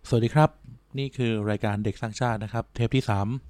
สวัสดีครับนี่คือรายการเด็กสร้างชาตินะครับเทปที่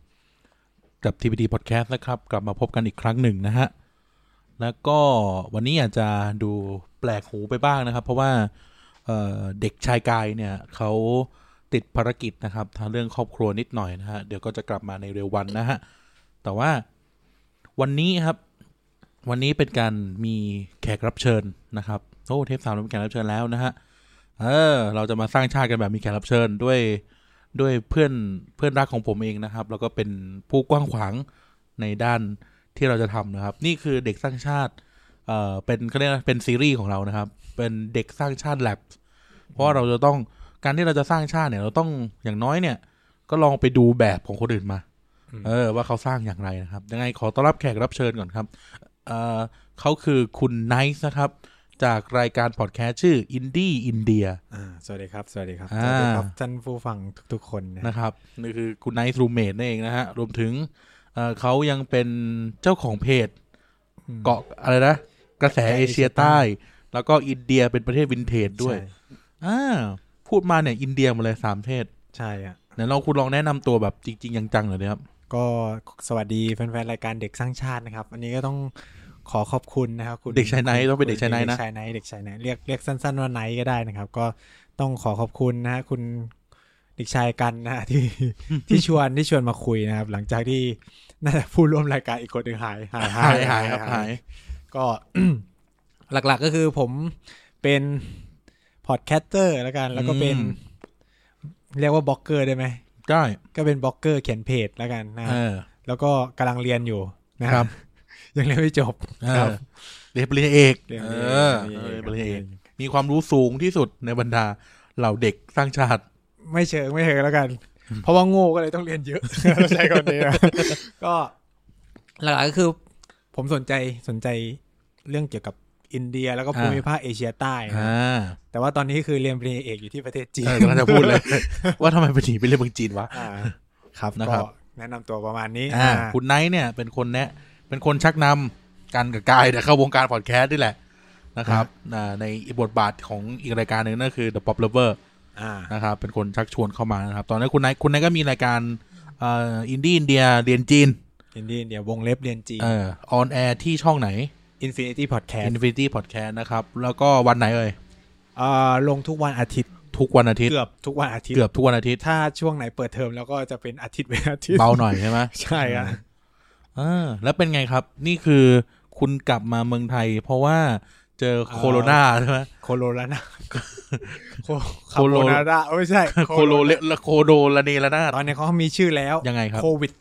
3กับ TPD Podcast นะครับกลับมาพบกันอีกครั้งหนึ่งนะฮะแล้วก็วันนี้อาจจะดูแปลกหูไปบ้างนะครับเพราะว่าเด็กชายกายเนี่ยเขาติดภารกิจนะครับทางเรื่องครอบครัวนิดหน่อยนะฮะเดี๋ยวก็จะกลับมาในเร็ววันนะฮะแต่ว่าวันนี้ครับวันนี้เป็นการมีแขกรับเชิญนะครับโอ้เทป3เรามีแขกรับเชิญแล้วนะฮะเราจะมาสร้างชาติกันแบบมีแขกรับเชิญด้วยเพื่อนรักของผมเองนะครับแล้วก็เป็นผู้กว้างขวางในด้านที่เราจะทำนะครับนี่คือเด็กสร้างชาติเป็นเขาเรียกเป็นซีรีส์ของเรานะครับเป็นเด็กสร้างชาติแลบเพราะเราจะต้องการที่เราจะสร้างชาติเนี่ยเราต้องอย่างน้อยเนี่ยก็ลองไปดูแบบของคนอื่นมาว่าเขาสร้างอย่างไรนะครับยังไงขอต้อนรับแขกรับเชิญก่อนครับเขาคือคุณไนท์นะครับจากรายการพอดแคสต์ชื่อ Indie India สวัสดีครับสวัสดีครับสวัสดีครับท่านผู้ฟังทุกๆคนนะครับนี่คือคุณไนท์รูมเมทนั่นเองนะฮะรวมถึงเขายังเป็นเจ้าของเพจเกาะอะไรนะกระแสเอเชียใต้แล้วก็อินเดียเป็นประเทศวินเทจด้วยพูดมาเนี่ยอินเดียมาเลย3ประเทศใช่อ่ะเดี๋ยวคุณลองแนะนำตัวแบบจริงๆจังๆหน่อยนะครับก็สวัสดีแฟนๆรายการเด็กสร้างชาตินะครับอันนี้ก็ต้องขอขอบคุณนะครับคุณเด็กชายไนท์ต้องเป็นเด็กชายไนท์นะเด็กชายไนท์เรียกสั้นๆว่าไนท์ก็ได้นะครับก็ต้องขอขอบคุณนะฮะคุณเด็กชายกันนะที่ชวนมาคุยนะครับหลังจากที่น่าจะผู้ร่วมรายการอีกคนหนึ่งหายก็ หลักๆก็คือผมเป็นพอดแคสเตอร์แล้วกันแล้วก็เป็นเรียกว่าบล็อกเกอร์ได้ไหมได้ก็เป็นบล็อกเกอร์เขียนเพจแล้วกันนะแล้วก็กำลังเรียนอยู่นะครับยังเรียนไม่จบครับเรียนปริญญาเอกปริญญาเอกมีความรู้สูงที่สุดในบรรดาเหล่าเด็กสร้างชาติไม่เชิงแล้วกันเพราะว่าโง่ก็เลยต้องเรียนเยอะใช่คนนี้ก็หลักๆก็คือผมสนใจเรื่องเกี่ยวกับอินเดียแล้วก็ภูมิภาคเอเชียใต้แต่ว่าตอนนี้คือเรียนปริญญาเอกอยู่ที่ประเทศจีนกำลังจะพูดเลยว่าทำไมไปหนีไปเรียนเมืองจีนวะครับก็แนะนำตัวประมาณนี้คุณไนท์เนี่ยเป็นคนชักนำกันกับกายเข้าวงการพอดแคสต์นี่แหละนะครับในบทบาทของอีกรายการหนึ่งนั่นคือ The Pop Lover นะครับเป็นคนชักชวนเข้ามานะครับตอนนี้คุณไนท์ก็มีรายการอินดี้อินเดียเรียนจีนอินดี้อินเดียวงเล็บเรียนจีนออนแอร์ที่ช่องไหน Infinity Podcast นะครับแล้วก็วันไหนลงทุกวันอาทิตย์เกือบทุกวันอาทิตย์ถ้าช่วงไหนเปิดเทอมแล้วก็จะเป็นอาทิตย์เบาหน่อยใช่ไหมใช่ครับแล้วเป็นไงครับนี่คือคุณกลับมาเมืองไทยเพราะว่าเจอโคโรนาใช่ไหมโคโรนาไม่ใช่โคโรลาเนลานาตอนนี้เขามีชื่อแล้วยังไงครับโควิด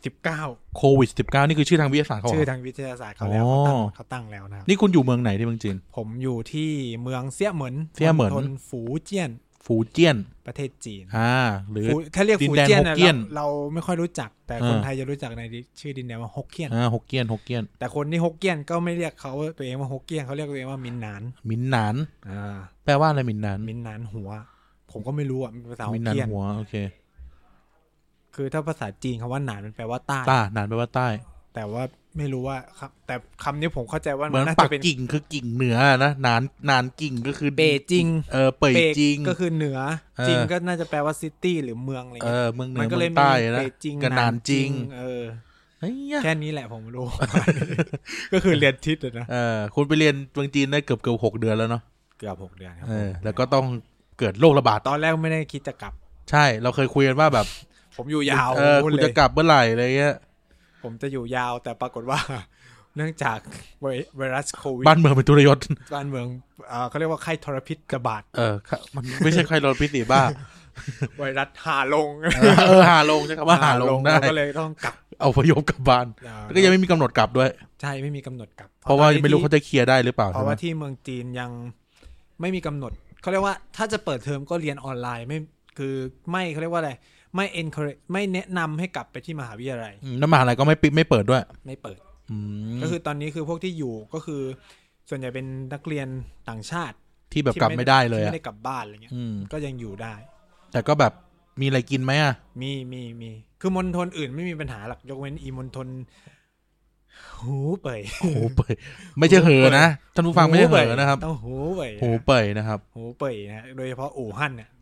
-19 นี่คือชื่อทางวิทยาศาสตร์เขาชื่อทางวิทยาศาสตร์เขาแล้วเขาตั้งแล้วนะนี่คุณอยู่เมืองไหนที่เมืองจีนผมอยู่ที่เมืองเซี่ยเหมินทนฝูเจี้ยนประเทศจีนหรือถ้าเรียกฝูเจี้ยนเราไม่ค่อยรู้จักแต่คนไทยจะรู้จักในชื่อดินแดนว่าฮกเกี้ยนฮกเกี้ยนแต่คนที่ฮกเกี้ยนก็ไม่เรียกเขาตัวเองว่าฮกเกี้ยนเขาเรียกตัวเองว่ามินหนานแปลว่าอะไรมินหนานหัวผมก็ไม่รู้อ่ะภาษาฮกเกี้ยนหัวโอเคคือถ้าภาษาจีนคำว่าหนานมันแปลว่าใต้หนานแปลว่าใต้แต่ว่าไม่รู้ว่าครับแต่คำนี้ผมเข้าใจว่ามันน่าจะเป็นกิ่งคือกิ่งเหนือนะนานกิ่งก็คือเปจิงเป่ยจิงก็คือเหนือจิงก็น่าจะแปลว่าซิตี้หรือเมืองอะไรเงี้ยเมืองเหนือมันก็เลยใต้นะกับนานจิงแค่นี้แหละผมรู้ ก็คือเรียนทิศนะคุณไปเรียนเมืองจีนได้เกือบ6 เดือนแล้วเนาะเกือบ6 เดือนครับแล้วก็ต้องเกิดโรคระบาดตอนแรกไม่ได้คิดจะกลับใช่เราเคยคุยกันว่าแบบผมอยู่ยาวคุณจะกลับเมื่อไหร่อะไรเงี้ยผมจะอยู่ยาวแต่ปรากฏว่าเนื่องจากไวรัสโควิดบ้านเมืองเป็นทุรยศบ้านเมืองเขาเรียกว่าไข้ทรพิษระบาดมันไม่ใช่ไข้ทรพิษสิบ้าไวรัสหาลงหาลงใช่คำว่าหาลงได้ก็เลยต้องกลับเอาพยพกลับบ้านแล้วก็ยังไม่มีกำหนดกลับด้วยใช่ไม่มีกำหนดกลับเพราะว่าไม่รู้เขาจะเคลียร์ได้หรือเปล่าเพราะว่าที่เมืองจีนยังไม่มีกำหนดเขาเรียกว่าถ้าจะเปิดเทอมก็เรียนออนไลน์ไม่คือไม่เขาเรียกว่าอะไรไม่ encourage ไม่แนะนำให้กลับไปที่มหาวิทยาลัยแล้วมหาลัยก็ไม่เปิดด้วยไม่เปิดก็คือตอนนี้คือพวกที่อยู่ก็คือส่วนใหญ่เป็นนักเรียนต่างชาติที่แบบกลับไม่ได้เลยไม่ได้กลับบ้านอะไรเงี้ยก็ยังอยู่ได้แต่ก็แบบมีอะไรกินไหมอ่ะมีคือมณฑลอื่นไม่มีปัญหาหรอกยกเว้นอีมณฑลหูเป่ยไม่ใช่เหอนะท่านผู้ฟังไม่ใช่เหอนะครับต้องหูเป่ยนะครับหูเป่ยนะโดยเฉพาะอู่ฮั่นเนี่ย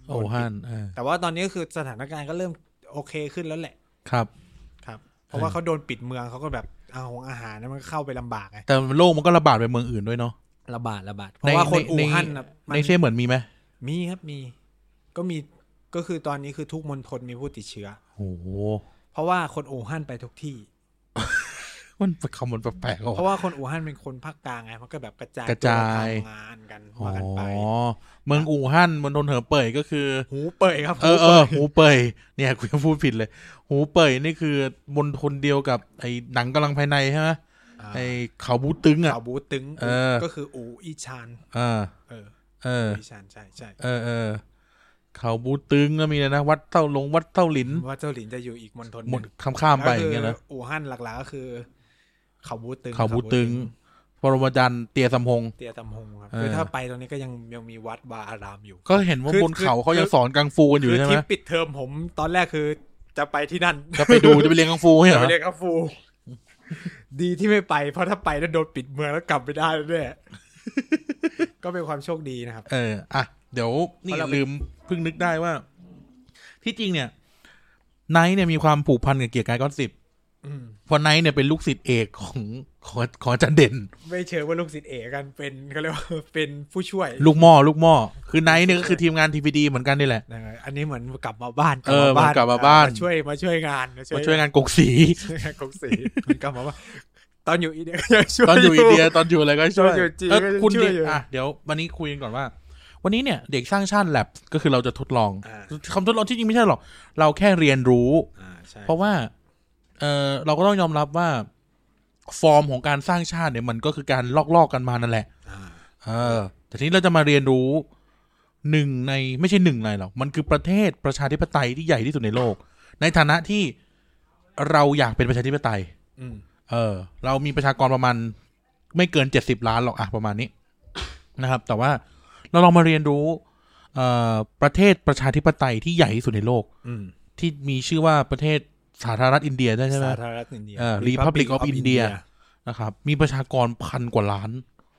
อู่ฮั่นแต่ว่าตอนนี้ก็คือสถานการณ์ก็เริ่มโอเคขึ้นแล้วแหละครับเพราะว่าเขาโดนปิดเมืองเขาก็แบบอาหารนั้นมันเข้าไปลำบากไงแต่โรคมันก็ระบาดไปเมืองอื่นด้วยเนาะระบาดเพราะว่าคนอู่ฮั่นในเซี่ยเหมือนมีไหมมีครับมีก็คือตอนนี้คือทุกมณฑลมีผู้ติดเชื้อโอ้โหเพราะว่าคนอู่ฮั่นไปทุกที่มันคำมันแปลกๆเพราะว่าคนอู่ฮั่นเป็นคนภาคกลางไงมันก็แบบกระจายทำงานกันมากันไปเมืองอู่ฮั่นมณฑลเหอเป่ยก็คือหูเป่ยครับหูเป่ยเนี่ยกูยังพูดผิดเลยหูเป่ยนี่คือมณฑลเดียวกับไอ้หนังกำลังภายในใช่ไหมไอ้เขาบูตึงอ่ะเขาบูตึงก็คืออู่อีชานอีชานใช่เขาบูตึงก็มีนะวัดเต้าหลินจะอยู่อีกมณฑลหมดข้ามไปอย่างเงี้ยนะอู่ฮั่นหลักๆก็คือเขาบูตึงปรมาจารย์เตียสัมพงครับคือถ้าไปตรงนี้ก็ยังมีวัดวาอารามอยู่ก็เห็นว่าบนเขาเขายังสอนกังฟูกันอยู่ใช่ไหมที่ปิดเทอมผมตอนแรกคือจะไปที่นั่นจะไปเรียนกังฟูใช่ไหมไปเรียนกังฟูดีที่ไม่ไปเพราะถ้าไปแล้วโดนปิดเมืองแล้วกลับไม่ได้ด้วยก็เป็นความโชคดีนะครับเดี๋ยวนี่ลืมเพิ่งนึกได้ว่าที่จริงเนี่ยไนท์เนี่ยมีความผูกพันกับเกียรติกายก้อน10เพราะไนท์เนี่ยเป็นลูกศิษย์เอกของอาจารย์เด่นไม่เชิงว่าลูกศิษย์เอกกันเป็นเขาเรียกว่าเป็นผู้ช่วยลูกหม้อคือไนท์เนี่ยก็คือทีมงาน TPD เหมือนกันนี่แหละอันนี้เหมือนกลับมาบ้านกลับมาบ้านมาช่วยงานกงสีกลับมาว่าตอนอยู่อินเดียตอนอยู่อินเดียตอนอยู่อะไรก็ช่วยคุณเดี๋ยววันนี้คุยกันก่อนว่าวันนี้เนี่ยเด็กสร้างชาติแลบก็คือเราจะทดลองคำทดลองที่จริงไม่ใช่หรอกเราแค่เรียนรู้เพราะว่าเราก็ต้องยอมรับว่าฟอร์มของการสร้างชาติเนี่ยมันก็คือการลอกกันมานั่นแหละแต่ทีนี้เราจะมาเรียนรู้ไม่ใช่หนึ่งในหรอกมันคือประเทศประชาธิปไตยที่ใหญ่ที่สุดในโลกในฐานะที่เราอยากเป็นประชาธิปไตยเรามีประชากรประมาณไม่เกิน70 ล้านหรอกประมาณนี้นะครับแต่ว่าเราลองมาเรียนรู้ประเทศประชาธิปไตยที่ใหญ่ที่สุดในโลกที่มีชื่อว่าประเทศสาธารณรัฐอินเดียได้ใช่ไหมสาธารณรัฐอินเดีย Republic of India นะครับมีประชากร1,000 กว่าล้าน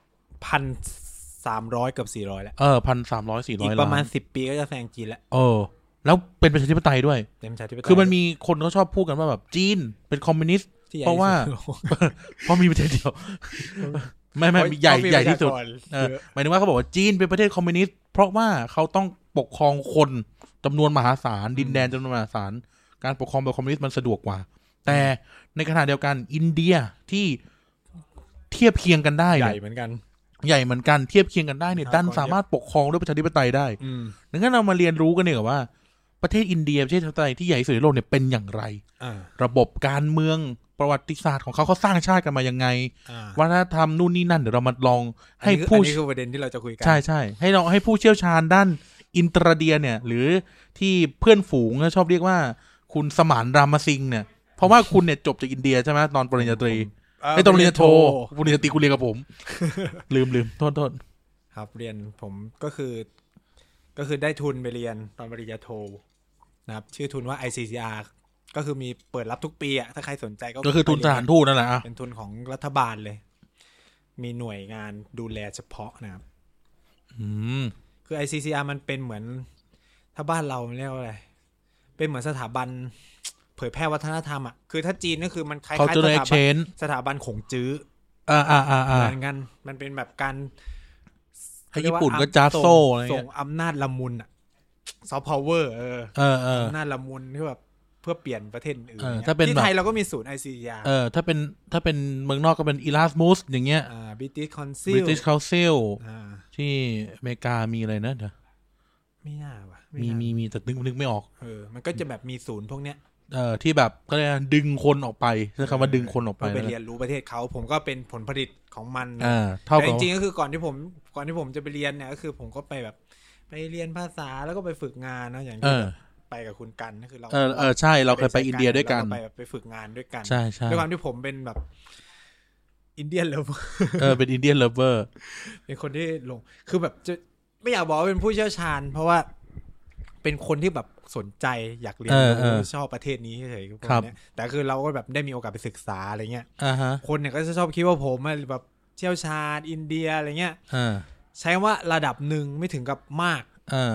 1,300 กับ400แล้ว 1,300-400 ล้านอีกประมาณ10 ปีก็จะแซงจีนแล้วแล้วเป็นประชาธิปไตยด้วยคือมันมีคนเขาชอบพูดกันว่าแบบจีนเป็นคอมมิวนิสต์เพราะมีประเทศเดียวไม่ใหญ่ที่สุดหมายถึงว่าเขาบอกว่าจีนเป็นประเทศคอมมิวนิสต์เพราะว่าเขาต้องปกครองคนจำนวนมหาศาลดินแดนจำนวนมหาศาลการปกครองแบบคอมมิวนิสต์มันสะดวกกว่าแต่ในขณะเดียวกันอินเดียที่เทียบเคียงกันได้ใหญ่เหมือนกันเทียบเคียงกันได้เนี่ยดันสามารถปกครองด้วยประชาธิปไตยได้ดังนั้นเรามาเรียนรู้กันเนี่ยว่าประเทศอินเดียประเทศประชาธิปไตยที่ใหญ่ที่สุดในโลกเนี่ยเป็นอย่างไรระบบการเมืองประวัติศาสตร์ของเขาสร้างชาติกันมายังไงวัฒนธรรมนู่นนี่นั่นเดี๋ยวเรามาลองให้ผู้นี่คือประเด็นที่เราจะคุยกันใช่ให้เราให้ผู้เชี่ยวชาญด้านอินเตอร์เดียเนี่ยหรือที่เพื่อนฝูงชอบเรียกว่าคุณสมานรามสิงห์เนี่ยเพราะว่าคุณเนี่ยจบจากอินเดียใช่ไหมตอนปริญญาตรีตอนปริญญาโทปริญญาตรีคุณเรียนกับผมลืมโทษครับเรียนผมก็คือได้ทุนไปเรียนตอนปริญญาโทนะครับชื่อทุนว่า ICCR ก็คือมีเปิดรับทุกปีถ้าใครสนใจก็คือทุนสถานทูตนั่นแหละเป็นทุนของรัฐบาลเลยมีหน่วยงานดูแลเฉพาะนะครับคือ ICCR มันเป็นเหมือนถ้าบ้านเราเรียกว่าอะไรเป็นเหมือนสถาบันเผยแพร่วัฒนธรรมคือถ้าจีนก็คือมันคล้ายๆสถาบันขงจื้อเหมือนกันมันเป็นแบบการให้ญี่ปุ่นก็จาโซ่อะไรเงี้ยส่งอำนาจละมุนซอฟต์พาวเวอร์อำนาจละมุนที่แบบเพื่อเปลี่ยนประเทศอื่นที่ไทยเราก็มีศูนย์ ICCR ถ้าเป็นเมืองนอกก็เป็น Erasmus อย่างเงี้ย British Council ที่อเมริกามีอะไรนะไม่น่าว่ะมีแต่นึกไม่ออกมันก็จะแบบมีศูนย์พวกเนี้ยที่แบบก็เลยดึงคนออกไปใช้คำว่าดึงคนออกไปไปเรียนรู้ประเทศเขาผมก็เป็นผลผลิตของมันแต่จริงๆก็คือก่อนที่ผมจะไปเรียนเนี่ยก็คือผมก็ไปแบบไปเรียนภาษาแล้วก็ไปฝึกงานนะอย่างที่ไปกับคุณกันก็คือเราใช่เราเคยไปอินเดียด้วยกันไปฝึกงานด้วยกันใช่ด้วยความที่ผมเป็นแบบอินเดียนเลิฟเป็นอินเดียนเลิฟเวอร์เป็นคนที่ลงคือแบบจะไม่อยากบอกว่าเป็นผู้เชี่ยวชาญเพราะว่าเป็นคนที่แบบสนใจอยากเรียนรู้ชอบประเทศนี้เฉยๆพวกนี้แต่คือเราก็แบบได้มีโอกาสไปศึกษาอะไรเงี้ยคนเนี่ยก็จะชอบคิดว่าผมแบบเชี่ยวชาญอินเดียอะไรเงี้ยใช้ว่าระดับหนึ่งไม่ถึงกับมาก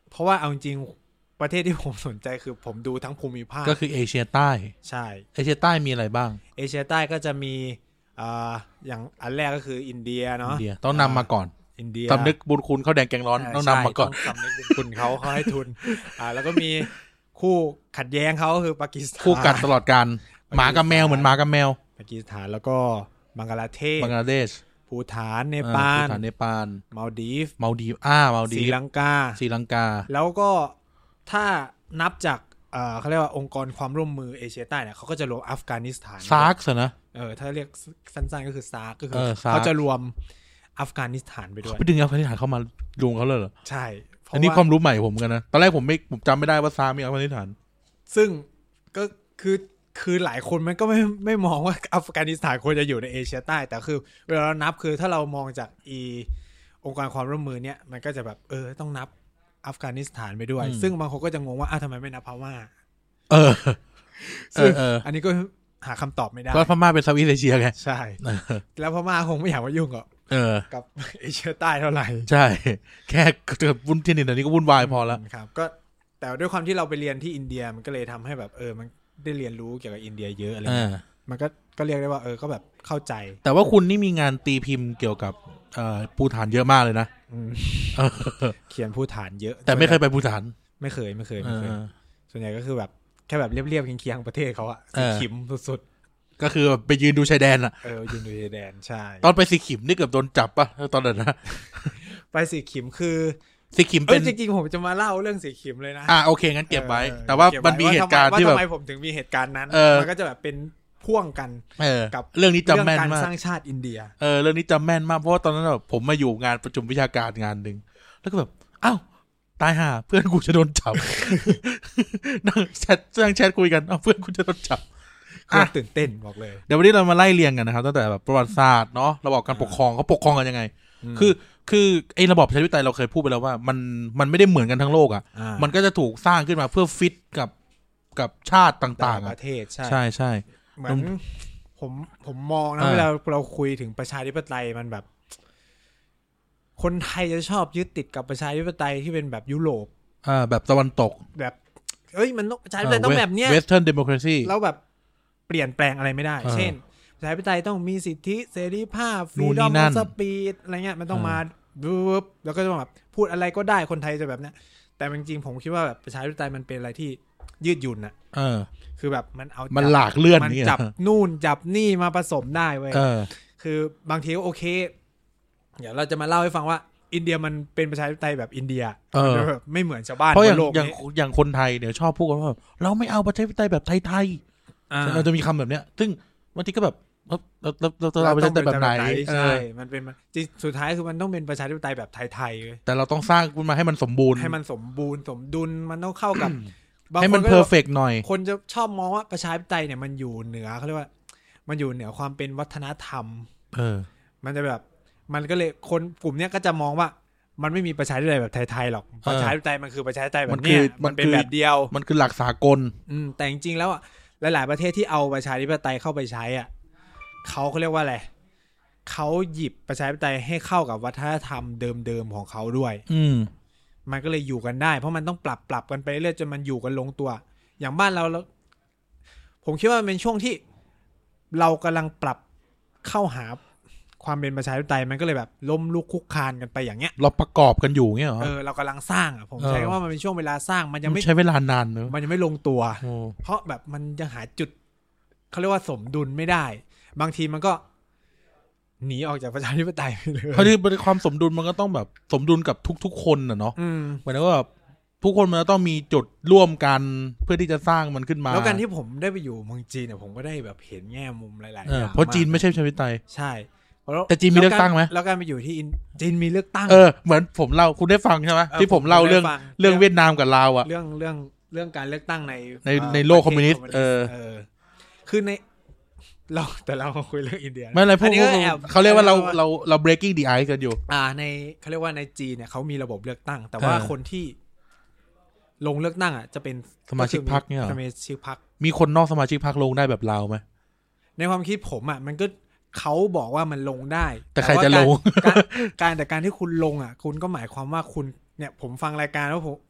เพราะว่าเอาจริงๆประเทศที่ผมสนใจคือผมดูทั้งภูมิภาคก็คือเอเชียใต้ใช่เอเชียใต้มีอะไรบ้างเอเชียใต้ก็จะมีอย่างอันแรกก็คืออินเดียเนาะต้องนำมาก่อนอินเดียสำนึกบุญคุณเขาแดงแกงร้อนต้องนำมาก่อนสำนึกบุญคุณเขาให้ทุนแล้วก็มีคู่ขัดแย้งเขาคือปากีสถานคู่กัดตลอดการหมากับแมวเหมือนหมากับแมวปากีสถานแล้วก็บังกลาเทศภูฏานเนปาลมาลดีฟมาลดีฟศรีลังกาแล้วก็ถ้านับจากเขาเรียกว่าองค์กรความร่วมมือเอเชียใต้เนี่ยเขาก็จะรวมอัฟกานิสถานซาร์กนะถ้าเรียกสั้นๆก็คือซาร์กก็คือเขาจะรวมอัฟกานิสถานไปด้วยไปดึงอัฟกานิสถานเข้ามารวมเขาเลยเหรอใช่อันนี้ความรู้ใหม่ผมกันนะตอนแรกผมจำไม่ได้ว่าซาร์มีอัฟกานิสถานซึ่งก็คือหลายคนมันก็ไม่มองว่าอัฟกานิสถานควรจะอยู่ในเอเชียใต้แต่คือเวลาเรานับคือถ้าเรามองจากองค์การความร่วมมือเนี่ยมันก็จะแบบต้องนับอัฟกานิสถานไปด้วยซึ่งบางคนก็จะงงว่าทำไมไม่นับพม่าซึ่งอันนี้ก็หาคำตอบไม่ได้ก็พม่าเป็นเซาท์อีสต์เอเชียไงใช่แล้วพม่าคงไม่อยากมายุ่งกับเอเชียใต้เท่าไหร่ใช่แค่เกิดวุ่นที่นี่ตอนนี้ก็วุ่นวายพอแล้วครับก็แต่ด้วยความที่เราไปเรียนที่อินเดียมันก็เลยทำให้แบบมันได้เรียนรู้เกี่ยวกับอินเดียเยอะอะไรเงี้ยมันก็เรียกได้ว่าก็แบบเข้าใจแต่ว่าคุณนี่มีงานตีพิมพ์เกี่ยวกับภูฏานเยอะมากเลยนะเขียนภูฏานเยอะแต่ไม่เคยไปภูฏานไม่เคยส่วนใหญ่ก็คือแบบแค่แบบเรียบๆเคียงๆประเทศเขาอะสีขิมสุดๆก็คือไปยืนดูชายแดนอะยืนดูชายแดนใช่ตอนไปสีขิมนี่เกือบโดนจับป่ะตอนนั้นนะไปสีขิมคือสีขิมเป็นจริงๆผมจะมาเล่าเรื่องสีขิมเลยนะโอเคงั้นเก็บไว้แต่ว่ามันมีเหตุการณ์ที่แบบทำไมผมถึงมีเหตุการณ์นั้นมันก็จะแบบเป็นพ่วงกันกับเรื่องนี้จำแม่นมากการสร้างชาติอินเดียเรื่องนี้จำแม่นมากเพราะว่าตอนนั้นแบบผมมาอยู่งานประชุมวิชาการงานนึงแล้วก็แบบอ้าวตายห่าเพื่อนกูจะโดนจับนั่งแชทคุยกันเพื่อนกูจะโดนจับตื่นเต้นบอกเลยเดี๋ยววันนี้เรามาไล่เรียงกันนะครับตั้งแต่แบบประวัติศาสตร์เนาะระบบการปกครองเขาปกครองกันยังไงคือไอ้ระบอบประชาธิปไตยเราเคยพูดไปแล้วว่ามันไม่ได้เหมือนกันทั้งโลกมันก็จะถูกสร้างขึ้นมาเพื่อฟิตกับชาติต่างๆประเทศใช่ใช่เหมือนผมมองนะเวลาเราคุยถึงประชาธิปไตยมันแบบคนไทยจะชอบยึดติดกับประชาธิปไตยที่เป็นแบบยุโรปแบบตะวันตกแบบมันประชาธิปไตยต้องแบบเนี้ย Western democracy แล้วแบบเปลี่ยนแปลงอะไรไม่ได้เช่นประชาธิปไตยต้องมีสิทธิเสรีภาพ freedom of speech อะไรเงี้ยมันต้องมาแล้วก็ต้องแบบพูดอะไรก็ได้คนไทยจะแบบเนี้ยแต่จริงๆผมคิดว่าแบบประชาธิปไตยมันเป็นอะไรที่ยืดหยุ่นคือแบบมันหลากเลื่อนมันจับนู่นจับนี่มาผสมได้เว้ยคือบางทีก็โอเคเดี๋ยวเราจะมาเล่าให้ฟังว่าอินเดียมันเป็นประชาธิปไตยแบบอินเดียแบบไม่เหมือนชาวบ้านเพราะอย่างคนไทยเดี๋ยวชอบพูดว่าเราไม่เอาประชาธิปไตยแบบไทยๆเราจะมีคำแบบเนี้ยซึ่งบางทีก็แบบเราประชาธิปไตยแบบไหนใช่มันเป็นสุดท้ายคือมันต้องเป็นประชาธิปไตยแบบไทยๆแต่เราต้องสร้างขึ้นมาให้มันสมบูรณ์สมดุลมันต้องเข้ากับให้มันเพอร์เฟกต์หน่อยคนจะชอบมองว่าประชาธิปไตยเนี่ยมันอยู่เหนือเขาเรียกว่ามันอยู่เหนือความเป็นวัฒนธรรมมันจะแบบมันก็เลยคนกลุ่มเนี้ยก็จะมองว่ามันไม่มีประชาธิปไตยแบบไทยๆหรอกประชาธิปไตยมันคือประชาธิปไตยแบบนี้มันเป็นแบบเดียวมันคือหลักสากลแต่จริงๆแล้วหลายๆประเทศที่เอาประชาธิปไตยเข้าไปใช้เขาเรียกว่าอะไรเขาหยิบประชาธิปไตยให้เข้ากับวัฒนธรรมเดิมๆของเขาด้วยมันก็เลยอยู่กันได้เพราะมันต้องปรับกันไปเรื่อยจนมันอยู่กันลงตัวอย่างบ้านเราผมคิดว่ามันเป็นช่วงที่เรากำลังปรับเข้าหาความเป็นประชาธิปไตยมันก็เลยแบบล้มลุกคุกคานกันไปอย่างเงี้ยเราประกอบกันอยู่เงี้ยเหรอเรากำลังสร้างผมใช้ว่ามันเป็นช่วงเวลาสร้างมันยังไม่ใช้เวลานานเนอะมันยังไม่ลงตัวเพราะแบบมันยังหาจุดเขาเรียกว่าสมดุลไม่ได้บางทีมันก็หนีออกจากประชาธิปไตยไปเลยเพราะที่ความสมดุลมันก็ต้องแบบสมดุลกับทุกๆคนเนาะหมายถึงว่าแบบทุกคนมันต้องมีจุดร่วมกันเพื่อที่จะสร้างมันขึ้นมาแล้วการที่ผมได้ไปอยู่เมืองจีนเนี่ยผมก็ได้แบบเห็นแง่มุมหลายๆอย่างเพราะจีนไม่ใช่ประชาธิปไตยใช่แต่จีนมีเลือกตั้งไหมแล้วการไปอยู่ที่จีนมีเลือกตั้งเหมือนผมเล่าคุณได้ฟังใช่ไหมที่ผมเล่าเรื่องเวียดนามกับลาวเรื่องการเลือกตั้งในโลกคอมมิวนิสต์คือในแต่เราคุยเรื่องอินเดียไม่อะไรพวกเขาเรียกว่าเรา breaking the ice กันอยู่ในเขาเรียกว่าในจีนเนี่ยเขามีระบบเลือกตั้งแต่ว่าคนที่ลงเลือกตั้งจะเป็นสมาชิกพรรคเนี่ยสมาชิกพรรคมีคนนอกสมาชิกพรรคลงได้แบบเราไหมในความคิดผมมันก็เขาบอกว่ามันลงได้แต่ใครจะลงการที่คุณลงคุณก็หมายความว่าคุณเนี่ยผมฟังรายการแล้ว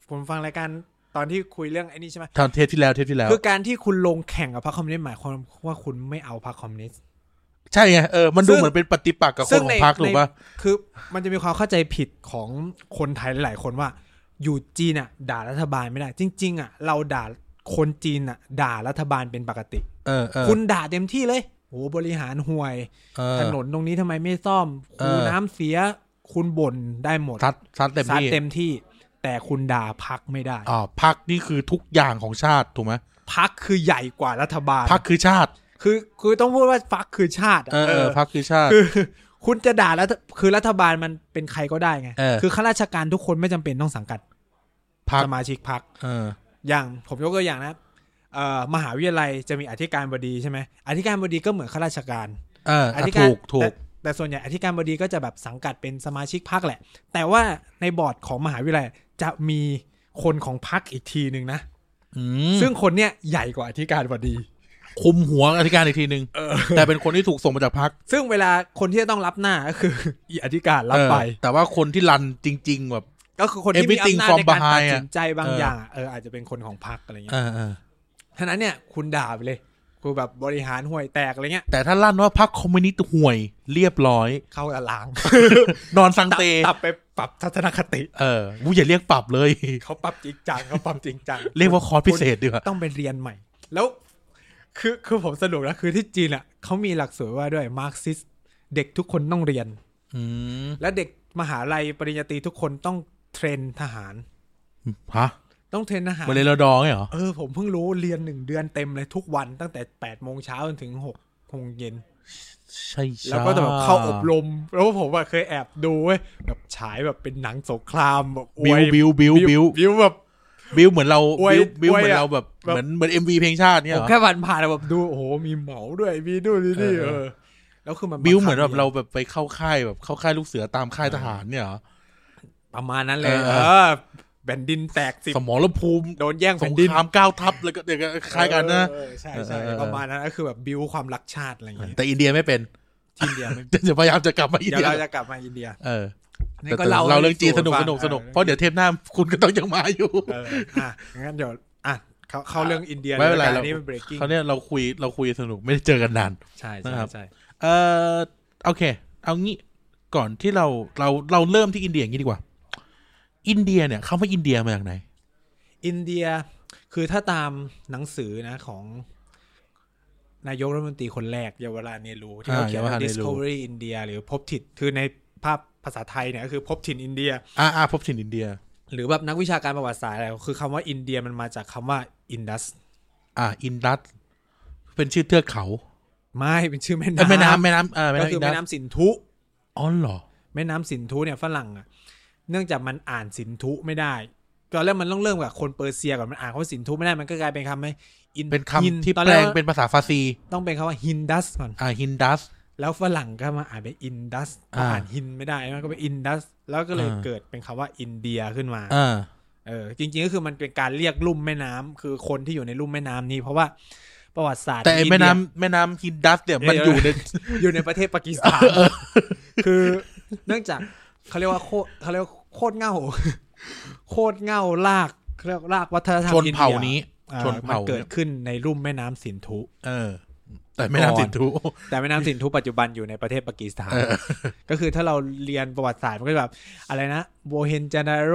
ผมฟังรายการตอนที่คุยเรื่องไอ้นี่ใช่ไหมตอนเทปที่แล้วคือการที่คุณลงแข่งกับพรรคคอมมิวนิสต์หมายความว่าคุณไม่เอาพรรคคอมมิวนิสต์ใช่ไงมันดูเหมือนเป็นปฏิปักษ์กับคนของพรรคถูกป่ะคือมันจะมีความเข้าใจผิดของคนไทยหลายคนว่าอยู่จีนอ่ะด่ารัฐบาลไม่ได้จริงๆอ่ะเราด่าคนจีนอ่ะด่ารัฐบาลเป็นปกติคุณด่าเต็มที่เลยโหบริหารห่วยถนนตรงนี้ทำไมไม่ซ่อมคูน้ำเสียคุณบ่นได้หมดซัดเต็มที่แต่คุณด่าพรรคไม่ได้พรรคนี่คือทุกอย่างของชาติถูกไหมพรรคคือใหญ่กว่ารัฐบาลพรรคคือชาติคือต้องพูดว่าพรรคคือชาติพรรคคือชาติคือคุณจะด่าแล้วคือรัฐบาลมันเป็นใครก็ได้ไงคือข้าราชการทุกคนไม่จำเป็นต้องสังกัดสมาชิกพรรคอย่างผมยกตัวอย่างนะมหาวิทยาลัยจะมีอธิการบดีใช่ไหมอธิการบดีก็เหมือนข้าราชการอธิการถูกแต่ส่วนใหญ่อธิการบดีก็จะแบบสังกัดเป็นสมาชิกพรรคแหละแต่ว่าในบอร์ดของมหาวิทยาลัยจะมีคนของพรรคอีกทีนึงนะซึ่งคนเนี้ยใหญ่กว่าอธิการบดีคุมหัวอธิการอีกทีนึงแต่เป็นคนที่ถูกส่งมาจากพรรคซึ่งเวลาคนที่จะต้องรับหน้าก็คืออธิการรับไปแต่ว่าคนที่รันจริงๆแบบก็คือคนที่มีอำนาจในการตัดสินใจบางอย่างอาจจะเป็นคนของพรรคอะไรเงี้ยฉะนั้นเนี่ยคุณด่าไปเลยคือแบบบริหารห่วยแตกอะไรเงี้ยแต่ถ้าลั่นว่าพรรคคอมมิวนิสต์ห่วยเรียบร้อยเข้าตารางนอนสังเตตับไปปรับทัศนคติอย่าเรียกปรับเลยเขาปรับจริงจังเขาปรับจริงจังเรียกว่าคอร์สพิเศษดีกว่าต้องไปเรียนใหม่แล้วคือผมสนุกนะคือที่จีนอ่ะเขามีหลักสูตรว่าด้วยมาร์กซิสเด็กทุกคนต้องเรียนและเด็กมหาลัยปริญญาตรีทุกคนต้องเทรนทหารฮะต้องเทรนทหารมาเรียนรอดอเหรอผมเพิ่งรู้เรียน1 เดือนเต็มเลยทุกวันตั้งแต่ 8 โมงเช้าจนถึง 6 โมงเย็นใช่แล้วก็จะแบบเข้าอบรมแล้วผมเคยแอบดูเว้ยแบบฉายแบบเป็นหนังสงครามแบบบิวแบบบิวเหมือนเราบิวเหมือนเราแบบเหมือน MV เพลงชาติเนี่ยผมแค่ผ่านๆแบบดูโอ้โหมีเหมาด้วยมีดูนี่แล้วคือมันบิวเหมือนแบบเราแบบไปเข้าค่ายแบบเข้าค่ายลูกเสือตามค่ายทหารเนี่ยเหรอประมาณนั้นเลยแผ่นดินแตก10 สมรภูมิโดนแย่งแผ่นดิน 9 ทัพแล้วก็เดี๋ยวคล้ายกันนะใช่ๆประมาณนั้นก็คือแบบบิวความรักชาติอะไรอย่างเงี้ยแต่อินเดียไม่เป็นอินเดียไม่จะพยายามจะกลับมาอินเดียเราจะกลับมาอินเดียนี่ก็เราเรื่องจีนสนุกเพราะเดี๋ยวเทปหน้าคุณก็ต้องยังมาอยู่งั้นเดี๋ยวเขาเรื่องอินเดียไม่เป็นไรนี่เป็น breaking เขาเนี่ยเราคุยสนุกไม่ได้เจอกันนานใช่โอเคเอางี้ก่อนที่เราเริ่มที่อินเดียอย่างนี้ดีกว่าอินเดียเนี่ยคำว่าอินเดียมาจากไหนอินเดียคือถ้าตามหนังสือนะของนายกรัฐมนตรีคนแรกเยาวราชเนรูที่เขาเขียนว่า Discovery India หรือพบถิ่นคือในภาษาไทยเนี่ยก็คือพบถิ่นอินเดียพบถิ่นอินเดียหรือแบบนักวิชาการประวัติศาสตร์อะไรคือคำว่าอินเดียมันมาจากคำว่าอินดัสอินดัสเป็นชื่อเทือกเขาไม่เป็นชื่อแม่น้ำก็คือแม่น้ำสินธุอ๋อเหรอแม่น้ำสินธุเนี่ยฝรั่งเนื่องจากมันอ่านสินธุไม่ได้ตอนแรกมันต้องเริ่มกับคนเปอร์เซียก่อนมันอ่านคำว่าสินธุไม่ได้มันก็กลายเป็นคำเป็นคำที่แปลงเป็นภาษาฟาร์ซีต้องเป็นคำว่าฮินดัสก่อนฮินดัสแล้วฝรั่งก็มาอ่านเป็นอินดัสอ่านฮินไม่ได้มันก็เป็นอินดัสแล้วก็เลยเกิดเป็นคำว่าอินเดียขึ้นมาจริงๆก็คือมันเป็นการเรียกลุ่มแม่น้ำคือคนที่อยู่ในลุ่มแม่น้ำนี้เพราะว่าประวัติศาสตร์แต่แม่น้ำฮินดัสเนี่ยมันอยู่ในประเทศปากีสถานคือเนื่องจากเขาเรียกว่าโคตรเง่าลากเรียกลากวัฒนธรรมชนเผ่านี้มันเกิดขึ้นในลุ่มแม่น้ำสินธุแต่แม่น้ำสินธุปัจจุบันอยู่ในประเทศปากีสถานก็คือถ้าเราเรียนประวัติศาสตร์มันก็แบบอะไรนะโบเฮนจานาโร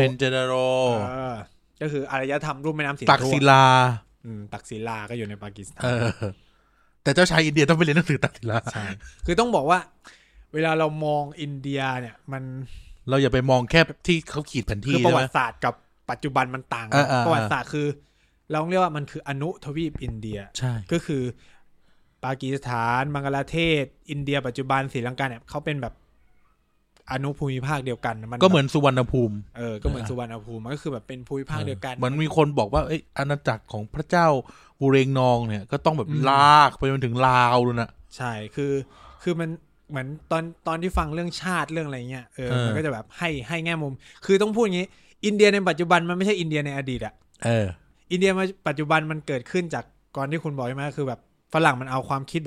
ก็คืออารยธรรมลุ่มแม่น้ำสินธุตักศิลาก็อยู่ในปากีสถานแต่เจ้าชายอินเดียต้องไปเรียนหนังสือตักศิลาใช่คือต้องบอกว่าเวลาเรามองอินเดียเนี่ยมันเราอย่าไปมองแค่ที่เขาขีดแผนที่คือประวัติศาสตร์กับปัจจุบันมันต่างประวัติศาสตร์คือเราเรียกว่ามันคืออนุทวีปอินเดียใช่ก็คือปากีสถานบังกลาเทศอินเดียปัจจุบันศรีลังกาเนี่ยเขาเป็นแบบอนุภูมิภาคเดียวกันมันก็เหมือนสุวรรณภูมิก็เหมือนสุวรรณภูมิมันก็คือแบบเป็นภูมิภาคเดียวกันเหมือนมีคนบอกว่าอาณาจักรของพระเจ้าบูเรงนองเนี่ยก็ต้องแบบลากไปจนถึงลาวเลยนะใช่คือมันเหมือนตอนที่ฟังเรื่องชาติเรื่องอะไรเงี้ยมันก็จะแบบให้แง่มุมคือต้องพูดอย่างนี้อินเดียในปัจจุบันมันไม่ใช่อินเดียในอดีตอินเดียมาปัจจุบันมันเกิดขึ้นจากก่อนที่คุณบอกใช่ไหมคือแบบฝรั่งมันเอาความคิดแบบ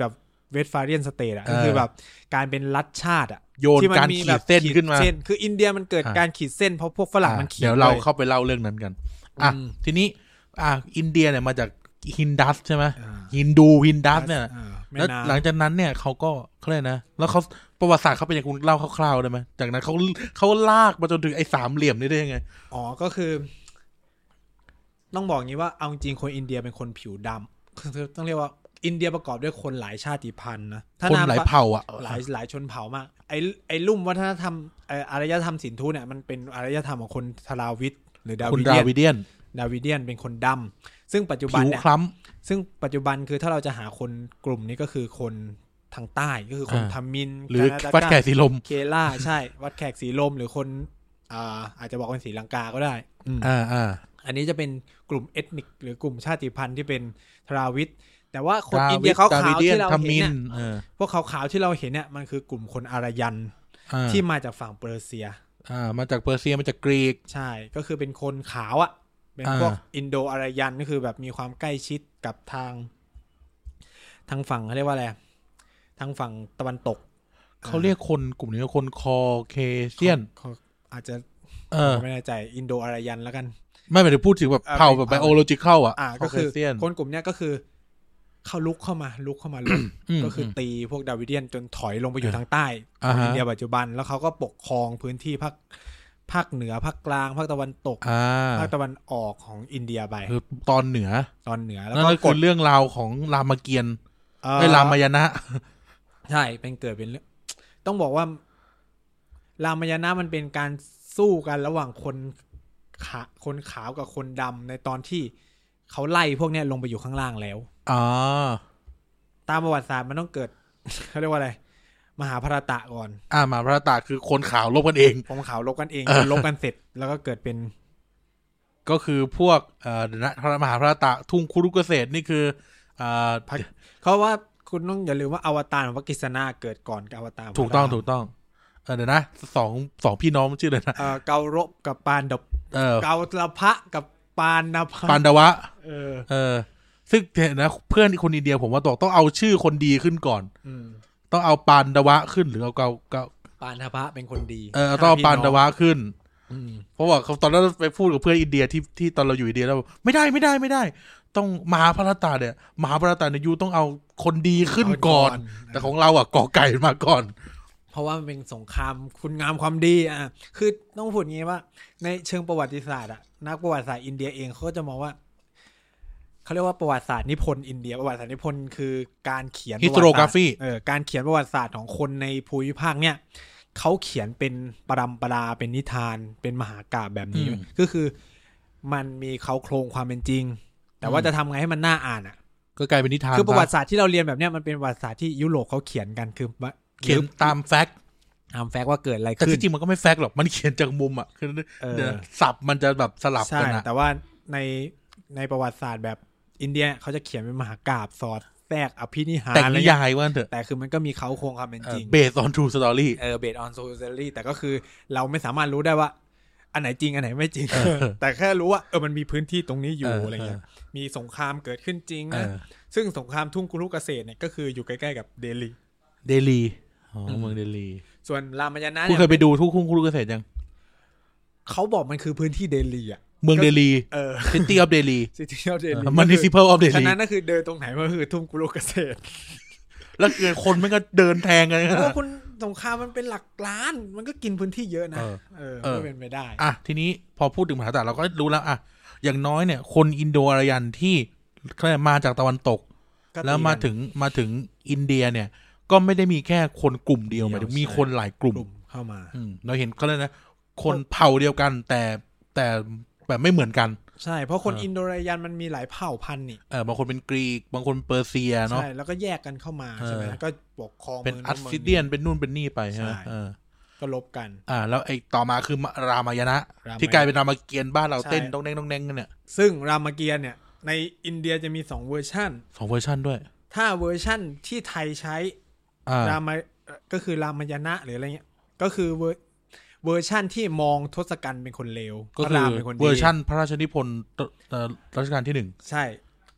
เวสต์ฟาเรียนสเตทอ่ะก็คือแบบการเป็นรัฐชาติอ่ะโยนการขีดเส้นขึ้นมาคืออินเดียมันเกิดการขีดเส้นเพราะพวกฝรั่งมันขีดเดี๋ยวเราเข้าไปเล่าเรื่องนั้นกันทีนี้อินเดียเนี่ยมาจากฮินดัสใช่ไหมฮินดัสเนี่ยแล้วหลังจากนั้นเนี่ยเขาก็เขาเรียกนะแล้วเขาประวัติศาสตร์เขาเป็นอย่างคุณเล่าคร่าวๆได้ไหมจากนั้นเขาลากมาจนถึงไอ้สามเหลี่ยมนี่ได้ยังไงก็คือต้องบอกงี้ว่าเอาจริงคนอินเดียเป็นคนผิวดำคือต้องเรียกว่าอินเดียประกอบด้วยคนหลายชาติพันธุ์นะคนหลายเผ่าอ่ะหลายชนเผ่ามากไอ้ลุ่มวัฒนธรรมอารยธรรมสินธุเนี่ยมันเป็นอารยธรรมของคนทราวิดหรือดาวิเดียนเป็นคนดำซึ่งปัจจุบันเนี่ยซึ่งปัจจุบันคือถ้าเราจะหาคนกลุ่มนี้ก็คือคนทางใต้ก็คือคนทามินหรือวัดแขกสีลมเคล่าใช่วัดแขกสีลมหรือคนอาจจะบอกเป็นศรีลังกาก็ได้อันนี้จะเป็นกลุ่มเอทนิกหรือกลุ่มชาติพันธุ์ที่เป็นทราวิดแต่ว่าคนอินเดียขาวๆที่เราเห็นเนี่ยพวกขาวๆที่เราเห็นเนี่ยมันคือกลุ่มคนอารยันที่มาจากฝั่งเปอร์เซียมาจากเปอร์เซียมาจากกรีกใช่ก็คือเป็นคนขาวอ่ะเป็นพวกอินโดอารยันก็คือแบบมีความใกล้ชิดกับทางฝั่งเขาเรียกว่าอะไรทางฝั่งตะวันตกเขาเรียกคนกลุ่มนี้ว่าคนคอเคเซียนอาจจะไม่แน่ใจอินโดอารยันแล้วกันไม่ได้พูดถึงแบบเผ่าแบบไบโอโลจิคอลก็คือคนกลุ่มนี้ก็คือเขาลุกเข้ามาลบก็คือตีพวกดาวิเดียนจนถอยลงไปอยู่ทางใต้ของอินเดียปัจจุบันแล้วเขาก็ปกครองพื้นที่ภาคเหนือภาคกลางภาคตะวันตกภาคตะวันออกของอินเดียไปคือตอนเหนือแล้วก็กดเรื่องราวของรามเกียรติ์รามายณะใช่เป็นเกิดเป็นเรื่องต้องบอกว่ารามายณะมันเป็นการสู้กันระหว่างคนขาวกับคนดำในตอนที่เขาไล่พวกนี้ลงไปอยู่ข้างล่างแล้วตามประวัติศาสตร์มันต้องเกิดเขาเรียกว่าอะไรมหาภารตะก่อนมหาภารตะคือคนขาวลบกันเองคนขาวลบกันเองลบกันเสร็จแล้วก็เกิดเป็นก็คือพวกมหาภารตะทุ่งคุรุเกษตรนี่คือเขาว่าคุณต้องอย่าลืมว่าอวตารของพระกฤษณาเกิดก่อนกับอวตารถูกต้องเดี๋ยวนะสองพี่น้องชื่ออะไรนะเการบกับปานดบเกาลพะกับปานดวะซึ่งนะเพื่อนคนอินเดียผมว่าต้องเอาชื่อคนดีขึ้นก่อนต้องเอาปานดวะขึ้นหรือเอาเกาปานทพะเป็นคนดีต้องเอาปานดวะขึ้นเพราะว่าเขาตอนนั้นไปพูดกับเพื่อนอินเดียที่ตอนเราอยู่อินเดียแล้วไม่ได้ต้องมหาภารตะเนี่ยมหาภารตะเนี่ยยูต้องเอาคนดีขึ้นก่อนแต่ของเรากอไก่มาก่อนเพราะว่ามันเป็นสงครามคุณงามความดีคือต้องพูดงี้ว่าในเชิงประวัติศาสตร์นักประวัติศาสตร์อินเดียเองเขาก็จะมองว่าเขาเรียกว่าประวัติศาสตร์นิพนธ์อินเดียประวัติศาสตร์นิพนธ์คือการเขียน Historiography การเขียนประวัติศาสตร์ของคนในภูมิภาคเนี่ยเขาเขียนเป็นปรัมปราเป็นนิทานเป็นมหากาพย์แบบนี้ก็คือมันมีเขาโครงความเป็นจริงแต่ว่าจะทำไงให้มันน่าอ่านก็กลายเป็นนิทานคือประวัติศาสตร์ที่เราเรียนแบบเนี้ยมันเป็นประวัติศาสตร์ที่ยุโรปเขาเขียนกันคือเขียนตามแฟกต์ว่าเกิดอะไรขึ้นแต่จริงๆมันก็ไม่แฟกต์หรอกมันเขียนจากมุมคือศัพท์มันจะแบบสลับกันแต่ว่าในประวัติศาสตร์แบบอินเดียเขาจะเขียนเป็นมหากาพย์สอดแทรกอภินิหารแต่งนิยายว่าเถอะแต่คือมันก็มีเขาโครงความเป็นจริง based on true story based on true story แต่ก็คือเราไม่สามารถรู้ได้ว่าอันไหนจริงอันไหนไม่จริงแต่แค่รู้ว่ามันมีพื้นที่ตรงนี้อยู่อะไรเงี้ยมีสงครามเกิดขึ้นจริงนะซึ่งสงครามทุ่งคุรุเกษตรเนี่ยก็คืออยู่ใกล้ๆกับเดลีเมืองเดลีส่วนรามายณะคุณเคยไปดูทุ่งคุรุเกษตรยังเขาบอกมันคือพื้นที่เดลีเมืองเดลีCity of Delhi Municipal of Delhi ฉะนั้นก็คือเดินตรงไหนมันคือทุ่งคุรุเกษตรแล้วเกิดคนมันก็เดินแทงกันเพราะคุณสงครามมันเป็นหลักล้านมันก็กินพื้นที่เยอะนะก็เป็นไปได้ทีนี้พอพูดถึงมหาศาสตร์เราก็รู้แล้วอย่างน้อยเนี่ยคนอินโดอารยันที่มาจากตะวันตกแล้วมาถึงอินเดียเนี่ยก็ไม่ได้มีแค่คนกลุ่มเดียวหมายถึงมีคนหลายกลุ่มเข้ามาเราเห็นเขาเลยนะคนเผ่าเดียวกันแต่แบบไม่เหมือนกันใช่เพราะคนอินโดอารยันมันมีหลายเผ่าพันธุ์นี่บางคนเป็นกรีกบางคนเปอร์เซียเนาะใช่แล้วก็แยกกันเข้ามาใช่ไหมก็ปกครองเป็นอัสซิเดียนเป็นนู่นเป็นนี่ไปใช่ไหมก็ลบกันแล้วไอ้ต่อมาคือรามายณะที่กลายเป็นรามเกียรติ์บ้านเราเต้นต้องแน่งกันเนี่ยซึ่งรามเกียรติ์เนี่ยในอินเดียจะมี2เวอร์ชันด้วยถ้าเวอร์ชันที่ไทยใช้ก็คือรามายณะหรืออะไรเงี้ยก็คือเวอร์ชันที่มองทศกัณฐ์เป็นคนเลวก็คือเวอร์ชันพระราชนิพนธ์รัชกาลที่1 ใช่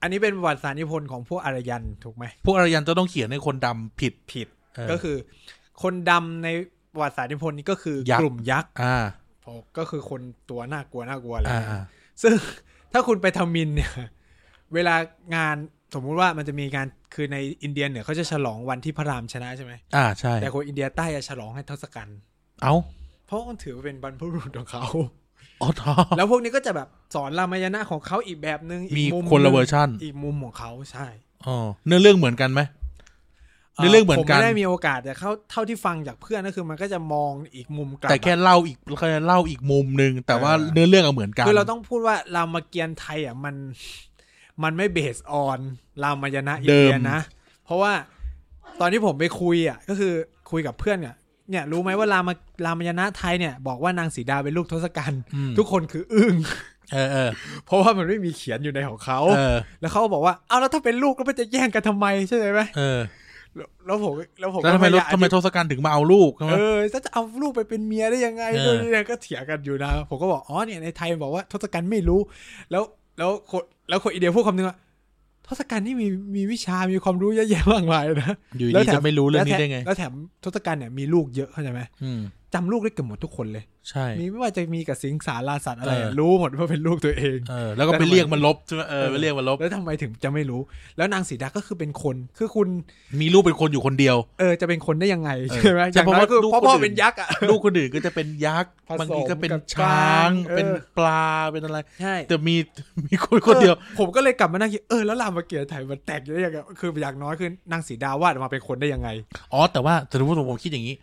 อันนี้เป็นประวัติศาสตร์นิพนธ์ของพวกอารยันถูกไหมพวกอารยันจะต้องเขียนให้คนดำผิดก็คือคนดำในประวัติศาสตร์นิพนธ์นี้ก็คือกลุ่มยักษ์ก็คือคนตัวน่ากลัวอะไรซึ่งถ้าคุณไปทมิฬเนี่ยเวลางานสมมุติว่ามันจะมีงานคือในอินเดียเนี่ยเขาจะฉลองวันที่พระรามชนะใช่ไหมใช่แต่คนอินเดียใต้จะฉลองให้ทศกัณฐ์เพราะมันถือว่าเป็นบรรพบุรุษของเขาแล้วพวกนี้ก็จะแบบสอนรามายณะของเขาอีกแบบนึงมีคนละเวอร์ชันอีกมุมของเขาใช่เนื้อเรื่องเหมือนกันไหมเนื้อเรื่องเหมือนกันผมไม่ได้มีโอกาสแต่เท่าที่ฟังจากเพื่อนก็คือมันก็จะมองอีกมุมกลับแต่แค่เล่าอีกมุมนึงแต่ว่าเนื้อเรื่องเหมือนกันคือเราต้องพูดว่ารามเกียรติ์ไทยมันไม่เบสออนรามายณะอินเดียนะเพราะว่าตอนที่ผมไปคุยก็คือคุยกับเพื่อนเนี่ยรู้ไหมว่ารามายณะไทยเนี่ยบอกว่านางสีดาเป็นลูกทศกัณฐ์ทุกคนคืออึ้งเพราะว่ามันไม่มีเขียนอยู่ในของเขาแล้วเขาบอกว่าเอาแล้วถ้าเป็นลูกก็มันจะแย่งกันทำไมใช่ไหมแล้วผมทำไมทศกัณฐ์ถึงมาเอาลูกจะเอาลูกไปเป็นเมียได้ยังไงเนี่ยก็เถียงกันอยู่นะผมก็บอกเนี่ยในไทยบอกว่าทศกัณฐ์ไม่รู้แล้วคนอินเดียพูดคำนึงว่าทศกัณฐ์นี่มีวิชามีความรู้เยอะแยะมากมายนะแล้วแถมไม่รู้เรื่องนี้ได้ไงแล้วแถมทศกัณฐ์เนี่ยมีลูกเยอะเข้าใจไหมจำลูกได้เกือบหมดทุกคนเลยใช่มีไม่ว่าจะมีกับสิงสาราสัตว์อะไรรู้หมดว่าเป็นลูกตัวเองแล้วก็ไปเรียกมันลบใช่ไหมไปเรียกมันลบแล้วทำไมถึงจะไม่รู้แล้วนางสีดาก็คือเป็นคนคือคุณมีลูกเป็นคนอยู่คนเดียวจะเป็นคนได้ยังไงใช่ไหมอย่างน้อยคือพ่อเป็นยักษ์ลูกคนอื่นก็จะเป็นยักษ์บางทีก็เป็นช้างเป็นปลาเป็นอะไรแต่มีคนเดียวผมก็เลยกลับมานั่งคิดแล้วรามเกียรติ์ไทยมันแตกได้ยังไงคืออย่างน้อยคือนางสีดาวาดมาเป็นคนได้ยังไงแต่ว่าสมมติผมคิดอย่างนี้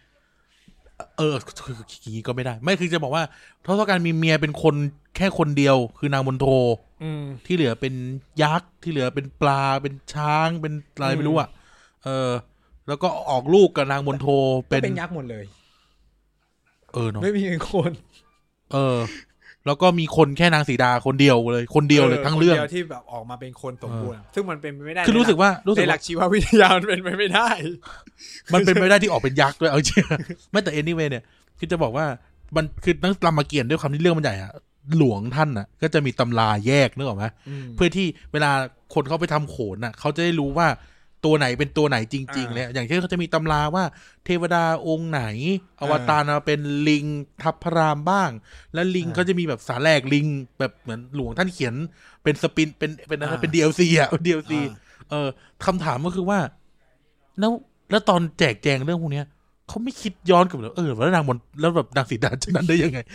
อย่างนี้ก็ไม่ได้ไม่คือจะบอกว่าทศกัณฐ์มีเมียเป็นคนแค่คนเดียวคือนางมณโฑที่เหลือเป็นยักษ์ที่เหลือเป็นปลาเป็นช้างเป็นอะไรไม่รู้แล้วก็ออกลูกกับนางมณโฑเป็นยักษ์หมดเลยเนาะไม่มีคนแล้วก็มีคนแค่นางสีดาคนเดียวเลยทั้งเรื่องคนเดียวที่แบบออกมาเป็นคนสมบูรณ์ซึ่งมันเป็นไปไม่ได้คือรู้สึกว่าในหลักชีววิทยามันเป็นไปไม่ได้มันเป็นไปได้ที่ออกเป็นยักษ์ด้วยเอาจริงไม่แต่ anyway เนี่ยคือจะบอกว่ามันคือนักรามเกียรติ์ด้วยความที่เรื่องมันใหญ่หลวงท่านก็จะมีตำราแยกนึกออกไหมเพื่อที่เวลาคนเขาไปทำโขนเขาจะได้รู้ว่าตัวไหนเป็นตัวไหนจริงๆเลยอย่างเช่นเขาจะมีตำราว่าเทวดาองค์ไหนอวตารมาเป็นลิงทับพระรามบ้างแล้วลิงเขาจะมีแบบสาแหลกลิงแบบเหมือนหลวงท่านเขียนเป็นสปินเป็นอะไรเป็น DLC DLC คำถามก็คือว่าแล้วตอนแจกแจงเรื่องพวกนี้เขาไม่คิดย้อนกลับเลยแล้วนางแล้วแบบนางสีดาจะนั้นได้ยังไง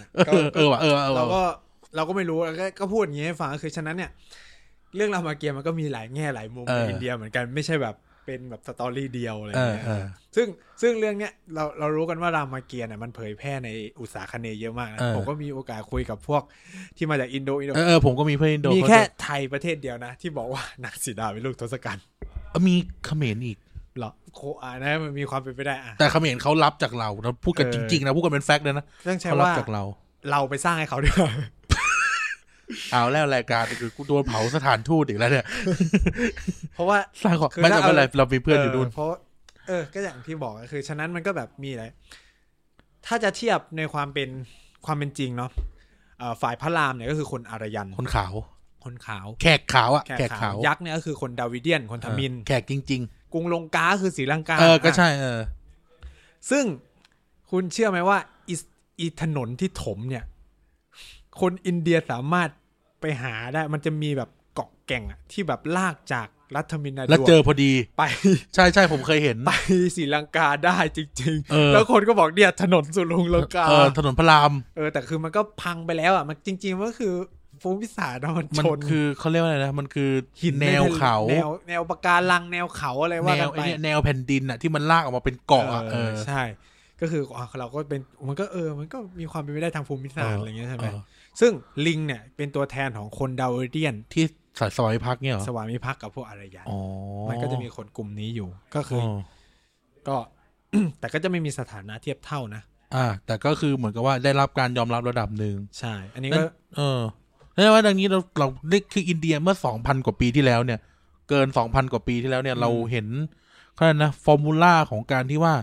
เราก็ไม่รู้แล้วก็พูดอย่างนี้ให้ฟังก็คือฉะนั้นเนี่ยเรื่องรามเกียรติ์มันก็มีหลายแง่หลายมุมในอินเดียเหมือนกันไม่ใช่แบบเป็นแบบสตอรี่เดียวอะไรเงี้ยซึ่งเรื่องเนี้ยเรารู้กันว่ารามเกียรติ์เนี่ยมันเผยแพร่ในอุตสาคเนย์เยอะมากนะผมก็มีโอกาสคุยกับพวกที่มาจากอินโดผมก็มีเพื่อนอินโดมีแค่ไทยประเทศเดียวนะที่บอกว่านางสีดาเป็นลูกทศกัณฐ์มีเขมรอีกเหรอนะมันมีความเป็นไปได้แต่เขมรเขารับจากเราเราพูดกันจริงๆนะพูดกันเป็นแฟกต์เลยนะเขารับจากเราไปสร้างให้เขาด้วยเอาแล้วรายการคือกูโดนเผาสถานทูตอีกแล้วเนี่ยเพราะว่าสร้างไม่จำเป็นไรเรามีเพื่อนอยู่นู่นเพราะก็อย่างที่บอกก็คือฉะนั้นมันก็แบบมีอะไรถ้าจะเทียบในความเป็นจริงเนาะฝ่ายพระรามเนี่ยก็คือคนอารยันคนขาวแขกขาวแขกขาวยักษ์เนี่ยก็คือคนดาวิเดียนคนทมิฬแขกจริงๆกรุงลงกาคือศรีลังกาก็ใช่ซึ่งคุณเชื่อไหมว่าอีถนนที่ถมเนี่ยคนอินเดียสามารถไปหาได้มันจะมีแบบเกาะแก่งที่แบบลากจากรัฐมินนาแล้วเจอพอดีไปใช่ผมเคยเห็นไปศรีลังกาได้จริงๆแล้วคนก็บอกเนี่ยถนนสุรุงลังกาถนนพระรามแต่คือมันก็พังไปแล้วมันจริงๆก็คือภูมิศาสตร์มันชนคือเขาเรียกว่าอะไรนะมันคือหินแนวเขาแนวปะการังแนวเขาอะไรว่ากันไปแนวแผ่นดินที่มันลากออกมาเป็นเกาะใช่ก็คือเราก็เป็นมันก็มันก็มีความเป็นไปได้ทางภูมิศาสตร์อะไรเงี้ยใช่ไหมซึ่งลิงเนี่ยเป็นตัวแทนของคนดาวเดียนที่สวามิภักดิ์เนี่ยหรอสวามิภักดิ์กับพวกอารยันมันก็จะมีคนกลุ่มนี้อยู่ก็คือก็ แต่ก็จะไม่มีสถานะเทียบเท่านะแต่ก็คือเหมือนกับว่าได้รับการยอมรับระดับหนึ่งใช่อันนี้ก็นั่นว่าดังนี้เราเรียกคืออินเดียเมื่อ 2,000 กว่าปีที่แล้วเนี่ยเกิน 2,000 กว่าปีที่แล้วเนี่ยเราเห็นเขาเรียกนะฟอร์มูล่าของการที่ว่า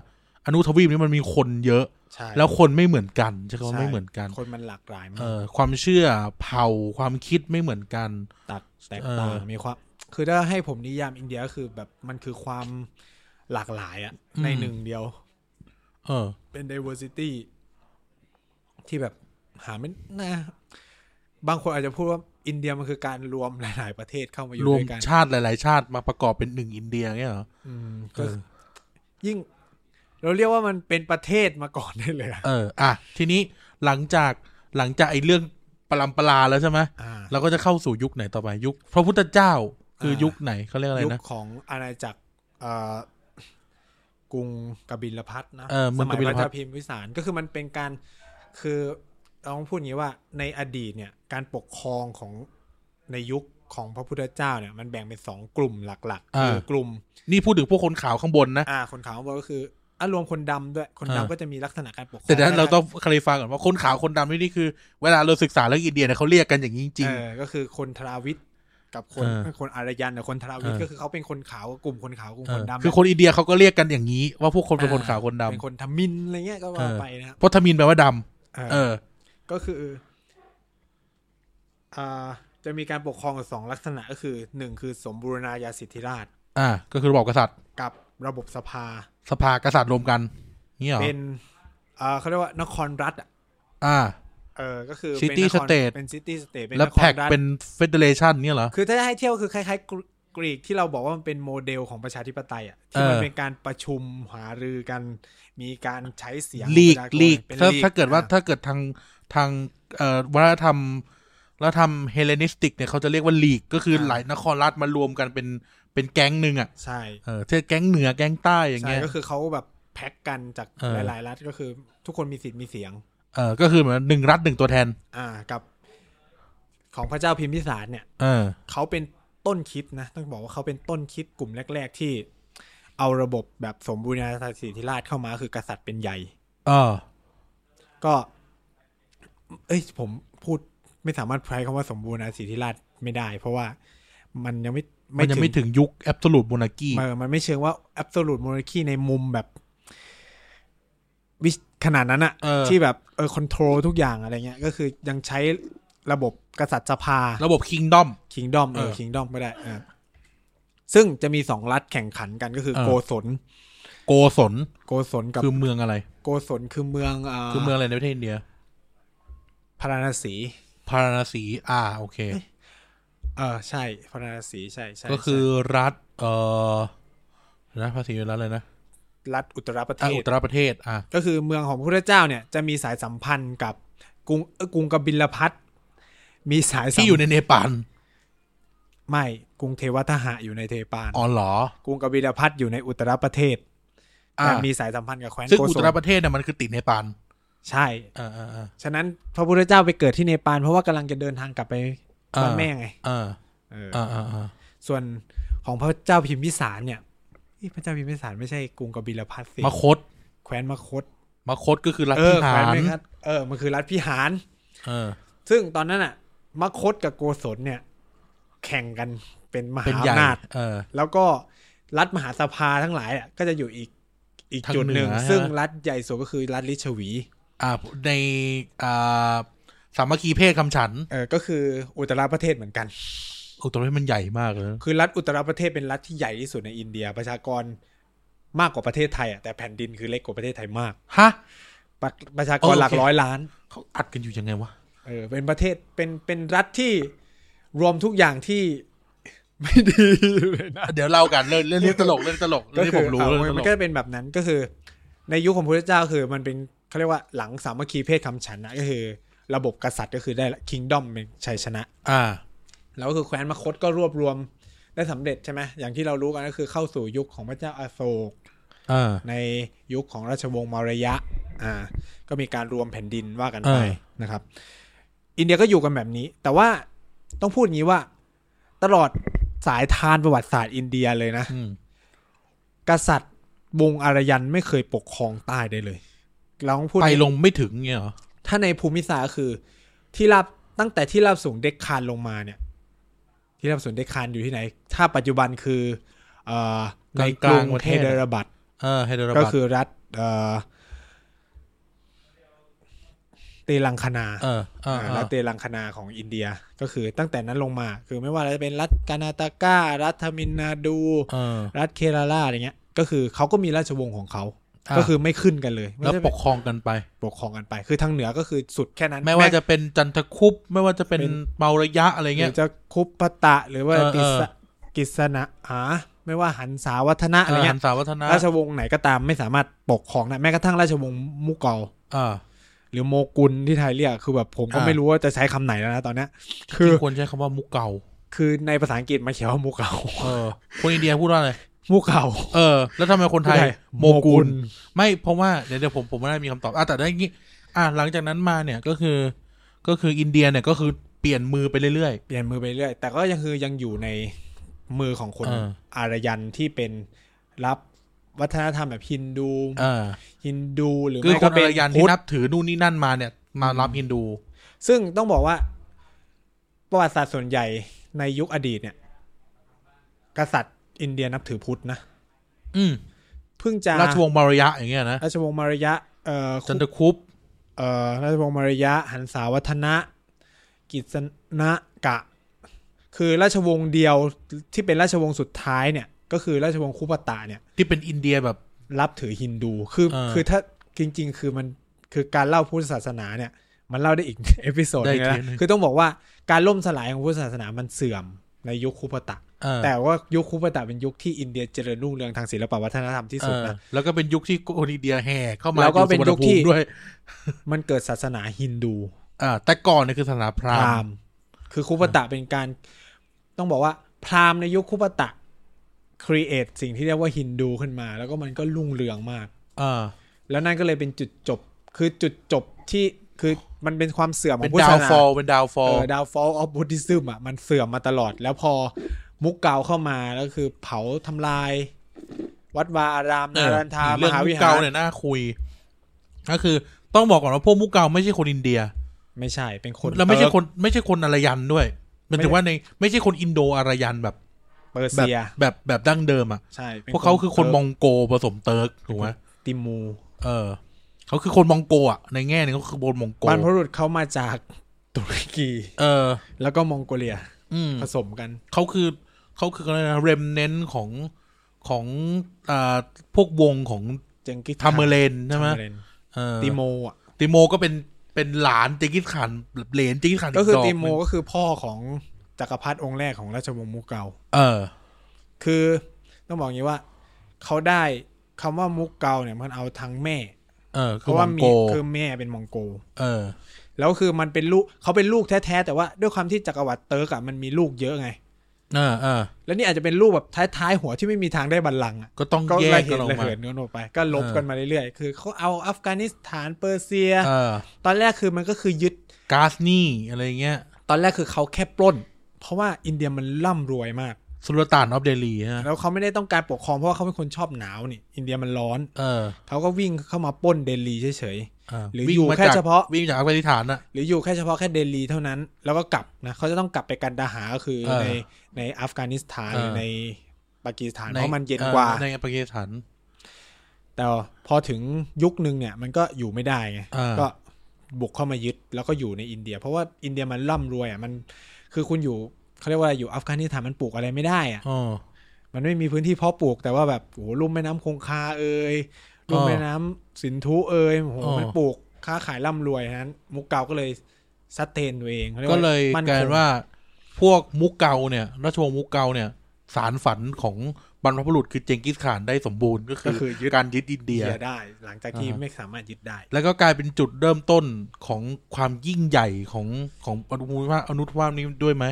อนุทวีปนี้มันมีคนเยอะแล้วคนไม่เหมือนกันใช่ไหมไม่เหมือนกันคนมันหลากหลายมากความเชื่อเผ่าความคิดไม่เหมือนกันแตกต่างมีความคือถ้าให้ผมนิยามอินเดียก็คือแบบมันคือความหลากหลายในหนึ่งเดียวเป็น diversity ที่แบบหาไม่น่าบางคนอาจจะพูดว่าอินเดียมันคือการรวมหลายๆประเทศเข้ามาอยู่ด้วยกันรวมชาติหลายๆชาติมาประกอบเป็นหนึ่งอินเดียเงี้ยเหรอยิ่งเราเรียกว่ามันเป็นประเทศมาก่อนได้เลยทีนี้หลังจากไอ้เรื่องปรัมปราแล้วใช่ไหมเราก็จะเข้าสู่ยุคไหนต่อไปยุคพระพุทธเจ้าคือยุคไหนเขาเรียกอะไรนะยุคของอาณาจักรกรุงกบิลพัสนะสมัยพระเจ้าพิมพิสารก็คือมันเป็นการคือต้องพูดอย่างนี้ว่าในอดีตเนี่ยการปกครองของในยุคของพระพุทธเจ้าเนี่ยมันแบ่งเป็น2กลุ่มหลักๆคือกลุ่มนี่พูดถึงพวกคนขาวข้างบนนะคนขาวข้างบนก็คือรวมคนดำด้วยคนดำก็จะมีลักษณะการปกครองแต่นั้นเราต้องคลาริฟายก่อนว่าคนขาวคนดำนี่คือเวลาเราศึกษาเรื่องอินเดียเนี่ยเขาเรียกกันอย่างนี้จริงก็คือคนทราวิทกับคนอารยันเนี่ยคนทราวิทก็คือเขาเป็นคนขาวกลุ่มคนขาวกลุ่มคนดำคือคนอินเดียเขาก็เรียกกันอย่างนี้ว่าพวกคนเป็นคนขาวคนดำเป็นคนทมิฬอะไรเงี้ยก็ว่าไปนะครับเพราะทมิฬแปลว่าดำก็คือจะมีการปกครอง2ลักษณะก็คือ1คือสมบูรณาญาสิทธิราชย์ก็คือระบบกษัตริย์กับระบบสภากษัตริย์รวมกันนี่เหรอเป็นเขาเรียกว่านครรัฐก็คือซิตี้สเตทเป็นซิตี้สเตทแล้วแพ็กเป็นเฟเดเรชันเนี่ยเหรอคือถ้าให้เที่ยวคือคล้ายๆกรีกที่เราบอกว่ามันเป็นโมเดลของประชาธิปไตยที่มันเป็นการประชุมหารือกันมีการใช้เสียงลีกถ้าเกิดทางวัฒนธรรมแล้วทำเฮเลนิสติกเนี่ยเขาจะเรียกว่าลีกก็คือหลายนครรัฐมารวมกันเป็นแก๊งนึงใช่เช่นแก๊งเหนือแก๊งใต้อย่างเงี้ยก็คือเขาแบบแพ็กกันจากหลายๆรัฐก็คือทุกคนมีสิทธิ์มีเสียงก็คือเหมือน1รัฐ1ตัวแทนกับของพระเจ้าพิมพิสารเนี่ยเขาเป็นต้นคิดนะต้องบอกว่าเขาเป็นต้นคิดกลุ่มแรกๆที่เอาระบบแบบสมบูรณาญาสิทธิราชย์เข้ามาคือกษัตริย์เป็นใหญ่ก็ผมพูดไม่สามารถใช้คำว่าสมบูรณาญาสิทธิราชย์ไม่ได้เพราะว่ามันยังไม่ถึงยุค absolute monarchy มันไม่เชิงว่า absolute monarchy ในมุมแบบขนาดนั้นที่แบบcontrol ทุกอย่างอะไรเงี้ยก็คือยังใช้ระบบกษัตริย์สภาระบบ kingdom kingdom ไม่ได้ซึ่งจะมี2รัฐแข่งขันกันก็คือโกศลกับคือเมืองอะไรโกศลคือเมืองอะไรในประเทศอินเดียพาราณสีโอเคใช่พาราณสีใช่ก็คือรัฐภาษีรัฐเลยนะรัฐอุตรประเทศก็คือเมืองของพระพุทธเจ้าเนี่ยจะมีสายสัมพันธ์กับกรุงกบิลพัสมีสายที่อยู่ในเนปาลไม่กรุงเทวทหะอยู่ในเนปาลเหรอกรุงกบิลพัสอยู่ในอุตรประเทศแต่มีสายสัมพันธ์กับแคว้นโกศลซึ่งอุตรประเทศเนี่ยมันคือติดเนปาลใช่ฉะนั้นพระพุทธเจ้าไปเกิดที่เนปาลเพราะว่ากำลังจะเดินทางกลับไปบ้านแม่ไงส่วนของพระเจ้าพิมพิสารเนี่ยพระเจ้าพิมพิสารไม่ใช่กรุงกบิลพัสมคธแคว้นมคธก็คือรัฐพิหารมันคือรัฐพิหารซึ่งตอนนั้นมคธกับโกศลเนี่ยแข่งกันเป็นมหาอำนาจแล้วก็รัฐมหาสภาทั้งหลายก็จะอยู่อีกจุดหนึ่งซึ่งรัฐใหญ่สุดก็คือรัฐลิชวีในสามัคคีเพศคำฉันก็คืออุตรประเทศเหมือนกันอุตรประเทศมันใหญ่มากเลยคือรัฐอุตรประเทศเป็นรัฐที่ใหญ่ที่สุดในอินเดียประชากรมากกว่าประเทศไทยแต่แผ่นดินคือเล็กกว่าประเทศไทยมากประชากรหลักร้อยล้านเขาอัดกันอยู่ยังไงวะเป็นประเทศเป็นรัฐที่รวมทุกอย่างที่ไม่ดีเลยนะเดี๋ยวเล่ากันเรื่องตลกที่ผมรู้มันก็เป็นแบบนั้นก็คือในยุคของพระพุทธเจ้าคือมันเป็นเขาเรียกว่าหลังสามัคคีเพศคำฉันก็คือระบบกษัตริย์ก็คือได้ kingdom เป็นชัยชนะแล้วก็คือแคว้นมคธก็รวบรวมได้สำเร็จใช่ไหมอย่างที่เรารู้กันก็คือเข้าสู่ยุคของพระเจ้าอโศกในยุคของราชวงศ์มौรยะก็มีการรวมแผ่นดินว่ากันไปนะครับอินเดียก็อยู่กันแบบนี้แต่ว่าต้องพูดอย่างนี้ว่าตลอดสายทานประวัติศาสตร์อินเดียเลยนะกษัตริย์วงศ์อารยันไม่เคยปกครองใต้ได้เลยเราต้องพูดไปลงไม่ถึงเงี้ยเหรอถ้าในภูมิศาสตร์คือที่ราบตั้งแต่ที่ราบสูงเดคคานลงมาเนี่ยที่ราบสูงเดคคานอยู่ที่ไหนถ้าปัจจุบันคือในกรุงเฮเดราบัดก็คือรัฐเตลังคณาแล้วเตลังคณาของอินเดียก็คือตั้งแต่นั้นลงมาคือไม่ว่าจะเป็นรัฐกานาตาการัฐทมิลนาดูรัฐเคราลาอะไรเงี้ยก็คือเขาก็มีราชวงศ์ของเขาก็คือไม่ขึ้นกันเลยแล้วปกครองกันไปคือทางเหนือก็คือสุดแค่นั้นไม่ว่าจะเป็นจันทคุปไม่ว่าจะเป็นเมาระยะอะไรเงี้ยจะคุปปตะหรือว่ากิษณะไม่ว่าหันสาวัฒนะอะไรเงี้ยราชวงศ์ไหนก็ตามไม่สามารถปกครองได้แม้กระทั่งราชวงศ์มุกเกาหรือโมกุลที่ไทยเรียกคือแบบผมก็ไม่รู้ว่าจะใช้คำไหนแล้วนะตอนนี้คือควรใช้คำว่ามุกเกาคือในภาษาอังกฤษมันเขียนว่ามุกเกาคนอินเดียพูดว่าอะไรมุกเกาแล้วทำไมคนไทยโมกุลไม่เพราะว่าเดี๋ยวผมไม่ได้มีคำตอบแต่ได้งี้หลังจากนั้นมาเนี่ยก็คืออินเดียเนี่ยก็คือเปลี่ยนมือไปเรื่อยแต่ก็ยังอยู่ในมือของคนอารยันที่เป็นรับวัฒนธรรมแบบฮินดูหรือไม่ก็เป็นอารยันที่นับถือนู่นนี่นั่นมาเนี่ยมารับฮินดูซึ่งต้องบอกว่าประวัติศาสตร์ส่วนใหญ่ในยุคอดีตเนี่ยกษัตริย์อินเดียนับถือพุทธนะเพิ่งจะราชวงศ์มารยะอย่างเงี้ยนะราชวงศ์มารยะจันทคุปราชวงศ์มารยะหันสาวัฒนะกิษณกะคือราชวงศ์เดียวที่เป็นราชวงศ์สุดท้ายเนี่ยก็คือราชวงศ์คุปตะเนี่ยที่เป็นอินเดียแบบรับถือฮินดูคือถ้าจริงๆคือมันคือการเล่าพุทธศาสนาเนี่ยมันเล่าได้อีกเอพิโซดนึงนะคือต้องบอกว่าการล่มสลายของพุทธศาสนามันเสื่อมในยุคคุปตะแต่ว่ายุคคุปตะเป็นยุคที่อินเดียเจริญรุ่งเรืองทางศิลปวัฒนธรรมที่สุดนะแล้วก็เป็นยุคที่คนอินเดียแห่เข้ามาแล้วก็เป็นยุคที่ด้วยมันเกิดศาสนาฮินดูแต่ก่อนเนี่ยคือศาสนาพราหมณ์คือคุปตะเป็นการต้องบอกว่าพราหมณ์ในยุคคุปตะcreate สิ่งที่เรียกว่าฮินดูขึ้นมาแล้วก็มันก็รุ่งเรืองมากแล้วนั่นก็เลยเป็นจุดจบคือจุดจบที่คือมันเป็นความเสื่อมของพุทธศาสนาเป็นดาวฟอล downfall of Buddhism มันเสื่อมมาตลอดแล้วพอมุกเกาเข้ามาแล้วคือเผาทำลายวัดวาอารามนารันทามหาวิหารมุกเกาเนี่ยน่าคุยก็คือต้องบอกก่อนว่าพวกมุกเกาไม่ใช่คนอินเดียไม่ใช่เป็นคนแล้วไม่ใช่คนอารยันด้วยมันถือว่าในไม่ใช่คนอินโดอารยันแบบเปอร์เซียแบบดั้งเดิมใช่พวกเขาคือคนมองโกผสมเติร์กถูกไหมติมูเขาคือคนมองโกในแง่นึงเขาคือคนมองโกบรรพบุรุษเขามาจากตุรกีแล้วก็มองโกเลียผสมกันเขาคืออะไรนะเรมเนนต์ของพวกวงของทาเมเลนใช่ไหมติโมก็เป็นหลานเจงกิสข่านเหลนเจงกิสข่านก็คือติโมก็คือพ่อของจักรพรรดิองค์แรกของราชวงศ์มุกเกาคือต้องบอกอย่างนี้ว่าเขาได้คำว่ามุกเกาเนี่ยมันเอาทั้งแม่เพราะว่ามีคือแม่เป็นมองโกแล้วคือมันเป็นลูกเขาเป็นลูกแท้ๆแต่ว่าด้วยความที่จักรวรรดิเติร์กมันมีลูกเยอะไงแล้วนี่อาจจะเป็นลูกแบบท้ายๆหัวที่ไม่มีทางได้บัลลังก์ก็ต้องแยกกันออกมาก็ลบกันมาเรื่อยๆคือเขาเอาอัฟกานิสถานเปอร์เซียตอนแรกคือมันก็คือยึดกาซนีอะไรเงี้ยตอนแรกคือเขาแค่ปล้นเพราะว่าอินเดียมันร่ำรวยมากสุลต่านออฟเดลีฮะแล้วเขาไม่ได้ต้องการปกครองเพราะว่าเขาเป็นคนชอบหนาวนี่อินเดียมันร้อนเขาก็วิ่งเข้ามาปล้นเดลีเฉยๆหรืออยู่แค่เฉพาะวิ่งจากอัฟกานิสถานนะหรืออยู่แค่เฉพาะแค่เดลีเท่านั้นแล้วก็กลับนะเขาจะต้องกลับไปกันดาหาก็คือในอัฟกานิสถานหรือในปากีสถานเพราะมันเย็นกว่าในปากีสถานแต่พอถึงยุคนึงเนี่ยมันก็อยู่ไม่ได้ไงก็บุกเข้ามายึดแล้วก็อยู่ในอินเดียเพราะว่าอินเดียมันร่ำรวยมันคือคุณอยู่เขาเรียกว่าอยู่อัฟกานิสถานมันปลูกอะไรไม่ได้มันไม่มีพื้นที่เพาะปลูกแต่ว่าแบบโอ้โหลุ่มแม่น้ำคงคาลุ่มแม่น้ำสินธุโอ้โหมันปลูกค้าขายร่ำรวยนั้นมุกเกาก็เลยซัสเทนตัวเองก็เลยกลายว่าพวกมุกเกาเนี่ยราชวงศ์มุกเกาเนี่ยสารฝันของบรรพบุรุษคือเจงกิสข่านได้สมบูรณ์ก็คือการยึดอินเดียได้หลังจากที่ไม่สามารถยึดได้แล้วก็กลายเป็นจุดเริ่มต้นของความยิ่งใหญ่ของอนุภาคนี้ด้วยไหม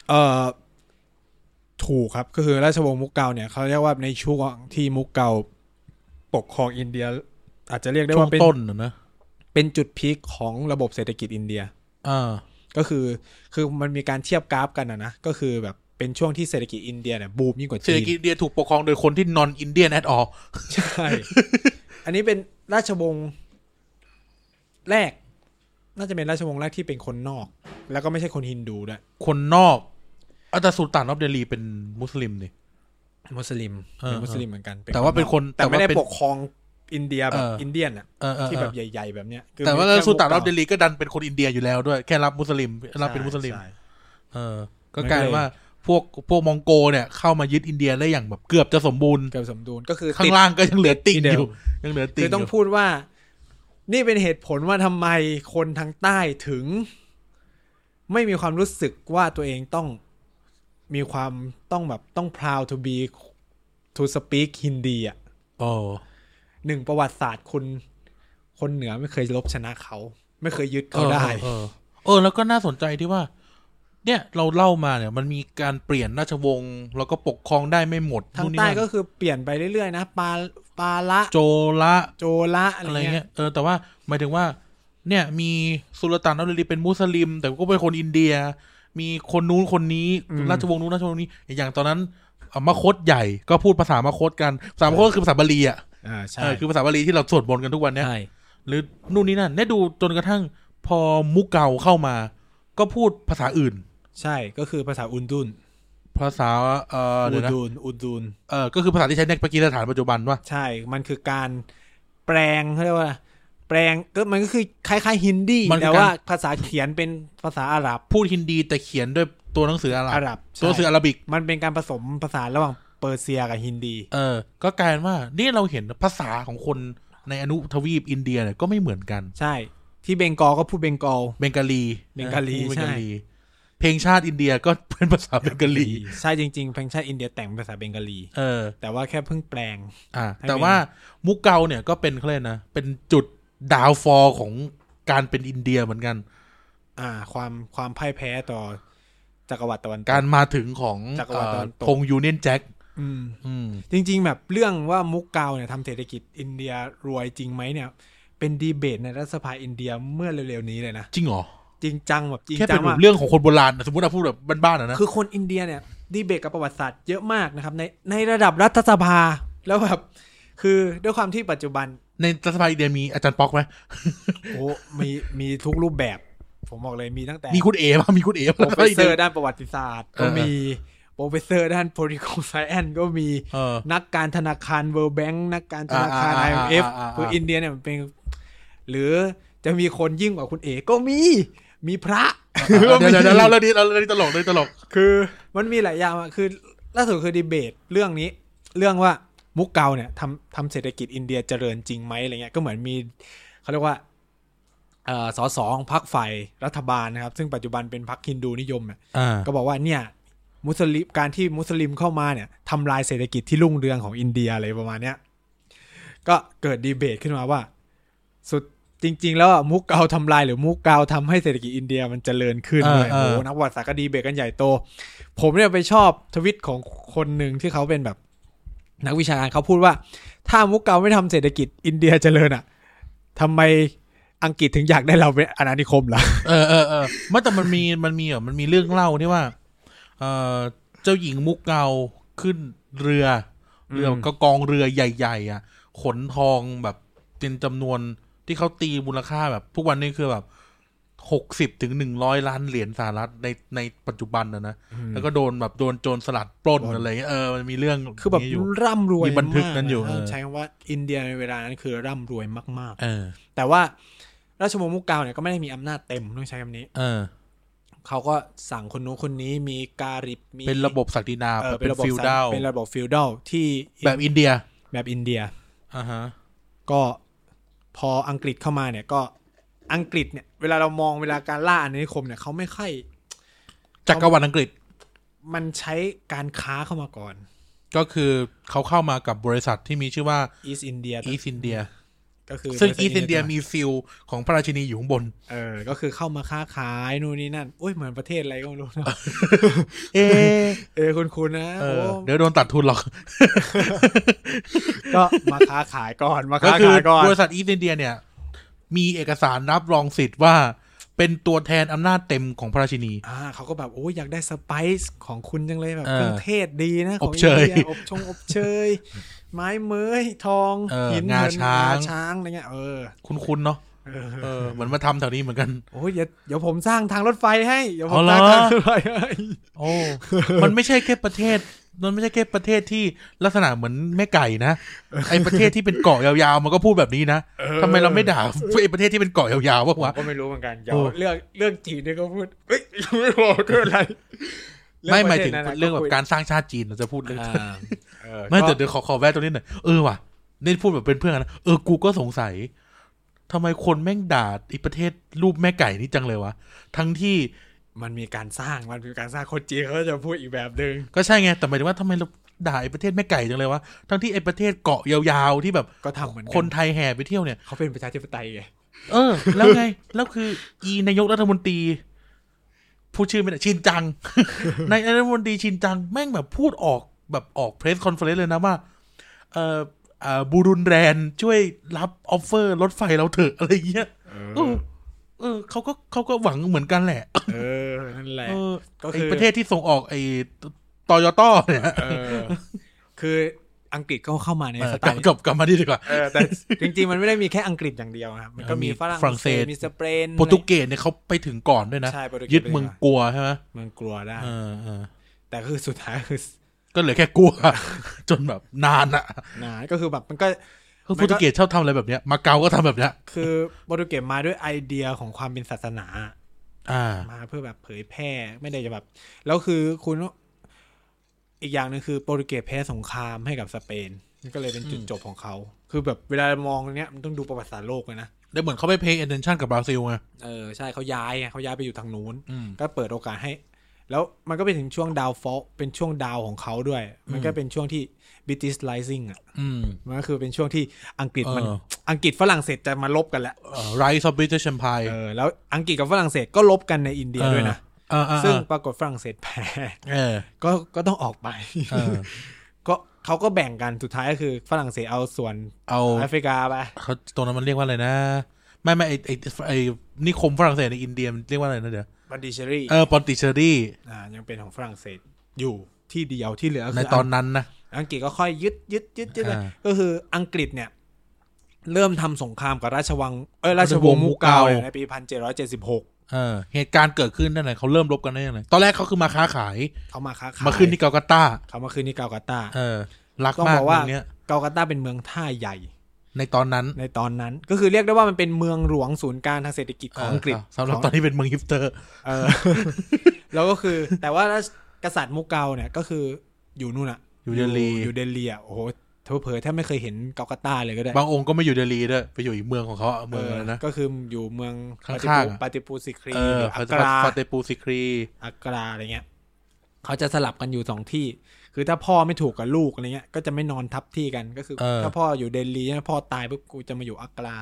ถูกครับก็คือราชวงศ์มุกเกาเนี่ยเขาเรียกว่าในช่วงที่มุกเกาปกครองอินเดียอาจจะเรียกได้ว่าเป็นต้นนะเป็นจุดพีคของระบบเศรษฐกิจอินเดียก็คือมันมีการเทียบกราฟกันนะก็คือแบบเป็นช่วงที่เศรษฐกิจอินเดียเนี่ยบูมยิ่งกว่าจีนเศรษฐกิจอินเดียถูกปกครองโดยคนที่นอนอินเดียนแอดออลใช่อันนี้เป็นราชวงศ์แรกน่าจะเป็นราชวงศ์แรกที่เป็นคนนอกแล้วก็ไม่ใช่คนฮินดูด้วยคนนอกแต่สุลต่านออฟเดลีเป็นมุสลิมนี่มุสลิมเหมือนกันแต่ว่าเป็นคนแต่ไม่ได้ปกครองอินเดียแบบอินเดียนอ่ะที่แบบใหญ่ๆแบบเนี้ยแต่ว่าสุลต่านออฟเดลีก็ดันเป็นคนอินเดียอยู่แล้วด้วยแค่รับมุสลิมรับเป็นมุสลิมก็กลายว่าพวกมองโกเนี่ยเข้ามายึดอินเดียได้อย่างแบบเกือบจะสมบูรณ์ก็คือข้างล่างก็ยังเหลือติ่งอยู่ยังเหลือติ่งคือต้องพูดว่านี่เป็นเหตุผลว่าทำไมคนทางใต้ถึงไม่มีความรู้สึกว่าตัวเองต้องมีความต้อง proud to be to speak Hindi อ่ะหนึ่งประวัติศาสตร์คนเหนือไม่เคยลบชนะเขาไม่เคยยึดเขาได้แล้วก็น่าสนใจที่ว่าเนี่ยเราเล่ามาเนี่ยมันมีการเปลี่ยนราชวงศ์แล้วก็ปกครองได้ไม่หมดทางใต้ก็คือเปลี่ยนไปเรื่อยๆนะปาละโจละอะไรเงี้ยแต่ว่าหมายถึงว่าเนี่ยมีสุลต่านอัลลีเป็นมุสลิมแต่ก็เป็นคนอินเดียมีคนนู้นคนนี้ราชวงศ์นู้นราชวงศ์นี้อย่างตอนนั้นมคธใหญ่ก็พูดภาษามคธกันภาษามคธคือภาษาบาลีอ่ะใช่คือภาษาบาลีที่เราสวดมนต์กันทุกวันเนี้ยหรือนู่นนี่นั่นเนี่ยดูจนกระทั่งพอมุกเกาเข้ามาก็พูดภาษาอื่นใช่ก็คือภาษาอุนดุนภาษาอุนดุนก็คือภาษาที่ใช้ในปากีสถานปัจจุบันว่าใช่มันคือการแปลงเขาเรียกว่าแปลงก็มันก็คือคล้ายๆฮินดีแต่ว่าภาษาเขียนเป็นภาษาอาหรับพูดฮินดีแต่เขียนด้วยตัวหนังสืออาหรับตัวหนังสืออาหรับิกมันเป็นการผสมภาษาระหว่างเปอร์เซียกับฮินดีก็กลายเป็นว่านี่เราเห็นภาษาของคนในอนุทวีปอินเดียเนี่ยก็ไม่เหมือนกันใช่ที่เบงกอลก็พูดเบงกาลีใช่เพลงชาติอินเดียก็เป็นภาษาเบงกาลีใช่จริงๆเพลงชาติอินเดียแต่งเป็นภาษาเบงกาลีแต่ว่าแค่เพิ่งแปลงแต่ว่ามุกเกาเนี่ยก็เป็นเขาเรียกนะเป็นจุดดาวฟอลของการเป็นอินเดียเหมือนกันความพ่ายแพ้ต่อจักรวรรดิตะวันตกการมาถึงของธงยูเนียนแจ็คจริงๆแบบเรื่องว่ามุกเกาเนี่ยทำเศรษฐกิจอินเดียรวยจริงไหมเนี่ยเป็นดีเบตในรัฐสภาอินเดียเมื่อเร็วๆนี้เลยนะจริงเหรอจริงจังแบบจริงจังแค่เป็นเรื่องของคนโบราณสมมติเราพูดแบบบ้านๆนะคือคนอินเดียเนี่ยดีเบตกับประวัติศาสตร์เยอะมากนะครับในระดับรัฐสภาแล้วแบบคือด้วยความที่ปัจจุบันในรัฐสภาอินเดียมีอาจารย์ป๊อกไหมโอ้มีทุกรูปแบบผมบอกเลยมีตั้งแต่มีคุณเอ๋ป่ะมีคุณเอ๋โปรเฟสเซอร์ด้านประวัติศาสตร์ก็มีโปรเฟสเซอร์ด้าน political science ก็มีนักการธนาคาร World Bank นักการธนาคาร IMF คืออินเดียเนี่ยมันเป็นหรือจะมีคนยิ่งกว่าคุณเอ๋ก็มีพระเดี๋ยวเราเรื่องตลกคือมันมีหลายอย่างคือล่าสุดคือดีเบตเรื่องนี้เรื่องว่ามุกเกาเนี่ยทำเศรษฐกิจอินเดียเจริญจริงไหมอะไรเงี้ยก็เหมือนมีเขาเรียกว่าสสของพรรคฝ่ายรัฐบาลนะครับซึ่งปัจจุบันเป็นพรรคฮินดูนิยมเนี่ยก็บอกว่าเนี่ยมุสลิมการที่มุสลิมเข้ามาเนี่ยทำลายเศรษฐกิจที่รุ่งเรืองของอินเดียอะไรประมาณเนี้ยก็เกิดดีเบตขึ้นมาว่าสุดจริงๆแล้วมุกเกาทำลายหรือมุกเกาทำให้เศรษฐกิจอินเดียมันเจริญขึ้นเลยโอ้นักประวัติศาสตร์ก็ดีเบตกันใหญ่โตผมเนี่ยไปชอบทวิตของคนหนึ่งที่เขาเป็นแบบนักวิชาการเขาพูดว่าถ้ามุกเกาไม่ทำเศรษฐกิจอินเดียเจริญทำไมอังกฤษถึงอยากได้เราเป็นอาณานิคมล่ะไม่แต่มันมีเรื่องเล่าที่ว่าเจ้าหญิงมุกเกาขึ้นเรือก็กองเรือใหญ่ๆขนทองแบบเป็นจำนวนที่เขาตีมูลค่าแบบทุกวันนี้คือแบบ60 ถึง 100 ล้านเหรียญสหรัฐในปัจจุบันนะแล้วก็โดนโจรสลัดปล้นอะไรมันมีเรื่องคือแบบร่ำรวยมีบันทึกนั้นอยู่ใช้คำว่าอินเดียในเวลานั้นคือร่ำรวยมากๆแต่ว่าราชวงศ์มุกเกาเนี่ยก็ไม่ได้มีอำนาจเต็มต้องใช้คำนี้เขาก็สั่งคนนู้นคนนี้มีการิบมีเป็นระบบศักดินาเป็นระบบฟิวดัลที่แบบอินเดียก็พออังกฤษเข้ามาเนี่ยก็อังกฤษเนี่ยเวลาเรามองเวลาการล่าอาณานิคมเนี่ยเขาไม่ค่อยจักรวรรดิอังกฤษมันใช้การค้าเข้ามาก่อนก็คือเขาเข้ามากับบริษัทที่มีชื่อว่า East India ก็คือซึ่ง East India มีฟิลของพระราชินีอยู่ข้างบนก็คือเข้ามาค้าขายนู่นนี่นั่นโอ้ยเหมือนประเทศอะไรก็ไม่รู้นะคุณนะเดี๋ยวโดนตัดทุนหรอกก็มาค้าขายก่อนบริษัท East India เนี่ยมีเอกสารรับรองสิทธิ์ว่าเป็นตัวแทนอำนาจเต็มของพระราชินีเขาก็แบบโอ้ยอยากได้สไปซ์ของคุณจังเลยแบบเครื่องเทศดีนะอบเชยอบเชยไม้เมยทองหินงาช้างอะไรเงี้ยคุ้นๆเนาะเหมือนมาทำแถวนี้เหมือนกันโอ้ยเดี๋ยวผมสร้างทางรถไฟให้เดี๋ยวผมสร้างทางรถไฟให้โอ้มันไม่ใช่แค่ประเทศมันไม่ใช่แค่ประเทศที่ลักษณะเหมือนแม่ไก่นะไอประเทศที่เป็นเกาะยาวๆมันก็พูดแบบนี้นะทำไมเราไม่ด่าไอประเทศที่เป็นเกาะยาวๆบ้างวะก็ไม่รู้เหมือนกันเดี๋ยวเรื่องจีนเนี่ยก็พูดเอ้ยไม่บอกเรื่องอะไรไม่หมายถึงเรื่องแบบการสร้างชาติจีนเราจะพูดเรื่องไม่เดี๋ยวขอแวะตรงนี้หน่อยว่ะเน้นพูดแบบเป็นเพื่อนนะกูก็สงสัยทำไมคนแม่งด่าไอประเทศรูปแม่ไก่นี่จังเลยวะทั้งที่มันมีการสร้างคนจีนเขาจะพูดอีกแบบนึงก็ใช่ไงแต่หมายถึงว่าทำไมเราด่าไอประเทศแม่ไก่จังเลยวะทั้งที่ไอประเทศเกาะยาวๆที่แบบก็ทำเหมือนคนไทยแห่ไปเที่ยวเนี่ยเขาเป็นประชาธิปไตยไงแล้วไงแล้วคืออีนายกรัฐมนตรีพูดชื่อไม่ได้ชินจัง ในรัฐมนตรีชินจังแม่งแบบพูดออกเพรสคอนเฟอเรนซ์เลยนะว่าบูรุนแรนช่วยรับออฟเฟอร์รถไฟเราเถอะอะไรเงี้ยเขาก็หวังเหมือนกันแหละนั่นแหละก็คือประเทศที่ส่งออกไอ้โตโยต้าเนี่ยคืออังกฤษก็เข้ามาในสไตล์กลับมาดีกว่าแต่จริงๆมันไม่ได้มีแค่อังกฤษอย่างเดียวครับมันก็มีฝรั่งเศสมีสเปนโปรตุเกสเนี่ยเขาไปถึงก่อนด้วยนะยึดเมืองกัวใช่ไหมเมืองกัวได้แต่คือสุดท้ายคือก็เหลือแค่กัวจนแบบนานก็คือแบบมันก็โปรตุเกสชอบทำอะไรแบบเนี้ยมาเก๊าก็ทำแบบเนี้ยคือโปรตุเกสมาด้วยไอเดียของความเป็นศาสนามาเพื่อแบบเผยแพร่ไม่ได้จะแบบแล้วคือคุณอีกอย่างนึงคือโปรตุเกสแพ้สงครามให้กับสเปนนี่ก็เลยเป็นจุดจบของเขาคือแบบเวลามองเนี้ยมันต้องดูประวัติศาสตร์โลกเลยนะได้เหมือนเขาไป pay attention กับบราซิลไงใช่เขาย้ายไปอยู่ทางนู้นก็เปิดโอกาสให้แล้วมันก็เป็นถึงช่วงดาวฟอลเป็นช่วงดาวของเขาด้วยมันก็เป็นช่วงที่ British Rising มันก็คือเป็นช่วงที่อังกฤษฝรั่งเศสจะมาลบกันแหละ Rise of British Empire แล้วอังกฤษกับฝรั่งเศสก็ลบกันในอินเดียด้วยนะซึ่งปรากฏฝรั่งเศสแพ้ก็ต้องออกไปก็เขาก็แบ่งกันสุดท้ายก็คือฝรั่งเศสเอาส่วนแอฟริกาไปเขาตรงนั้นมันเรียกว่าอะไรนะไม่ไอ้นิคมฝรั่งเศสในอินเดียมันเรียกว่าอะไรนะเดี๋ยวปอนดิเชอรี่ปอนดิเชอรี่ยังเป็นของฝรั่งเศสอยู่ที่เดียวที่เหลือในตอนนั้นนะอังกฤษก็ค่อยยึดก็คืออังกฤษเนี่ยเริ่มทำสงครามกับราชวงศ์มูเกาในปี1776 เหตุการณ์เกิดขึ้นได้ไหนเขาเริ่มรบกันได้ยังไงตอนแรกเขาคือมาค้าขายมาขึ้นที่กัลกัตตารักมากว่ากัลกัตตาเป็นเมืองท่าใหญ่ในตอนนั้นก็คือเรียกได้ว่ามันเป็นเมืองหลวงศูนย์กลางทางเศรษฐกิจของอังกฤษสำหรับตอนนี้เป็นเมืองฮิปสเตอร์แล้วก็คือแต่ว่ากษัตริย์มูเกาเนี่ยก็คืออยู่นู่นอะอยู่เดลีโอ้โหเผยแทบไม่เคยเห็นกัลกัตตาเลยก็ได้บางองค์ก็ไม่อยู่เดลีด้วยไปอยู่อีกเมืองของเขาเมืองอะไรนะก็คืออยู่เมืองปาติปูสิครีอักราปาติปูสิครีอักราอะไรเงี้ยเขาจะสลับกันอยู่2ที่คือถ้าพ่อไม่ถูกกับลูกอะไรเงี้ยก็จะไม่นอนทับที่กันก็คือถ้าพ่ออยู่เดลีพ่อตายปุ๊บกูจะมาอยู่อักรา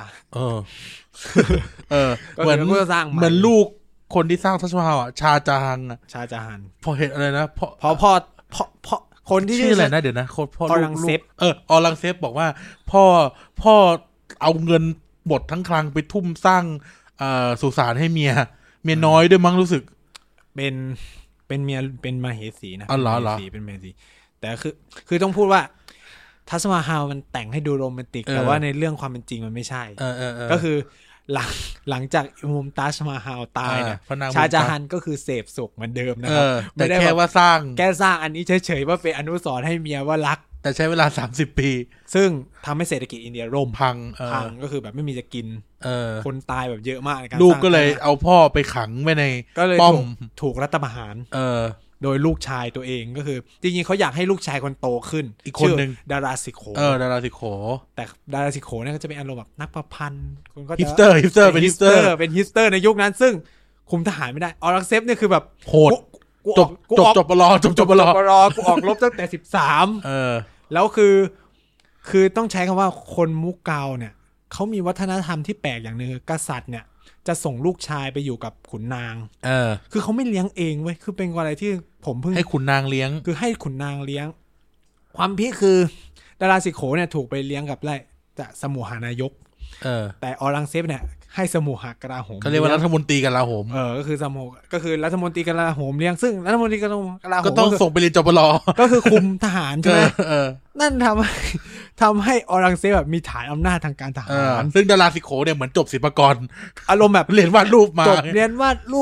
เหมือนลูกคนที่สร้างทัชมาฮาลชาจาฮันพอเห็นอะไรนะพ่อคนที่ชื่ออะไรนะเดี๋ยวนะพ่ออลังเซฟอลังเซฟบอกว่าพ่อเอาเงินหมดทั้งคลังไปทุ่มสร้างสุสานให้เมียน้อยด้วยมั้งรู้สึกเป็นเมียเป็นมเหสีนะเป็นมเหสีแต่คือต้องพูดว่าทัชมาฮาลมันแต่งให้ดูโรแมนติกแต่ว่าในเรื่องความเป็นจริงมันไม่ใช่ก็คือหลังจากมุมตัชมาฮาลตายเนี่ยชาจาฮันก็คือเสพสุขเหมือนเดิมนะครับไม่ได้แค่ว่าสร้างอันนี้เฉยๆว่าเป็นอนุสรณ์ให้เมียว่ารักแต่ใช้เวลา30ปีซึ่งทำให้เศรษฐกิจอินเดียล่มพังก็คือแบบไม่มีจะกินคนตายแบบเยอะมากในการลูกก็เลยเอาพ่อไปขังไว้ในป้อมถูกรัฐประหารโดยลูกชายตัวเองก็คือจริงๆเขาอยากให้ลูกชายคนโตขึ้นอีกคนนึงดาราสิโขดาราสิโขแต่ดาราสิโขเนี่ยก็จะเป็นอารมณ์แบบนักประพันธ์คนก็ฮิปสเตอร์เป็นฮิปสเตอร์ในยุคนั้นซึ่งคุมทหารไม่ได้ออรักเซฟเนี่ยคือแบบโหดจบปลอกูออกรบตั้งแต่13แล้วคือต้องใช้คำว่าคนมุกเกาเนี่ยเขามีวัฒนธรรมที่แปลกอย่างนึงกษัตริย์เนี่ยจะส่งลูกชายไปอยู่กับขุนนางคือเขาไม่เลี้ยงเองเว้ยคือเป็นอะไรที่ผมเพิ่งให้ขุนนางเลี้ยงคือให้ขุนนางเลี้ยงความพีคคือดาราสิโขเนี่ยถูกไปเลี้ยงกับจะสมุหานายกแต่อรังเซฟเนี่ยให้สมุหกลาโหมเขาเรียกว่ารัฐมนตรีกลาโหมก็คือรัฐมนตรีกลาโหมเลี้ยงซึ่งรัฐมนตรีกลาโหมก็ต้องส่งไปเรียนจบล. ก็คือคุมทหารใช่ไหมนั่นทำให้อรังเซฟแบบมีฐานอำนาจทางการทหารซึ่งดาราสิโขเนี่ยเหมือนจบศิลปากรอารมณ์แบบเรียนวาดรูปมาจบเรียนวาดรูป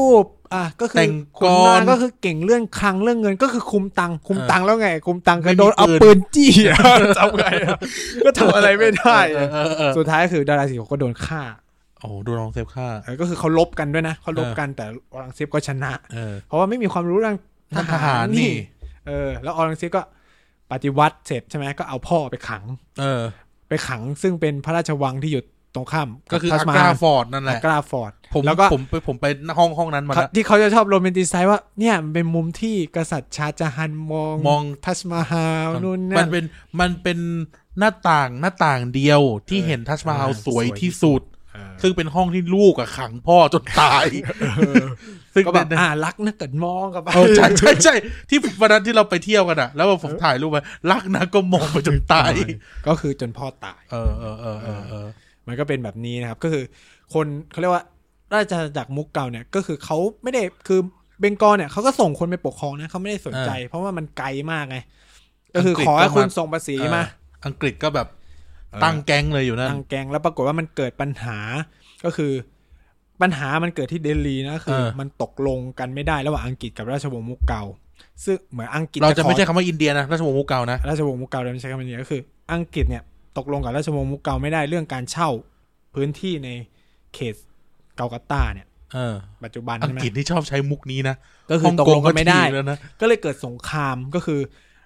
ก็คือแต่งขุนกนางรก็คือเก่งเรื่องคลังเรื่องเงินก็คือคุมตังแล้วไงคุมตังไม่ก็มีโดนเอาปืนปืนจี้อะ ทำไงอะก็ทำอะไรไม่ได้อะ สุดท้ายก็คือดาราสีก็โดนฆ่าโอ้โดนรองเซฟฆ่าก็คือเขาลบกันด้วยนะเขาลบกันแต่ออรังเซฟก็ชนะ เพราะว่าไม่มีความรู้เรื่องททหาหาร รนี่แล้วออรังเซฟก็ปฏิวัติเสร็จใช่ไหมก็เอาพ่อไปขังไปขังซึ่งเป็นพระราชวังที่อยู่ตรงข้ามก็คือทัอาสมากาฟอร์ดนั่นแหละกราฟอร์ดแล้วก็ผมไปห้องนั้นมาแล้วที่เขาจะชอบโรแมนติไซด์ว่าเนี่ยมันเป็นมุมที่กษัตริย์ชาจาฮันมองทัสมาฮาลนู่นนั่นมันเป็นหน้าต่างเดียวที่เห็นทัชมาฮาลสวยที่สุดซึ่งเป็นห้องที่ลูกขังพ่อจนตายซึ่งก็แบบรักนะเกิดมองกับใช่ที่วันนั้นที่เราไปเที่ยวกันแล้วผมถ่ายรูปไว้รักนะก็มองไปจนตายก็คือจนพ่อตายมันก็เป็นแบบนี้นะครับก็คือคนเขาเรียกว่าราชอาณาจักรมุกเก่าเนี่ยก็คือเขาไม่ได้คือเบงกอลเนี่ยเขาก็ส่งคนไปปกครองนะเขาไม่ได้สนใจเพราะว่ามันไกลมากไงก็คือขอให้คุณส่งภาษีมาอังกฤษก็แบบตั้งแก๊งเลยอยู่นั่นตั้งแก๊งแล้วปรากฏว่ามันเกิดปัญหาก็คือปัญหามันเกิดที่เดลีนะคือมันตกลงกันไม่ได้ระหว่างอังกฤษกับราชวงศ์มุกเก่าซึ่งเหมือนอังกฤษเราจะไม่ใช่คำว่าอินเดียนะราชวงศ์มุกเก่านะราชวงศ์มุกเก่าเราไม่ใช่คำว่าอินเดียก็คืออังกฤษเนี่ยตกลงกับราชวงศ์มุกเก่าไม่ได้เรื่องการเช่าพื้นที่ในเขตเกากัตตาเนี่ยปัจจุบันอังกฤษนี่ชอบใช้มุกนี้นะก็คือตกลงกันไม่ได้ก็เลยเกิดสงครามก็คื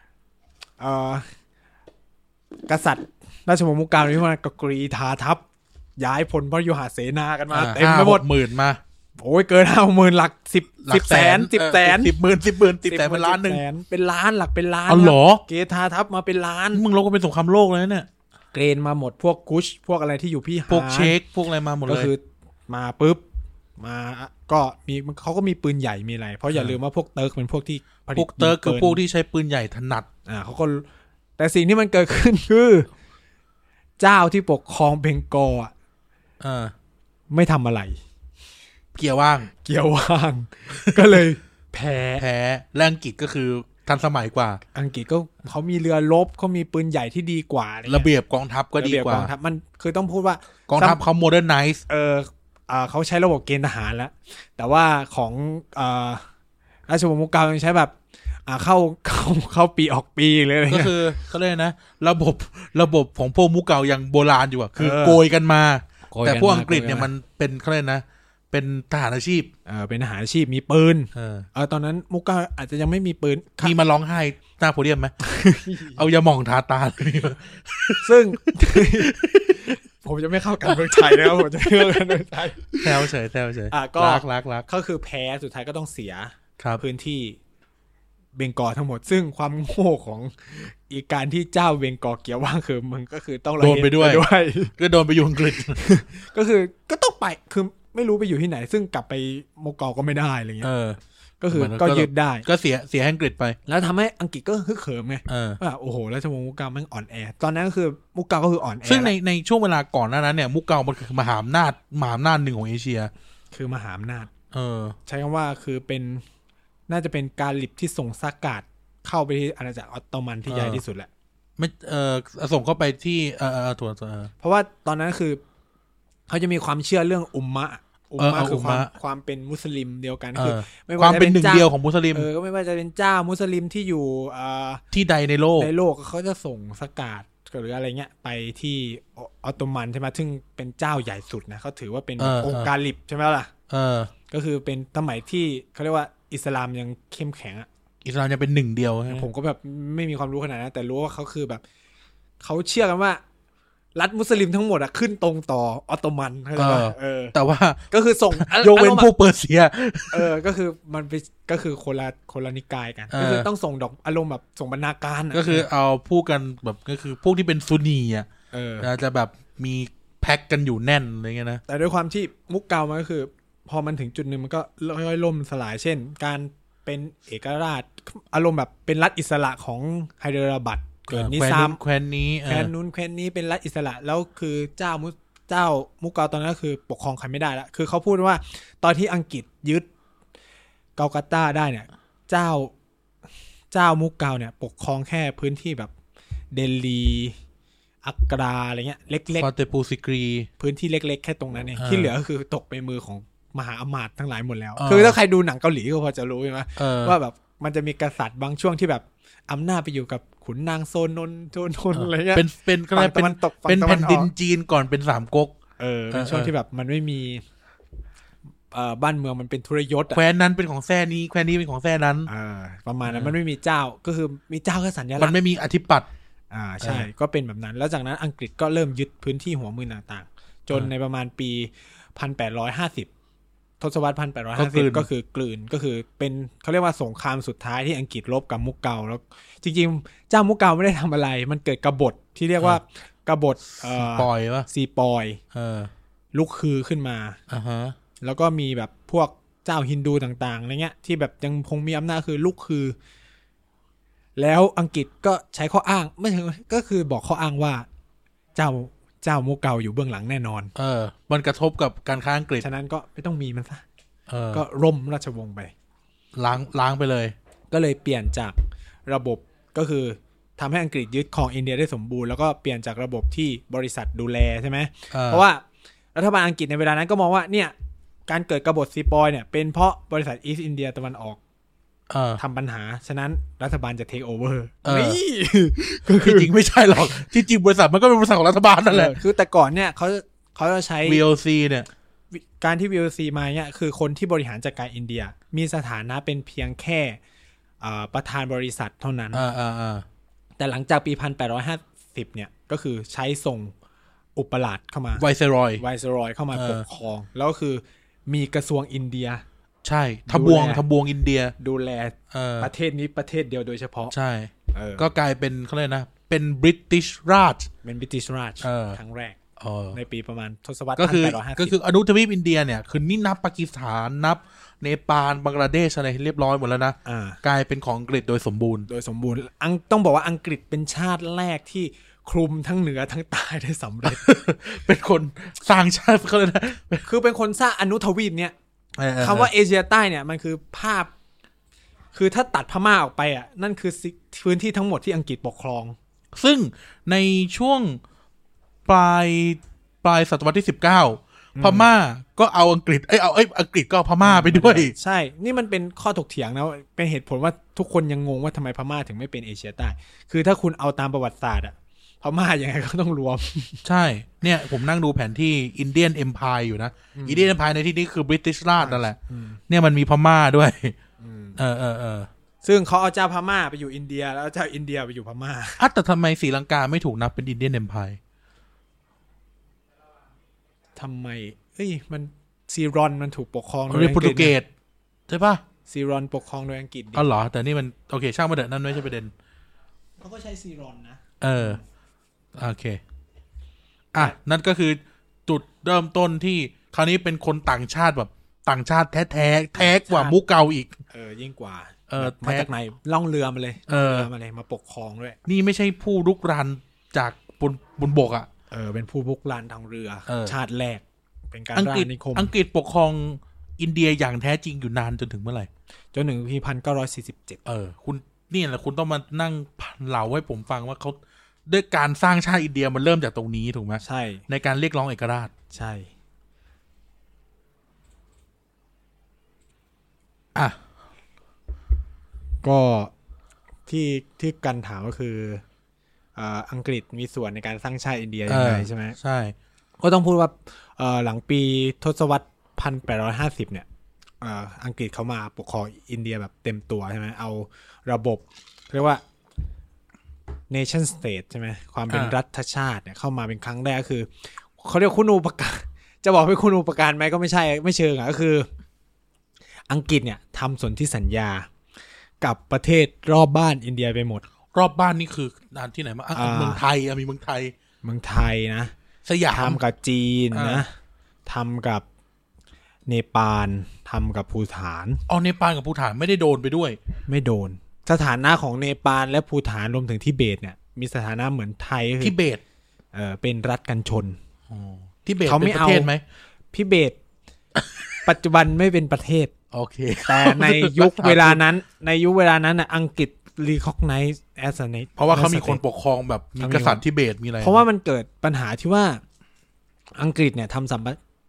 อกษัตริย์ราชวงศ์มุกเก่านี่มันก็กรีธาทัพย้ายพลพยุหเสนากันมาเต็มไปหมด 10,000มาโอ้ยเกิน 50,000 หลัก10แสน10แสน 10,000 เป็นล้านนึงเป็นล้านหลักเป็นล้านเหรอเกธาทัพมาเป็นล้านมึงลบกันเป็นสงครามโลกเลยเนี่ยเกรนมาหมดพวกกุชพวกอะไรที่อยู่พี่พวกเช็คพวกอะไรมาหมดเลยก็คือมาปุ๊บมาก็มีเขาก็มีปืนใหญ่มีอะไรเพราะอย่าลืมว่าพวกเติร์กเป็นพวกที่พวกเติร์กคือพวกที่ใช้ปืนใหญ่ถนัดเขาก็แต่สิ่งที่มันเกิดขึ้นคือเจ้าที่ปกครองเบงกอลไม่ทำอะไรเกียร์ว่างก็เลยแพ้และอังกฤษก็คือทันสมัยกว่าอังกฤษก็เขามีเรือรบเขามีปืนใหญ่ที่ดีกว่าระเบียบกองทัพก็ดีกว่ามันคือต้องพูดว่ากองทัพเขาโมเดิร์นไนซ์เขาใช้ระบบเกณฑ์ทหารแล้วแต่ว่าของราชวงศ์มุกเก่ายังใช้แบบเข้าปีออกปีเลยก็คือเขาเรียกนะระบบของพวกมุกเก่ายังโบราณอยู่คือโกยกันมาแต่พวกอังกฤษเนี่ยมันเป็นเขาเรียกนะเป็นทหารอาชีพเป็นทหารอาชีพมีปืนตอนนั้นมุกเก่าอาจจะยังไม่มีปืนมีมาร้องไห้หน้าโพเดียมไหม เอายาหม่องทาตาเลยซึ่งผมจะไม่เข้ากันเมืองไทยนะครับผมจะไม่เข้ากันเมืองไทยแซวเฉยก็รักก็คือแพ้สุดท้ายก็ต้องเสียพื้นที่เบงกอลทั้งหมดซึ่งความโง่ของอีกการที่เจ้าเบงกอลเกี่ยวว่างคือมันก็คือต้องโดนไปด้วยก็โดนไปอยู่อังกฤษก็คือก็ต้องไปคือไม่รู้ไปอยู่ที่ไหนซึ่งกลับไปโมกอลก็ไม่ได้อะไรเงี้ยก็คือก็ยึดได้ก็เสียอังกฤษไปแล้วทำให้อังกฤษก็ฮึกเหิมไงว่าโอ้โหราชวงศ์มุกเก่าแม่งอ่อนแอตอนนั้นก็คือมุกเก่าก็คืออ่อนแอซึ่งในช่วงเวลาก่อนหน้านั้นเนี่ยมุกเก่ามันคือมหาอำนาจหนึ่งของเอเชียคือมหาอำนาจใช้คำว่าคือเป็นน่าจะเป็นการหลิบที่ส่งสกัดเข้าไปที่อาณาจักรออตโตมันที่ใหญ่ที่สุดแหละไม่ส่งเข้าไปที่ถั่วเพราะว่าตอนนั้นคือเขาจะมีความเชื่อเรื่องอุมมะคือความเป็นมุสลิมเดียวกันคือความเป็นหนึ่งเดียวของมุสลิมก็ไม่ว่าจะเป็นเจ้ามุสลิมที่อยู่ที่ใดในโลกเขาจะส่งสกัดหรืออะไรเงี้ยไปที่ออตโตมันใช่ไหมซึ่งเป็นเจ้าใหญ่สุดนะเขาถือว่าเป็นองค์การลิบใช่ไหมล่ะก็คือเป็นสมัยที่เขาเรียกว่าอิสลามยังเข้มแข็งอิสลามยังเป็นหนึ่งเดียวผมก็แบบไม่มีความรู้ขนาดนั้นแต่รู้ว่าเขาคือแบบเขาเชื่อกันว่ารัฐมุสลิมทั้งหมดขึ้นตรงต่อออตโตมันใช่ไหมแต่ว่าก็คือส่งยกเว้นพวกเปอร์เซียก็คือมันก็คือคนละนิกายกันก็คือต้องส่งดอกอารมณ์แบบส่งบรรณาการก็คือเอาพูดกันแบบก็คือพวกที่เป็นซุนนีจะแบบมีแพ็กกันอยู่แน่นอะไรเงี้ยนะแต่ด้วยความที่มุกเก่ามันก็คือพอมันถึงจุดนึงมันก็ค่อยๆล่มสลายเช่นการเป็นเอกราชอารมณ์แบบเป็นรัฐอิสระของไฮเดราบัดเกิดนิซามแคว้นนี้แคว้นนู้นแคว้นนี้เป็นรัฐอิสระแล้วคือเจ้ามุกเกาตอนนั้นก็คือปกครองใครไม่ได้ละคือเขาพูดว่าตอนที่อังกฤษยึดเกากัตตาได้เนี่ยเจ้ามุกเกาเนี่ยปกครองแค่พื้นที่แบบเดลีอักราอะไรเงี้ยเล็กๆฟาเตปูซิกรีพื้นที่เล็กๆแค่ตรงนั้นเองที่เหลือก็คือตกไปมือของมหาอมาตย์ทั้งหลายหมดแล้วคือถ้าใครดูหนังเกาหลีก็พอจะรู้ใช่ไหมว่าแบบมันจะมีกษัตริย์บางช่วงที่แบบอำนาจไปอยู่กับขุนนางโซนนอะไรเงี้ยเป็นแผ่นดินจีนก่อนเป็นสามก๊กเป็นช่วงที่แบบมันไม่มีบ้านเมืองมันเป็นทุรยศแคว้นนั้นเป็นของแท้นี้แคว้นนี้เป็นของแท้นั้นประมาณนั้นมันไม่มีเจ้าก็คือมีเจ้าแค่สัญลักษณ์มันไม่มีอธิปัตย์ใช่ก็เป็นแบบนั้นแล้วจากนั้นอังกฤษก็เริ่มยึดพื้นที่หัวเมืองต่างๆจนในประมาณปี1850ทศวรรษ1850ก็คือกลืนก็คือเป็นเขาเรียกว่าสงครามสุดท้ายที่อังกฤษรบกับมุกเกาแล้วจริงๆเจ้ามุกเกาไม่ได้ทำอะไรมันเกิดกบฏที่เรียกว่ากบฏซีปอยลุกฮือขึ้นมาแล้วก็มีแบบพวกเจ้าฮินดูต่างๆอะไรเงี้ยที่แบบยังคงมีอำนาจคือลุกฮือแล้วอังกฤษก็ใช้ข้ออ้างไม่ใช่ก็คือบอกข้ออ้างว่าเจ้ามุกเกาอยู่เบื้องหลังแน่นอนมันกระทบกับการค้าอังกฤษฉะนั้นก็ไม่ต้องมีมันซะก็ร่มราชวงศ์ไปล้างไปเลยก็เลยเปลี่ยนจากระบบก็คือทำให้อังกฤษยึดครองอินเดียได้สมบูรณ์แล้วก็เปลี่ยนจากระบบที่บริษัทดูแลใช่ไหมเพราะว่ารัฐบาลอังกฤษในเวลานั้นก็มองว่าเนี่ยการเกิดกบฏซีปอยเนี่ยเป็นเพราะบริษัทอีสต์อินเดียตะวันออกทำปัญหาฉะนั้นรัฐบาลจะเทคโอเวอร์นี่คือจริงไม่ใช่หรอกที่จริงบริษัทมันก็เป็นบริษัทของรัฐบาลนั่นแหละคือแต่ก่อนเนี่ยเขาจะใช้ VOC เนี่ยการที่ VOC มาเนี่ยคือคนที่บริหารจัดการอินเดียมีสถานะเป็นเพียงแค่ประธานบริษัทเท่านั้นแต่หลังจากปี1850เนี่ยก็คือใช้ส่งอุปราชเข้ามาไวเซรอยเข้ามาปกครองแล้วก็คือมีกระทรวงอินเดียใช่ทบวงอินเดียดูแลประเทศนี้ประเทศเดียวโดยเฉพาะใช่ก็กลายเป็นเขาเรียกนะเป็นบริติชราชเป็นบริติชราชครั้งแรกในปีประมาณทศวรรษ 1850ก็คืออนุทวีปอินเดียเนี่ยคือนี่นับปากีสถานนับเนปาลบังกลาเทศอะไรเรียบร้อยหมดแล้วนะกลายเป็นของอังกฤษโดยสมบูรณ์ต้องบอกว่าอังกฤษเป็นชาติแรกที่คลุมทั้งเหนือทั้งใต้ได้สำเร็จเป็นคนสร้างชาติเขาเลยนะคือเป็นคนสร้างอนุทวีปเนี่ยคำว่าเอเชียใต้เนี่ยมันคือภาพคือถ้าตัดพม่าออกไปอ่ะนั่นคือพื้นที่ทั้งหมดที่อังกฤษปกครองซึ่งในช่วงปลายศตวรรษที่19พม่าก็เอาอังกฤษเอาอังกฤษก็เอาพม่าไปด้วยใช่นี่มันเป็นข้อถกเถียงนะเป็นเหตุผลว่าทุกคนยังงงว่าทำไมพม่าถึงไม่เป็นเอเชียใต้คือถ้าคุณเอาตามประวัติศาสตร์อ่ะพม่ายังไงก็ต้องรวมใช่เนี่ยผมนั่งดูแผนที่อินเดียนเอ็มพายอยู่นะอินเดียนเอ็มพายในที่นี้คือบริติชราชนั่นแหละเนี่ยมันมีพม่าด้วยซึ่งเขาเอาเจ้าพม่าไปอยู่อินเดียแล้วเจ้าอินเดียไปอยู่พม่าแต่ทำไมศรีลังกาไม่ถูกนับเป็นอินเดียนเอ็มพายทำไมมันซีรอนมันถูกปกครองโดยโปรตุเกสใช่ป่ะซีรอนปกครองโดยอังกฤษเหรอแต่นี่มันโอเคช่างมาเถอะนั่นไม่ใช่ประเด็นเขาก็ใช้ซีรอนนะโอเคนั่นก็คือจุดเริ่มต้นที่คราวนี้เป็นคนต่างชาติแบบต่างชาติแท้กว่ามุกเกาอีกยิ่งกว่ามาจากไหนล่องเรือมาเลยมาปกครองด้วยนี่ไม่ใช่ผู้ลุกรานจากบนบกเป็นผู้ลุกรานทางเรือชาติแรกเป็นการราชนิคมอังกฤษปกครองอินเดียอย่างแท้จริงอยู่นานจนถึงเมื่อไหร่จนถึงปี1947 คุณนี่แหละคุณต้องมานั่งเล่าให้ผมฟังว่าเขาด้วยการสร้างชาติอินเดียมันเริ่มจากตรงนี้ถูกไหมใช่ในการเรียกร้องเอกราชใช่ก็ที่กันถามก็คืออังกฤษมีส่วนในการสร้างชาติอินเดียยังไงใช่ไหมใช่ก็ต้องพูดว่าหลังปีทศวรรษ1850เนี่ยอังกฤษเขามาปกครองอินเดียแบบเต็มตัวใช่ไหมเอาระบบเรียกว่า nation state ใช่ไหมความเป็นรัฐชาติเนี่ยเข้ามาเป็นครั้งแรกคือเขาเรียกคุณูปการจะบอกเป็นคุณูปการไหมก็ไม่ใช่ไม่เชิงก็คืออังกฤษเนี่ยทำสนธิสัญญากับประเทศรอบบ้านอินเดียไปหมดรอบบ้านนี่คือที่ไหนมาเมืองไทยมีเมืองไทยนะสยามทำกับจีนนะทำกับเนปาลทำกับภูฏานเนปาลกับภูฏานไม่ได้โดนไปด้วยไม่โดนสถานะของเนปาลและภูฏานรวมถึงทิเบตเนี่ยมีสถานะเหมือนไทยทิเบตเป็นรัฐกันชนทิเบตเป็นประเทศไหมทิเบตปัจจุบันไม่เป็นประเทศโอเคแต่ในยุคเวลานั้นน่ะอังกฤษ recognize as a state เพราะว่าเขามีคนปกครองแบบมีกษัตริย์ทิเบตมีอะไรเพราะว่ามันเกิดปัญหาที่ว่าอังกฤษเนี่ย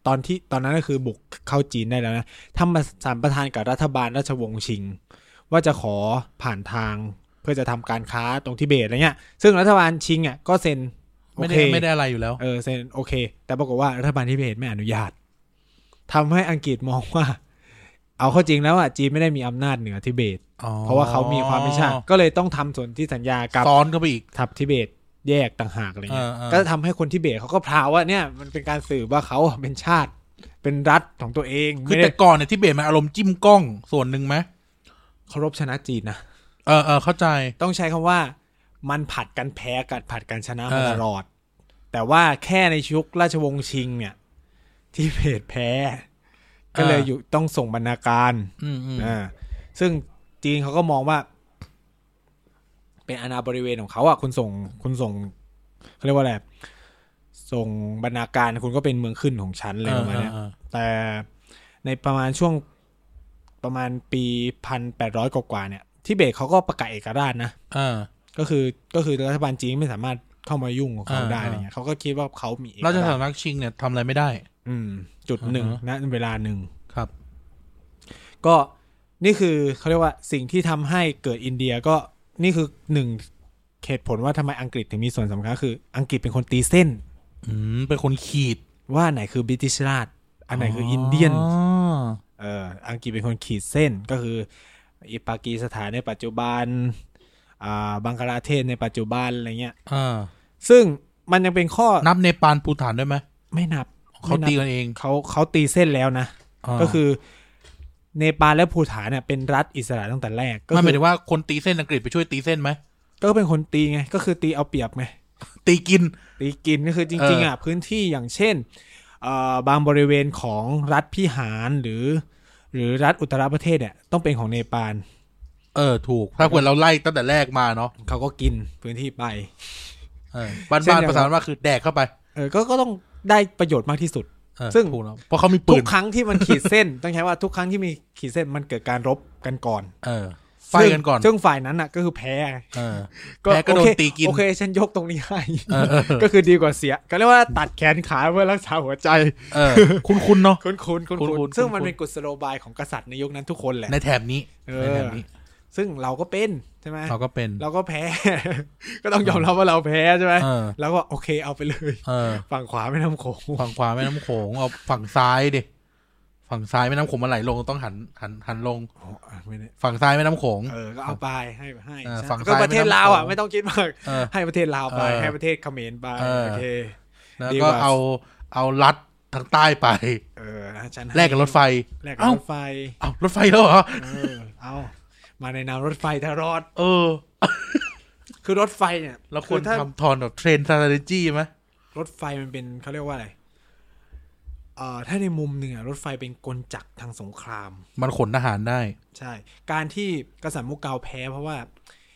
ตอนนั้นก็คือบุกเข้าจีนได้แล้วนะทำสัมปทานกับรัฐบาลราชวงศ์ชิงว่าจะขอผ่านทางเพื่อจะทำการค้าตรงทิเบตอะไรเงี้ยซึ่งรัฐบาลชิงอ่ะก็เซ็นไม่ได้อะไรอยู่แล้วเซ็นโอเคแต่ปรากฏว่ารัฐบาลทิเบตไม่อนุญาตทำให้อังกฤษมองว่าเอาเข้าจริงแล้วอ่ะจีนไม่ได้มีอำนาจเหนือทิเบตเพราะว่าเขามีความเป็นชาติก็เลยต้องทำส่วนที่สัญญากับซ้อนเข้าไปอีกทับทิเบตแยกต่างหากอะไรเงี้ยก็ทำให้คนทิเบตเขาก็พราวว่าเนี่ยมันเป็นการสื่อว่าเขาเป็นชาติเป็นรัฐของตัวเองคือแต่ก่อนเนี่ยทิเบตมันอารมณ์จิ้มกล้องส่วนหนึ่งไหมเคารพชนะจีนนะเข้าใจต้องใช้คำว่ามันผัดกันแพ้กันผัดกันชนะมาตลอดแต่ว่าแค่ในยุคราชวงศ์ชิงเนี่ยทิเบตแพ้ก็เลยอยู่ต้องส่งบรรณาการซึ่งจีนเขาก็มองว่าเป็นอาณาบริเวณของเขาอ่ะคุณส่งเขาเรียกว่าอะไรส่งบรรณาการคุณก็เป็นเมืองขึ้นของฉันอะไรประมาณนี้แต่ในประมาณช่วงประมาณปี1800กว่าเนี่ยทิเบตเขาก็ประกาศเอกราชนะก็คือรัฐบาลจีนไม่สามารถเข้ามายุ่งของเขาได้อะไรเงี้ยเขาก็คิดว่าเขามีราชสำนักชิงเนี่ยทำอะไรไม่ได้จุดหนึ่งนะเวลาหนึ่งครับก็นี่คือเขาเรียกว่าสิ่งที่ทำให้เกิดอินเดียก็นี่คือหนึ่งเหตุผลว่าทำไมอังกฤษถึงมีส่วนสำคัญคืออังกฤษเป็นคนตีเส้นเป็นคนขีดว่าไหนคือบริติชราชอันไหนคืออินเดียนอังกฤษเป็นคนขีดเส้นก็คือปากีสถานในปัจจุบันบังกลาเทศในปัจจุบันอะไรเงี้ยซึ่งมันยังเป็นข้อนับเนปาลภูฏานด้วยไหมไม่นับเขาตีกันเองเขาตีเส้นแล้วนะก็คือเนปาลและภูฏานเนี่ยเป็นรัฐอิสระตั้งแต่แรกก็หมายถึงว่าคนตีเส้นอังกฤษไปช่วยตีเส้นไหมก็เป็นคนตีไงก็คือตีเอาเปรียบไงตีกินก็คือจริงๆพื้นที่อย่างเช่นบางบริเวณของรัฐพิหารหรือรัฐอุตตรประเทศเนี่ยต้องเป็นของเนปาลถูกถ้าควรเราไล่ตั้งแต่แรกมาเนาะเขาก็กินพื้นที่ไปบ้านภาษาว่าคือแดกเข้าไปก็ต้องได้ประโยชน์มากที่สุดซึ่งเพราะเขามีปืนทุกครั้งที่มันขีดเส้น ต้องใช้ว่าทุกครั้งที่มีขีดเส้นมันเกิดการรบกันก่อนไฟกันก่อนซึ่งฝ่ายนั้นน่ะก็คือแพ้ก็โดนตีกินโอเคฉันยกตรงนี้ให้ก็คือดีกว่าเสียก็เรียกว่าตัดแขนขาเพื่อรักษาหัวใจคุ้นเนาะคุ้นซึ่งมันเป็นกุศโลบายของกษัตริย์ในยุคนั้นทุกคนแหละในแถบนี้ซึ่งเราก็เป็นใช่ไหมเราก็เป็นเราก็แพ้ก็ต้องยอมรับว่าเราแพ้ใช่ไหมแล้วก็โอเคเอาไปเลยฝั่งขวาแม่น้ำโขงฝั่งขวาแม่น้ำโขงเอาฝั่งซ้ายดิฝั่งซ้ายแม่น้ำโขงมันไหลลงต้องหันลงฝั่งซ้ายแม่น้ำโขงก็เอาไปให้ฝั่งซ้ายประเทศลาวอ่ะไม่ต้องคิดมากให้ประเทศลาวไปให้ประเทศเขมรไปโอเคแล้วก็เอาลัดทางใต้ไปแลกกับรถไฟเอารถไฟแล้วเหรอเอามาในนามรถไฟถ้ารอดคือรถไฟเนี่ยเราควรทำทอนแบบเทรน strategy ไหมรถไฟมันเป็นเขาเรียกว่าอะไรถ้าในมุมหนึ่งรถไฟเป็นกลจักรทางสงครามมันขนทหารได้ใช่การที่กษัตริย์มุกเกาแพ้เพราะว่า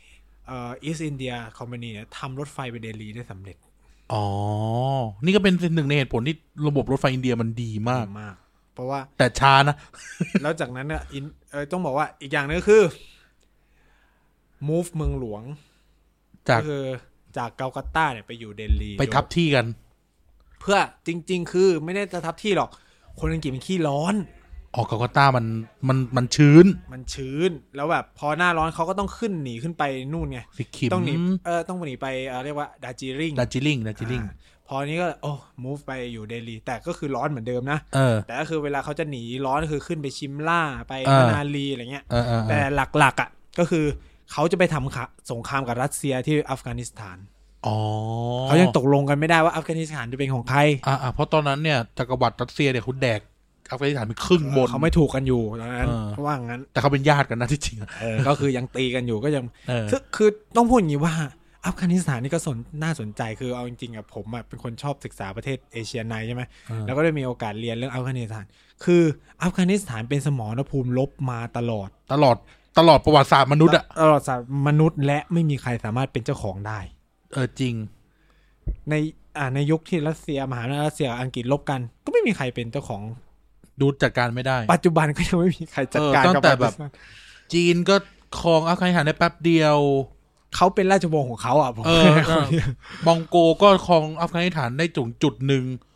East India Company เนี่ยทำรถไฟไปเดลีได้สำเร็จนี่ก็เป็นหนึ่งในเหตุผลที่ระบบรถไฟอินเดียมันดีมากเพราะว่าแต่ช้านะแล้วจากนั้นเนี่ยต้องบอกว่าอีกอย่างนึงก็คือ move เมืองหลวงคือจากกัลกัตตาเนี่ยไปอยู่เดลีไปทับที่กันเพื่อจริงๆคือไม่ได้จะทับที่หรอกคนอังกฤษมันขี้ร้อนกัลกัตตามันชื้นแล้วแบบพอหน้าร้อนเขาก็ต้องหนีขึ้นไปนู่นไงต้องหนีต้องหนีไปเรียกว่าดาร์จิลิงพอนี้ก็move ไปอยู่เดลีแต่ก็คือร้อนเหมือนเดิมนะแต่ก็คือเวลาเขาจะหนีร้อนก็คือขึ้นไปชิมล่าไปมนาลีอะไรเงี้ยแต่หลักๆอ่ะก็คือเขาจะไปทำสงครามกับรัสเซียที่อัฟกานิสถานเขายังตกลงกันไม่ได้ว่าอัฟกานิสถานจะเป็นของใครเพราะตอนนั้นเนี่ยจักรวรรดิรัสเซียเนี่ยคุณแดกอัฟกานิสถานเป็นครึ่งบนเขาไม่ถูกกันอยู่ตอนนั้นเพราะว่างั้นแต่เขาเป็นญาติกันนะที่จริงก็คือยังตีกันอยู่ก็ยังคือต้องพูดอย่างนี้ว่าอัฟกานิสถานนี่ก็น่าสนใจคือเอาจริงๆผมเป็นคนชอบศึกษาประเทศเอเชียในใช่ไหมแล้วก็ได้มีโอกาสเรียนเรื่องอัฟกานิสถานคืออัฟกานิสถานเป็นสมรภูมิรบมาตลอดประวัติศาสตร์มนุษย์อะตลอดศาสตร์มนุษย์และไม่มีใครสามารถเป็นเจ้าของได้จริงในยุคที่รัสเซียมหาอำนาจรัสเซียอังกฤษลบกันก็ไม่มีใครเป็นเจ้าของดูจัดการไม่ได้ปัจจุบันก็ยังไม่มีใครจัดการกับแบบจีนก็ครองอัฟกานิสถานได้แป๊บเดียวเขาเป็นราชวงศ์ของเขาผมมองโกก็ครองอัฟกานิสถานได้จุดหนึ่ง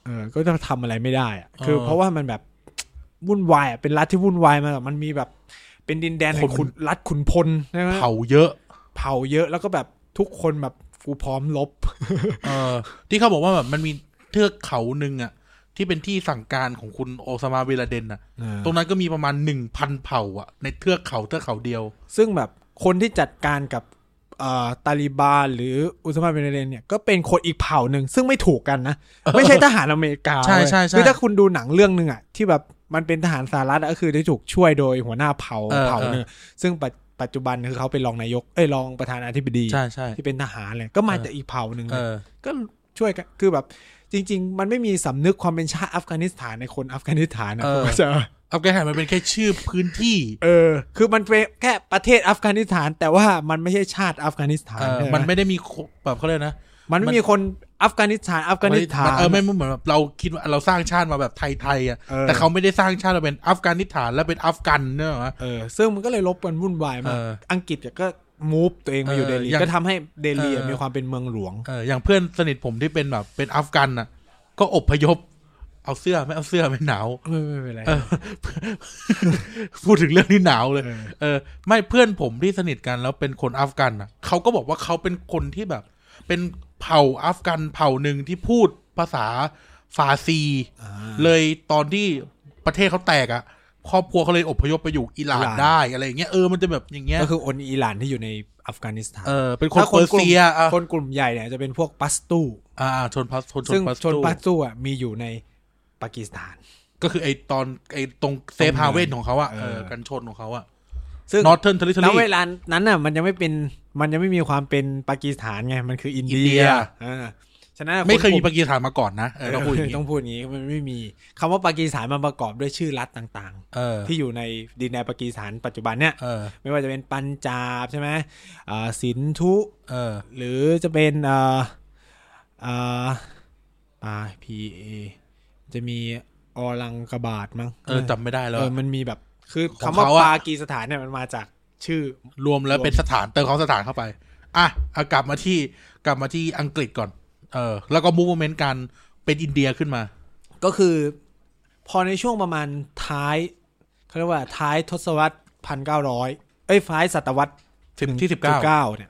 ก็จะทำอะไรไม่ได้อะคือเพราะว่ามันแบบวุ่นวายเป็นรัฐที่วุ่นวายมาแบบมันมีแบบเป็นดินแดนของรัฐขุนพลใช่ไหมเผาเยอะแล้วก็แบบทุกคนแบบกูพร้อมลบที่เขาบอกว่าแบบมันมีเทือกเขาหนึ่งอ่ะที่เป็นที่สั่งการของคุณโอซามาบินลาเดนอ่ะตรงนั้นก็มีประมาณ 1,000 เผ่าอ่ะในเทือกเขาเดียวซึ่งแบบคนที่จัดการกับตาลิบานหรืออุซามาบินลาเดนเนี่ยก็เป็นคนอีกเผ่าหนึ่งซึ่งไม่ถูกกันนะไม่ใช่ทหารอเมริกาใช่คือถ้าคุณดูหนังเรื่องนึงอ่ะที่แบบมันเป็นทหารสหรัฐก็คือได้ถูกช่วยโดยหัวหน้าเผ่านึงซึ่งปัจจุบันคือเขาเป็นรองนายกรองประธานาธิบดีที่เป็นทหารเลยก็มาจากอีกเผ่านึงก็ช่วยกันคือแบบจริงๆมันไม่มีสำนึกความเป็นชาติอัฟกานิสถานในคนอัฟกานิสถานนะก็จะอัฟกานิสถานมันเป็นแค่ชื่อพื้นที่คือมันเป็นแค่ประเทศอัฟกานิสถานแต่ว่ามันไม่ใช่ชาติอัฟกานิสถานมันไม่ได้มีแบบเขาเรียกนะมันไม่มีคนอัฟกานิสถานไม่เหมือนแบบเราคิดว่าเราสร้างชาติมาแบบไทยอ่ะแต่เขาไม่ได้สร้างชาติมาเป็นอัฟกานิสถานแล้วเป็นอัฟกันเนอะซึ่งมันก็เลยลบกันวุ่นวายมากอังกฤษก็มูฟตัวเองมาอยู่เดลีก็ทำให้เดลีมีความเป็นเมืองหลวงอย่างเพื่อนสนิทผมที่เป็นแบบเป็นอัฟกันอ่ะก็อพยพเอาเสื้อไม่เอาเสื้อไม่หนาวไม่เป็นไรพูดถึงเรื่องที่หนาวเลยไม่เพื่อนผมที่สนิทกันแล้วเป็นคนอัฟกันอ่ะเขาก็บอกว่าเขาเป็นคนที่แบบเป็นเผ่าอัฟกันเผ่าหนึ่งที่พูดภาษาฟาซีเลยตอนที่ประเทศเขาแตกอ่ะครอบครัวเขาเลยอพยพไปอยู่อิหร่านได้อะไรอย่างเงี้ยมันจะแบบอย่างเงี้ยก็คือคนอิหร่านที่อยู่ในอัฟกานิสถานเป็นคนเปอร์เซียคนกลุ่มใหญ่เนี่ยจะเป็นพวกปัสตูชนปัสตูซึ่งชนปัสตูมีอยู่ในปากีสถานก็คือตรงเซฟฮาเว่นของเขาอ่ะกันชนของเขาอ่ะซึ่ง Northern Territory แล้วเวลานั้นน่ะมันยังไม่มีความเป็นปากีสถานไงมันคืออินเดียฉะนั้นไม่เคยมีปากีสถานมาก่อนนะต้องพูดอย่างนี้มันไม่มีคำว่าปากีสถานมันประกอบด้วยชื่อรัฐต่างๆที่อยู่ในดินแดนปากีสถานปัจจุบันเนี่ยไม่ว่าจะเป็นปัญจาบใช่ไหมสินธุหรือจะเป็นPA จะมีออรังกบาดมั้งจำไม่ได้แล้วมันมีแบบคือคำว่าปากีสถานเนี่ยมันมาจากชื่อรวมแล้วเป็นสถานเติมของสถานเข้าไปกลับมาที่อังกฤษก่อนแล้วก็มูฟเมนต์การเป็นอินเดียขึ้นมาก็คือพอในช่วงประมาณท้ายเขาเรียกว่าท้ายทศวรรษ1900ท้ายศตวรรษที่19 เนี่ย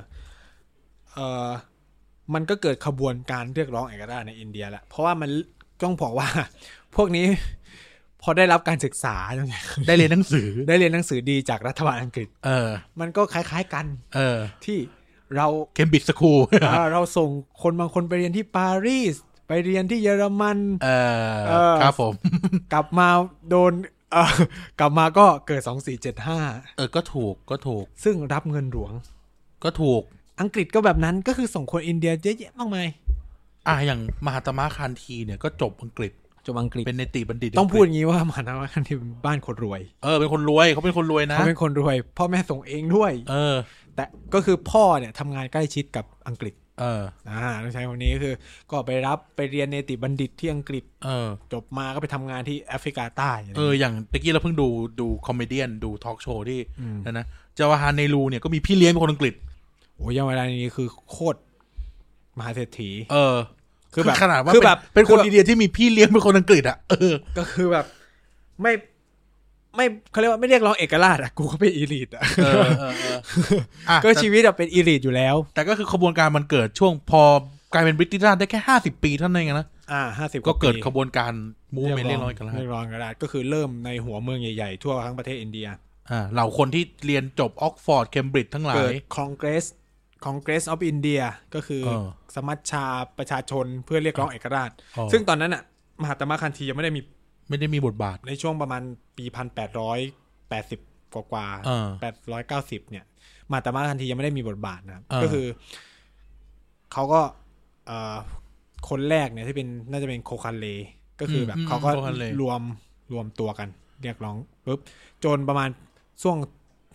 มันก็เกิดขบวนการเรียกร้องเอกราชในอินเดียแหละเพราะว่ามันต้องบอกว่าพวกนี้พอได้รับการศึกษาได้เรียนหนังสือดีจากรัฐบาลอังกฤษมันก็คล้ายๆกันที่เราเคมบริดจ์สคูลเราส่งคนบางคนไปเรียนที่ปารีสไปเรียนที่เยอรมันครับผมกลับมาโดนกลับมาก็เกิด2475 ก็ถูกซึ่งรับเงินหลวงก็ถูกอังกฤษก็แบบนั้นก็คือส่งคนอินเดียเยอะแยะมากมายอย่างมหาตมะคานธีเนี่ยก็จบอังกฤษเป็นเนติบัณฑิตต้องพูดอย่างนี้ว่ามหาตมะคานธีเป็นบ้านคนรวยเป็นคนรวยเขาเป็นคนรวยนะเขาเป็นคนรวยพ่อแม่ส่งเองด้วยแต่ก็คือพ่อเนี่ยทำงานใกล้ชิดกับอังกฤษต้องใช้คำนี้คือก็ไปเรียนเนติบัณฑิตที่อังกฤษจบมาก็ไปทำงานที่แอฟริกาใต้อย่างตะกี้เราเพิ่งดูคอมเมเดี้ดูทอล์กโชว์ที่นะจาวาฮาร์เนรูเนี่ยก็มีพี่เลี้ยงเป็นคนอังกฤษโอ้ยยังเวลานี้คือโคตรมหาเศรษฐีคือแบบขนาดว่าเป็นคนอินเดียที่มีพี่เลี้ยงเป็นคนอังกฤษก็คือแบบไม่เขาเรียกว่าไม่เรียกร้องเอกราชกูก็เป็นอีลิทก็ชีวิตเป็นอีลิทอยู่แล้วแต่ก็คือขบวนการมันเกิดช่วงพอกลายเป็นบริติชราชได้แค่50 ปีเท่านั้นเองนะ 50 ก็เกิดขบวนการมูฟเมนต์เรียกร้องเอกราชก็คือเริ่มในหัวเมืองใหญ่ๆทั่วทั้งประเทศอินเดียเหล่าคนที่เรียนจบออกฟอร์ดเคมบริดจ์ทั้งหลายเกิดCongress of India ก็คือสมัชชาประชาชนเพื่อเรียกร้องเอกราชซึ่งตอนนั้นมหาตมะคานธียังไม่ได้มีบทบาทในช่วงประมาณปี1880กว่า890เนี่ยมหาตมะคานธียังไม่ได้มีบทบาทนะก็คือเขาก็คนแรกเนี่ยที่เป็นน่าจะเป็นโคคันเลก็คือแบบเขาก็รวมตัวกันเรียกร้องปุ๊บจนประมาณช่วง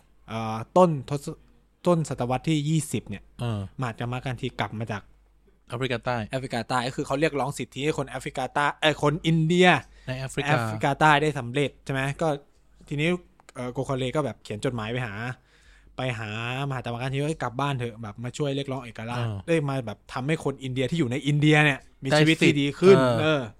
ต้นศตวรรษที่20เนี่ยมหาตมะคานธีกลับมาจากแอฟริกาใต้ก็คือเขาเรียกร้องสิทธิให้คนแอฟริกาใต้คนอินเดียในแอฟริกาใต้ได้สำเร็จใช่ไหมก็ทีนี้โกคาเลก็แบบเขียนจดหมายไปหามหาตมะคานธีว่ากลับบ้านเถอะแบบมาช่วยเรียกร้องเอกราชได้มาแบบทำให้คนอินเดียที่อยู่ในอินเดียเนี่ยมีชีวิตที่ดีขึ้น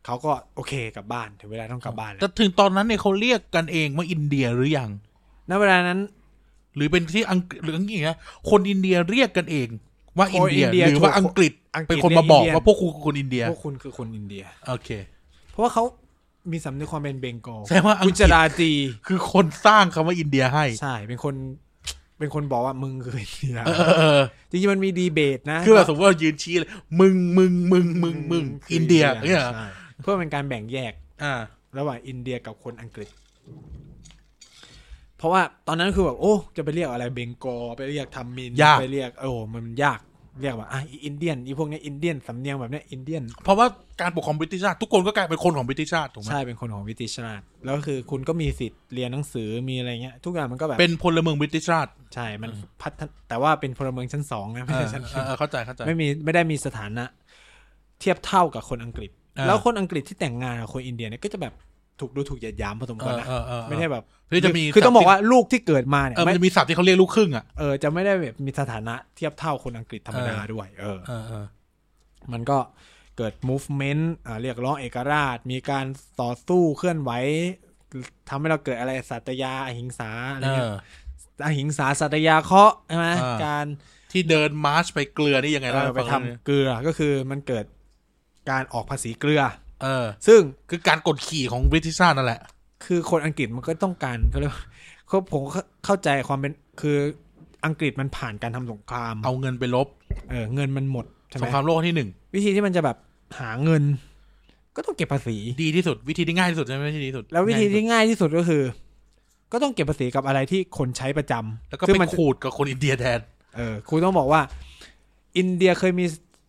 เขาก็โอเคกลับบ้านถึงเวลาต้องกลับบ้านแล้วแต่ถึงตอนนั้นเนี่ยเขาเรียกกันเองว่าอินเดียหรือยังณเวลานั้นหรือเป็นที่อังกฤษหรืออย่างเงี้ยคนอินเดียเรียกกันเองว่าอินเดียหรือว่าอังกฤษเป็นคนมาบอกว่าพวกคุณคือคนอินเดียพวกคุณคือคนอินเดียโอเคเพราะว่าเขามีสำนึกความเป็นเบงกอลแสดงว่ากุจราตีคือคนสร้างคำว่าอินเดียให้ใช่เป็นคนบอกว่ามึงคืออินเดียจริงๆมันมีดีเบตนะคือแบบสมมติว่ายืนชี้เลยมึงอินเดียเนี่ยเพื่อเป็นการแบ่งแยกระหว่างอินเดียกับคนอังกฤษเพราะว่าตอนนั้นคือแบบโอ้จะไปเรียกอะไรเบงกอลไปเรียกทัมมินไปเรียกมันยากเรียกว่าอินเดียนพวกนี้อินเดียนสำเนียงแบบนี้อินเดียนเพราะว่าการปกครองบริติชชาติทุกคนก็กลายเป็นคนของบริติชชาติถูกไหมใช่เป็นคนของบริติชชาติแล้วก็คือคุณก็มีสิทธิ์เรียนหนังสือมีอะไรเงี้ยทุกอย่างมันก็แบบเป็นพลเมืองบริติชชาติใช่มันแต่ว่าเป็นพลเมืองชั้น2นะไม่ใช่ชั้นเข้าใจไม่ได้มีสถานะเทียบเท่ากับคนอังกฤษแล้วคนอังกฤษที่แต่งงานกับคนอินเดียเนี่ยก็จะแบบถูกเหยียดหยามพอสมควรนะไม่ใช่แบบคือต้องบอกว่าลูกที่เกิดมาเนี่ยมันจะมีศัพท์ที่เขาเรียกลูกครึ่งจะไม่ได้แบบมีสถานะเทียบเท่าคนอังกฤษธรรมดาด้วยมันก็เกิด movement เรียกร้องเอกราชมีการต่อสู้เคลื่อนไหวทำให้เราเกิดอะไรสัตยาอหิงสาอะไรเงี้ยอหิงสาสัตยาเคาะใช่ไหมการที่เดินมาร์ชไปเกลือนี่ยังไงไปทำเกลือก็คือมันเกิดการออกภาษีเกลือซึ่งคือการกดขี่ของบริติชชาตินั่นแหละคือคนอังกฤษมันก็ต้องการเขาเรียกผมเข้าใจความเป็นคืออังกฤษมันผ่านการทำสงครามเอาเงินไปลบเงินมันหมดใช่ไหมสงครามโลกที่1 วิธีที่มันจะแบบหาเงินก็ต้องเก็บภาษีดีที่สุดวิธีที่ง่ายที่สุดใช่ไหมวิธีที่สุดแล้ววิธีที่ง่ายที่สุดก็คือก็ต้องเก็บภาษีกับอะไรที่คนใช้ประจำแล้วก็ไปขูดกับคนอินเดียแทนคุณต้องบอกว่าอินเดียเคยมี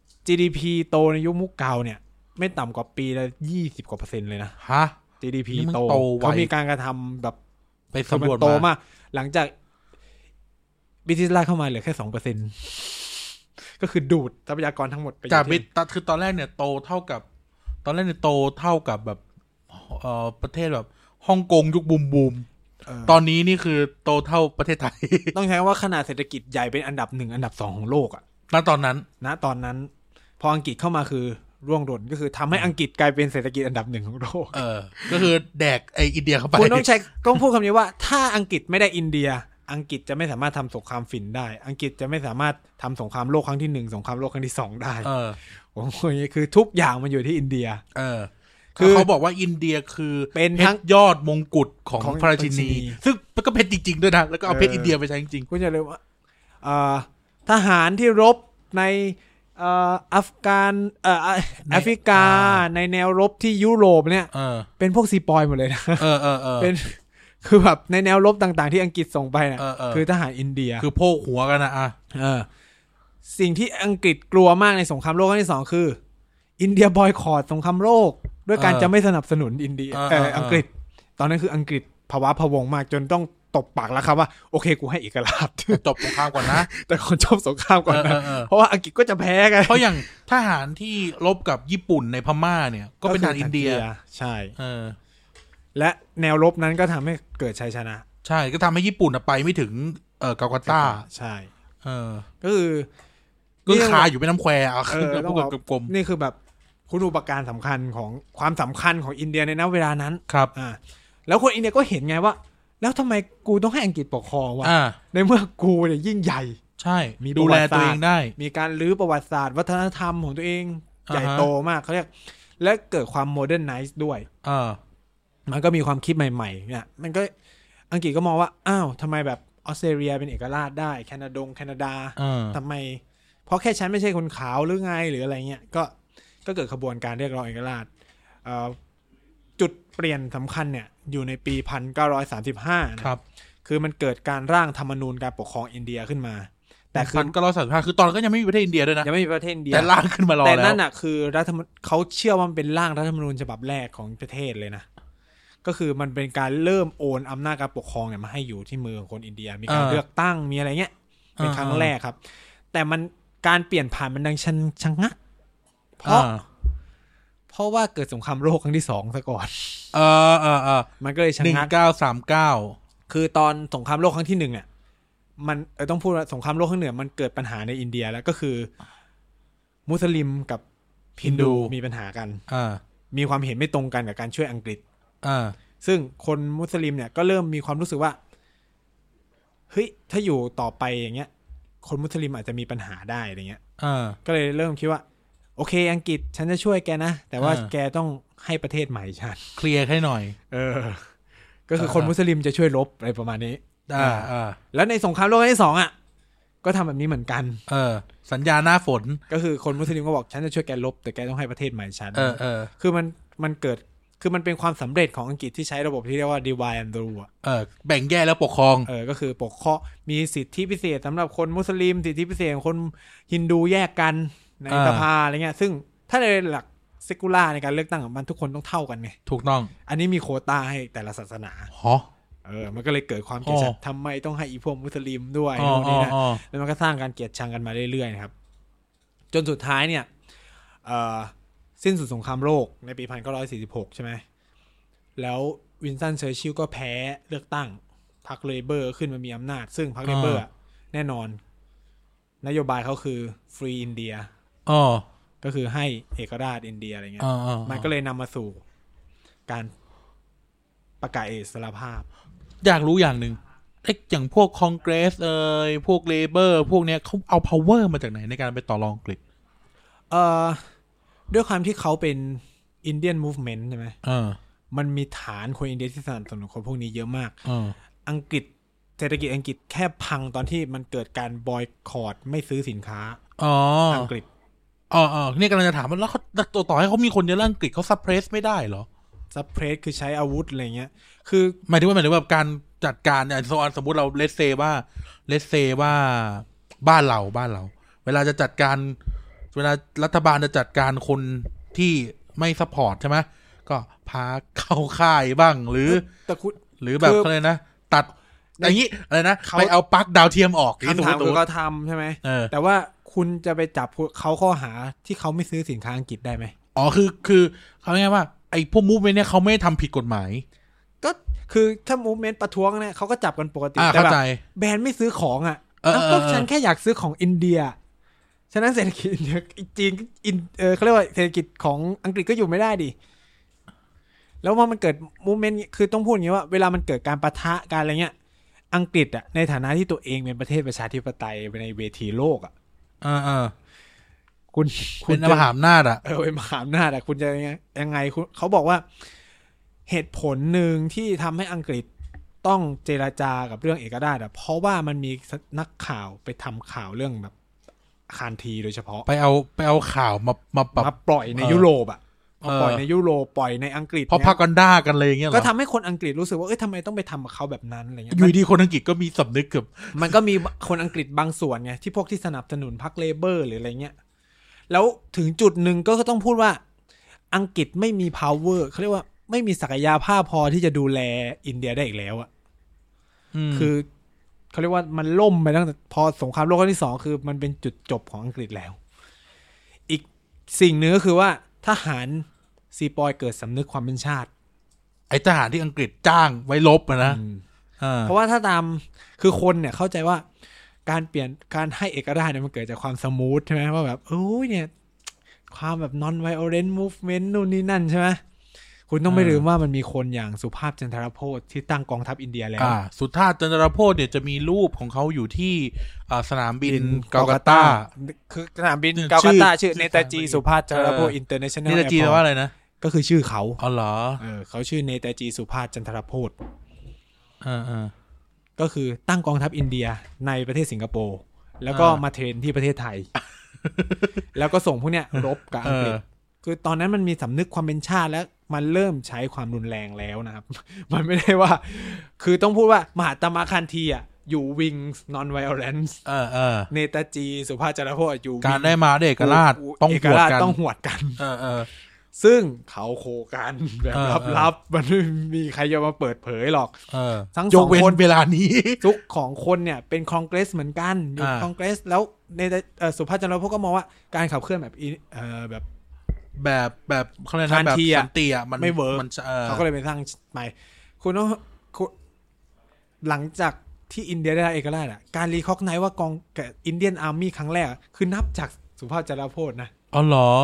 GDP โตในยุคมุกเก่าเนี่ยไม่ต่ำกว่าปีละ20%กว่าเลยนะฮะ GDP โตเขามีการกระทำแบบไปสำรวจโตมากหลังจากบริติชราชเข้ามาเหลือแค่ 2% ก็คือดูดทรัพยากรทั้งหมดไปจากคือตอนแรกเนี่ยโตเท่ากับแบบประเทศแบบฮ่องกงยุคบูมตอนนี้นี่คือโตเท่าประเทศไทยต้องใช้ว่าขนาดเศรษฐกิจใหญ่เป็นอันดับ1อันดับ2ของโลกณตอนนั้นพออังกฤษเข้ามาคือร่วงหล่นก็คือทำให้อังกฤษกลายเป็นเศรษฐกิจอันดับ1ของโลกก็คือแดกไออินเดียเข้าไปคุณต้องพูดคำนี้ว่าถ้าอังกฤษไม่ได้อินเดียอังกฤษจะไม่สามารถทำสงครามฝิ่นได้อังกฤษจะไม่สามารถทำสงครามโลกครั้งที่1สงครามโลกครั้งที่2ได้ผมว่าอย่างนี้คือทุกอย่างมันอยู่ที่อินเดียคือเขาบอกว่าอินเดียคือเป็นทั้งยอดมงกุฎของพระราชินีซึ่งมันก็เพชรจริงๆด้วยนะแล้วก็เอาเพชรอินเดียไปใช้จริงๆคุณจะเลยว่าทหารที่รบในอัฟริกาในแนวรบที่ยุโรปเนี่ยเป็นพวกซีปอยหมดเลยนะเป็นคือแบบในแนวรบต่างๆที่อังกฤษส่งไปเนี่ยคือทหารอินเดียคือโพกหัวกันนะสิ่งที่อังกฤษกลัวมากในสงครามโลกครั้งที่2คืออินเดียบอยคอตสงครามโลกด้วยการจะไม่สนับสนุนอินเดียอังกฤษตอนนั้นคืออังกฤษภาวะพะวงมากจนต้องตบปากแล้วครับว่าโอเคกูให้เอกราชจบสงครามก่อนนะแต่คนจบสงครามก่อนนะเพราะว่าอังกฤษก็จะแพ้กันเพราะอย่างทหารที่รบกับญี่ปุ่นในพม่าเนี่ยก็เป็นทหารอินเดียใช่และแนวรบนั้นก็ทำให้เกิดชัยชนะใช่ก็ทำให้ญี่ปุ่นไปไม่ถึงกาลกัตตาใช่ก็คือคาอยู่เป็นน้ำแควต้องบอกกลมนี่คือแบบคุณูปการสำคัญของความสำคัญของอินเดียในณเวลานั้นครับแล้วคนอินเดียก็เห็นไงว่าแล้วทำไมกูต้องให้อังกฤษปกครองวะในเมื่อกูเนี่ยยิ่งใหญ่ใช่มีดูแลตัวเองได้มีการรื้อประวัติศาสตร์วัฒนธรรมของตัวเองใหญ่โตมากเขาเรียกและเกิดความโมเดิร์นไนซ์ด้วยมันก็มีความคิดใหม่ๆเนี่ยมันก็อังกฤษก็มองว่าอ้าวทำไมแบบออสเตรเลียเป็นเอกราชได้แคนาดาทำไมเพราะแค่ฉันไม่ใช่คนขาวหรือไงหรืออะไรเงี้ยก็เกิดขบวนการเรียกร้องเอกราชจุดเปลี่ยนสำคัญเนี่ยอยู่ในปี 1935 นะครับคือมันเกิดการร่างธรรมนูญการปกครองอินเดียขึ้นมาแต่คือ 1935 คือตอนนั้นก็ยังไม่มีประเทศอินเดียด้วยนะยังไม่มีประเทศอินเดียแต่ร่างขึ้นมารอแล้วแต่นั่นน่ะคือเขาเชื่อว่ามันเป็นร่างรัฐธรรมนูญฉบับแรกของประเทศเลยนะก็คือมันเป็นการเริ่มโอนอำนาจการปกครองเนี่ยมาให้อยู่ที่มือของคนอินเดียมีการเลือกตั้งมีอะไรเงี้ยเป็นครั้งแรกครับแต่มันการเปลี่ยนผ่านมันดังชะงักเพราะว่าเกิดสงครามโลกครั้งที่2ซะก่อนมันก็เลยชะงัก1939คือตอนสงครามโลกครั้งที่1เนี่ยมันต้องพูดว่าสงครามโลกครั้ง1มันเกิดปัญหาในอินเดียแล้วก็คือมุสลิมกับฮินดูมีปัญหากันมีความเห็นไม่ตรงกันกับการช่วยอังกฤษ ซึ่งคนมุสลิมเนี่ยก็เริ่มมีความรู้สึกว่าเฮ้ยถ้าอยู่ต่อไปอย่างเงี้ยคนมุสลิมอาจจะมีปัญหาได้อะไรเงี้ยก็เลยเริ่มคิดว่าโอเคอังกฤษฉันจะช่วยแกนะแต่ว่าแกต้องให้ประเทศใหม่ฉันเคลียร์ให้หน่อยก็คือคนมุสลิมจะช่วยรบอะไรประมาณนี้แล้วในสงครามโลกครั้งที่2อ่ะก็ทำแบบนี้เหมือนกันสัญญาหน้าฝนก็คือคนมุสลิมก็บอกฉันจะช่วยแกรบแต่แกต้องให้ประเทศใหม่ฉันคือมันเกิดคือมันเป็นความสำเร็จของอังกฤษที่ใช้ระบบที่เรียกว่า divide and rule แบ่งแยกแล้วปกครองก็คือปกครองมีสิทธิพิเศษสำหรับคนมุสลิมสิทธิพิเศษของคนฮินดูแยกกันในสภาอะไรเงี้ยซึ่งถ้าในหลักเซกูล่าในการเลือกตั้งมันทุกคนต้องเท่ากันไงถูกต้องอันนี้มีโควต้าให้แต่ละศาสนามันก็เลยเกิดความเกลียดชังทำไมต้องให้อีพวกมุสลิมด้วยนู่นนี่นะแล้วมันก็สร้างการเกลียดชังกันมาเรื่อยๆนะครับจนสุดท้ายเนี่ยสิ้นสุดสงครามโลกในปี1946ใช่ไหมแล้ววินสตันเชอร์ชิลล์ก็แพ้เลือกตั้งพรรคเลเบอร์ขึ้นมามีอำนาจซึ่งพรรคเลเบอร์แน่นอนนโยบายเขาคือฟรีอินเดียก็คือให้เอกราชอินเดียอะไรเงี้ยมันก็เลยนำมาสู่การประกาศอิสรภาพอยากรู้อย่างหนึ่งอย่างพวกคอนเกรสพวกเลเบอร์พวกเนี้ยเขาเอา power มาจากไหนในการไปต่อรองอังกฤษด้วยความที่เขาเป็น Indian Movement ใช่ไหมมันมีฐานคนอินเดียที่สนับสนุนคนพวกนี้เยอะมากอังกฤษเศรษฐกิจอังกฤษแค่พังตอนที่มันเกิดการบอยคอตไม่ซื้อสินค้าอังกฤษนี่กำลังจะถามว่าแล้วเขาต่อให้เขามีคนเยอะอังกฤษเขาซับเพรสไม่ได้เหรอซับเพรสคือใช้อาวุธอะไรเงี้ยคือหมายถึงว่าการจัดการอย่างสมมติเราเลสเซว่าบ้านเราเวลาจะจัดการเวลารัฐบาลจะจัดการคนที่ไม่ซัพพอร์ตใช่ไหมก็พาเข้าค่ายบ้างหรือแบบอะไรนะตัดอย่างนี้อะไรนะไปเอาปลั๊กดาวเทียมออกคำถามคือเขาทำใช่ไหมแต่ว่าคุณจะไปจับเขาข้อหาที่เขาไม่ซื้อสินค้าอังกฤษได้ไหมคือเขาง่ายว่าไอ้พวกมูฟเมนต์เนี่ยเขาไม่ทำผิดกฎหมายก็คือถ้ามูฟเมนต์ประท้วงเนี่ยเขาก็จับกันปกติแต่แบบแบรนด์ไม่ซื้อของก็ฉันแค่อยากซื้อของอินเดียฉะนั้นเศรษฐกิจจีนเขาเรียกว่าเศรษฐกิจของอังกฤษก็อยู่ไม่ได้ดิแล้วพอมันเกิดมูฟเมนต์คือต้องพูดอย่างนี้ว่าเวลามันเกิดการปะทะการอะไรเงี้ยอังกฤษในฐานะที่ตัวเองเป็นประเทศประชาธิปไตยในเวทีโลกคุณเป็นมหาอำนาจเป็นมหาอำนาจคุณจะยังไงเขาบอกว่าเหตุผลหนึ่งที่ทำให้อังกฤษต้องเจรจากับเรื่องเอกราชเพราะว่ามันมีนักข่าวไปทำข่าวเรื่องแบบคานทีโดยเฉพาะไปเอาข่าวมาปล่อยในยุโรปปล่อยในยุโรปปล่อยในอังกฤษเพราะพากันด่ากันเลยอย่างเงี้ยก็ทำให้คนอังกฤษรู้สึกว่าทำไมต้องไปทำกับเขาแบบนั้นอะไรเงี้ยอยู่ดีคนอังกฤษก็มีสำนึกกับมันก็มีคนอังกฤษบางส่วนไงที่พวกที่สนับสนุนพรรคเลเบอร์หรืออะไรเงี้ยแล้วถึงจุดหนึ่งก็ต้องพูดว่าอังกฤษไม่มี power เขาเรียกว่าไม่มีศักยภาพพอที่จะดูแลอินเดียได้อีกแล้วคือเขาเรียกว่ามันล่มไปตั้งแต่พอสงครามโลกครั้งที่2คือมันเป็นจุดจบของอังกฤษแล้วอีกสิ่งหนึ่งก็คือว่าทหารซีปอยเกิดสำนึกความเป็นชาติไอ้ทหารที่อังกฤษจ้างไว้ลบนะเพราะว่าถ้าตามคือคนเนี่ยเข้าใจว่าการเปลี่ยนการให้เอกราชเนี่ยมันเกิดจากความสมูทใช่ไหมว่าแบบเนี่ยความแบบ non violent movement นู่นนี่นั่นใช่ไหมคุณต้องไม่ลืมว่ามันมีคนอย่างสุภาพจันทรโพธิ์ที่ตั้งกองทัพอินเดียแล้วสุภาพจันทรโพธิ์เนี่ยจะมีรูปของเขาอยู่ที่สนามบินกาลกัตตาคือสนามบินกาลกัตตาชื่อเนตาจีสุภาพจันทรโพธิ์อินเตอร์เนชั่นแนลเนตาจีแปลว่าอะไรนะก็คือชื่อเขาอ๋อเหรอเขาชื่อเนตาจีสุภาพจันทรโพธิ์ก็คือตั้งกองทัพอินเดียในประเทศสิงคโปร์แล้วก็มาเทรนที่ประเทศไทยแล้วก็ส่งพวกเนี้ยรบกับอังกฤษคือตอนนั้นมันมีสำนึกความเป็นชาติแล้วมันเริ่มใช้ความรุนแรงแล้วนะครับมันไม่ได้ว่าคือต้องพูดว่ามหาตมะคันธีอยู่วิง non violence เนตาจีสุภาพจันทรโพธิ์อยู่การได้มาเอกราชต้องหวดกันต้องหวดกันซึ่งเขาโคกันแบบลับๆมันไม่มีใครจะมาเปิดเผยหรอกทั้งสองคนเวลานี้ทุกของคนเนี่ยเป็นคอนเกรสเหมือนกันอยู่คอนเกรสแล้วในสุภาพจันทรโพธิ์ก็มองว่าการขับเคลื่อนแบบเขาเรียกนะแบบสันติมันไม่เวิร์กเขาก็เลยไปสร้างใหม่คุณต้องหลังจากที่อินเดียได้เอกราชการรีคอกไนท์ว่ากองอินเดียนอาร์มี่ครั้งแรกคือนับจากสุภาพจันทรโพธิ์นะอ๋อเหรอ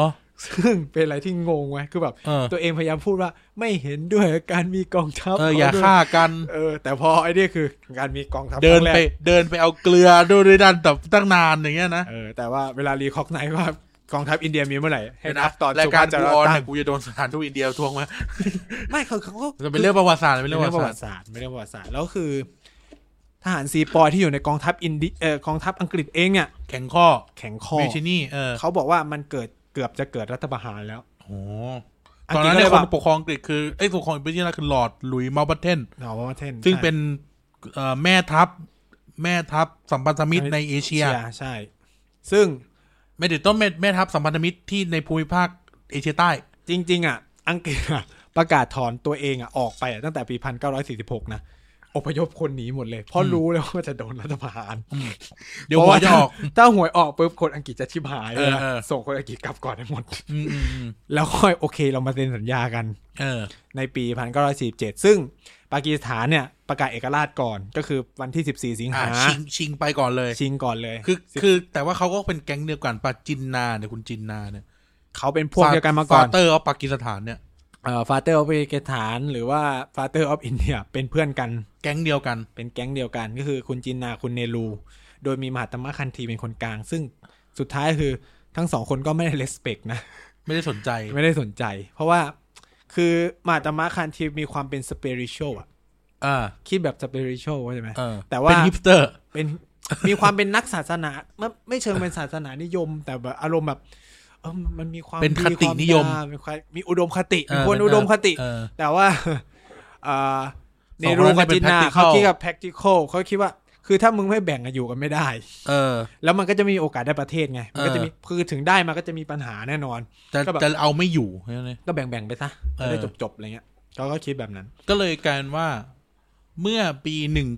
ซึ่งเป็นอะไรที่งงไว้คือแบบตัวเองพยายามพูดว่าไม่เห็นด้วยการมีกองทัพอย่าฆ่ากันแต่พอไอ้นี่คือการมีกองทัพเดินไปเอาเกลือด้วยดันแต่ตั้งนานอย่างเงี้ยนะแต่ว่าเวลารีคอกไนท์ว่ากองทัพอินเดียมีเมื่อไหร่ให้นับตอนรายการกูออนเนี่ยกูจะโดนสถานทูตอินเดียทวงไหมไม่เขาจะเป็นเรื่องประวัติศาสตร์ไม่เรื่องประวัติศาสตร์ไม่เรื่องประวัติศาสตร์แล้วคือทหารซีปอยที่อยู่ในกองทัพกองทัพอังกฤษเองเนี่ยแข็งข้อมิชินี่เขาบอกว่ามันเกือบจะเกิดรัฐประหารแล้วตอนนั้นเนี่ยคนปกครองอังกฤษคือปกครองบริเตนคือลอร์ดหลุยส์เมาท์บัตเทนซึ่งเป็นแม่ทัพสัมพันธมิตรในเอเชียใช่ซึ่งไม่ได้ต้องแม่ทัพสัมพันธมิตรที่ในภูมิภาคเอเชียใต้จริงๆอังกฤษประกาศถอนตัวเองออกไปตั้งแต่ปี1946นะอพยพคนหนีหมดเลยเพราะรู้แล้วว่าจะโดนรัฐประหารเดี๋ยวหวยจะออกถ้าหวยออกปุ๊บคนอังกฤษจะชิบหายเลยส่งคนอังกฤษกลับก่อนทั้งหมดแล้วค่อยโอเคเรามาเซ็นสัญญากันในปี1947ซึ่งปากีสถานเนี่ยประกาศเอกราชก่อนก็คือวันที่14สิงหาชิงไปก่อนเลยคือแต่ว่าเขาก็เป็นแก๊งเดียวกันปาจินนาเนี่ยคุณจินนาเนี่ยเขาเป็นพวกเดียวกันมาก่อน Father of ปากีสถานเนี่ย Father of ปากีสถานหรือว่า Father of India เป็นเพื่อนกันแก๊งเดียวกันเป็นแก๊งเดียวกันก็คือคุณจินนาคุณเนรูโดยมีมหาตมะคันธีเป็นคนกลางซึ่งสุดท้ายคือทั้งสองคนก็ไม่ได้ respect นะไม่ได้สนใจเพราะว่าคือมหาตมะคันธีมีความเป็น spiritual คิดแบบ spiritual ใช่ไหมแต่ว่าเป็นฮิปสเตอร์เป็นมีความเป็นนักศาสนาไม่เชิงเป็นศาสนานิยมแต่แบบอารมณ์แบบมันมีความเป็นคตินิยมมีอุดมคติมีคนอุดมคติแต่ว่าในรูกับจินนาเขาคิดกับ practical เขาคิดว่าคือถ้ามึงไม่แบ่งกันอยู่กันไม่ได้แล้วมันก็จะมีโอกาสได้ประเทศไงมันก็จะมีคือถึงได้มาก็จะมีปัญหาแน่นอนจะเอาไม่อยู่ก็แบ่งไปซะจะได้จบอะไรเงี้ยเขาก็คิดแบบนั้นก็เลยกลายเป็นว่าเมื่อปี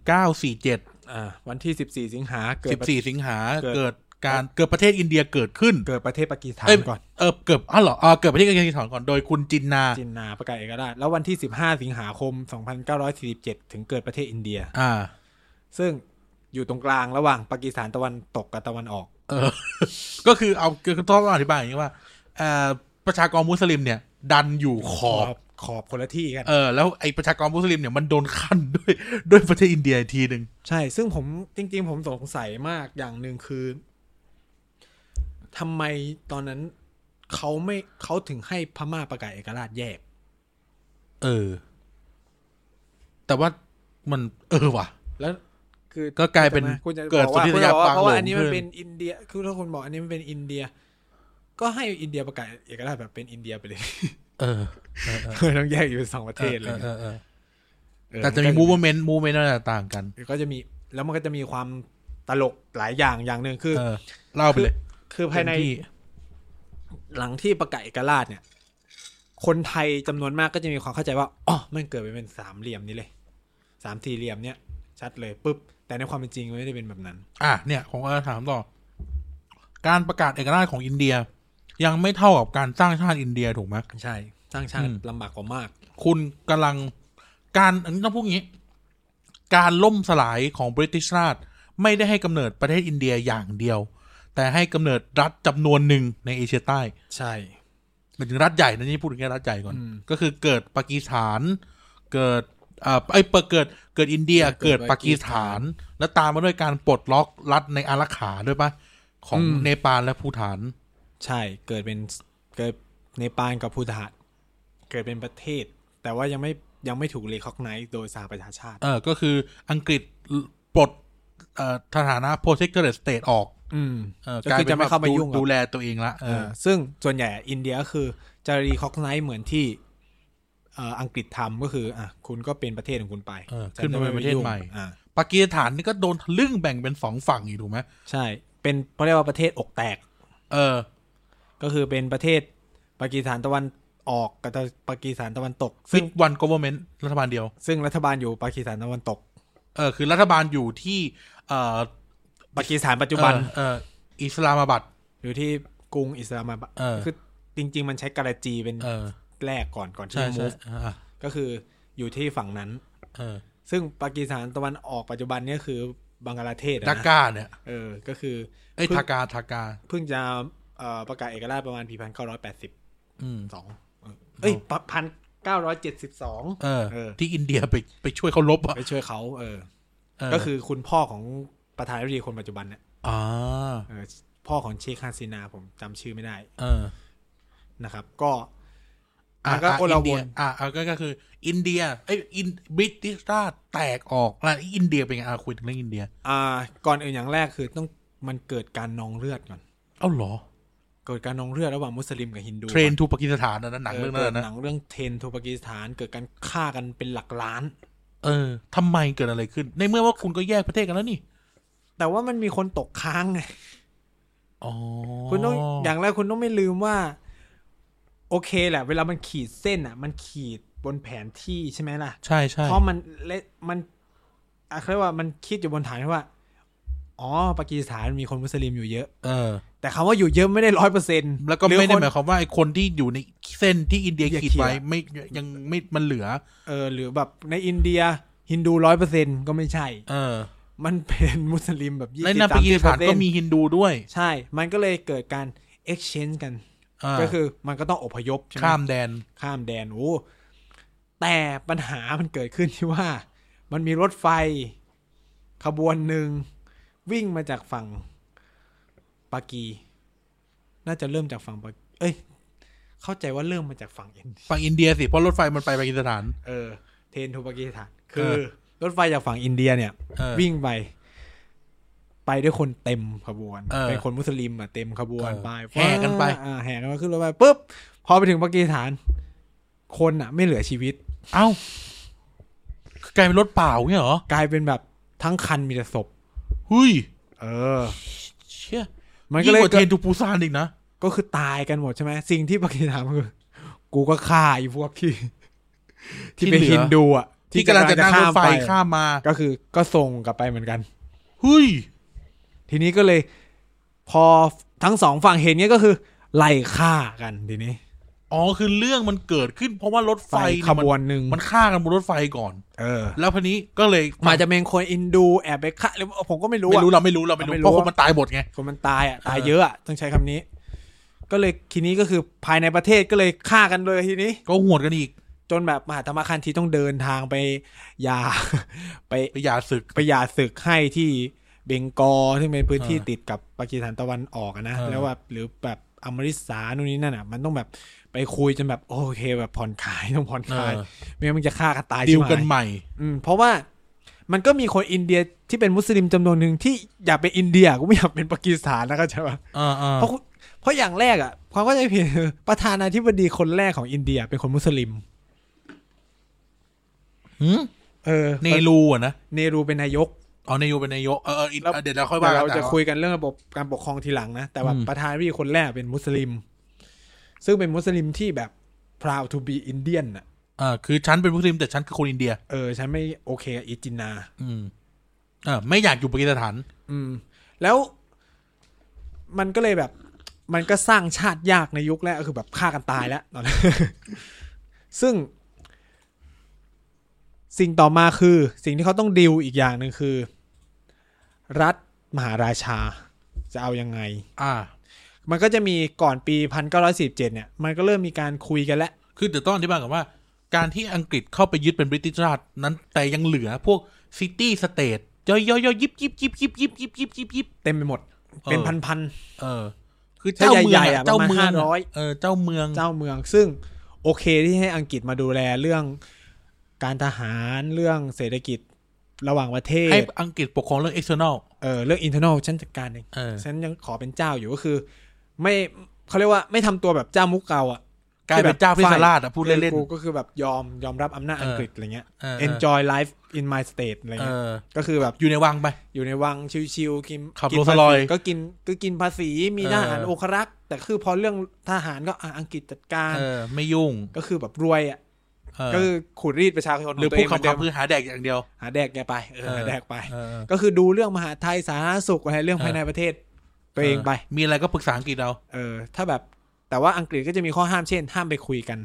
1947 วันที่14สิงหาเกิด 14สิงหาเกิดประเทศอินเดียเกิดขึ้นเกิดประเทศปากีสถานก่อนเกิดเกิดประเทศปากีสถานก่อนโดยคุณจินนาประกาศเอกราชแล้ววันที่15สิงหาคม2947ถึงเกิดประเทศอินเดียซึ่งอยู่ตรงกลางระหว่างปากีสถานตะวันตกกับตะวันออกก็คือต้องอธิบายอย่างนี้ว่าประชากรมุสลิมเนี่ยดันอยู่ขอบคนละที่กันแล้วไอ้ประชากรมุสลิมเนี่ยมันโดนขั้นด้วยประเทศอินเดียทีนึงใช่ซึ่งผมจริงๆผมสงสัยมากอย่างนึงคือทำไมตอนนั้นเขาถึงให้พม่าประกาศเอกราชแยกแต่ว่ามันว่ะแล้วคือก็กลายเป็นเกิดสนธิยาเพราะว่าอันนี้มันเป็นอินเดียคือถ้าคุณบอกอันนี้มันเป็นอินเดียก็ให้อินเดียประกาศเอกราชแบบเป็นอินเดียไปเลยต้องแยกอยู่2ประเทศเลยแต่จะมีมูฟเมนต์อะไรต่างกันก็จะมีแล้วมันก็จะมีความตลกหลายอย่างนึงคือเล่าไปเลยคือภายในหลังที่ประกาศเอกราชเนี่ยคนไทยจำนวนมากก็จะมีความเข้าใจว่ามันเกิดเป็นสามเหลี่ยมนี้เลย3สี่เหลี่ยมเนี่ยชัดเลยปุ๊บแต่ในความเป็นจริงไม่ได้เป็นแบบนั้นเนี่ยผมก็ถามต่อการประกาศเอกราชของอินเดียยังไม่เท่ากับการสร้างชาติอินเดียถูกไหมใช่สร้างชาติลำบากกว่ามากคุณกำลังต้องพูดงี้การล่มสลายของบริติชราชไม่ได้ให้กำเนิดประเทศอินเดียอย่างเดียวแต่ให้กำเนิดรัฐจำนวนหนึ่งในเอเชียใต้ใช่เป็นถึงรัฐใหญ่นะนี่พูดถึงแค่รัฐใหญ่ก่อนก็คือเกิดปากีสถานเกิดเกิดอินเดียเกิดปากีสถานแล้วตามมาด้วยการปลดล็อกรัฐในอารักขาด้วยปะของเนปาลและภูฏานใช่เกิดเนปาลกับภูฏานเกิดเป็นประเทศแต่ว่ายังไม่ถูกเรียกคอกไนท์โดยสหประชาชาติก็คืออังกฤษปลดสถานะ protectorate state ออกก็คือจะไม่เข้ามายุ่งดูแลตัวเองละซึ่งส่วนใหญ่อินเดียก็คือจะรีคอกไนท์เหมือนที่อังกฤษทำก็คือคุณก็เป็นประเทศของคุณไปขึ้นมาเป็นประเทศใหม่ปากีสถานนี่ก็โดนทะลึ่งแบ่งเป็น2ฝั่งอยู่ถูกไหมใช่เป็นเขาเรียกว่าประเทศอกแตกก็คือเป็นประเทศปากีสถานตะวันออกกับปากีสถานตะวันตกซึ่งวัน government รัฐบาลเดียวซึ่งรัฐบาลอยู่ปากีสถานตะวันตกคือรัฐบาลอยู่ที่ปากีสถานปัจจุบันอิสลามาบัดอยู่ที่กรุงอิสลามาบัดคือจริงๆมันใช้กาลาจีเป็นแรกก่อนที่มูฟก็คืออยู่ที่ฝั่งนั้นซึ่งปากีสถานตะวันออกปัจจุบันเนี่ยคือบังกลาเทศดากาเนี่ยก็คือทากาเพิ่งจะประกาศเอกราชประมาณปี1982 1972 ที่อินเดียไปช่วยเขาลบไปช่วยเขาก็คือคุณพ่อของประธานาธิบดีคนปัจจุบันเนี่ยพ่อของเชคฮาซีนาผมจำชื่อไม่ได้นะครับก็โอลาวนก็คืออินเดียบริติชราชแตกออกแล้วอินเดียเป็นไงคุยถึงเรื่องอินเดียก่อนอื่นอย่างแรกคือมันเกิดการนองเลือดก่อนเอ้าเหรอเกิดการนองเลือดระหว่างมุสลิมกับฮินดูเทรนทูปากีสถานนะหนังเรื่องนั้นนะหนังเรื่องเทรนทูปากีสถานเกิดการฆ่ากันเป็นหลักล้านทำไมเกิดอะไรขึ้นในเมื่อว่าคุณก็แยกประเทศกันแล้วนี่แต่ว่ามันมีคนตกค้างไงคุณต้องอย่างแรกคุณต้องไม่ลืมว่าโอเคแหละเวลามันขีดเส้นมันขีดบนแผนที่ใช่ไหมล่ะใช่ใช่เพราะมันเรียกว่ามันคิดอยู่บนฐานที่ว่าปากีสถานมีคนมุสลิมอยู่เยอะแต่คำว่าอยู่เยอะไม่ได้ 100% แล้วก็ไม่ได้หมายความว่าไอ้คนที่อยู่ในเส้นที่อินเดียขีดไว้ไม่ยังไม่มันเหลือหรือแบบในอินเดียฮินดู 100% ก็ไม่ใช่มันเป็นมุสลิมแบบ 20-30%ในปากีสถานก็มีฮินดูด้วยใช่มันก็เลยเกิดการ exchange กันก็คือมันก็ต้องอพยพใช่ไหมข้ามแดนแต่ปัญหามันเกิดขึ้นที่ว่ามันมีรถไฟขบวนหนึ่งวิ่งมาจากฝั่งปากีน่าจะเริ่มจากฝั่งเข้าใจว่าเริ่มมาจากฝั่งอินเดียสิเพราะรถไฟมันไปปากีสถานเทรนทูปากีสถานคือรถไฟจากฝั่งอินเดียเนี่ยวิ่งไปด้วยคนเต็มขบวนเป็นคนมุสลิมเต็มขบวนไปแห่กันไปแห่กันมาขึ้นรถไฟปุ๊บพอไปถึงปากีสถานคนไม่เหลือชีวิตเอ้ากลายเป็นรถเปล่าเนี่ยเหรอกลายเป็นแบบทั้งคันมีแต่ศพหุยเชี่ยมันก็เลยเทรนทูปูซานอีกนะก็คือตายกันหมดใช่ไหมสิ่งที่ปากีสถานคือกูก็ฆ่าอีพวกที่เป็นฮินดูที่กำลังจะนั่งรถไฟข้ามมาก็ส่งกลับไปเหมือนกันหุยทีนี้ก็เลยพอทั้งสองฝั่งเห็นเนี้ยก็คือไล่ฆ่ากันทีนี้คือเรื่องมันเกิดขึ้นเพราะว่ารถไฟขบวนหนึ่งมันฆ่ากันบนรถไฟก่อนแล้วพอนี้ก็เลยมาจะเป็นคนอินดูแอบไปฆ่าหรือผมก็ไม่รู้เราไม่รู้เพราะคนมันตายหมดไงคนมันตายตายเยอะต้องใช้คำนี้ก็เลยทีนี้ก็คือภายในประเทศก็เลยฆ่ากันเลยทีนี้ก็หวดกันอีกจนแบบมหาธรรมคันธีต้องเดินทางไปหย่าศึกให้ที่เบงกอลซึ่งเป็นพื้นที่ติดกับปากีสถานตะวันออกนะแล้วแบบหรือแบบอมฤตสานู่นนี่นั่นมันต้องแบบไปคุยจนแบบโอเคแบบผ่อนคลายต้องผ่อนคลายไม่งั้นมันจะฆ่ากันตายดิวกันใหม่เพราะว่ามันก็มีคนอินเดียที่เป็นมุสลิมจำนวนหนึ่งที่อยากเป็นอินเดียก็ไม่อยากเป็นปากีสถานนะเข้าใจป่ะเพราะอย่างแรกความเข้าใจผิดประธานาธิบดีคนแรกของอินเดียเป็นคนมุสลิมเนรูนะเนรูเป็นนายกเนรูเป็นนายกเดี๋ยวเราค่อยว่าเราจะคุยกันเรื่องระบบการปกครองทีหลังนะแต่ว่าประธานาธิบดีคนแรกเป็นมุสลิมซึ่งเป็นมุสลิมที่แบบ proud to be Indian คือฉันเป็นมุสลิมแต่ฉันคือคนอินเดียฉันไม่โอเคกับอิจินนาไม่อยากอยู่ปากีสถานแล้วมันก็เลยแบบมันก็สร้างชาติยากในยุคแรกก็คือแบบฆ่ากันตายแล้วตอนนั้นซึ่งสิ่งต่อมาคือสิ่งที่เขาต้องดีลอีกอย่างนึงคือรัฐมหาราชาจะเอายังไงมันก็จะมีก่อนปี1947เนี่ยมันก็เริ่มมีการคุยกันแล้วคือเดี๋ยวต้องอธิบายก่อนว่าการที่อังกฤษเข้าไปยึดเป็นบริติชราชนั้นแต่ยังเหลือพวกซิตี้สเตทย่อยๆยิบเต็มไปหมดเป็นพันๆคือเจ้าเมืองเจ้าเมืองเจ้าเมืองซึ่งโอเคที่ให้อังกฤษมาดูแลเรื่องการทหารเรื่องเศรษฐกิจระหว่างประเทศให้อังกฤษปกครองเรื่อง external เรื่อง internal ฉันจัดการเองฉันยังขอเป็นเจ้าอยู่ก็คือไม่เขาเรียกว่าไม่ทำตัวแบบเจ้ามุกเก่ากลายเป็นเจ้าพิศราชพูดเล่นๆก็คือแบบยอมรับอำนาจอังกฤษอะไรเงี้ย enjoy life in my state อะไรเงี้ยก็คือแบบอยู่ในวังไปอยู่ในวังชิวๆกินขับรถสลอยก็กินภาษีมีทหารองครักษ์แต่คือพอเรื่องทหารก็อังกฤษจัดการไม่ยุ่งก็คือแบบรวยก็คือขูดรีดประชาชนหรือผู้ขับเคลื่อนหาแดกอย่างเดียวหาแดกแกไปหาแดกไปก็คือดูเรื่องมหาไทยสาธารณสุขอะไรเรื่องภายในประเทศตัวเองไปมีอะไรก็ปรึกษาอังกฤษเอาถ้าแบบแต่ว่าอังกฤษก็จะมีข้อห้ามเช่นห้ามไปคุยกัน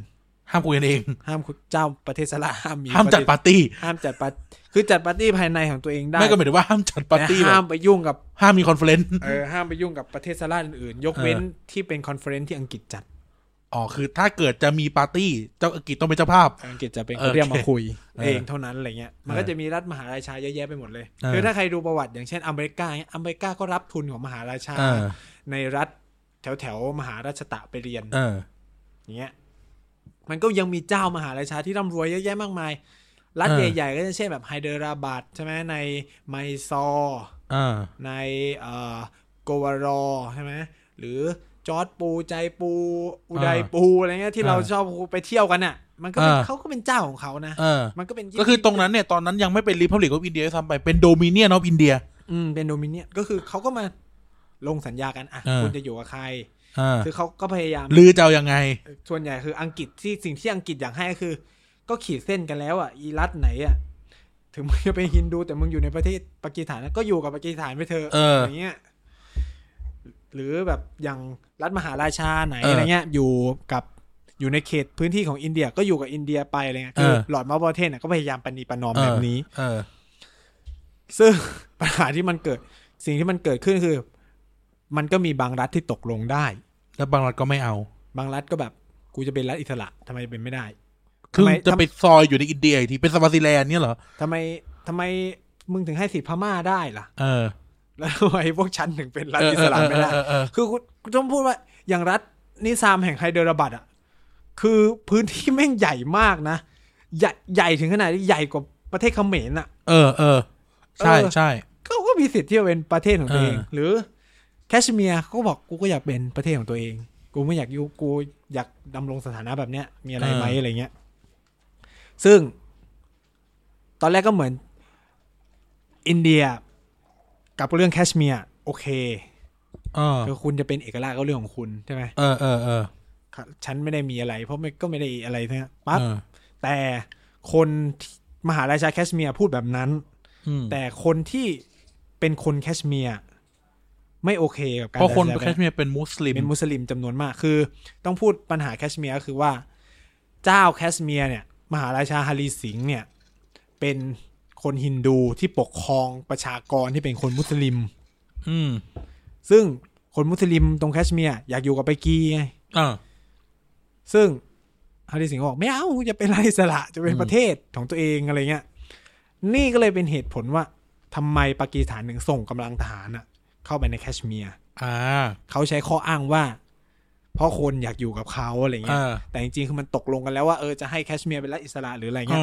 ห้ามคุยกันเองห้ามเจ้าประเทศสละห้ามจัดปาร์ตี้ห้ามจัดปาร์ตี้คือจัดปาร์ตี้ภายในของตัวเองได้ไม่ก็หมายถึงว่าห้ามจัดปาร์ตี้ห้ามไปยุ่งกับห้ามมีคอนเฟอเรนซ์ห้ามไปยุ่งกับประเทศสละอื่นๆยกเว้นที่เป็นคอนเฟอเรนซ์ที่อังกฤษจัดคือถ้าเกิดจะมีปาร์ตี้เจ้าอังกฤษต้องเป็นเจ้าภาพอังกฤษจะเป็นคนเรียกมาคุยเองเท่านั้นอะไรเงี้ยมันก็จะมีรัฐมหาราชาเยอะแยะไปหมดเลยคือถ้าใครดูประวัติอย่างเช่นอเมริกาก็รับทุนของมหาราชาในรัฐแถวมหาราชตะไปเรียนอย่างเงี้ยมันก็ยังมีเจ้ามหาราชาที่ร่ำรวยเยอะแยะมากมายรัฐใหญ่ๆก็จะเช่นแบบไฮเดราบัดใช่ไหมในไมซอร์ในโกวารอใช่ไหมหรือจอร์จปูใจปูอุดัยปูอะไรเงี้ยที่เราชอบไปเที่ยวกันน่ะมันก็เขาก็เป็นเจ้าของเขานะมันก็เป็นก็คือตรงนั้นเนี่ยตอนนั้นยังไม่เป็น Republic of India ซ้ำไปเป็น Dominion of India เป็น Dominion ก็คือเขาก็มาลงสัญญากันคุณจะอยู่กับใครคือเขาก็พยายามลือจะเอายังไงส่วนใหญ่คืออังกฤษที่สิ่งที่อังกฤษอยากให้ก็คือก็ขีดเส้นกันแล้วอีรัฐไหนถึงมึงจะเป็นฮินดูแต่มึงอยู่ในประเทศปากีสถานก็อยู่กับปากีสถานไปเถอะอย่างเงี้ยหรือแบบอย่างรัฐมหาราชาไหนอะไรเงี้ยอยู่ในเขตพื้นที่ของอินเดียก็อยู่กับอินเดียไปอะไรเงี้ยคือหลอร์ดเมาต์บาเทนก็พยายามปณีประนอมแบบนี้ซึ่งปัญหาที่มันเกิดสิ่งที่มันเกิดขึ้นคือมันก็มีบางรัฐที่ตกลงได้แล้วบางรัฐก็ไม่เอาบางรัฐก็แบบกูจะเป็นรัฐอิสระทำไมเป็นไม่ได้คือจะไปซอยอยู่ในอินเดียอีกทีเป็นสวาซิแลนด์เนี่ยเหรอทำไมมึงถึงให้สิทธิพม่าได้ล่ะแล้วทำไมพวกฉันถึงเป็นรัฐอิสระไม่ได้คือกูต้องพูดว่าอย่างรัฐนิซามแห่งไฮเดราบัดคือพื้นที่แม่งใหญ่มากนะใหญ่ถึงขนาดที่ใหญ่กว่าประเทศเขมรใช่ก็มีสิทธิ์ที่จะเป็นประเทศของตัวเองหรือแคชเมียร์เขาบอกกูก็อยากเป็นประเทศของตัวเองกูไม่อยากอยู่กูอยากดำรงสถานะแบบเนี้ยมีอะไรไหมอะไรเงี้ยซึ่งตอนแรกก็เหมือนอินเดียกับเรื่องแคชเมียร์โอเคคือคุณจะเป็นเอกราชก็เรื่องของคุณใช่ไหมฉันไม่ได้มีอะไรเพราะก็ไม่ได้อะไรนะปั๊บแต่คนมหาราชาแคชเมียร์พูดแบบนั้นแต่คนที่เป็นคนแคชเมียร์ไม่โอเคกับการเพราะคนแคชเมียร์เป็นมุสลิมจำนวนมากคือต้องพูดปัญหาแคชเมียร์ก็คือว่าเจ้าแคชเมียร์เนี่ยมหาราชาฮารีสิงห์เนี่ยเป็นคนฮินดูที่ปกครองประชากรที่เป็นคนมุสลิมซึ่งคนมุสลิมตรงแคชเมียร์อยากอยู่กับไปกีไงซึ่งฮารีสิงห์บอกไม่เอาจะเป็นอิสระจะเป็นประเทศของตัวเองอะไรเงี้ยนี่ก็เลยเป็นเหตุผลว่าทำไมปากีสถานถึงส่งกำลังทหารเข้าไปในแคชเมียร์เขาใช้ข้ออ้างว่าเพราะคนอยากอยู่กับเขาอะไรเงี้ยแต่จริงๆคือมันตกลงกันแล้วว่าจะให้แคชเมียร์เป็นรัฐอิสระหรืออะไรเงี้ย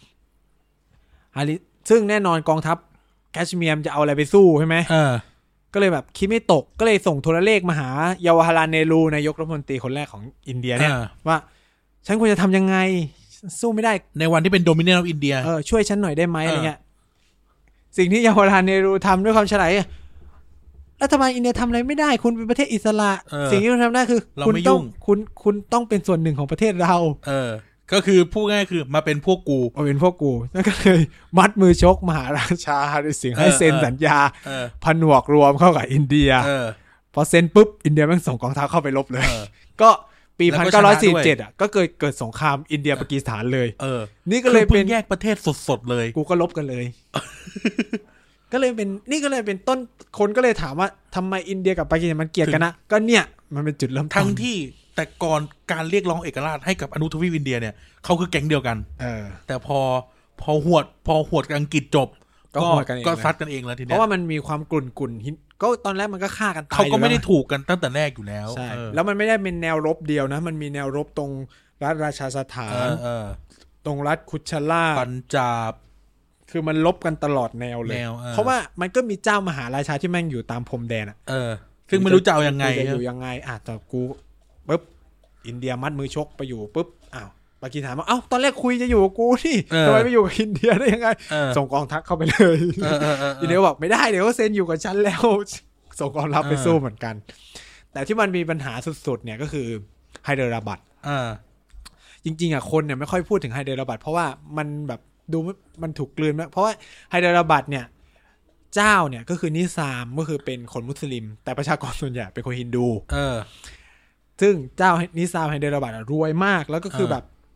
ซึ่งแน่นอนกองทัพแคชเมียร์จะเอาอะไรไปสู้ใช่ไหมก็เลยแบบคิดไม่ตกก็เลยส่งโทรเลขมาหายาวาฮาลาลเนรูนายกรัฐมนตรีคนแรกของอินเดียเนี่ยว่าฉันควรจะทำยังไงสู้ไม่ได้ในวันที่เป็นโดมิเนียนของอินเดียช่วยฉันหน่อยได้ไหมอะไรเงี้ยสิ่งที่ยาวาฮาลาลเนรูทำด้วยความฉลาดรัฐบาลอินเดียทำอะไรไม่ได้คุณเป็นประเทศอิสระสิ่งที่คุณทำได้คือคุณต้องเป็นส่วนหนึ่งของประเทศเราก็คือพูดง่ายคือมาเป็นพวกกูนั่นก็เลยมัดมือชกมหาราชาฮาริสิงห์ให้เซ็นสัญญาผนวกรวมเข้ากับอินเดียพอเซ็นปุ๊บอินเดียมันส่งกองทัพเข้าไปรบเลยก็ปี 1947ก็เกิดสงครามอินเดียปากีสถานเลยนี่ก็เลยเป็นแยกประเทศสดๆเลยกูก็ลบกันเลยก็เลยเป็นต้นคนก็เลยถามว่าทำไมอินเดียกับปากีสถานมันเกลียดกันนะก็เนี่ยมันเป็นจุดเริ่มต้นทั้งที่แต่ก่อนการเรียกร้องเอกราชให้กับอนุทวีปอินเดียเนี่ยเขาคือแก๊งเดียวกันแต่พอหวดอังกฤษจบก็ซัดกันเองแล้วทีเนี้ยเพราะว่ามันมีความกลุ่นก็ตอนแรกมันก็ฆ่ากันตายเขาก็ไม่ได้ถูกกันตั้งแต่แรกอยู่แล้วใช่แล้วมันไม่ได้เป็นแนวรบเดียวนะมันมีแนวรบตรงรัฐราชาสถานตรงรัฐคุชล่าปัญจาบคือมันลบกันตลอดแนวเลยเพราะว่ามันก็มีเจ้ามหาราชาที่แม่งอยู่ตามพรมแดนซึ่งไม่รู้จะเอายังไงอยู่ยังไงแต่กูปุ๊บอินเดียมัดมือชกไปอยู่ปุ๊บปากีสถานว่าตอนแรกคุยจะอยู่กับกูนี่ทำไมไม่อยู่กับอินเดียได้ยังไงส่งกองทัพเข้าไปเลยอินเดียบอกไม่ได้เดี๋ยวเขาเซ็นอยู่กับฉันแล้วส่งกองทัพไปสู้เหมือนกันแต่ที่มันมีปัญหาสุดๆเนี่ยก็คือไฮเดราบัดจริงๆคนเนี่ยไม่ค่อยพูดถึงไฮเดราบัดเพราะว่ามันแบบดูมันถูกกลืนเพราะว่าไฮเดราบัดเนี่ยเจ้าเนี่ยก็คือนิซามก็คือเป็นคนมุสลิมแต่ประชากรส่วนใหญ่เป็นคนฮินดูซึ่งเจ้านิซามไฮเดราบัดรวยมากแล้วก็คือแบบ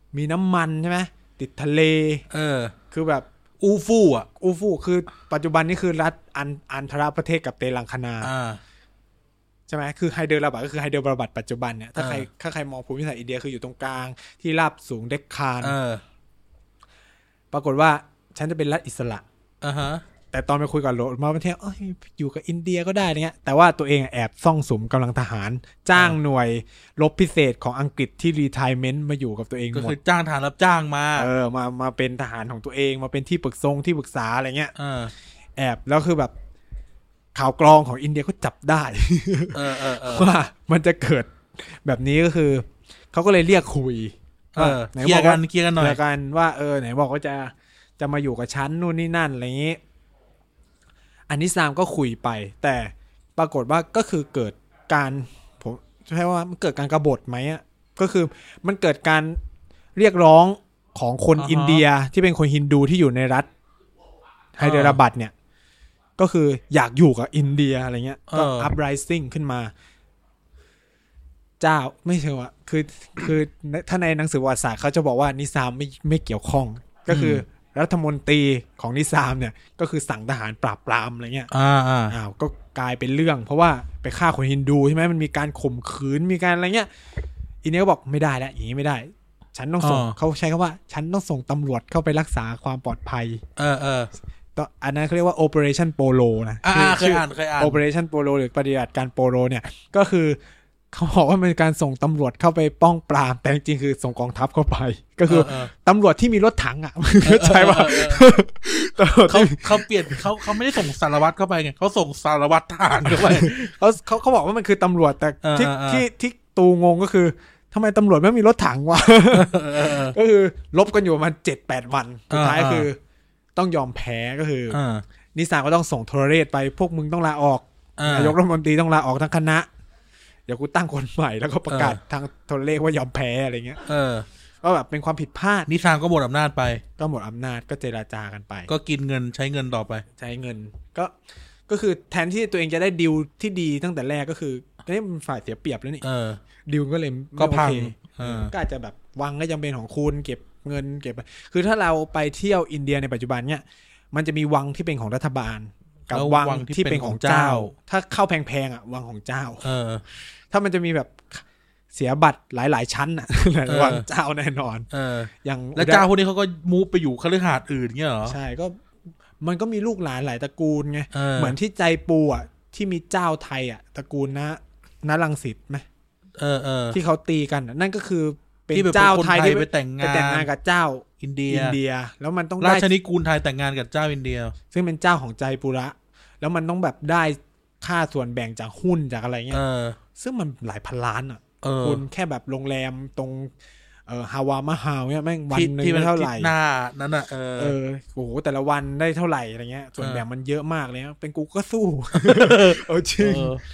มีน้ำมันใช่ไหมติดทะเลคือแบบอูฟูคือปัจจุบันนี้คือรัฐอันธรประเทศกับเตลังคานาใช่ไหมคือไฮเดรบาดก็คือไฮเดรบาดปัจจุบันเนี่ยถ้าใครมองภูมิศาสตร์อินเดียคืออยู่ตรงกลางที่ราบสูงเด็กคานปรากฏว่าฉันจะเป็นรัฐอิสระแต่ตอนไปคุยกับโรดมาประเทศอยู่กับอินเดียก็ได้เนี่ยแต่ว่าตัวเองแอบซ่องสุมกำลังทหารจ้างหน่วยรบพิเศษของอังกฤษที่รีไทร์เมนต์มาอยู่กับตัวเองหมดก็คือจ้างทหารรับจ้างมาเป็นทหารของตัวเองมาเป็นที่ปรึกษาอะไรเงี้ยแอบแล้วคือแบบข่าวกรองของอินเดียก็จับได้ว่ามันจะเกิดแบบนี้ก็คือเขาก็เลยเรียกคุยเคลียร์กันหน่อยว่าไหนบอกว่าจะมาอยู่กับฉันนู่นนี่นั่นอะไรอย่างนี้อันนิซามก็คุยไปแต่ปรากฏว่าก็คือเกิดการผมใช่ว่ามันเกิดการกบฏไหมอ่ะก็คือมันเกิดการเรียกร้องของคนอินเดียที่เป็นคนฮินดูที่อยู่ในรัฐไฮเดรบัดเนี่ยก็คืออยากอยู่กับอินเดียอะไรเงี้ยก็ uprising ขึ้นมาเจ้าไม่ใช่ว่าคือถ้าในหนังสือประวัติศาสตร์เขาจะบอกว่านิซามไม่เกี่ยวข้องก็คือรัฐมนตรีของนิซามเนี่ยก็คือสั่งทหารปราบปรามอะไรเงี้ยก็กลายเป็นเรื่องเพราะว่าไปฆ่าคนฮินดูใช่ไหมมันมีการข่มขืนมีการอะไรเงี้ยอินเดียก็บอกไม่ได้แล้วอย่างนี้ไม่ได้ฉันต้องส่งเขาใช้คำว่าฉันต้องส่งตำรวจเข้าไปรักษาความปลอดภัยอันนั้นเขาเรียกว่า Operation Polo นะเคยอ่าน Operation Polo หรือปฏิบัติการโปโลเนี่ยก็คือเขาบอกว่าเป็นการส่งตำรวจเข้าไปป้องปรามแต่จริงๆคือส่งกองทัพเข้าไปก็คือตำรวจที่มีรถถังอ่ะใช่ป่ะเขาเปลี่ยนเขาไม่ได้ส่งสารวัตรเข้าไปไงเขาส่งสารวัตรทหารเข้าไปเขาบอกว่ามันคือตำรวจแต่ที่ตูงงก็คือทำไมตำรวจไม่มีรถถังวะก็คือลบกันอยู่ประมาณ 7-8 วันสุดท้ายคือต้องยอมแพ้ก็คือนิสาก็ต้องส่งโทรเรศไปพวกมึงต้องลาออกนายกรัฐมนตรีต้องลาออกทั้งคณะเดี๋ยวกูตั้งคนใหม่แล้วก็ประกาศทางโทรเลขว่ายอมแพ้อะไรเงี้ยก็แบบเป็นความผิดพลาดนิซามก็หมดอำนาจไปก็หมดอำนาจก็เจรจากันไปก็กินเงินใช้เงินต่อไปใช้เงินก็คือแทนที่ตัวเองจะได้ดีลที่ดีตั้งแต่แรกก็คือนี่มันฝ่ายเสียเปรียบแล้วนี่ดีลก็เลยก็พังก็อาจจะแบบวังก็ยังเป็นของคุณเก็บเงินเก็บคือถ้าเราไปเที่ยวอินเดียในปัจจุบันเนี่ยมันจะมีวังที่เป็นของรัฐบาลกับวังที่เป็นของเจ้าถ้าเข้าแพงๆอ่ะวังของเจ้าถ้ามันจะมีแบบเสียบัตรหลายๆชั้นอ่ะวังเจ้าแน่นอนอย่างแล้วเจ้าพวกนี้เขาก็มูฟไปอยู่คฤหาสน์อื่นเงี้ยเหรอใช่ก็มันก็มีลูกหลานหลายตระกูลไงเหมือนที่ใจปูอ่ะที่มีเจ้าไทยอ่ะตระกูลนะรังสิตไหมที่เขาตีกันนั่นก็คือเป็นเจ้าไทยที่ไปแต่งงานกับเจ้าอินเดียแล้วมันต้องราชนิกูลไทยแต่งงานกับเจ้าอินเดียซึ่งเป็นเจ้าของใจปุระแล้วมันต้องแบบได้ค่าส่วนแบ่งจากหุ้นจากอะไรเงี้ยซึ่งมันหลายพันล้านอ่ะคุณแค่แบบโรงแรมตรงฮาวามะฮาวเนี่ยแม่งวันนึงเท่าไหร่หน้านั้นอ่ะโอ้โหแต่ละวันได้เท่าไหร่อะไรเงี้ยส่วนแบ่งมันเยอะมากเลยเป็นกูก็สู้จริง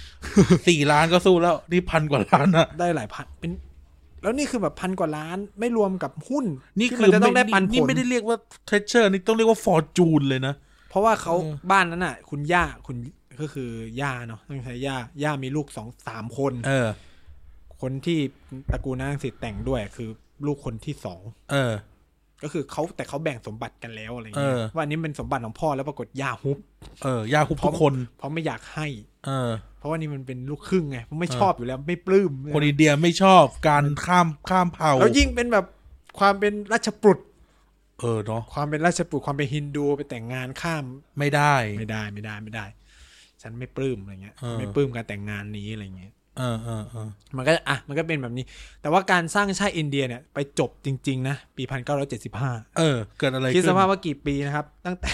4 ล้านก็สู้แล้วนี่1,000 กว่าล้านอ่ะได้หลายพันเป็นแล้วนี่คือแบบ1,000 กว่าล้านไม่รวมกับหุ้นนี่คือจะต้องได้ปันผลนี่ไม่ได้เรียกว่าเทรเชอร์นี่ต้องเรียกว่าฟอร์จูนเลยนะเพราะว่าเขาบ้านนั้นน่ะคุณย่าคุณก็คือย่าเนาะต้องใช้ย่ามีลูก 2-3 คนคนที่ตระกูลนางสิทธิ์แต่งด้วยคือลูกคนที่2ก็คือแต่เขาแบ่งสมบัติกันแล้วอะไรเงี้ยว่าอันนี้เป็นสมบัติของพ่อแล้วปรากฏย่าฮุบย่าฮุบทุกคนเพราะไม่อยากให้เพราะว่านี่มันเป็นลูกครึ่งไงไม่ชอบอยู่แล้วไม่ปลื้มคนอินเดียไม่ชอบการข้ามเผ่าแล้วยิ่งเป็นแบบความเป็นราชบุตรเนาะความเป็นราชบุตรความเป็นฮินดูไปแต่งงานข้ามไม่ได้ฉันไม่ปลื้มอะไรเงี้ยไม่ปลื้มการแต่งงานนี้อะไรเงี้ยมันก็เป็นแบบนี้แต่ว่าการสร้างชาติอินเดียเนี่ยไปจบจริงๆนะปี1975 เกิดอะไรขึ้นคิดสภาพว่ากี่ปีนะครับตั้งแต่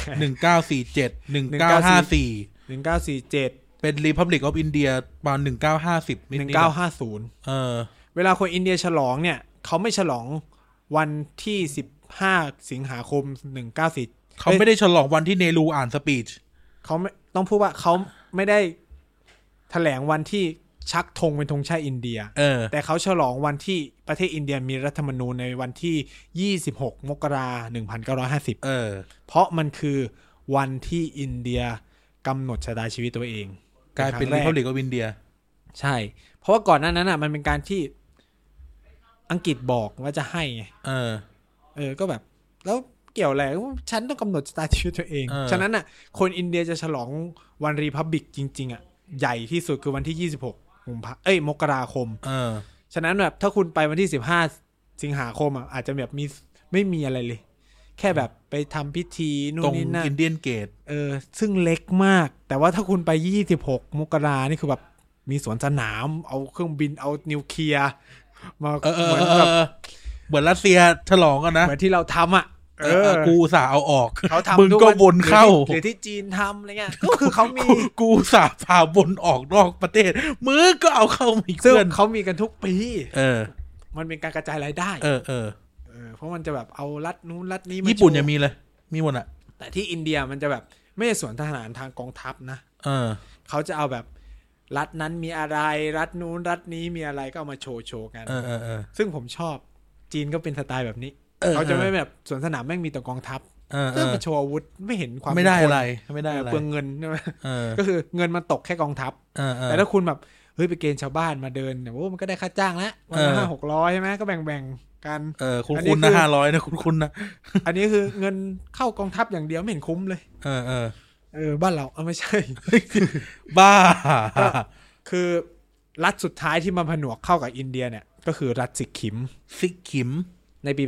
1947 1947เป็น Republic of India ประมาณ1950 1950เวลาคนอินเดียฉลองเนี่ยเขาไม่ฉลองวันที่15 สิงหาคม1947 เขาไม่ได้ฉลองวันที่เนรูอ่านสปีชเขาไม่ต้องพูดว่าเขาไม่ได้แถลงวันที่ชักธงเป็นธงชาติอินเดียแต่เขาฉลองวันที่ประเทศอินเดียมีรัฐธรรมนูญในวันที่26 มกราคม 1950เพราะมันคือวันที่อินเดียกำหนดชะตาชีวิตตัวเองกลายเป็น Republic of India ใช่เพราะว่าก่อนหน้านั้นมันเป็นการที่อังกฤษบอกว่าจะให้ไงก็แบบแล้วเกี่ยวอะไรฉันต้องกำหนดสไตล์ชีวิตตัวเองฉะนั้นอ่ะคนอินเดียจะฉลองวันรีพับลิกจริงๆอ่ะใหญ่ที่สุดคือวันที่26มกราคมฉะนั้นแบบถ้าคุณไปวันที่15สิงหาคมอ่ะอาจจะแบบไม่มีอะไรเลยแค่แบบไปทำพิธีนู่นนี่นั่นตรงอินเดียนเกตซึ่งเล็กมากแต่ว่าถ้าคุณไป26มกรานี่คือแบบมีสวนสนามเอาเครื่องบินเอานิวเคลียร์มาเหมือนแบบเหมือนรัสเซียฉลองกันนะเหมือนที่เราทำอ่ะกูสาเอาออกเขาทำมึงก็วนเข้าหรือที่จีนทำอะไรเงี้ยก็คือเขามีกูสาพาวนออกนอกประเทศมึงก็เอาเข้ามาอีกเพื่อนเขามีกันทุกปีมันเป็นการกระจายรายได้เพราะมันจะแบบเอารัฐนู้นรัฐนี้ญี่ปุ่นยังมีเลยมีหมดอ่ะแต่ที่อินเดียมันจะแบบไม่ใช่ส่วนทหารทางกองทัพนะเขาจะเอาแบบรัฐนั้นมีอะไรรัฐนู้นรัฐนี้มีอะไรก็เอามาโชว์กันซึ่งผมชอบจีนก็เป็นสไตล์แบบนี้เขาจะไม่แบบสวนสนามแม่งมีแต่กองทัพเพื่อมาโชว์อาวุธไม่เห็นความไม่ได้อะไรไม่ได้อะไรเปลืองเงินใช่ไหมก็คือเงินมันตกแค่กองทัพแต่ถ้าคุณแบบเฮ้ยไปเกณฑ์ชาวบ้านมาเดินเนี่ยโอ้มันก็ได้ค่าจ้างแล้ววันละ500-600ใช่ไหมก็แบ่งกันคุณนะ500นะคุณนะอันนี้คือเงินเข้ากองทัพอย่างเดียวไม่เห็นคุ้มเลยบ้านเราไม่ใช่บ้าคือรัฐสุดท้ายที่มาผนวกเข้ากับอินเดียเนี่ยก็คือรัฐสิกขิมในปี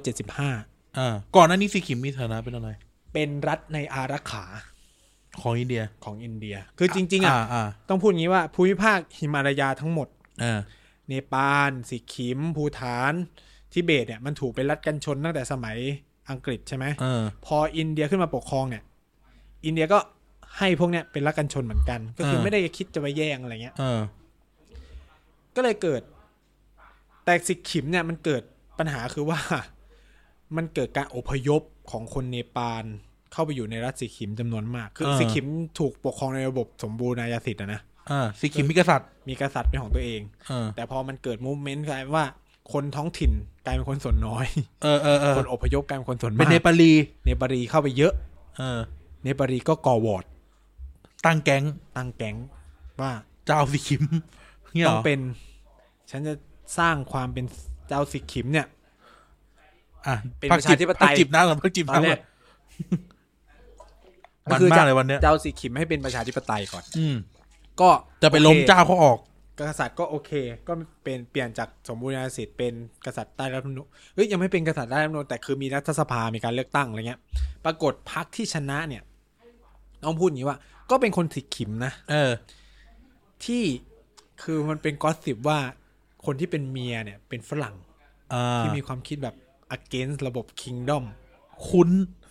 1975 ก่อนหน้านี้สิกขิมมีฐานะเป็นอะไรเป็นรัฐในอารักขาของอินเดียคือจริงๆต้องพูดงี้ว่าภูมิภาคหิมาลายาทั้งหมดเนปาลสิกขิมภูฏานทิเบตเนี่ยมันถูกเป็นรัฐกันชนตั้งแต่สมัยอังกฤษใช่ไหมพออินเดียขึ้นมาปกครองเนี่ยอินเดียก็ให้พวกเนี้ยเป็นรัฐกันชนเหมือนกันก็คือไม่ได้คิดจะไปแย่งอะไรเงี้ยก็เลยเกิดแต่สิกขิมเนี่ยมันเกิดปัญหาคือว่ามันเกิดการอพยพของคนเนปาลเข้าไปอยู่ในรัฐสิกขิมจำนวนมากคือสิกขิมถูกปกครองในระบบสมบูรณาญาสิทธิ์นะสิกขิมมีกษัตริย์เป็นของตัวเองแต่พอมันเกิดมูฟเมนต์กลายว่าคนท้องถิ่นกลายเป็นคนส่วนน้อยคนอพยพกลายเป็นคนส่วนมากเป็นเนปาลีเข้าไปเยอะเนปาลีก็ก่อวอร์ดตั้งแก๊งว่าเจ้าสิกขิมต้องเป็นฉันจะสร้างความเป็นเจ้าสิกขิมเนี่ยเป็นประชาธิปไตยจิบน้ำก่อนจิบน้ำก่อนก็คือเจ้าสิกขิมให้เป็นประชาธิปไตยก่อนก็จะไปล้มเจ้าเขาออกกษัตริย์ก็โอเคก็เป็นเปลี่ยนจากสมบูรณาญาสิทธิ์เป็นกษัตริย์ใต้รัฐธรรมนูญยังไม่เป็นกษัตริย์ใต้รัฐธรรมนูญแต่คือมีรัฐสภามีการเลือกตั้งอะไรเงี้ยปรากฏพรรคที่ชนะเนี่ยต้องพูดอย่างนี้ว่าก็เป็นคนสิกขิมนะที่คือมันเป็นกอสซิปว่าคนที่เป็นเมียเนี่ยเป็นฝรั่งที่มีความคิดแบบ against ระบบ kingdom คุณ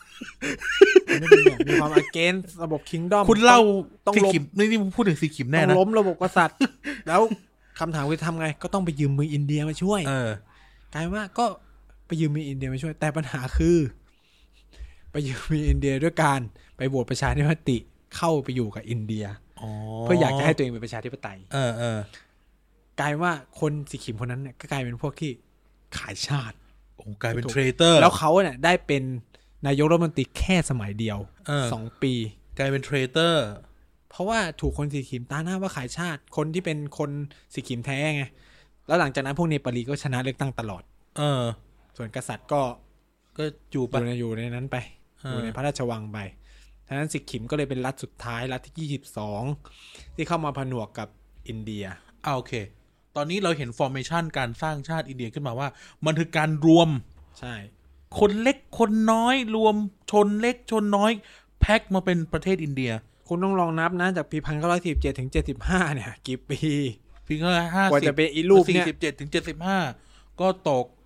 มีความ against ระบบ kingdom คุณเล่าต้องล้มนี่พูดถึงสิกขิมแน่นะต้องล้มระบบกษัตริย์แล้วคำถามคือทำไงก็ต้องไปยืมมืออินเดียมาช่วยกลายว่าก็ไปยืมมืออินเดียมาช่วยแต่ปัญหาคือไปยืมมืออินเดียด้วยการไปโหวตประชาธิปไตยเข้าไปอยู่กับอินเดียเพื่ออยากจะให้ตัวเองเป็นประชาธิปไตยกลายว่าคนสิกขิมคนนั้นเนี่ยก็กลายเป็นพวกที่ขายชาติกลายเป็นเทรเตอร์แล้วเขาเนี่ยได้เป็นนายกรัฐมนตรีแค่สมัยเดียว2 ปีกลายเป็นเทรเตอร์เพราะว่าถูกคนสิกขิมต้านหน้าว่าขายชาติคนที่เป็นคนสิกขิมแท้ไงแล้วหลังจากนั้นพวกเนปาลีก็ชนะเลือกตั้งตลอดส่วนกษัตริย์ก็อยู่ในนั้นไปอยู่ในพระราชวังไปฉะนั้นสิกขิมก็เลยเป็นรัฐสุดท้ายรัฐที่22ที่เข้ามาผนวกกับอินเดียโอเคตอนนี้เราเห็นฟอร์เมชันการสร้างชาติอินเดียขึ้นมาว่ามันคือการรวมใช่คนเล็กคนน้อยรวมชนเล็กชนน้อยแพ็คมาเป็นประเทศอินเดียคุณต้องลองนับนะจากปี1947ถึง75เนี่ยกี่ปีปี1950 กว่าจะเป็นอีรูปเนี่ย 47ถึง75ก็ตก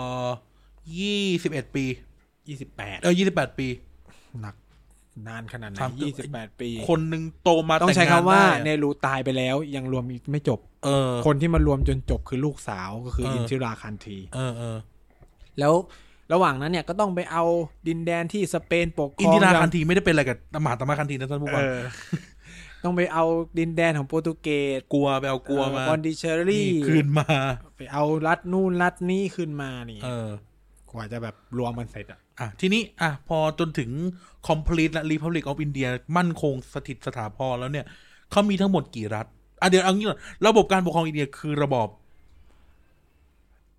21ปี28ปีหนักนานขนาดไหน28ปีคนนึงโตมาต้องใช้คำว่าเนรูตายไปแล้วยังรวมไม่จบคนที่มารวมจนจบคือลูกสาวก็คืออินทิราคันธีแล้วระหว่างนั้นเนี่ยก็ต้องไปเอาดินแดนที่สเปนปกครองอินทิราคันธีไม่ได้เป็นอะไรกับมหาตมะคันธีนะท่านผู้ฟังต้องไปเอาดินแดนของโปรตุเกสไปเอากัวมาปอนดิเชอรี่คืนมาไปเอารัฐนู่นรัฐนี้ขึ้นมานี่กว่าจะแบบรวมมันเสร็จทีนี้พอจนถึง complete และ Republic of India มั่นคงสถิตสถาพรแล้วเนี่ยเขามีทั้งหมดกี่รัฐเดี๋ยวเอางี้ก่อนระบบการปกครองอินเดียคือระบอบ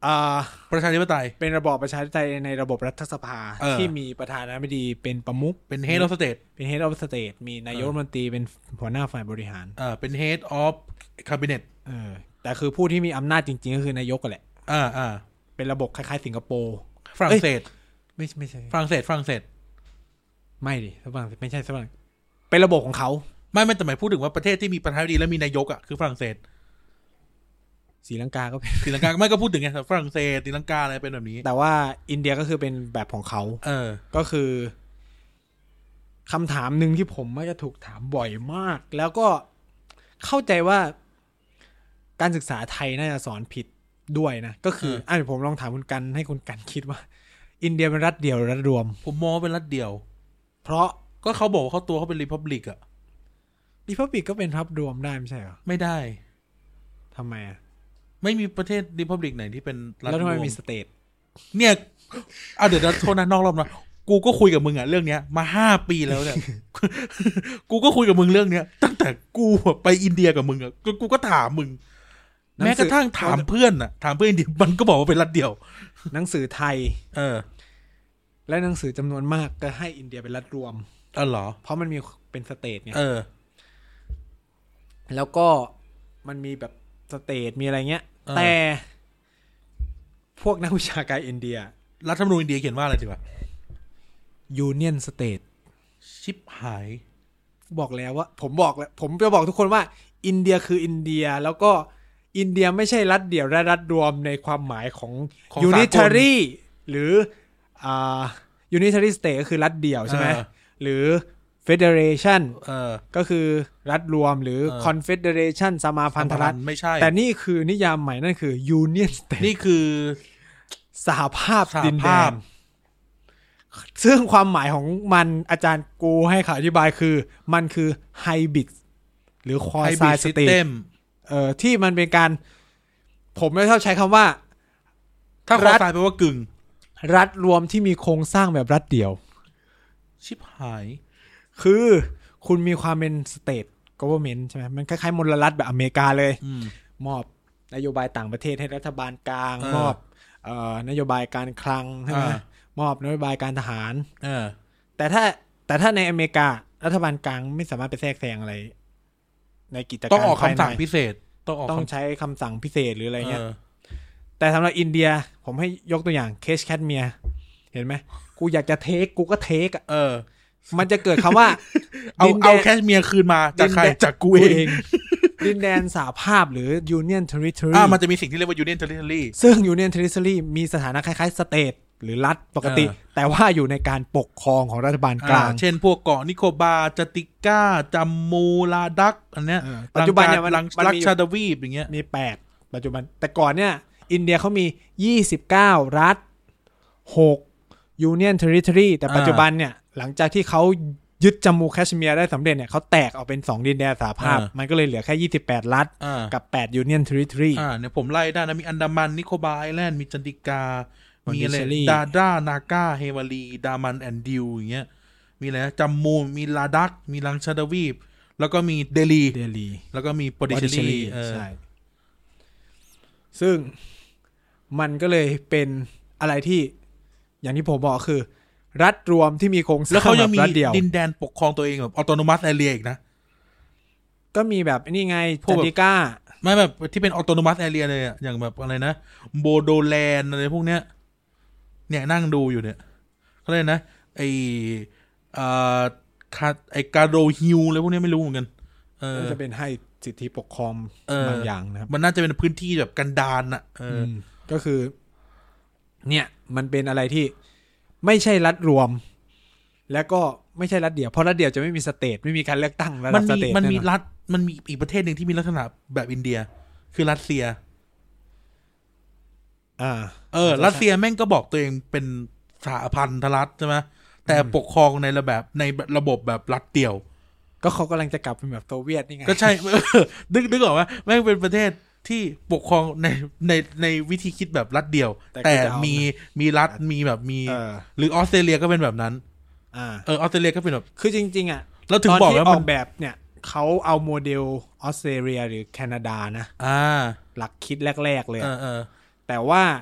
ประชาธิปไตยเป็นระบอบประชาธิปไตยในระบบรัฐสภาที่มีประธานาธิบดีเป็นประมุขเป็น Head of State เป็น Head of State มีนายกรัฐมนตรีเป็นหัวหน้าฝ่ายบริหารเป็น Head of Cabinet แต่คือผู้ที่มีอำนาจจริงๆก็คือนายกแหละเป็นระบบคล้ายๆสิงคโปร์ฝรั่งเศสไม่ใช่ฝรั่งเศสไม่ดิฝรั่งเศสไม่ใช่ฝรั่งเป็นระบบของเขาไม่แต่หมายพูดถึงว่าประเทศที่มีประธานาธิบดีและมีนายกอ่ะคือฝรั่งเศสศรีลังกาก็เป็นศรีลังกาไม่ก็พูดถึงไงฝรั่งเศสศรีลังกาอะไรเป็นแบบนี้แต่ว่าอินเดียก็คือเป็นแบบของเขาก็คือคำถามหนึ่งที่ผมมักจะถูกถามบ่อยมากแล้วก็เข้าใจว่าการศึกษาไทยน่าจะสอนผิดด้วยนะก็คือผมลองถามคุณกันให้คุณกันคิดว่าอินเดียเป็นรัฐเดี่ยวหรือรัฐรวมผมมองเป็นรัฐเดี่ยวเพราะก็เขาบอกว่าเขาตัวเขาเป็นรีพับลิกอะรีพับลิกก็เป็นรัฐรวมได้ไม่ใช่เหรอไม่ได้ทำไมอะไม่มีประเทศรีพับลิกไหนที่เป็นรัฐรวมแล้วทำไมมีสเตทเนี่ยเดี๋ยวโทษนะนอกรอบนะกูก็คุยกับมึงอะเรื่องเนี้ยมา5 ปีแล้วเนี่ย กูก็คุยกับมึงเรื่องเนี้ยตั้งแต่กูไปอินเดียกับมึงอะกูก็ถามมึงแม้กระทั่งถามเพื่อนอะถามเพื่อนอินเดียมันก็บอกว่าเป็นรัฐเดียวหนังสือไทยและหนังสือจำนวนมากก็ให้อินเดียเป็นรัฐรวมเหรอเพราะมันมีเป็นสเตทไงแล้วก็มันมีแบบสเตทมีอะไรเงี้ยแต่พวกนักวิชาการอินเดียรัฐธรรมนูญอินเดียเขียนว่าอะไรดีวะ Union State ชิบหายบอกแล้วว่าผมจะบอกทุกคนว่าอินเดียคืออินเดียแล้วก็อินเดียไม่ใช่รัฐเดี่ยวและรัฐรวมในความหมายของ unitary หรือunitary state ก็คือรัฐเดี่ยวใช่ไหมหรือ federation ก็คือรัฐรวมหรือ confederation สมาพันธรัฐไม่ใช่แต่นี่คือนิยามใหม่นั่นคือ union state นี่คือสหภาพดินแดนซึ่งความหมายของมันอาจารย์กูให้เขาอธิบายคือมันคือ hybrid หรือ quasi state ที่มันเป็นการผมไม่ชอบใช้คำว่าถ้าquasiแปลว่ากึ่งรัฐรวมที่มีโครงสร้างแบบรัฐเดี่ยวชิบหายคือคุณมีความเป็น state government ใช่ไหมมันคล้ายๆมลรัฐแบบอเมริกาเลยมอบนโยบายต่างประเทศให้รัฐบาลกลางมอบนโยบายการคลังใช่ไหมมอบนโยบายการทหารแต่ถ้าในอเมริการัฐบาลกลางไม่สามารถไปแทรกแซงอะไรในกิจการต้องออกคำสั่งพิเศษต้องใช้คำสั่งพิเศษหรืออะไรเงี้ยแต่สำหรับอินเดียผมให้ยกตัวอย่างเคสแคทเมียเห็นไหมกูอยากจะเทคกูก็เทคมันจะเกิดคำว่าเอาแคชเมียร์คืนมาจากใครจากกูเองดินแดนสหภาพหรือ Union Territory มันจะมีสิ่งที่เรียกว่า Union Territory ซึ่ง Union Territory มีสถานะคล้ายๆสเตทหรือรัฐปกติแต่ว่าอยู่ในการปกครองของรัฐบาลกลางเช่นพวกเกาะนิโคบาจติก้าจัมมูลาดักอันเนี้ยปัจจุบันเนี่ยมันลักชาดวีปอย่างเงี้ยมี8ปัจจุบันแต่ก่อนเนี่ยอินเดียเขามี29รัฐ6 Union Territory แต่ปัจจุบันเนี่ยหลังจากที่เขายึดจัมมูแคชเมียร์ได้สำเร็จเนี่ยเขาแตกออกเป็น2ดินแดนสหภาพมันก็เลยเหลือแค่28รัฐกับ8 Union Territory เนี่ยผมไล่ได้นะมีอันดามันนิโคบาไอแลนด์มีจันติกามีอะไรดาดานาก้าเฮวารีดามันแอนดิวอย่างเงี้ยมีอะไรจัมมูมีลาดักมีลังชาดวีปแล้วก็มีเดลีแล้วก็มีปอดิเชลีใช่ซึ่งมันก็เลยเป็นอะไรที่อย่างที่ผมบอกคือรัฐรวมที่มีโครงสร้างแล้วเขายังมีดินแดนปกครองตัวเองแบบออโตโนมัสแอเรียอีกนะก็มีแบบนี่ไงจันติก้าไม่แบบที่เป็นออโตโนมัสแอเรียเลยอ่ะอย่างแบบอะไรนะโบโดแลนด์อะไรพวกเนี้ยเนี่ยนั่งดูอยู่เนี่ยเขาเรียกนะไอ้กาโดฮิลอะไรพวกนี้ไม่รู้เหมือนกันจะเป็นให้สิทธิปกครองบางอย่างนะครับมันน่าจะเป็นพื้นที่แบบกันดารอ่ะก็คือเนี่ยมันเป็นอะไรที่ไม่ใช่รัฐรวมแล้วก็ไม่ใช่รัฐเดี่ยวเพราะรัฐเดี่ยวจะไม่มีสเตทไม่มีการเลือกตั้งระดับสเตทมันมีรัฐมันมีอีกประเทศหนึ่งที่มีลักษณะแบบอินเดียคือรัสเซียรัสเซียแม่งก็บอกตัวเองเป็นสหพันธรัฐใช่ไหมแต่ปกครองในระบบแบบรัฐเดี่ยวก็เขากำลังจะกลับเป็นแบบโซเวียตนี่ไงก็ใช่นึกออกว่าแม่งเป็นประเทศที่ปกครองในวิธีคิดแบบรัฐเดี่ยวแต่มีรัฐมีแบบมีหรือออสเตรเลียก็เป็นแบบนั้นออสเตรเลียก็เป็นแบบคือจริงๆอ่ะเราถึงบอกว่าออกแบบเนี่ยเขาเอาโมเดลออสเตรเลียหรือแคนาดานะหลักคิดแรกๆเลยแต่ว่า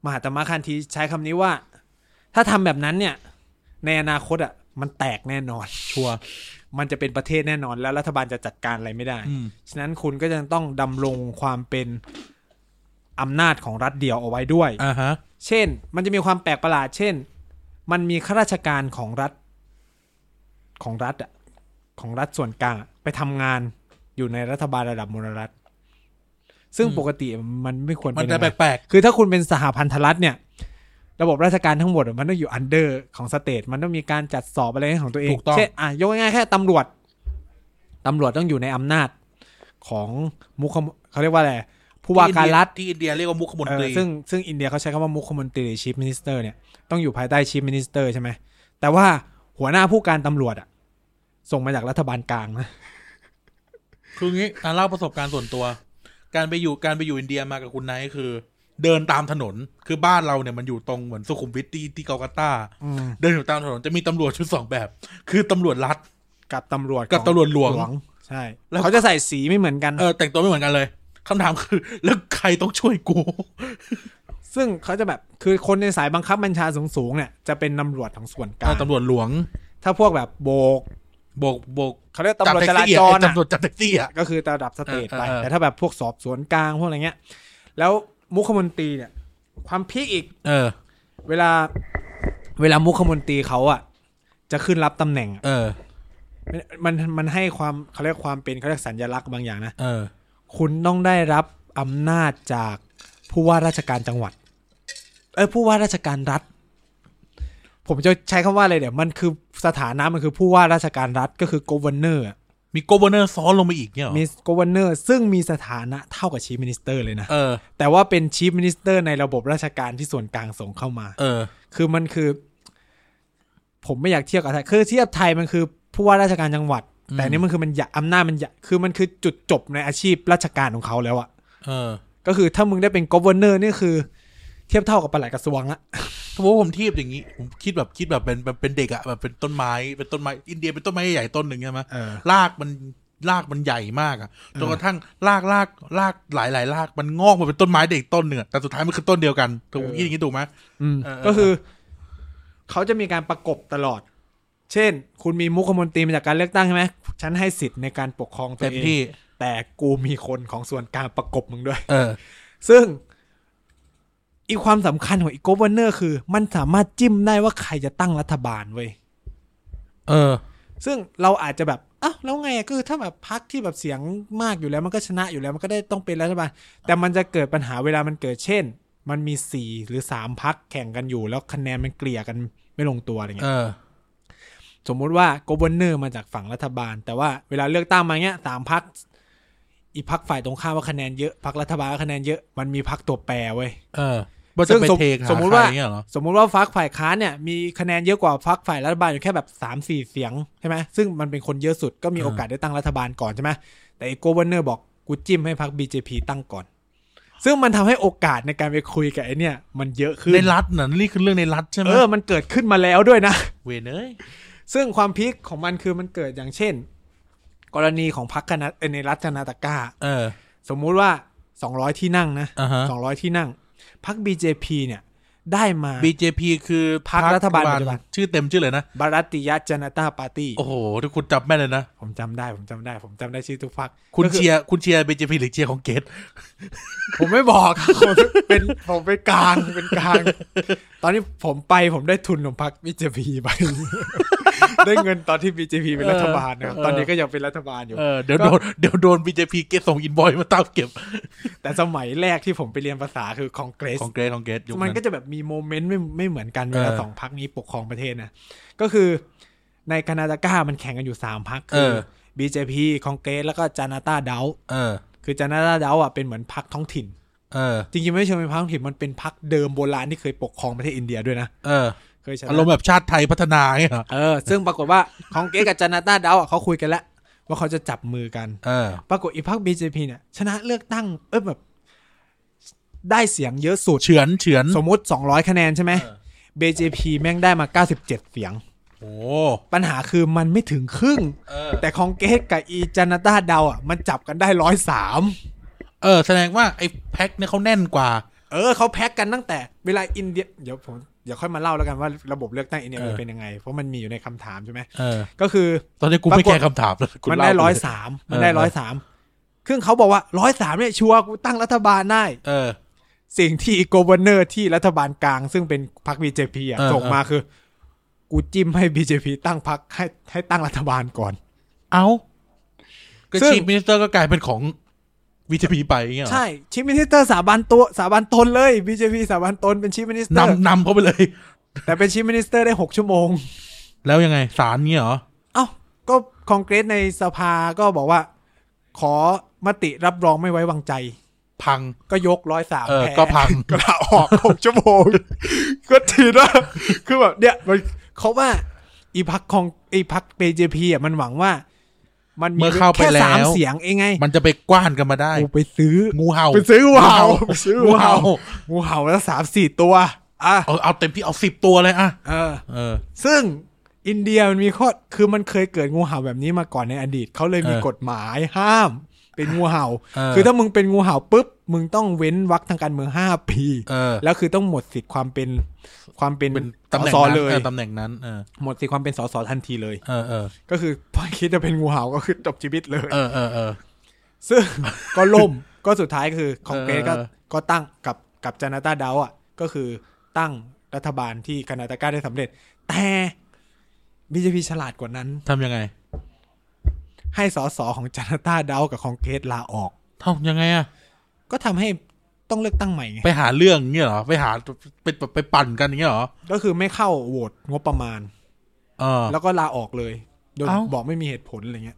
มหาตมะคันธีใช้คำนี้ว่าถ้าทำแบบนั้นเนี่ยในอนาคตอ่ะมันแตกแน่นอนชัวร์มันจะเป็นประเทศแน่นอนแล้วรัฐบาลจะจัดการอะไรไม่ได้ฉะนั้นคุณก็ยังต้องดำรงความเป็นอำนาจของรัฐเดียวเอาไว้ด้วยเช่นมันจะมีความแปลกประหลาดเช่นมันมีข้าราชการของรัฐอ่ะของรัฐส่วนกลางไปทำงานอยู่ในรัฐบาลระดับมลรัฐซึ่งปกติมันไม่ควรเป็นมันจะแปลกๆคือถ้าคุณเป็นสหพันธรัฐเนี่ยระบบราชการทั้งหมดมันต้องอยู่อันเดอร์ของสเตทมันต้องมีการจัดสอบอะไรของตัวเองเช่นยกง่ายๆแค่ตำรวจต้องอยู่ในอำนาจของเขาเรียกว่าอะไรผู้ว่าการรัฐที่อินเดียเรียกว่ามุขมนตรีซึ่งอินเดียเขาใช้คำว่ามุขมนตรี Chief Minister เนี่ยต้องอยู่ภายใต้ Chief Minister ใช่ไหมแต่ว่าหัวหน้าผู้การตำรวจส่งมาจากรัฐบาลกลางนะคืองี้เล่าประสบการณ์ส่วนตัวการไปอยู่อินเดียมากับคุณไนท์คือเดินตามถนนคือบ้านเราเนี่ยมันอยู่ตรงเหมือนสุขุมวิทที่กัลกัตตาเดินอยู่ตามถนนจะมีตำรวจชุด2แบบคือตำรวจรัฐกับตำรวจหลวงใช่แล้วเขาจะใส่สีไม่เหมือนกันแต่งตัวไม่เหมือนกันเลยคำถามคือแล้วใครต้องช่วยกูซึ่งเขาจะแบบคือคนในสายบังคับบัญชาสูงๆเนี่ยจะเป็นตำรวจของส่วนกลางตำรวจหลวงถ้าพวกแบบโบกเขาเรียกตำรวจจราจรตำรวจจับแท็กซี่ก็คือระดับสเตทไปแต่ถ้าแบบพวกสอบสวนกลางพวกอะไรเงี้ยแล้วมุขมนตรีเนี่ยความพีคอีกเวลามุขมนตรีเขาจะขึ้นรับตำแหน่งมันให้ความเขาเรียกความเป็นเขาเรียกสัญลักษณ์บางอย่างนะคุณต้องได้รับอำนาจจากผู้ว่าราชการจังหวัดผู้ว่าราชการรัฐผมจะใช้คำว่าอะไรเนี่ยมันคือสถานะมันคือผู้ว่าราชการรัฐก็คือ governor มี governor ซ้อนลงไปอีกเนี่ยมี governor ซึ่งมีสถานะเท่ากับ chief minister เลยนะแต่ว่าเป็น chief minister ในระบบราชการที่ส่วนกลางส่งเข้ามาคือมันคือผมไม่อยากเทียบกับไทยคือเทียบไทยมันคือผู้ว่าราชการจังหวัดแต่นี่มันคือมันอำนาจมันคือมันคือจุดจบในอาชีพราชการของเขาแล้วก็คือถ้ามึงได้เป็น governor นี่คือเทียบเท่ากับปลัดกระทรวงละสมมติผมเทียบอย่างนี้ผมคิดแบบเป็นเด็กแบบเป็นต้นไม้อินเดียเป็นต้นไม้ใหญ่ต้นหนึ่งใช่ไหมรากมันใหญ่มากจนกระทั่งรากหลายรากมันงอกมาเป็นต้นไม้เด็กต้นหนึ่งแต่สุดท้ายมันคือต้นเดียวกันถูกคิดอย่างนี้ถูกไหมก็คือเขาจะมีการประกบตลอดเช่นคุณมีมุขมนตรีมาจากการเลือกตั้งใช่ไหมฉันให้สิทธิ์ในการปกครองตัวเองแต่กูมีคนของส่วนกลางประกบมึงด้วยซึ่งอีกความสำคัญของอีกโกเวอร์เนอร์คือมันสามารถจิ้มได้ว่าใครจะตั้งรัฐบาลเว้ยซึ่งเราอาจจะแบบแล้วไงคือถ้าแบบพรรคที่แบบเสียงมากอยู่แล้วมันก็ชนะอยู่แล้วมันก็ได้ต้องเป็นรัฐบาลแต่มันจะเกิดปัญหาเวลามันเกิดเช่นมันมี4หรือ3พรรคแข่งกันอยู่แล้วคะแนนมันเกลี่ยกันไม่ลงตัวอะไรเงี้ยสมมุติว่าโกเวอร์เนอร์มาจากฝั่งรัฐบาลแต่ว่าเวลาเลือกตั้งมาเงี้ย3พรรคอีกพรรคฝ่ายตรงข้ามว่าคะแนนเยอะพรรครัฐบาลก็คะแนนเยอะมันมีพรรคตัวแปรเว้ยซึ่งสมมุติว่าพรรคฝ่ายค้านเนี่ยมีคะแนนเยอะกว่าพรรคฝ่ายรัฐบาลอยู่แค่แบบ 3-4 เสียงใช่ไหมซึ่งมันเป็นคนเยอะสุดก็มีโอกาสได้ตั้งรัฐบาลก่อนใช่ไหมแต่อีกโกเวอร์เนอร์บอกกูจิ้มให้พรรค BJP ตั้งก่อนซึ่งมันทำให้โอกาสในการไปคุยกับไอ้เนี่ยมันเยอะขึ้นในรัฐน่ะนี่คือเรื่องในรัฐใช่ไหมมันเกิดขึ้นมาแล้วด้วยนะเว้ยเอ้ยซึ่งความพีคของมันคือมันเกิดอย่างเช่นกรณีของพรรคในรัฐกานาตากาสมมุติว่า200ที่นั่งนะ200ที่นั่งพรรค BJP เนี่ยได้มา BJP คือพรรครัฐบาลปัจจุบันชื่อเต็มชื่อเลยนะบารัติยะจนาตาปาร์ตี้โอ้โหทุกคนจำแม่นเลยนะผมจำได้ผมจำได้ชื่อทุกพรรคคุณเชียร์ BJP หรือเชียร์ของเกตผมไม่บอกผมเป็นกลางตอนนี้ผมได้ทุนของพรรค BJP ไปได้เงินตอนที่ BJP เป็นรัฐบาลนะครับตอนนี้ก็ยังเป็นรัฐบาลอยู่เดี๋ยวโดน BJP เกตส่งอินบอยมาตามเก็บแต่สมัยแรกที่ผมไปเรียนภาษาคือคองเกรสมันก็จะแบบมีโมเมนต์ไม่เหมือนกันเวลา2พรรคนี้ปกครองประเทศนะก็คือในกานาตากามันแข่งกันอยู่3พรรคคือ BJP คองเกรสแล้วก็จานาตาเดาคือจานาตาเดาเป็นเหมือนพรรคท้องถิ่นจริงๆไม่ใช่เป็นพรรคท้องถิ่นมันเป็นพรรคเดิมโบราณที่เคยปกครองประเทศอินเดียด้วยนะอารมณ์แบบชาติไทยพัฒนาไงซึ่งปรากฏว่าคองเกรสกับจานาตาเดาเขาคุยกันแล้วว่าเขาจะจับมือกันปรากฏอีกพรรค BJP เนี่ยชนะเลือกตั้งแบบได้เสียงเยอะสุดเฉือนสมมุติ200คะแนนใช่ไหม BJP แม่งได้มา97เสียงโอ้ปัญหาคือมันไม่ถึงครึ่งแต่คองเกรสกับอีจานาตาเดามันจับกันได้103 แสดงว่าไอ้แพ็คเนี่ยเขาแน่นกว่าเขาแพ็กกันตั้งแต่เวลาอินเดียเดี๋ยวค่อยมาเล่าแล้วกันว่าระบบเลือกตั้งอินเดียเป็นยังไงเพราะมันมีอยู่ในคำถามใช่ไหมก็คือตอนนี้กูไม่แก้คำถามมันได้103มันได้103ซึ่งเขาบอกว่า103เนี่ยชัวร์กูตั้งรัฐบาลได้สิ่งที่โกเวอร์เนอร์ที่รัฐบาลกลางซึ่งเป็นพรรค BJP ส่งมาคือกูจิ้มให้ BJP ตั้งพรรคให้ตั้งรัฐบาลก่อนก็ชีฟมินิสเตอร์ก็กลายเป็นของ BJP ไปอย่างเงี้ยใช่ชีฟมินิสเตอร์สาบานตนเลย BJP สาบานตนเป็นชีฟมินิสเตอร์นำเขาไปเลยแต่เป็นชีฟมินิสเตอร์ได้6ชั่วโมงแล้วยังไงศาลเงี้ยเหรอก็คองเกรสในสภาก็บอกว่าขอมติรับรองไม่ไว้วางใจพังก็ยก103แพ้ก็พังก็ลาออก6ชั่วโมงก็ทีนะคือแบบเนี่ยเขาว่าอีพรรค BJP อ่ะมันหวังว่ามันมีแค่3เสียงเองไงมันจะไปกว้านกันมาได้กูไปซื้องูเห่างูเห่าแล้ว 3-4 ตัวเอาเต็มที่เอา10ตัวเลยซึ่งอินเดียมันมีข้อคือมันเคยเกิดงูเห่าแบบนี้มาก่อนในอดีตเขาเลยมีกฎหมายห้ามเป็นงูเห่าคือถ้ามึงเป็นงูเห่าปุ๊บมึงต้องเว้นวรรคทางการเมือง5 ปีแล้วคือต้องหมดสิทธิ์ความเป็นสสเลยตำแหน่งนั้นหมดสิทธิ์ความเป็นสสทันทีเลยก็คือพอคิดจะเป็นงูเห่าก็คือจบชีวิตเลยซึ่งก็ล่มก็สุดท้ายคือคองเกรสก็ตั้งกับจานาตาดาวก็คือตั้งรัฐบาลที่คานาตากาได้สำเร็จแต่ BJP ฉลาดกว่านั้นทำยังไงให้สสของจานาตาดาวกับคองเกรสลาออกทำยังไงก็ทำให้ต้องเลือกตั้งใหม่ไงไปหาเรื่องเงี้ยเหรอไปปั่นกันอย่างเงี้ยเหรอก็คือไม่เข้าโหวตงบประมาณแล้วก็ลาออกเลยโดยบอกไม่มีเหตุผลอะไรเงี้ย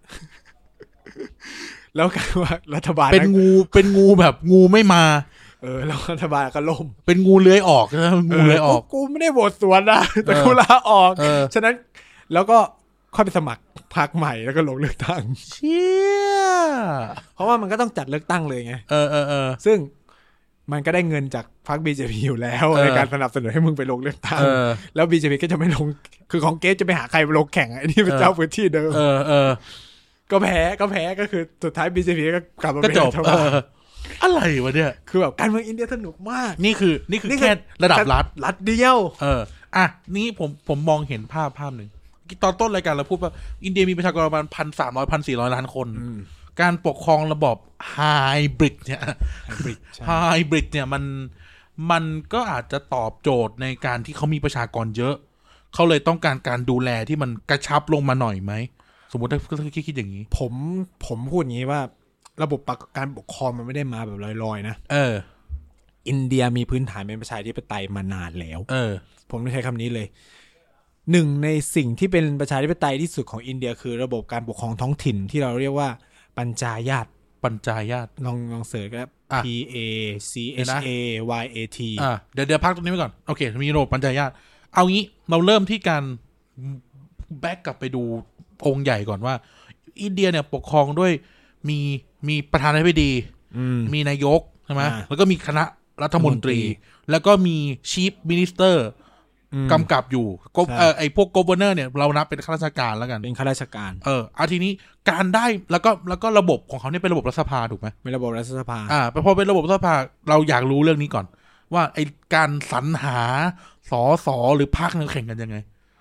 แล้วกันว่ารัฐบาลเป็นงูแบบงูไม่มาแล้วรัฐบาลก็ล่มเป็นงูเลื้อยออกนะงูเลื้อยออกกูไม่ได้โหวตสวนนะแต่กูลาออกฉะนั้นแล้วก็ค่อยไปสมัครพรรคใหม่แล้วก็ลงเลือกตั้งเชี่ยเพราะว่ามันก็ต้องจัดเลือกตั้งเลยไงซึ่งมันก็ได้เงินจากพรรค BJP อยู่แล้วในการสนับสนุนให้มึงไปลงเลือกตั้งแล้ว BJP ก็จะไม่ลงคือของเกสจะไปหาใครไปลงแข่งไอ้นี่เป็นเจ้าพื้นที่เดิมก็แพ้ก็คือสุดท้าย BJP ก็กลับมาเป็นรัฐบาลอะไรวะเนี่ยคือแบบการเมืองอินเดียสนุกมากนี่คือแค่ระดับรัฐเดียวนี่ผมมองเห็นภาพหนึ่งตอนต้นรายการเราพูดว่าอินเดียมีประชากรประมาณ 1,300-1,400 ล้านคนการปกครองระบบไฮบริดเนี่ยมันก็อาจจะตอบโจทย์ในการที่เขามีประชากรเยอะเขาเลยต้องการดูแลที่มันกระชับลงมาหน่อยไหมสมมติถ้าคิดอย่างนี้ผมพูดอย่างนี้ว่าระบบการปกครองมันไม่ได้มาแบบลอยๆนะอินเดียมีพื้นฐานเป็นประชาธิปไตยมานานแล้วผมต้องใช้คำนี้เลยหนึ่งในสิ่งที่เป็นประชาธิปไตยที่สุดของอินเดียคือระบบการปกครองท้องถิ่นที่เราเรียกว่าปัญจายาตลองเสิร์ชครับ PACHAYAT เดี๋ยวพักตรงนี้ไว้ก่อนโอเคมีระบบปัญจายาตเอางี้เราเริ่มที่การแบ็กกลับไปดูองค์ใหญ่ก่อนว่าอินเดียเนี่ยปกครองด้วยมีประธานาธิบดีมีนายกใช่ไหมแล้วก็มีคณะรัฐมนตรีแล้วก็มีชีฟมินิสเตอร์กำกับอยู่ไอ้พวกโกเวอร์เนอร์เนี่ยเรานับเป็นข้าราชการแล้วกันเป็นข้าราชการทีนี้การได้แล้วก็ระบบของเขาเนี่ยเป็นระบบรัฐสภาถูกไหมเป็นระบบรัฐสภาพอเป็นระบบรัฐสภาเราอยากรู้เรื่องนี้ก่อนว่าไอ้การสรรหาสสหรือพรรคเนี่ยแข่งกันยังไง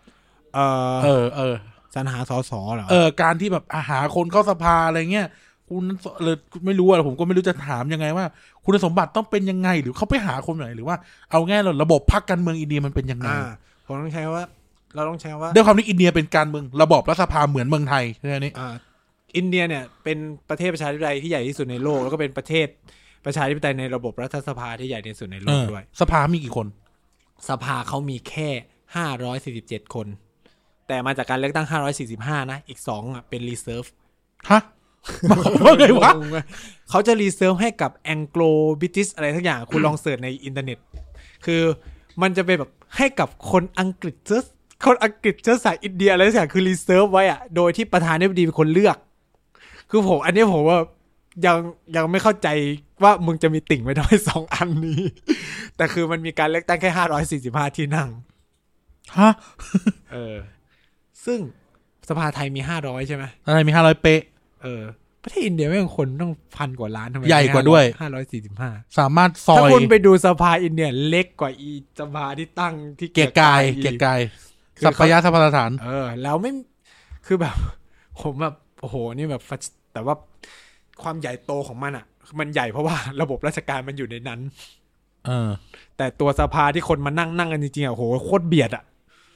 สรรหาสสเหรอการที่แบบหาคนเข้าสภาอะไรเงี้ยคุณเลยไม่รู้ผมก็ไม่รู้จะถามยังไงว่าคุณสมบัติต้องเป็นยังไงหรือเขาไปหาคนไหนหรือว่าเอาง่ายๆระบบพรรคการเมืองอินเดียมันเป็นยังไงผมต้องใช้ว่าเราต้องใช้ว่าด้วยความที่อินเดียเป็นการเมืองระบบรัฐสภาเหมือนเมืองไทยใช่ไหมนี่อินเดียเนี่ยเป็นประเทศประชาธิปไตยที่ใหญ่ที่สุดในโลกแล้วก็เป็นประเทศประชาธิปไตยในระบบรัฐสภาที่ใหญ่ที่สุดในโลกด้วยสภามีกี่คนสภาเขามีแค่547คนแต่มาจากการเลือกตั้ง545นะอีก2เป็นรีเซิร์ฟฮะว่าไงวะเขาจะรีเซิร์ฟให้กับแองโกลบิทิชอะไรทั้งอย่างคุณลองเสิร์ชในอินเทอร์เน็ตคือมันจะเป็นแบบให้กับคนอังกฤษเชื้อสายอินเดียอะไรสักอย่างคือรีเซิร์ฟไว้โดยที่ประธานาธิบดีเป็นคนเลือกคืออันนี้ผมว่ายังไม่เข้าใจว่ามึงจะมีติ่งไว้ทำไม2อันนี้แต่คือมันมีการเลือกตั้งแค่545ที่นั่งฮะซึ่งสภาไทยมี500ใช่ไหมอะไรมี500เป๊ะประเทศอินเดียไม่เป็นคนต้อง1,000 กว่าล้านทำไมใหญ่กว่าด้วย 545 สามารถซอยถ้าคุณไปดูสภาอินเดียเล็กกว่าอีสภาที่ตั้งที่เกียรกายสัพยาสภาสถานแล้วไม่คือแบบผมแบบโอ้โหนี่แบบแต่ว่าความใหญ่โตของมันอ่ะมันใหญ่เพราะว่าระบบราชการมันอยู่ในนั้นแต่ตัวสภาที่คนมานั่งกันจริงๆอ่ะโหโคตรเบียดอ่ะ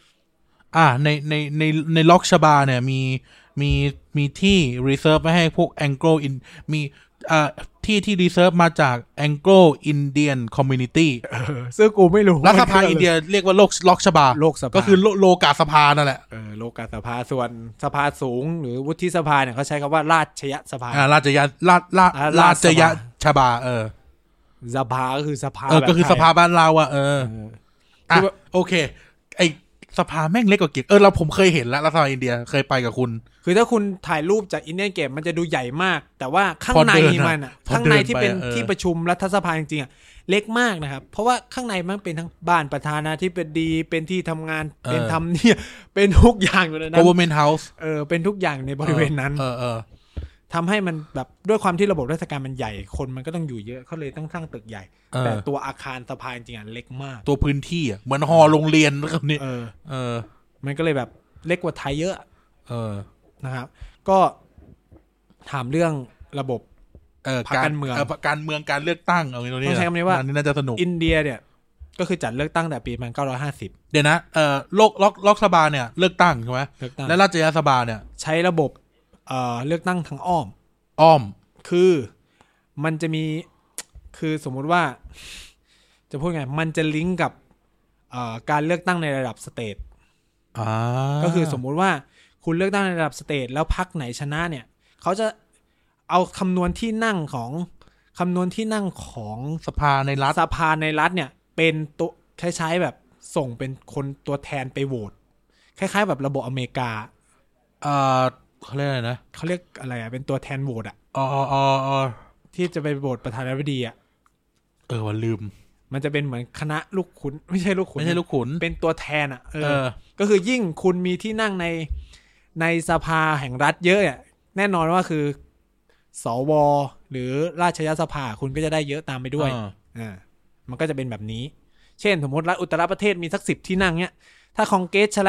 ในล็อกชบาเนี่ยมีที่รีเซิร์ฟไว้ให้พวกแองโกลอินมีที่รีเซิร์ฟมาจาก Anglo Indian Community ซึ่งกูไม่รู้รัฐสภาอินเดียเรียกว่าล็อกชบาก็คือโลกาสภานั่นแหละโลกาสภาส่วนสภาสูงหรือวุฒิสภาเนี่ยเขาใช้คำว่าราชยสภาราชยชบาสภาก็คือสภาก็คือสภาบ้านเราโอเคไอสภาแม่งเล็กกว่าเกียรผมเคยเห็นแล้วรัฐสภาอินเดียเคยไปกับคุณคือถ้าคุณถ่ายรูปจากอินเดียนเกมมันจะดูใหญ่มากแต่ว่าข้างในมันข้างในที่เป็นที่ประชุมรัฐสภาจริงๆเล็กมากนะครับเพราะว่าข้างในมันเป็นทั้งบ้านประธานาธิบดีเป็นที่ทำงานเป็นทำเนี่ยเป็นทุกอย่างอยู่ในนั้น Government House เป็นทุกอย่างในบริเวณนั้นทำให้มันแบบด้วยความที่ระบบราชการมันใหญ่คนมันก็ต้องอยู่เยอะเขาเลยต้องสร้างตึกใหญ่แต่ตัวอาคารสภาจริงๆเล็กมากตัวพื้นที่เหมือนหอโรงเรียนนะครับนี่มันก็เลยแบบเล็กกว่าไทยเยอะนะครับก็ถามเรื่องระบบการเมืองการเลือกตั้งเอาตรงนี้ต้องใช้คำนี้ว่านี่น่าจะสนุกอินเดียเนี่ยก็คือจัดเลือกตั้งแต่ปี1950 เดี๋ยวนะล็อกสภาเนี่ยเลือกตั้งใช่ไหมและราชยสภาเนี่ยใช้ระบบเลือกตั้งทางอ้อมคือมันจะมีคือสมมุติว่าจะพูดไงมันจะลิงก์กับการเลือกตั้งในระดับสเตทก็คือสมมุติว่าคุณเลือกตั้งในระดับสเตทแล้วพรรคไหนชนะเนี่ยเขาจะเอาคำนวณที่นั่งของสภาในรัฐเนี่ยเป็นตัวคล้ายๆแบบส่งเป็นคนตัวแทนไปโหวตคล้ายๆแบบระบบอเมริกาเขาเรียกอะไรนะเขาเรียกอะไรเป็นตัวแทนโหวตที่จะไปโหวตประธานาธิบดีวันลืมมันจะเป็นเหมือนคณะลูกขุนไม่ใช่ลูกขุนเป็นตัวแทนก็คือยิ่งคุณมีที่นั่งในสภาแห่งรัฐเยอะแน่นอนว่าคือสวหรือราชยสภาคุณก็จะได้เยอะตามไปด้วยมันก็จะเป็นแบบนี้เช่นสมมติรัฐอุตรประเทศมีสัก10ที่นั่งเนี้ยถ้าคองเกรสชนะ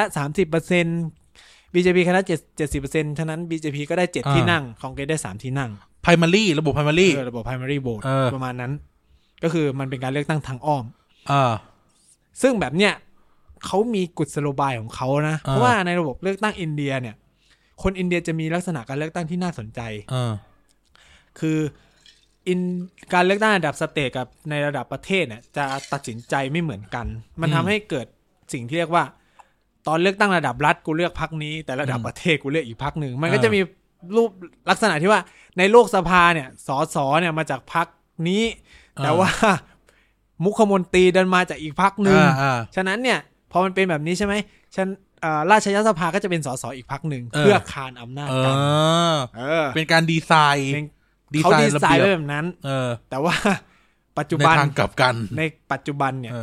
30% BJP ชนะ 70% ฉะนั้น BJP ก็ได้7ที่นั่งคองเกรสได้3ที่นั่ง primary ระบบ primary ระบบ primary vote ประมาณนั้นก็คือมันเป็นการเลือกตั้งทางอ้อมซึ่งแบบเนี้ยเขามีกุศโลบายของเขานะเพราะว่าในระบบเลือกตั้งอินเดียเนี่ยคนอินเดียจะมีลักษณะการเลือกตั้งที่น่าสนใจคือการเลือกตั้งระดับสเตทกับในระดับประเทศเนี่ยจะตัดสินใจไม่เหมือนกันมันทำให้เกิดสิ่งที่เรียกว่าตอนเลือกตั้งระดับรัฐกูเลือกพรรคนี้แต่ระดับประเทศกูเลือกอีกพรรคนึงมันก็จะมีรูปลักษณะที่ว่าในโลกสภาเนี่ยสสเนี่ยมาจากพรรคนี้แต่ว่ามุขมนตรีเดินมาจากอีกพรรคนึงฉะนั้นเนี่ยพอมันเป็นแบบนี้ใช่ไหมราชยสภาก็จะเป็นสสอีกพรรคนึงเพื่อคานอำนาจกันเป็นการดีไซน์เขาดีไซน์ไว้แบบนั้นแต่ว่าปัจจุบันในทางกลับกันในปัจจุบันเนี่ย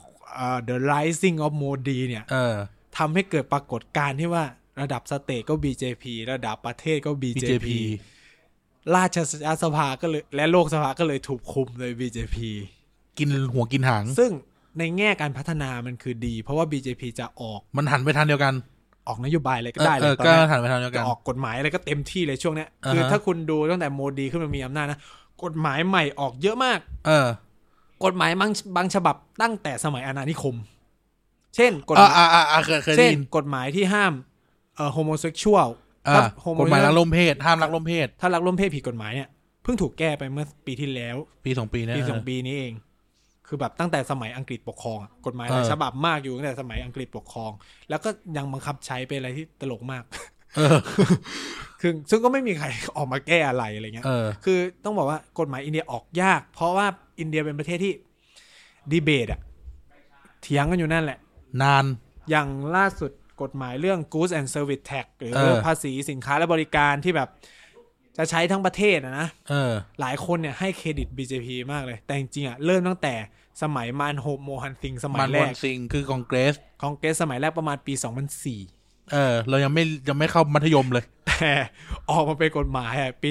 The Rising of Modi เนี่ยทำให้เกิดปรากฏการณ์ที่ว่าระดับสเตทก็ BJP ระดับประเทศก็ BJP ราชสภาก็เลยและโลกสภาก็เลยถูกคุมโดย BJP กินหัวกินหางซึ่งในแง่การพัฒนามันคือดีเพราะว่า BJP จะมันหันไปทางเดียวกันออกนโยบายอะไรก็ได้เลยตอนนี้หันไปทางเดียวกันออกกฎหมายอะไรก็เต็มที่เลยช่วงนี้คือถ้าคุณดูตั้งแต่โมดีขึ้นมามีอำนาจนะกฎหมายใหม่ออกเยอะมากกฎหมายบางฉบับตั้งแต่สมัยอาณานิคมเช่นกฎกฎหมายที่ห้ามโฮโมเซ็กชวลกฎหมายรักร่วมเพศห้ามรักร่วมเพศถ้ารักร่วมเพศผิดกฎหมายเนี่ยเพิ่งถูกแก้ไปเมื่อปีที่แล้วปี2ปีนะปี2ปีนี้เองคือแบบตั้งแต่สมัยอังกฤษปกครองกฎหมายหลายฉบับมากอยู่ตั้งแต่สมัยอังกฤษปกครองแล้วก็ยังบังคับใช้เป็นอะไรที่ตลกมากคือซึ่งก็ไม่มีใครออกมาแก้อะไรเงี้ยคือต้องบอกว่ากฎหมายอินเดียออกยากเพราะว่าอินเดียเป็นประเทศที่ดีเบตเถียงกันอยู่นั่นแหละนานอย่างล่าสุดกฎหมายเรื่อง Goods and Service Tax หรือภาษีสินค้าและบริการที่แบบจะใช้ทั้งประเทศนะหลายคนเนี่ยให้เครดิต BJP มากเลยแต่จริงๆเริ่มตั้งแต่สมัยมานโฮโมฮันซิงสมัยแรกคือคอนเกรสสมัยแรกประมาณปี2004 เรายังไม่เข้ามัธยมเลยแต่ออกมาเป็นกฎหมายปี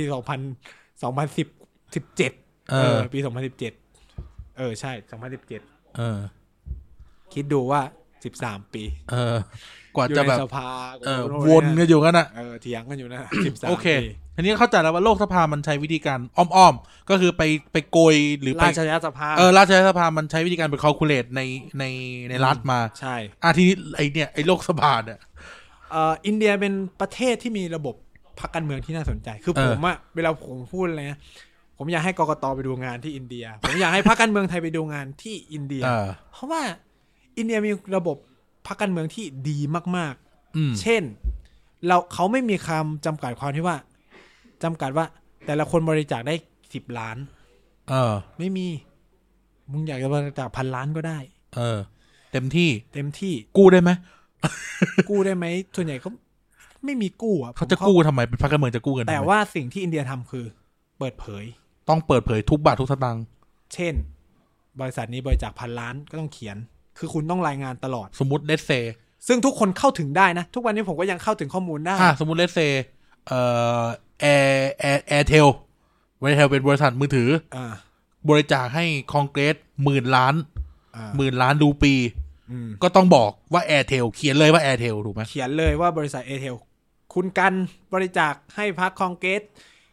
2017ปี2017ใช่2017คิดดูว่า13ปีกว่าจะแบบสภาวนกันอยู่กันเถียงกันอยู่นะ13 โอเคทีนี้เข้าใจแล้วว่าโลกสภามันใช้วิธีการอ้อมๆก็คือไปโกยหรือไปราชสภาราชสภามันใช้วิธีการไปคาลคูลเลตในรัฐมาใช่ทีนี้ไอ้โลกสภาเนี่ยอินเดียเป็นประเทศที่มีระบบพรรคการเมืองที่น่าสนใจคือผมเวลาผมพูดอะไรนะผมอยากให้กกต.ไปดูงานที่อินเดียผมอยากให้พรรคการเมืองไทยไปดูงานที่อินเดียเพราะว่าอินเดียมีระบบพรรคการเมืองที่ดีมากๆเช่นเขาไม่มีคำจำกัดความที่ว่าจำกัดว่าแต่ละคนบริจาคได้10 ล้านไม่มีมึงอยากจะบริจาค1,000 ล้านก็ได้เต็มที่กู้ได้ไหมกู้ได้ไหมส่วนใหญ่เขาไม่มีกู้เขาจะกู้ทำไมเป็นพรรคการเมืองจะกู้กันแต่ว่าสิ่งที่อินเดียทำคือเปิดเผยต้องเปิดเผยทุกบาททุกสตางค์เช่นบริษัทนี้บริจาค1,000 ล้านก็ต้องเขียนคือคุณต้องรายงานตลอดสมมุติเลทเซซึ่งทุกคนเข้าถึงได้นะทุกวันนี้ผมก็ยังเข้าถึงข้อมูลได้สมมุติเลทเซAirtel เป็นบริษัทมือถือบริจาคให้คองเกรส10,000 ล้าน10,000 ล้านรูปีก็ต้องบอกว่า Airtel เขียนเลยว่า Airtel ถูกไหมเขียนเลยว่าบริษัท Airtel คุณกันบริจาคให้พรรคคองเกรส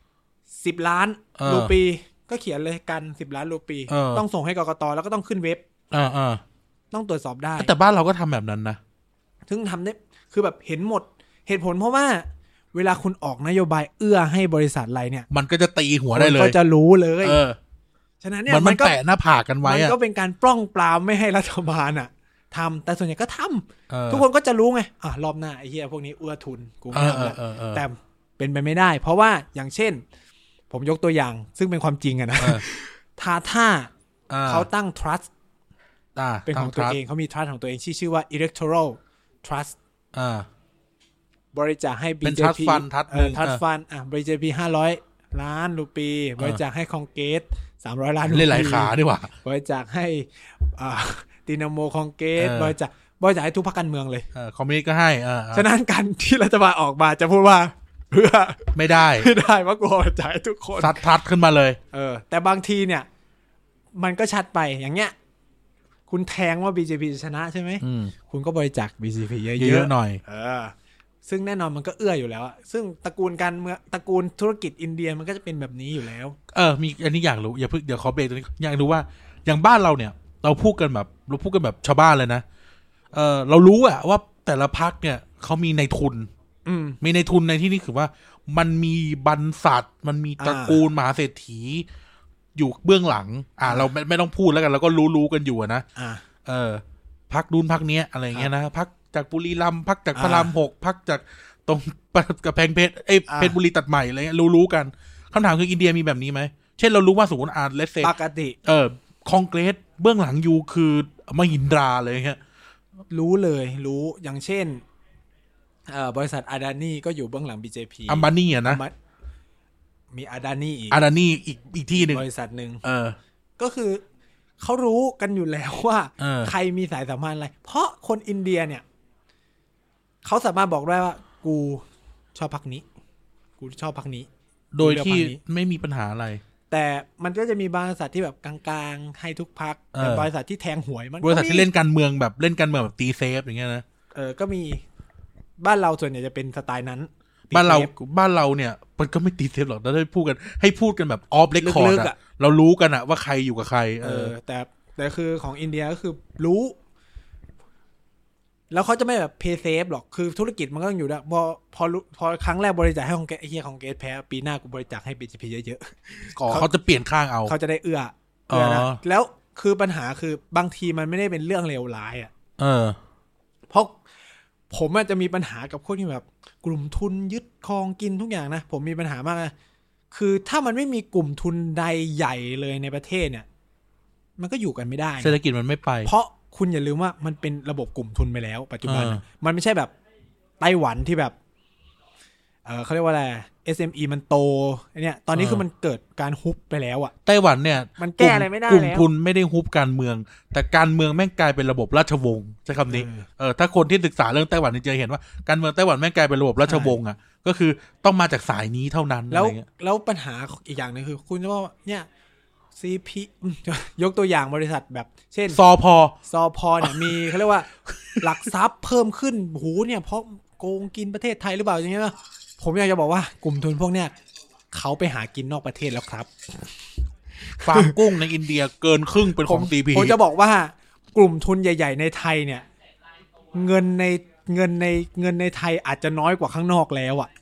10 ล้านรูปีก็เขียนเลยกัน10 ล้านรูปีต้องส่งให้กกต.แล้วก็ต้องขึ้นเว็บต้องตรวจสอบได้แต่บ้านเราก็ทำแบบนั้นนะซึ่งทำได้คือแบบเห็นหมดเหตุผลเพราะว่าเวลาคุณออกนโยบายเอื้อให้บริษัทอะไรเนี่ยมันก็จะตีหัวได้เลยก็จะรู้เลยฉะนั้นเนี่ยมันก็แปะหน้าผากกันไว้มันก็เป็นการปล้องปรามไม่ให้รัฐบาลทำแต่ส่วนใหญ่ก็ทำทุกคนก็จะรู้ไงรอบหน้าไอ้เหี้ยพวกนี้เอื้อทุนกูไม่ทำแล้วแต่เป็นไปไม่ได้เพราะว่าอย่างเช่นผมยกตัวอย่างซึ่งเป็นความจริงนะท่าเขาตั้ง trust เป็นของตัวเองเขามี trust ของตัวเองชื่อว่า electoral trust บริจาคให้ BJP trust fund BJP 500 ล้านรูปีบริจาคให้คองเกรส300 ล้านรูปีเล่นหลายขาดีกว่าบริจาคให้ตินาโมคองเกรสบริจาคให้ทุกพรรคการเมืองเลยคอมมิวนิสต์ก็ให้ฉะนั้นการที่รัฐบาลออกมาจะพูดว่าเพื่อไม่ได้ว่ากลัวจ่ายทุกคนซัดขึ้นมาเลยแต่บางทีเนี่ยมันก็ชัดไปอย่างเงี้ยคุณแทงว่า BJP ชนะใช่ไหมคุณก็บริจาค BJP เยอะๆหน่อยซึ่งแน่นอนมันก็เอื้ออยู่แล้วซึ่งตระกูลการเมืองตระกูลธุรกิจอินเดียมันก็จะเป็นแบบนี้อยู่แล้วมีอันนี้อยากรู้อย่าเพิ่งเดี๋ยวขอเบรกตรงนี้อยากรู้ว่าอย่างบ้านเราเนี่ยเราพูดกันแบบชาวบ้านเลยนะเรารู้ว่าแต่ละพรรคเนี่ยเขามีในทุนมีในทุนในที่นี้คือว่ามันมีบรรษัทมันมีตระกูลมหาเศรษฐีอยู่เบื้องหลังเราไม่ต้องพูดแล้วกันเราก็รู้กันอยู่นะพรรคนู้นพรรคเนี้ยอะไรเงี้ยนะพรรคจากบุรีรัมย์พรรคจากพระราม6พรรคจากตรงกำแพงเพชรเพชรบุรีตัดใหม่อะไรเงี้ยรู้กันคำถามคืออินเดียมีแบบนี้ไหมเช่นเรารู้ว่าสมมติเลสเซปกติคองเกรสเบื้องหลังอยู่คือมหินดราเลยเงี้ยรู้อย่างเช่นบริษัทอาดานีก็อยู่เบื้องหลัง BJP อัมบานีนะมีอาดานีอีกที่นึงบริษัทนึงก็คือเขารู้กันอยู่แล้วว่าใครมีสายสัมพันธ์อะไรเพราะคนอินเดียเนี่ยเขาสามารถบอกได้ว่ากูชอบพรรคนี้กูชอบพรรคนี้โดยที่ไม่มีปัญหาอะไรแต่มันก็จะมีบริษัทที่แบบกลางๆให้ทุกพรรคแต่บริษัทที่แทงหวยมันบริษัทที่เล่นการเมืองแบบตีเซฟอย่างเงี้ยนะก็มีบ้านเราส่วนใหญ่จะเป็นสไตล์นั้นบ้านเราเนี่ยมันก็ไม่ตีเซฟหรอกเราได้พูดกันแบบออฟเรคคอร์ดอะเรารู้กันอะว่าใครอยู่กับใครแต่คือของอินเดียก็คือรู้แล้วเขาจะไม่แบบเพย์เซฟหรอกคือธุรกิจมันก็ต้องอยู่ได้พอครั้งแรกบริจาคให้ของของเกสแพ้ปีหน้ากูบริจาคให้ BJP เยอะๆเขาจะเปลี่ยนข้างเอาเขาจะได้เอื้อนะแล้วคือปัญหาคือบางทีมันไม่ได้เป็นเรื่องเลวร้ายเพราะผมอาจจะมีปัญหากับพวกที่แบบกลุ่มทุนยึดครองกินทุกอย่างนะผมมีปัญหามากนะคือถ้ามันไม่มีกลุ่มทุนใดใหญ่เลยในประเทศเนี่ยมันก็อยู่กันไม่ได้เศรษฐกิจมันไม่ไปเพราะคุณอย่าลืมว่ามันเป็นระบบกลุ่มทุนไปแล้วปัจจุบันมันไม่ใช่แบบไต้หวันที่แบบเขาเรียกว่าอะไร SME มันโตเนี่ยตอนนี้คือมันเกิดการฮุบไปแล้วอ่ะไต้หวันเนี่ยมันแก้อะไรไม่ได้แล้วกลุ่มทุนไม่ได้ฮุบการเมืองแต่การเมืองแม่งกลายเป็นระบบราชวงศ์ใช้คำนี้ถ้าคนที่ศึกษาเรื่องไต้หวันจะเห็นว่าการเมืองไต้หวันแม่งกลายเป็นระบบราชวงศ์อ่ะก็คือต้องมาจากสายนี้เท่านั้นแล้วปัญหาอีกอย่างนึงคือคุณจะว่าเนี่ย CP ยกตัวอย่างบริษัทแบบเช่นซอพเนี่ยมีเขาเรียกว่าหลักทรัพย์เพิ่มขึ้นหูเนี่ยเพราะโกงกินประเทศไทยหรือเปล่าอย่างเงี้ยผมอยากจะบอกว่ากลุ่มทุนพวกเนี้ยเขาไปหากินนอกประเทศแล้วครับฟาร์มกุ้งในอินเดียเกินครึ่งเป็นของ CP ผมจะบอกว่ากลุ่มทุนใหญ่ๆในไทยเนี่ยเงินในไทยอาจจะน้อยกว่าข้างนอกแล้วอ่ะ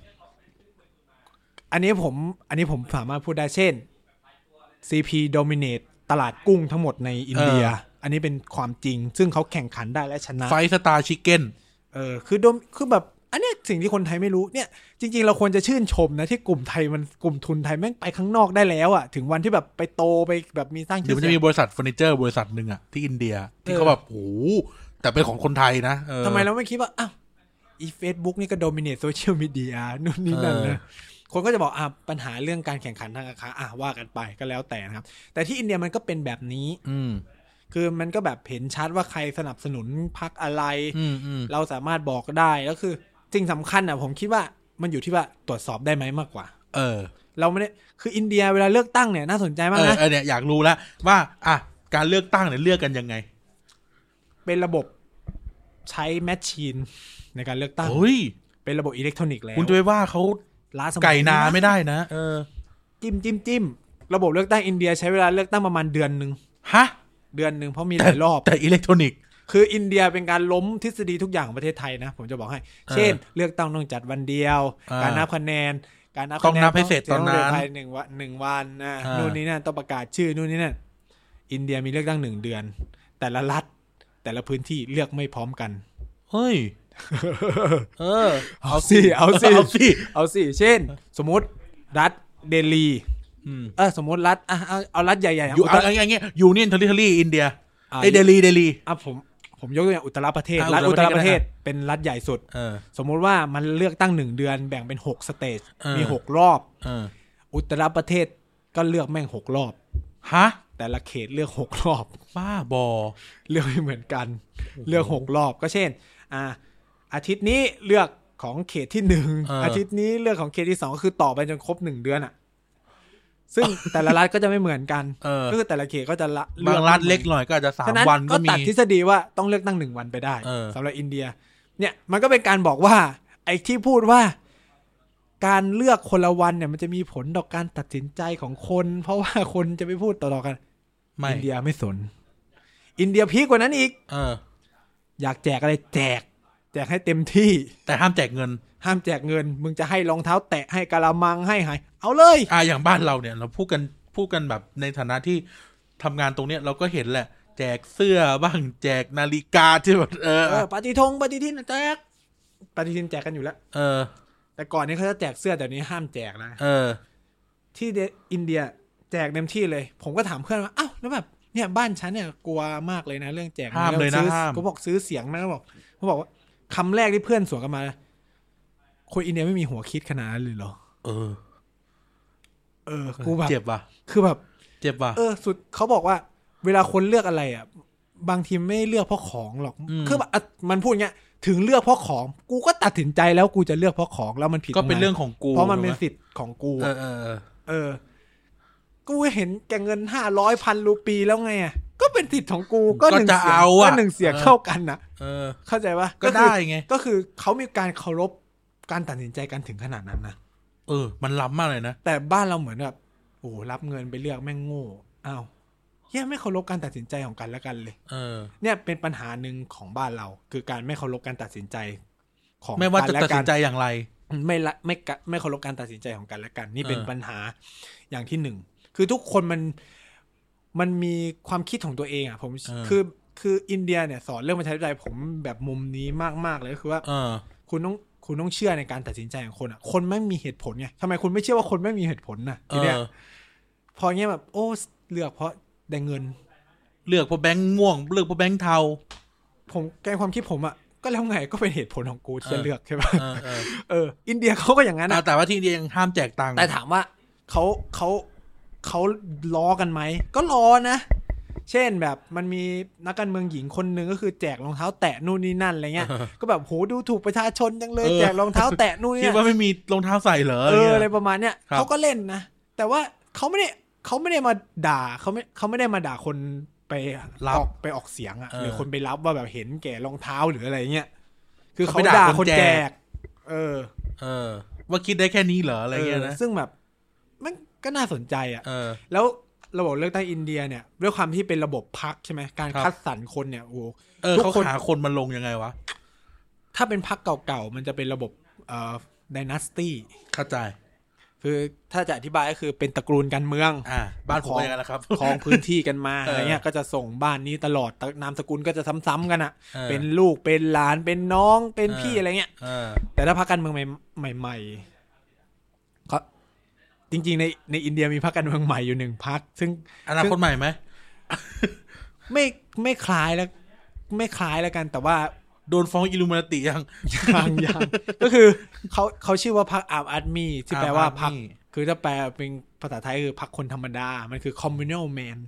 อันนี้ผมสามารถพูดได้เช่น CP dominate ตลาดกุ้งทั้งหมดในอินเดียอันนี้เป็นความจริงซึ่งเขาแข่งขันได้และชนะไฟสตาร์ชิคเก้นคือแบบอันนี้สิ่งที่คนไทยไม่รู้เนี่ยจริงๆเราควรจะชื่นชมนะที่กลุ่มทุนไทยแม่งไปข้างนอกได้แล้วอ่ะถึงวันที่แบบไปโตไปแบบมีสร้างชื่อเดี๋ยวมันจะมีบริษัทเฟอร์นิเจอร์บริษัทนึงอ่ะที่อินเดียที่เขาแบบโอ้แต่เป็นของคนไทยนะทำไมเราไม่คิดว่าอ้าวอี Facebook นี่ก็โดมิเนตโซเชียลมีเดียนู่นนี่นั่นนะคนก็จะบอกปัญหาเรื่องการแข่งขันทางการค้าว่ากันไปก็แล้วแต่นะครับแต่ที่อินเดียมันก็เป็นแบบนี้คือมันก็แบบเห็นชัดว่าใครสนับสนุนพรรคอะไรเราสามารถบอกได้แล้วคือสิ่งสำคัญผมคิดว่ามันอยู่ที่ว่าตรวจสอบได้ไหมมากกว่าเราไม่ได้คืออินเดียเวลาเลือกตั้งเนี่ยน่าสนใจมากนะเนี่ยอยากรู้แล้วว่าการเลือกตั้งเนี่ยเลือกกันยังไงเป็นระบบใช้แมชชีนในการเลือกตั้งเป็นระบบอิเล็กทรอนิกส์แล้วคุณจะไปว่าเขาไก่นาไม่ได้นะจิ้มระบบเลือกตั้งอินเดียใช้เวลาเลือกตั้งประมาณเดือนนึงเดือนนึงเพราะมีหลายรอบแต่อิเล็กทรอนิกส์คืออินเดียเป็นการล้มทฤษฎีทุกอย่างของประเทศไทยนะผมจะบอกให้เช่นเลือกตั้งต้องจัดวันเดียวการนับคะแนนต้องนับให้เสร็จตอนนั้นภายใน1 วันนู่นนี่นั่นต้องประกาศชื่อนู่นนี่นั่นอินเดียมีเลือกตั้ง1 เดือนแต่ละรัฐแต่ละพื้นที่เลือกไม่พร้อมกันเฮ้ยเอาสิเช่นสมมติรัฐเดลีสมมติรัฐเอารัฐใหญ่ๆอยู่อย่างเงี้ยยูเนียนเทอริทอรี่อินเดียเดลีผมยกตัวอย่างอุตตรประเทศรัฐอุตตรประเทศเป็นรัฐใหญ่สุดสมมุติว่ามันเลือกตั้ง1 เดือนแบ่งเป็น6สเตจมี6รอบอุตตรประเทศก็เลือกแม่ง6รอบแต่ละเขตเลือก6รอบบ้าบอเลือกไม่เหมือนกันเลือก6รอบก็เช่นอาทิตย์นี้เลือกของเขตที่1อาทิตย์นี้เลือกของเขตที่2ก็คือต่อไปจนครบ1 เดือนซึ่งแต่ละรัฐก็จะไม่เหมือนกันก็คือแต่ละเขตก็จะบางรัฐเล็กหน่อยก็อาจจะ3 วันก็มีก็ตัดทฤษฎีว่าต้องเลือกตั้ง1 วันไปได้สำหรับอินเดียเนี่ยมันก็เป็นการบอกว่าไอ้ที่พูดว่าการเลือกคนละวันเนี่ยมันจะมีผลต่อการตัดสินใจของคนเพราะว่าคนจะไม่พูดต่อๆกันอินเดียไม่สนอินเดียพีคกว่านั้นอีกอยากแจกอะไรแจกให้เต็มที่แต่ห้ามแจกเงินมึงจะให้รองเท้าแตะให้กะละมังให้หายเอาเลยอย่างบ้านเราเนี่ยเราพูดกันแบบในฐานะที่ทำงานตรงเนี้ยเราก็เห็นแหละแจกเสื้อบ้างแจกนาฬิกาที่แบบปฏิทินแจกปฏิทินแจกกันอยู่แล้วแต่ก่อนนี้เขาจะแจกเสื้อแต่นี้ห้ามแจกนะที่อินเดียแจกเต็มที่เลยผมก็ถามเพื่อนว่าอ้าวแล้วแบบเนี่ยบ้านฉันเนี่ยกลัวมากเลยนะเรื่องแจกห้ามเลยนะเขาบอกซื้อเสียงนะเขาบอกว่าคำแรกที่เพื่อนสวนกันมาคนอินเดียไม่มีหัวคิดขนาดนั้นเลยเหรอกูแบบเจ็บว่ะคือแบบเจ็บว่ะสุดเขาบอกว่าเวลาคนเลือกอะไรบางทีไม่เลือกเพราะของหรอกคือแบบมันพูดเงี้ยถึงเลือกเพราะของกูก็ตัดสินใจแล้วกูจะเลือกเพราะของแล้วมันผิดก็เป็นเรื่องของกูเพราะมันเป็นสิทธิ์ของกูกูเห็นแกเงิน500,000 รูปีแล้วไงก็เป็นสิทธิ์ของกูก็1 เสียงก็1 เสียงเท่ากันนะเข้าใจปะก็ได้ไงก็คือเขามีการเคารพการตัดสินใจกันถึงขนาดนั้นนะมันล้ำมากเลยนะแต่บ้านเราเหมือนแบบโอ้รับเงินไปเลือกแม่งโง่ไม่เคารพการตัดสินใจของกันและกันเลยเนี่ยเป็นปัญหาหนึ่งของบ้านเราคือการไม่เคารพการตัดสินใจของไม่ว่าจะตัดสินใจอย่างไรไม่เคารพการตัดสินใจของกันและกันนี่เป็นปัญหาอย่างที่1คือทุกคนมันมีความคิดของตัวเองผมคืออินเดียเนี่ยสอนเรื่องประชาธิปไตยผมแบบมุมนี้มากๆเลยคือว่าคุณต้องเชื่อในการตัดสินใจของคนคนไม่มีเหตุผลไงทำไมคุณไม่เชื่อว่าคนไม่มีเหตุผลนะทีเนี้ยพอเงี้ยแบบเลือกเพราะได้เงินเลือกเพราะแบงค์ม่วงเลือกเพราะแบงค์เทาผมแกความคิดผมก็แล้วไงก็เป็นเหตุผลของกูที่จะเลือกใช่ป่ะอินเดียเขาก็อย่างนั้นนะแต่ว่าที่อินเดียยังห้ามแจกตังค์แต่ถามว่าเขาล้อกันไหมก็ล้อนะเช่นแบบมันมีนักการเมืองหญิงคนนึงก็คือแจกรองเท้าแตะนู่นนี่นั่นอะไรเงี้ยก็แบบโหดูถูกประชาชนจังเลยแจกรองเท้าแตะนู่นนี่คิดว่าไม่มีรองเท้าใส่เหรออะไรประมาณเนี้ยเขาก็เล่นนะแต่ว่าเขาไม่ได้มาด่าเขาไม่ได้มาด่าคนไปออกเสียงอ่ะหรือคนไปรับว่าแบบเห็นแก่รองเท้าหรืออะไรเงี้ยคือเขาด่าคนแจกว่าคิดได้แค่นี้เหรออะไรเงี้ยนะซึ่งแบบมันก็น่าสนใจอ่ะแล้วระบบเลือกตั้งอินเดียเนี่ยด้วยความที่เป็นระบบพรรคใช่ไหมการคัดสรรคนเนี่ยโอ้เขาหาคนมาลงยังไงวะถ้าเป็นพรรคเก่าๆมันจะเป็นระบบdynasty เข้าใจคือถ้าจะอธิบายก็คือเป็นตระกูลการเมืองบ้านผมเป็นยังไงล่ะครับของพื้นที่กันมาอะไรเงี้ยก็จะส่งบ้านนี้ตลอดนามสกุลก็จะซ้ำๆกันอ่ะเป็นลูกเป็นหลานเป็นน้องเป็นพี่อะไรเงี้ยแต่ถ้าพรรคการเมืองใหม่ก็จริงๆในอินเดียมีพรรคการเมืองใหม่อยู่1พรรคซึ่งอนาคตใหม่ไหมไม่คล้ายแล้วกันแต่ว่าโดนฟ้องอิลูมินาติยังก็คือเขาชื่อว่าพรรคอาร์มอาร์มีที่แปลว่าพรรคคือถ้าแปลเป็นภาษาไทยคือพรรคคนธรรมดามันคือ communal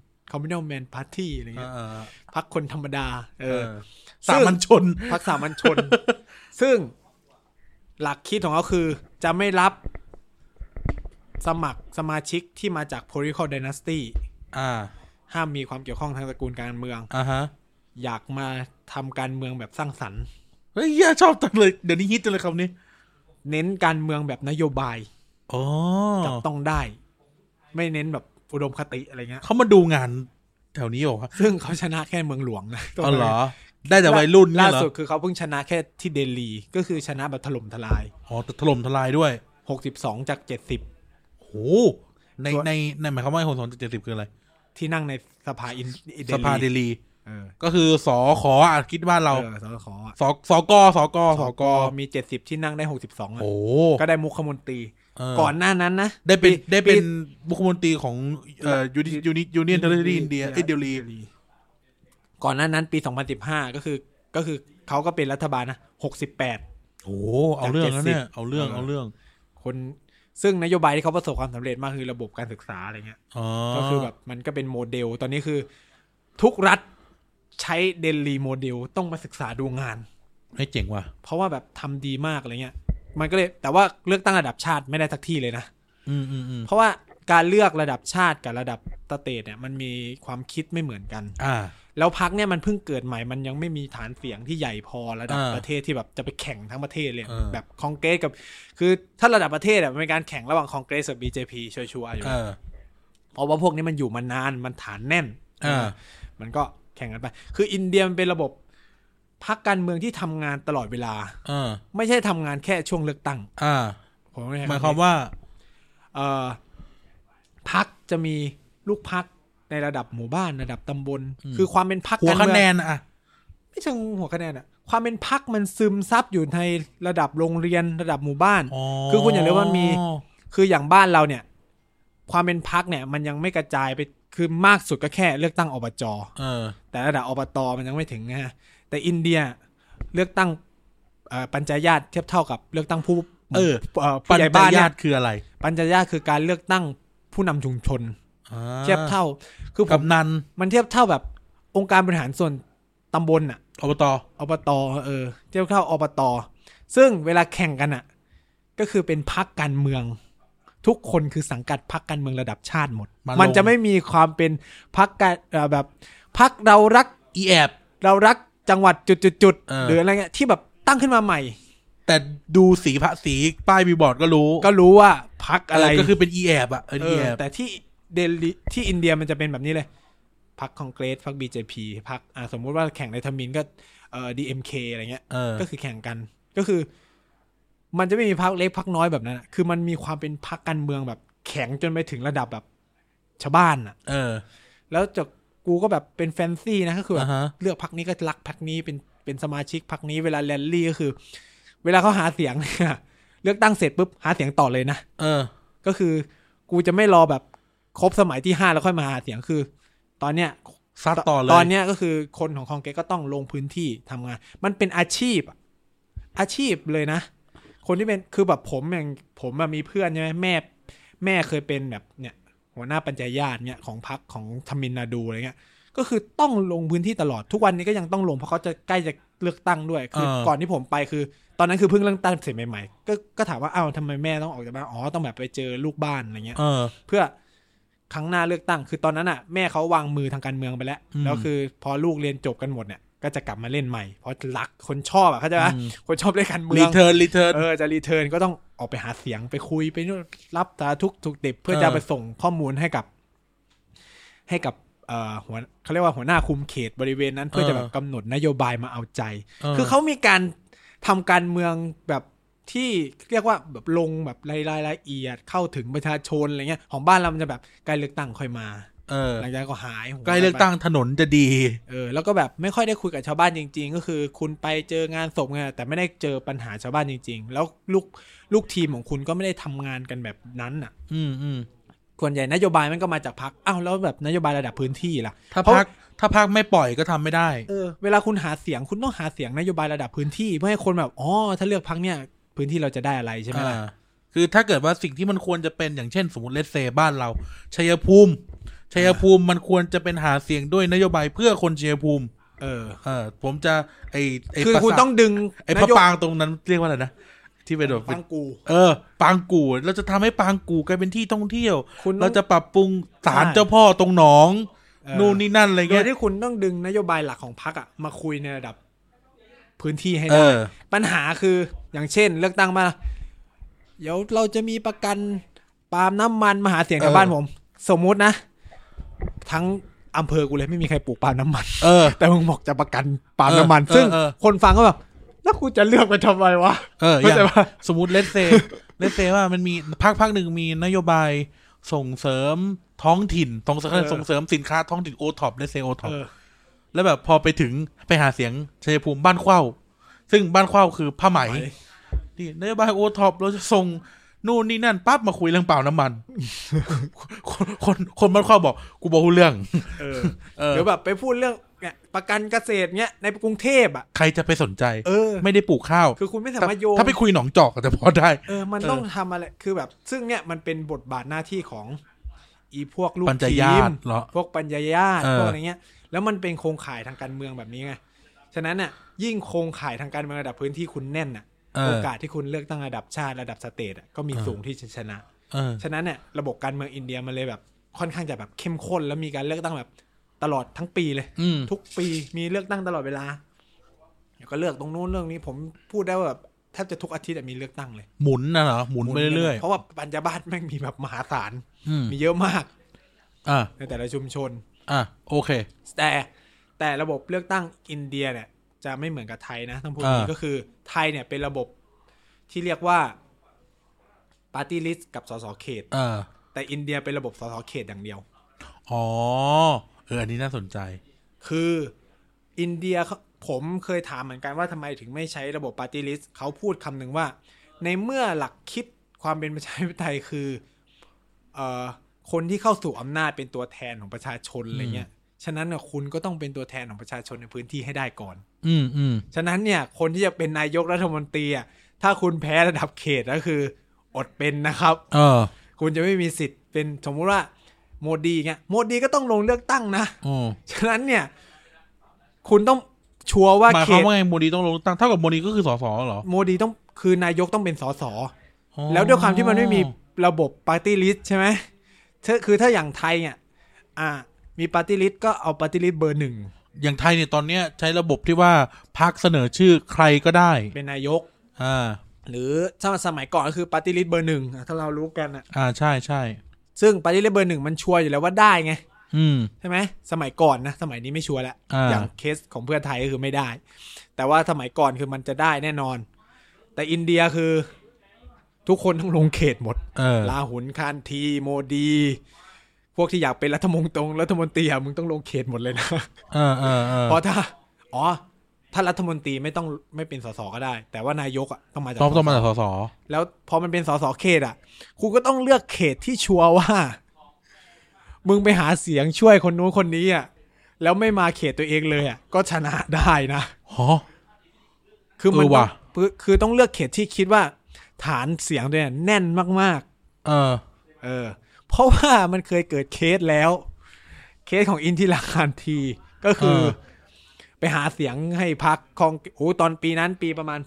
man party อะไรเงี้ยพรรคคนธรรมดาสามัญชนพรรคสามัญชนซึ่งหลักคิดของเขาคือจะไม่รับสมัครสมาชิกที่มาจาก political dynasty ห้ามมีความเกี่ยวข้องทางตระกูลการเมืองอยากมาทำการเมืองแบบสร้างสรรค์เฮ้ยชอบจังเลยเดี๋ยวนี้ฮิตจังเลยคำนี้เน้นการเมืองแบบนโยบายจับต้องได้ไม่เน้นแบบอุดมคติอะไรเงี้ยเขามาดูงานแถวนี้หรอครับซึ่งเขาชนะแค่เมืองหลวงนะอ๋อเหรอได้แต่วัยรุ่นล่าสุดคือเขาเพิ่งชนะแค่ที่เดลีก็คือชนะแบบถล่มทลายถล่มทลายด้วย 62จาก70 โหในหมายความว่า62จาก70คืออะไรที่นั่งในสภาเดลีก็คือสขคิดว่าเราสกมี70ที่นั่งได้62โอ้ก็ได้มุขมนตรีก่อนหน้านั้นนะได้เป็นมุขมนตรีของยูเนียนเทอร์เรรีอินเดียเดลีก่อนหน้านั้นปี2015ก็คือเขาก็เป็นรัฐบาลนะ68 โอ้เอาเรื่องแล้วเนี่ยเอาเรื่องคนซึ่งนโยบายที่เขาประสบความสำเร็จมากคือระบบการศึกษาอะไรเงี้ยก็คือแบบมันก็เป็นโมเดลตอนนี้คือทุกรัฐใช้เดลีโมเดลต้องมาศึกษาดูงานให้เจ๋งว่ะเพราะว่าแบบทำดีมากอะไรเงี้ยมันก็เลยแต่ว่าเลือกตั้งระดับชาติไม่ได้สักที่เลยนะเพราะว่าการเลือกระดับชาติกับระดับสเตทเนี่ยมันมีความคิดไม่เหมือนกันแล้วพรรคเนี่ยมันเพิ่งเกิดใหม่มันยังไม่มีฐานเสียงที่ใหญ่พอระดับประเทศที่แบบจะไปแข่งทั้งประเทศเลยแบบคองเกรสกับคือถ้าระดับประเทศมันเป็นการแข่งระหว่างคองเกรสกับ BJP ชัวร์ๆอยู่เพราะว่าพวกนี้มันอยู่มานานมันฐานแน่นมันก็แข่งกันไปคืออินเดียมันเป็นระบบพรรคการเมืองที่ทำงานตลอดเวลาไม่ใช่ทำงานแค่ช่วงเลือกตั้งหมายความว่าพรรคจะมีลูกพรรคในระดับหมู่บ้านระดับตำบลคือความเป็นพรรคการเมืองหัวคะแนนไม่ใช่หัวคะแนนความเป็นพรรคมันซึมซับอยู่ในระดับโรงเรียนระดับหมู่บ้านคือคุณอย่างเรียกว่ามีคืออย่างบ้านเราเนี่ยความเป็นพรรคเนี่ยมันยังไม่กระจายไปคือมากสุดก็แค่เลือกตั้งอบจ.แต่ระดับอบต.มันยังไม่ถึงนะแต่อินเดียเลือกตั้งปัญจายาตเทียบเท่ากับเลือกตั้งผู้ปัญจายาตคืออะไรปัญจายาตคือการเลือกตั้งผู้นำชุมชนเทียบเท่าคือกำนันมันเทียบเท่าแบบองค์การบริหารส่วนตำบลอบต. เทียบเท่าอบต.ซึ่งเวลาแข่งกันก็คือเป็นพรรคการเมืองทุกคนคือสังกัดพรรคการเมืองระดับชาติหมดมันจะไม่มีความเป็นพรรคการแบบพรรคเรารักเรารักจังหวัดจุดๆหรืออะไรเงี้ยที่แบบตั้งขึ้นมาใหม่แต่ดูสีป้ายบิลบอร์ดก็รู้ว่าพรรคอะไรก็คือเป็นแต่ที่เดลีที่อินเดียมันจะเป็นแบบนี้เลยพรรคคองเกรสพรรค BJP พรรคสมมุติว่าแข่งในทมิฬก็DMK อะไรเงี้ยก็คือแข่งกันก็คือมันจะไม่มีพรรคเล็กพรรคน้อยแบบนั้นคือมันมีความเป็นพรรคการเมืองแบบแข็งจนไปถึงระดับแบบชาวบ้านแล้วจากกูก็แบบเป็นแฟนซี่นะก็คือแบบเลือกพรรคนี้ก็รักพรรคนี้เป็นสมาชิกพรรคนี้เวลาแรลลี่ก็คือเวลาเขาหาเสียงเนี่ยเลือกตั้งเสร็จปุ๊บหาเสียงต่อเลยนะก็คือกูจะไม่รอแบบครบสมัยที่5แล้วค่อยมาหาเสียงคือตอนเนี้ยซัดต่อเลยตอนเนี้ยก็คือคนของคองเกรสก็ต้องลงพื้นที่ทำงานมันเป็นอาชีพเลยนะคนที่เป็นคือแบบผมมีเพื่อนใช่ไหมแม่เคยเป็นแบบเนี่ยหัวหน้าปัญญาญาติเนี่ยของพรรคของทมินนาดูอะไรเงี้ยก็คือต้องลงพื้นที่ตลอดทุกวันนี้ก็ยังต้องลงเพราะเขาจะใกล้จะเลือกตั้งด้วยคือก่อนที่ผมไปคือตอนนั้นคือเพิ่งเลือกตั้งเสร็จใหม่ๆก็ถามว่าอ้าวทำไมแม่ต้องออกจากบ้านต้องแบบไปเจอลูกบ้านอะไรเงี้ยเพื่อครั้งหน้าเลือกตั้งคือตอนนั้นอ่ะแม่เขาวางมือทางการเมืองไปแล้วแล้วคือพอลูกเรียนจบกันหมดเนี่ยก็จะกลับมาเล่นใหม่เพราะรักคนชอบอ่ะเข้าใจไหมคนชอบเล่นการเมืองรีเทิร์นจะรีเทิร์นก็ต้องออกไปหาเสียงไปคุยไปรับสารทุกดิบเพื่อจะไปส่งข้อมูลให้กับหัวเขาเรียกว่าหัวหน้าคุมเขตบริเวณนั้นเพื่อจะแบบกำหนดนโยบายมาเอาใจคือเขามีการทำการเมืองแบบที่เรียกว่าแบบลงแบบรายละเอียดเข้าถึงประชาชนอะไรเงี้ยของบ้านเรามันจะแบบใกล้เลือกตั้งค่อยมาหลังจากนั้นก็หายใกล้เลือกตั้งถนนจะดีแล้วก็แบบไม่ค่อยได้คุยกับชาวบ้านจริงๆก็คือคุณไปเจองานศพไงแต่ไม่ได้เจอปัญหาชาวบ้านจริงๆแล้วลูกทีมของคุณก็ไม่ได้ทำงานกันแบบนั้นอ่ะส่วนใหญ่นโยบายมันก็มาจากพรรคแล้วแบบนโยบายระดับพื้นที่ล่ะถ้าพรรคไม่ปล่อยก็ทำไม่ได้เวลาคุณหาเสียงคุณต้องหาเสียงนโยบายระดับพื้นที่เพื่อให้คนแบบถ้าเลือกพรรคเนี่ยพื้นที่เราจะได้อะไรใช่ไหมล่ะคือถ้าเกิดว่าสิ่งที่มันควรจะเป็นอย่างเช่นสมมติเลสเซบ้านเราชัยภูมิมันควรจะเป็นหาเสียงด้วยนโยบายเพื่อคนชัยภูมิผมจะคือคุณต้องดึงพระปางตรงนั้นเรียกว่าอะไรนะที่เป็นแบบปางกูปางกูเราจะทำให้ปางกูกลายเป็นที่ท่องเที่ยวเราจะปรับปรุงศาลเจ้าพ่อตรงหนองนู่นนี่นั่นอะไรเงี้ยโดยที่คุณต้องดึงนโยบายหลักของพรรคมาคุยในระดับพื้นที่ให้ได้ปัญหาคืออย่างเช่นเลือกตั้งมาเดี๋ยวเราจะมีประกันปาล์มน้ำมันมาหาเสียงในบ้านผมสมมุตินะทั้งอำเภอกูเลยไม่มีใครปลูกปาล์มน้ำมันแต่มึงบอกจะประกันปาล์มน้ำมันซึ่งคนฟังก็แบบแล้วกูจะเลือกไปทำไมวะอย่างสมมุติเลสเซว่ามันมีภาคหนึ่งมีนโยบายส่งเสริมท้องถิ่นส่งเสริมสินค้าท้องถิ่นโอท็อปเลสเซโอท็อปแล้วแบบพอไปหาเสียงชัยภูมิบ้านเข้าซึ่งบ้านเข้าคือผ้าไหมนี่นโยบายโอท็อปเราจะส่งนู่นนี่นั่นปั๊บมาคุยเรื่องเปล่าน้ำมันคนบ้านเข้าบอกกูบอกเรื่องเดี๋ยวแบบไปพูดเรื่องเนี่ยประกันเกษตรเนี้ยในกรุงเทพอ่ะใครจะไปสนใจไม่ได้ปลูกข้าวคือคุณไม่สามารถโยงถ้าไปคุยหนองจอกแต่พอได้มันต้องทำอะไรคือแบบซึ่งเนี่ยมันเป็นบทบาทหน้าที่ของพวกลูกทีมพวกปัญญาญาติพวกอะไรเงี้ยแล้วมันเป็นโครงข่ายทางการเมืองแบบนี้ไงฉะนั้นน่ะยิ่งโครงข่ายทางการเมืองระดับพื้นที่คุณแน่นน่ะโอกาสที่คุณเลือกตั้งระดับชาติระดับสเตทก็มีสูงที่จะชนะฉะนั้นเนี่ยระบบการเมืองอินเดียมันเลยแบบค่อนข้างจะแบบเข้มข้นแล้วมีการเลือกตั้งแบบตลอดทั้งปีเลยทุกปีมีเลือกตั้งตลอดเวลาเดี๋ยวก็เลือกตรงนู้นเรื่องนี้ผมพูดได้ว่าแบบแทบจะทุกอาทิตย์มีเลือกตั้งเลยหมุนนะเหรอหมุนไปเรื่อยๆเพราะว่าปัญญาบ้านแม่งมีแบบมหาศาลมีเยอะมากในแต่ละชุมชนโอเคแต่ระบบเลือกตั้งอินเดียเนี่ยจะไม่เหมือนกับไทยนะทั้งพวกนี้ก็คือไทยเนี่ยเป็นระบบที่เรียกว่าปาร์ตี้ลิสต์กับสสเขตแต่อินเดียเป็นระบบสสเขตอย่างเดียวอันนี้น่าสนใจคืออินเดียผมเคยถามเหมือนกันว่าทำไมถึงไม่ใช้ระบบปาร์ตี้ลิสต์เขาพูดคำหนึ่งว่าในเมื่อหลักคิดความเป็นประชาธิปไตยคือคนที่เข้าสู่อำนาจเป็นตัวแทนของประชาชนอะไรเงี้ยฉะนั้นเนี่ยคุณก็ต้องเป็นตัวแทนของประชาชนในพื้นที่ให้ได้ก่อนฉะนั้นเนี่ยคนที่จะเป็นนายกรัฐมนตรีถ้าคุณแพ้ระดับเขตก็คืออดเป็นนะครับคุณจะไม่มีสิทธิ์เป็นสมมุติว่าโมดีเงี้ยโมดีก็ต้องลงเลือกตั้งนะฉะนั้นเนี่ยคุณต้องชัวร์ว่าเขตหมายความว่าไงโมดีต้องลงเลือกตั้งเท่ากับโมดีก็คือสสเหรอโมดีต้องคือนายกต้องเป็นสสแล้วด้วยความที่มันไม่มีระบบปาร์ตี้ลิสต์ใช่ไหมคือถ้าอย่างไทยเนี่ยมีปาร์ตี้ลิสต์ก็เอาปาร์ตี้ลิสต์เบอร์หนึ่งอย่างไทยเนี่ยตอนนี้ใช้ระบบที่ว่าพรรคเสนอชื่อใครก็ได้เป็นนายกหรือถ้าสมัยก่อนก็คือปาร์ตี้ลิสต์เบอร์หนึ่งถ้าเรารู้กันใช่ใช่ซึ่งปาร์ตี้ลิสต์เบอร์หนึ่งมันชัวร์อยู่แล้วว่าได้ไงใช่ไหมสมัยก่อนนะสมัยนี้ไม่ชัวร์แล้วอย่างเคสของเพื่อไทยก็คือไม่ได้แต่ว่าสมัยก่อนคือมันจะได้แน่นอนแต่อินเดียคือทุกคนต้องลงเขตหมดลาหุนคานทีโมดีพวกที่อยากเป็นรัฐมนตรีมึงต้องลงเขตหมดเลยนะเพราะถ้ารัฐมนตรีไม่เป็นสสก็ได้แต่ว่านายกต้องมาจากสสแล้วพอมันเป็นสสเขตคุณก็ต้องเลือกเขตที่ชัวร์ว่ามึงไปหาเสียงช่วยคนนู้นคนนี้แล้วไม่มาเขตตัวเองเลยอ่ะก็ชนะได้นะคือมันคือต้องเลือกเขตที่คิดว่าฐานเสียงด้วยแน่นมากๆเพราะว่ามันเคยเกิดเคสแล้วเคสของอินทิราคารทีก็คือไปหาเสียงให้พรรคของตอนปีนั้นปีประมาณ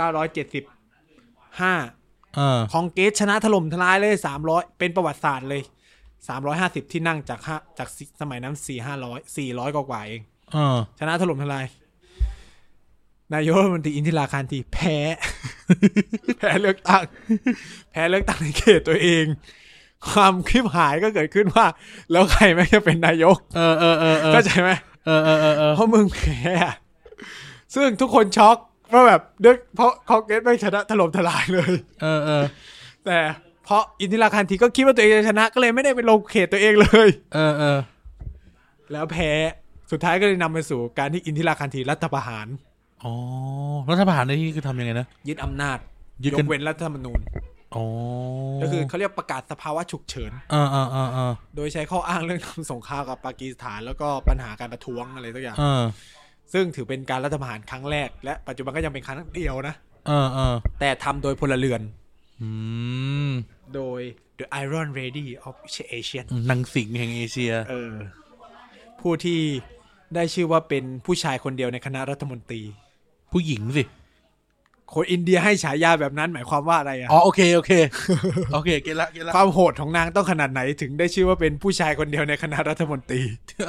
1975คองเกสชนะถล่มทลายเลย300เป็นประวัติศาสตร์เลย350ที่นั่งจากสมัยนั้น400กว่าเองชนะถล่มทลายนายกรัฐมนตรีอินทิราคารทีแพ้เลือกตั้งในเขตตัวเองความคลิปหายก็เกิดขึ้นว่าแล้วใครไม่จะเป็นนายกเข้าใจไหมเพราะมึงแพ้ซึ่งทุกคนช็อกว่าแบบเพราะคองเกสไม่ชนะถล่มทลายเลยแต่เพราะอินทิราคารทีก็คิดว่าตัวเองจะชนะก็เลยไม่ได้ไปลงเขตตัวเองเลยแล้วแพ้สุดท้ายก็เลยนำไปสู่การที่อินทิราคารทีรัฐประหารรัฐประหารในที่คือทำยังไงนะยึดอำนาจยกเว้นรัฐธรรมนูญก็คือเขาเรียกประกาศสภาวะฉุกเฉินโดยใช้ข้ออ้างเรื่องทำสงครามกับปากีสถานแล้วก็ปัญหาการประท้วงอะไรสักอย่างซึ่งถือเป็นการรัฐประหารครั้งแรกและปัจจุบันก็ยังเป็นครั้งเดียวนะแต่ทำโดยพลเรือนโดย The Iron Lady of Asia นางสิงห์แห่งเอเชียผู้ที่ได้ชื่อว่าเป็นผู้ชายคนเดียวในคณะรัฐมนตรีผู้หญิงสิคนอินเดียให้ฉายาแบบนั้นหมายความว่าอะไรโอเคเก็ตละความโหดของนางต้องขนาดไหนถึงได้ชื่อว่าเป็นผู้ชายคนเดียวในคณะรัฐมนตรี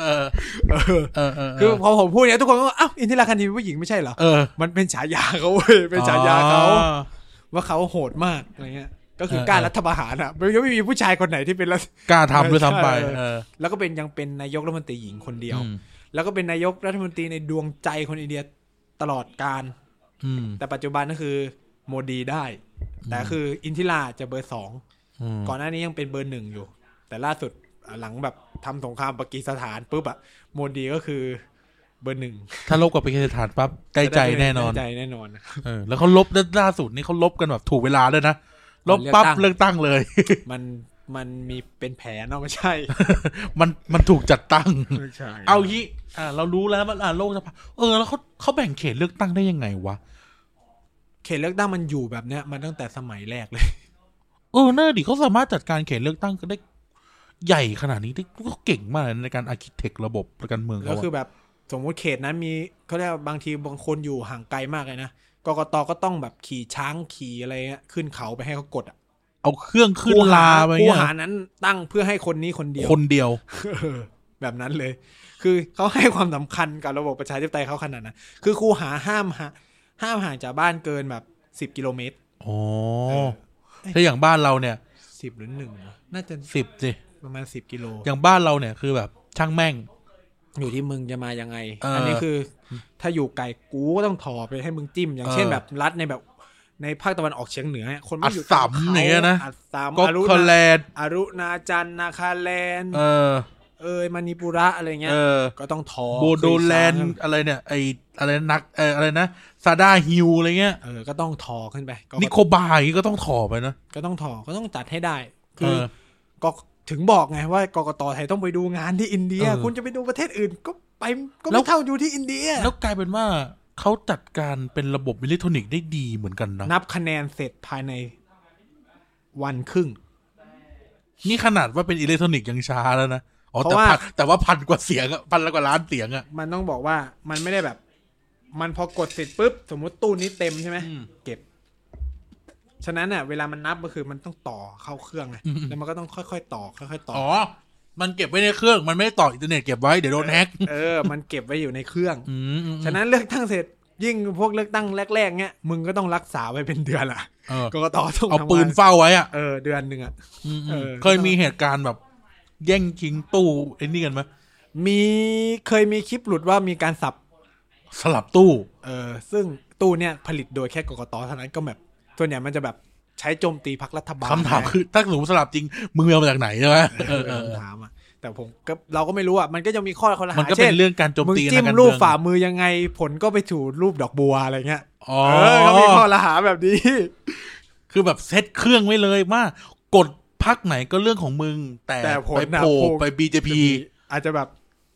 คือพอผมพูดเนี้ยทุกคนก็อ้าวอินทิราคารทีเป็นผู้หญิงไม่ใช่เหรอมันเป็นฉายาเขาเว้ยเป็นฉายาเขาว่าเขาโหดมากอะไรเงี้ยก็คือการรัฐประหารอ่ะไม่มีผู้ชายคนไหนที่เป็นกล้าทำด้วยซ้ำไปแล้วก็ยังเป็นนายกรัฐมนตรีหญิงคนเดียวแล้วก็เป็นนายกรัฐมนตรีในดวงใจคนอินเดียตลอดกาลแต่ปัจจุบันก็คือโมดีได้แต่คืออินทิราจะเบอร์2ก่อนหน้านี้ยังเป็นเบอร์1อยู่แต่ล่าสุดหลังแบบทำสงครามปากีสถานปุ๊บอะโมดีก็คือเบอร์1 ถ้าลบกับปากีสถานปั๊บใกล้ใจแน่นอนแล้วเขาลบล่าสุดนี่เขาลบกันแบบถูกเวลาด้วยนะลบปั๊บเลือกตั้งเลยมันมีเป็นแผนไม่ใช่มันถูกจัดตั้งเอางี้เรารู้แล้วว่าโลกสภาแล้วเขาแบ่งเขตเลือกตั้งได้ยังไงวะเขตเลือกตั้งมันอยู่แบบเนี้ยมันตั้งแต่สมัยแรกเลยน่าดิเขาสามารถจัดการเขตเลือกตั้งได้ใหญ่ขนาดนี้ได้เขาเก่งมากในการอาร์คิเทคระบบการเมืองแล้วคือแบบสมมติเขตนั้นมีเขาเรียกบางทีบางคนอยู่ห่างไกลมากเลยนะกกต.ก็ต้องแบบขี่ช้างขี่อะไรเงี้ยขึ้นเขาไปให้เขากดเอาเครื่องขึ้นลาไปเงี้ยคูหานั้นตั้งเพื่อให้คนนี้คนเดียวแบบนั้นเลยคือเขาให้ความสำคัญกับระบบประชาธิปไตยเขาขนาดนั้นคือคูหาห้ามห่างจากบ้านเกินแบบ10 กิโลเมตรถ้าอย่างบ้านเราเนี่ย 10 หรือ1น่าจะ10 สิประมาณ10 กิโลอย่างบ้านเราเนี่ยคือแบบช่างแม่งอยู่ที่มึงจะมายังไงอันนี้คือถ้าอยู่ไกลกูก็ต้องถอไปให้มึงจิ้มอย่างเช่นแบบรัฐในแบบในภาคตะวันออกเฉียงเหนือคนไม่อยู่อัสสัมเนี่ยนะอัสสัมอารุณาจันนาคาแลนด์มณีปุระอะไรเงี้ยก็ต้องถอโบโดแลนด์อะไรเนี่ยไออะไรนักอะไรนะซาดาฮิลอะไรเงี้ยก็ต้องถอขึ้นไปนิโคบายก็ต้องถอไปนะก็ต้องถอก็ต้องจัดให้ได้คือก็ถึงบอกไงว่ากกต.ไทยต้องไปดูงานที่อินเดียคุณจะไปดูประเทศอื่นก็ไปก็ไม่เท่าอยู่ที่อินเดียแล้วกลายเป็นว่าเขาจัดการเป็นระบบอิเล็กทรอนิกส์ได้ดีเหมือนกันนะนับคะแนนเสร็จภายในวันครึ่งนี่ขนาดว่าเป็นอิเล็กทรอนิกส์ยังช้าแล้วนะแต่ว่าพันกว่าเสียงพันละกว่าล้านเสียงมันต้องบอกว่ามันไม่ได้แบบมันพอกดเสร็จปุ๊บสมมติตู้นี้เต็มใช่ไหมเก็บฉะนั้นเวลามันนับก็คือมันต้องต่อเข้าเครื่องไงแล้วมันก็ต้องค่อยๆต่อมันเก็บไว้ในเครื่องมันไม่ได้ต่ออินเทอร์เน็ตเก็บไว้เดี๋ยวโดนแฮ็กมันเก็บไว้อยู่ในเครื่องฉะนั้นเลือกตั้งเสร็จยิ่งพวกเลือกตั้งแรกๆเงี้ยมึงก็ต้องรักษาไว้เป็นเดือนละกกต.ต้องเอาปืนเฝ้าไว้เดือนนึงเคยมีเหตุการณ์แบบแย่งชิงตู้ไอ้นี่กันไหมเคยมีคลิปหลุดว่ามีการสลับตู้ซึ่งตู้เนี่ยผลิตโดยแค่กกต.เท่านั้นก็แบบส่วนใหญ่มันจะแบบใช้โจมตีพรรครัฐบาลคำถามคือถ้าสมมติสลับจริงมึงเอามาจากไหนใช่ไหมถามแต่ผมก็เราก็ไม่รู้มันก็จะมีข้อหามันก็เป็นเรื่องการโจมตีมึงจิ้มรูปฝ่ามือยังไงผลก็ไปถูรูปดอกบัวอะไรเงี้ยก็มีข้อหาแบบนี้คือแบบเซตเครื่องไว้เลยว่ากดพรรคไหนก็เรื่องของมึงแต่ไปโผล่ไป BJP อาจจะแบบ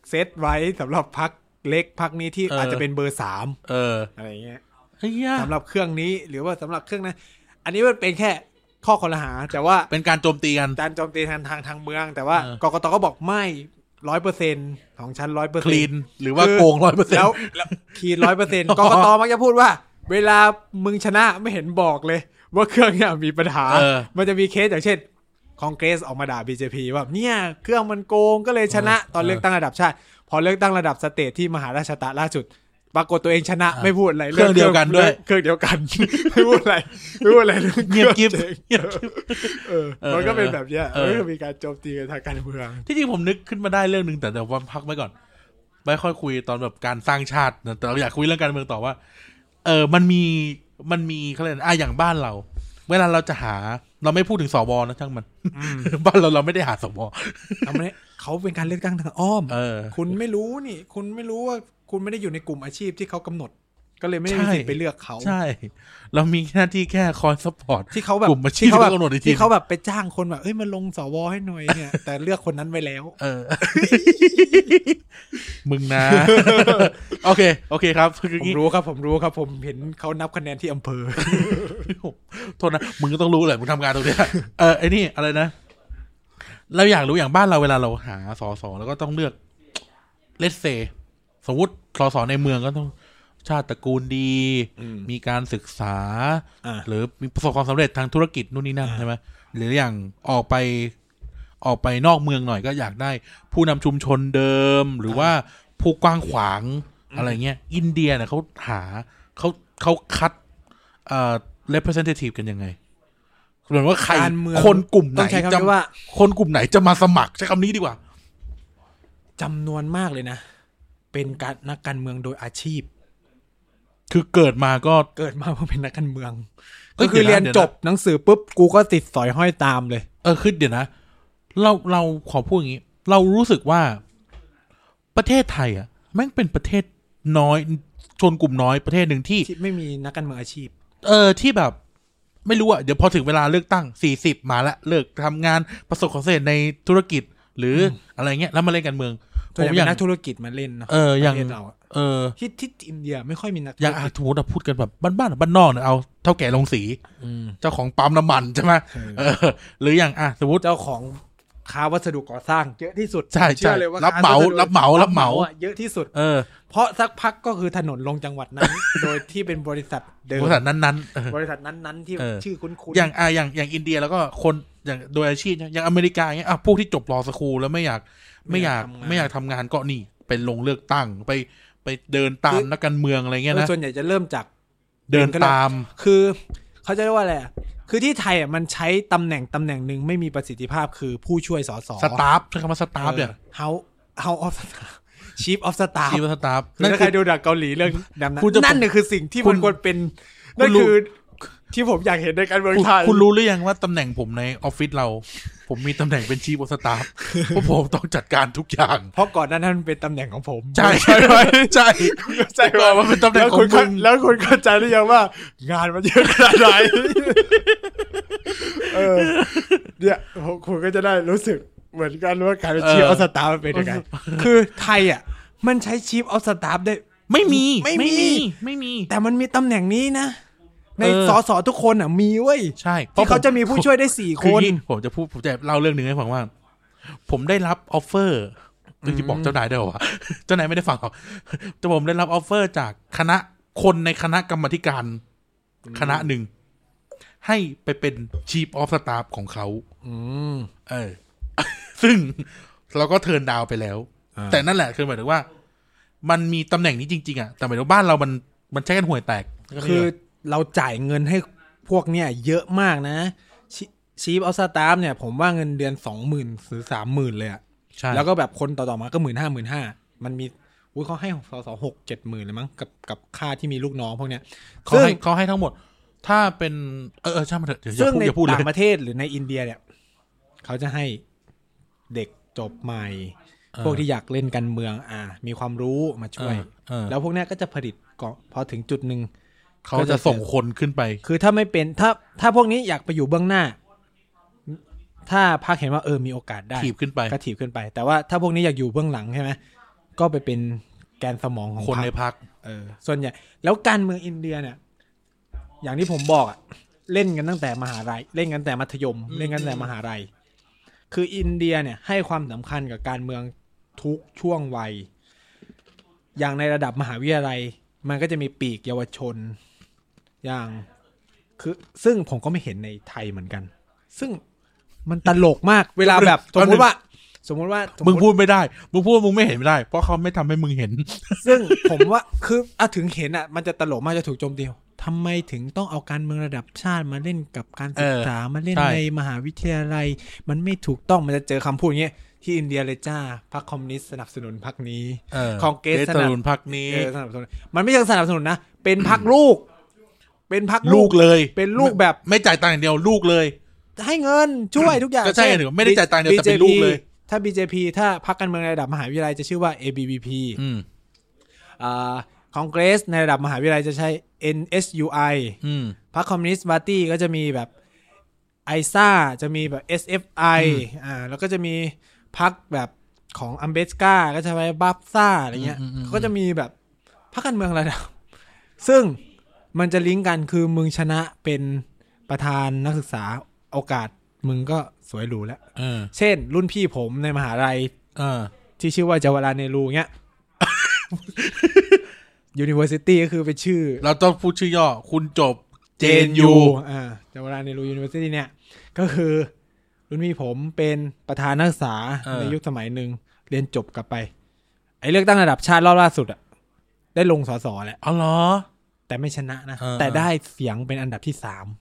เซตไว้สำหรับพรรคเล็กพรรคนี้ที่อาจจะเป็นเบอร์3อะไรเงี้ยสำหรับเครื่องนี้หรือว่าสำหรับเครื่องนั้นอันนี้มันเป็นแค่ข้อคอรหาแต่ว่าเป็นการโจมตีกันการโจมตีทางเมืองแต่ว่ากกต.ก็บอกไม่ 100% ของฉัน 100% คลีนหรือว่าโกง 100% แล้วคลีน 100% กกต.มักจะพูดว่าเวลามึงชนะไม่เห็นบอกเลยว่าเครื่องเนี่ยมีปัญหามันจะมีเคสอย่างเช่นคอนเกรสออกมาด่า BJP ว่าเนี่ยเครื่องมันโกงก็เลยชนะตอนเลือกตั้งระดับชาติพอเลือกตั้งระดับสเตทที่มหาราชตะล่าสุดปรากฏตัวเองชนะไม่พูดอะไรเครื่องเดียวกันด้วยเครื่องเดียวกันไม่พูดอะไรเงียบกิ๊บมันก็เป็นแบบเนี้ยมันก็มีการโจมตีกันทางการเมืองที่จริงผมนึกขึ้นมาได้เรื่องนึงแต่วันพักไว้ก่อนไม่ค่อยคุยตอนแบบการสร้างชาติแต่เราอยากคุยเรื่องการเมืองต่อว่ามันมีเขาเรียกอย่างบ้านเราเวลาเราจะหาเราไม่พูดถึงสวนะช่างมันบ้านเราไม่ได้หาสวเขาเป็นการเลือกตั้งทางอ้อมคุณไม่รู้นี่คุณไม่รู้ว่าคุณไม่ได้อยู่ในกลุ่มอาชีพที่เขากำหนดก็เลยไม่ได้มีสิทธิ์ไปเลือกเขาใช่เรามีหน้าที่แค่คอยซัพพอร์ตที่เขาแบบกลุ่มอาชีพที่เขากำหนดที่เขาแบบไปจ้างคนแบบมาลงสวให้หน่อยเนี่ยแต่เลือกคนนั้นไว้แล้วมึงนะโอเคครับผมรู้ครับผมเห็นเขานับคะแนนที่อำเภอโทษนะมึงก็ต้องรู้แหละมึงทำงานตรงนี้ไอ้นี่อะไรนะเราอยากรู้อย่างบ้านเราเวลาเราหาสสแล้วก็ต้องเลือกเลสเซสมมุติสสในเมืองก็ต้องชาติตระกูลดีมีการศึกษาหรือมีประสบความสำเร็จทางธุรกิจนู่นนี่นั่นใช่ไหมหรืออย่างออกไปนอกเมืองหน่อยก็อยากได้ผู้นำชุมชนเดิมหรือว่าผู้กว้างขวางอะไรเงี้ยอินเดียเนี่ยเขาคัดrepresentative กันยังไงเหมือนว่าใครคนกลุ่มไหนคนกลุ่มไหนจะมาสมัครใช้คำนี้ดีกว่าจำนวนมากเลยนะเป็นนักการเมืองโดยอาชีพคือเกิดมาเพื่อเป็นนักการเมืองก็คือเรียนจบหนังสือปุ๊บกูก็ติดสอยห้อยตามเลยคือเดี๋ยวนะเราขอพูดอย่างนี้เรารู้สึกว่าประเทศไทยแม่งเป็นประเทศน้อยชนกลุ่มน้อยประเทศหนึ่งที่ไม่มีนักการเมืองอาชีพที่แบบไม่รู้เดี๋ยวพอถึงเวลาเลือกตั้ง40มาแล้วเลิกทำงานประสบความสำเร็จในธุรกิจหรืออะไรเงี้ยแล้วมาเล่นการเมืองผมอย่างนักธุรกิจมาเล่นเนาะอย่างที่อินเดียไม่ค่อยมีนักอย่างสมมติพูดกันแบบบ้านนอกเนี่ยเอาเท่าแก่ลงสีเจ้าของปั๊มน้ำมันใช่ไหมหรืออย่างสมมติเจ้าของค้าวัสดุก่อสร้างเยอะที่สุดใช่รับเหมาเยอะที่สุดเพราะสักพักก็คือถนนลงจังหวัดนั้นโดยที่เป็นบริษัทเดิมบริษัทนั้นที่ชื่อคุ้นๆอย่างอินเดียแล้วก็คนอย่างโดยอาชีพอย่างอเมริกาอย่างเงี้ยพวกที่จบลอสคูลแล้วไม่อยากทำงานก็นี่เป็นลงเลือกตั้งไปเดินตามนักการเมืองอะไรเงี้ยนะส่วนใหญ่จะเริ่มจากเดินตามคือเขาจะเรียกว่าอะไรคือที่ไทยมันใช้ตำแหน่งนึงไม่มีประสิทธิภาพคือผู้ช่วยสสสตาฟใช้คำว่าสตาฟเนี่ย House of Chief of Staff นั่นใครดูหนังเกาหลีเรื่องนั่นเนี่ยคือสิ่งที่มันควรเป็นนั่นคือที่ผมอยากเห็นในการเมืองไทยคุณรู้หรือยังว่าตำแหน่งผมในออฟฟิศผมมีตำแหน่งเป็น Chief of Staff เพราะผมต้องจัดการทุกอย่างเพราะก่อนนั้นเป็นตำแหน่งของผมใช่ก่อนมันเป็นตำแหน่งของคุณแล้วคุณเข้าใจหรือยังว่างานมันเยอะขนาดไหนเนี่ยคุณก็จะได้รู้สึกเหมือนกันว่าการเป็น Chief of Staff มันเป็นยังไงคือไทยมันใช้ Chief of Staff ได้ไม่มีแต่มันมีตำแหน่งนี้นะในสสทุกคนมีเว้ยใช่ที่เขาจะมีผู้ช่วยได้4คนผมจะเล่าเรื่องนึงให้ฟังว่าผมได้รับออฟเฟอร์จะบอกเจ้านายได้ป่าวเจ้านายไม่ได้ฟังหรอกแต่ผมได้รับออฟเฟอร์จากคนในคณะกรรมการคณะหนึ่งให้ไปเป็น Chief of Staff ของเขาซึ่งเราก็เทิร์นดาวไปแล้วแต่นั่นแหละคือหมายถึงว่ามันมีตำแหน่งนี้จริงๆแต่หมายถึงบ้านเรามันใช้กันห่วยแตกคือเราจ่ายเงินให้พวกเนี้ยเยอะมากนะChief of Staff เนี่ยผมว่าเงินเดือน 20,000 หรือ 30,000 เลยแล้วก็แบบคนต่อๆมาก็ 15,000 มันมีเขาให้สส 6-7 หมื่นเลยมั้งกับค่าที่มีลูกน้องพวกเนี้ยเขาให้ทั้งหมดถ้าเป็นช่างมันเถอะซึ่งในต่างประเทศหรือในอินเดียเนี่ยเขาจะให้เด็กจบใหม่พวกที่อยากเล่นการเมืองมีความรู้มาช่วยแล้วพวกเนี้ยก็จะผลิตก็พอถึงจุดนึงเขาจะส่งคนขึ้นไปคือถ้าไม่เป็นถ้าพวกนี้อยากไปอยู่เบื้องหน้าถ้าพรรคเห็นว่ามีโอกาสได้ถีบขึ้นไปก็ถีบขึ้นไปแต่ว่าถ้าพวกนี้อยากอยู่เบื้องหลังใช่ไหมก็ไปเป็นแกนสมองของคนในพรรคส่วนใหญ่แล้วการเมืองอินเดียเนี่ยอย่างที่ผมบอกอ่ะเล่นกันตั้งแต่มหาลัยเล่นกันแต่มัธยมเล่นกันแต่มหาลัยคืออินเดียเนี่ยให้ความสำคัญกับการเมืองทุกช่วงวัยอย่างในระดับมหาวิทยาลัยมันก็จะมีปีกเยาวชนอย่างคือซึ่งผมก็ไม่เห็นในไทยเหมือนกันซึ่งมันตลกมากเวลาแบบสมมติว่ามึงพูดไม่ได้มึงพูดมึงไม่เห็นไม่ได้เพราะเขาไม่ทำให้มึงเห็นซึ่งผมว่าคือถึงเห็นอ่ะมันจะตลกมากจะถูกโจมตีทำไมถึงต้องเอาการเมืองระดับชาติมาเล่นกับการศึกษามาเล่นในมหาวิทยาลัยมันไม่ถูกต้องมันจะเจอคำพูดอย่างเงี้ยที่อินเดียเลยจ้าพรรคคอมมิวนิสต์สนับสนุนพรรคนี้คองเกรสสนับสนุนพรรคนี้สนับสนุนมันไม่ใช่สนับสนุนนะเป็นพรรคลูกเป็นพรรคลูกเลยเป็นลูกแบบไม่จ่ายตังค์อย่างเดียวลูกเลยให้เงินช่วยทุกอย่างก็ใช่ถือไม่ได้จ่ายตังค์เดียวแต่เป็นลูกเลยถ้า BJP ถ้าพรรคการเมืองในระดับมหาวิทยาลัยจะชื่อว่า ABVP คองเกรสในระดับมหาวิทยาลัยจะใช้ NSUI พรรคคอมมิวนิสต์ปาร์ตี้ก็จะมีแบบ ISA จะมีแบบ SFI แล้วก็จะมีพรรคแบบของอัมเบสกาก็จะไปบัฟซ่าอะไรเงี้ยก็จะมีแบบพรรคการเมืองระดับซึ่งมันจะลิงก์กันคือมึงชนะเป็นประธานนักศึกษาโอกาสมึงก็สวยหรูแล้วเช่นรุ่นพี่ผมในมหาลัยที่ชื่อว่าจาวาลาเนรูเงี้ยUniversity ก็คือเป็นชื่อเราต้องพูดชื่อย่อคุณจบ JNU จาวาลาเนรู University เนี่ยก็คือรุ่นพี่ผมเป็นประธานนักศึกษาในยุคสมัยหนึ่งเรียนจบกลับไปไอ้เลือกตั้งระดับชาติรอบล่าสุดอ่ะได้ลงสสแล้วอ๋อเหรอแต่ไม่ชนะนะแต่ได้เสียงเป็นอันดับที่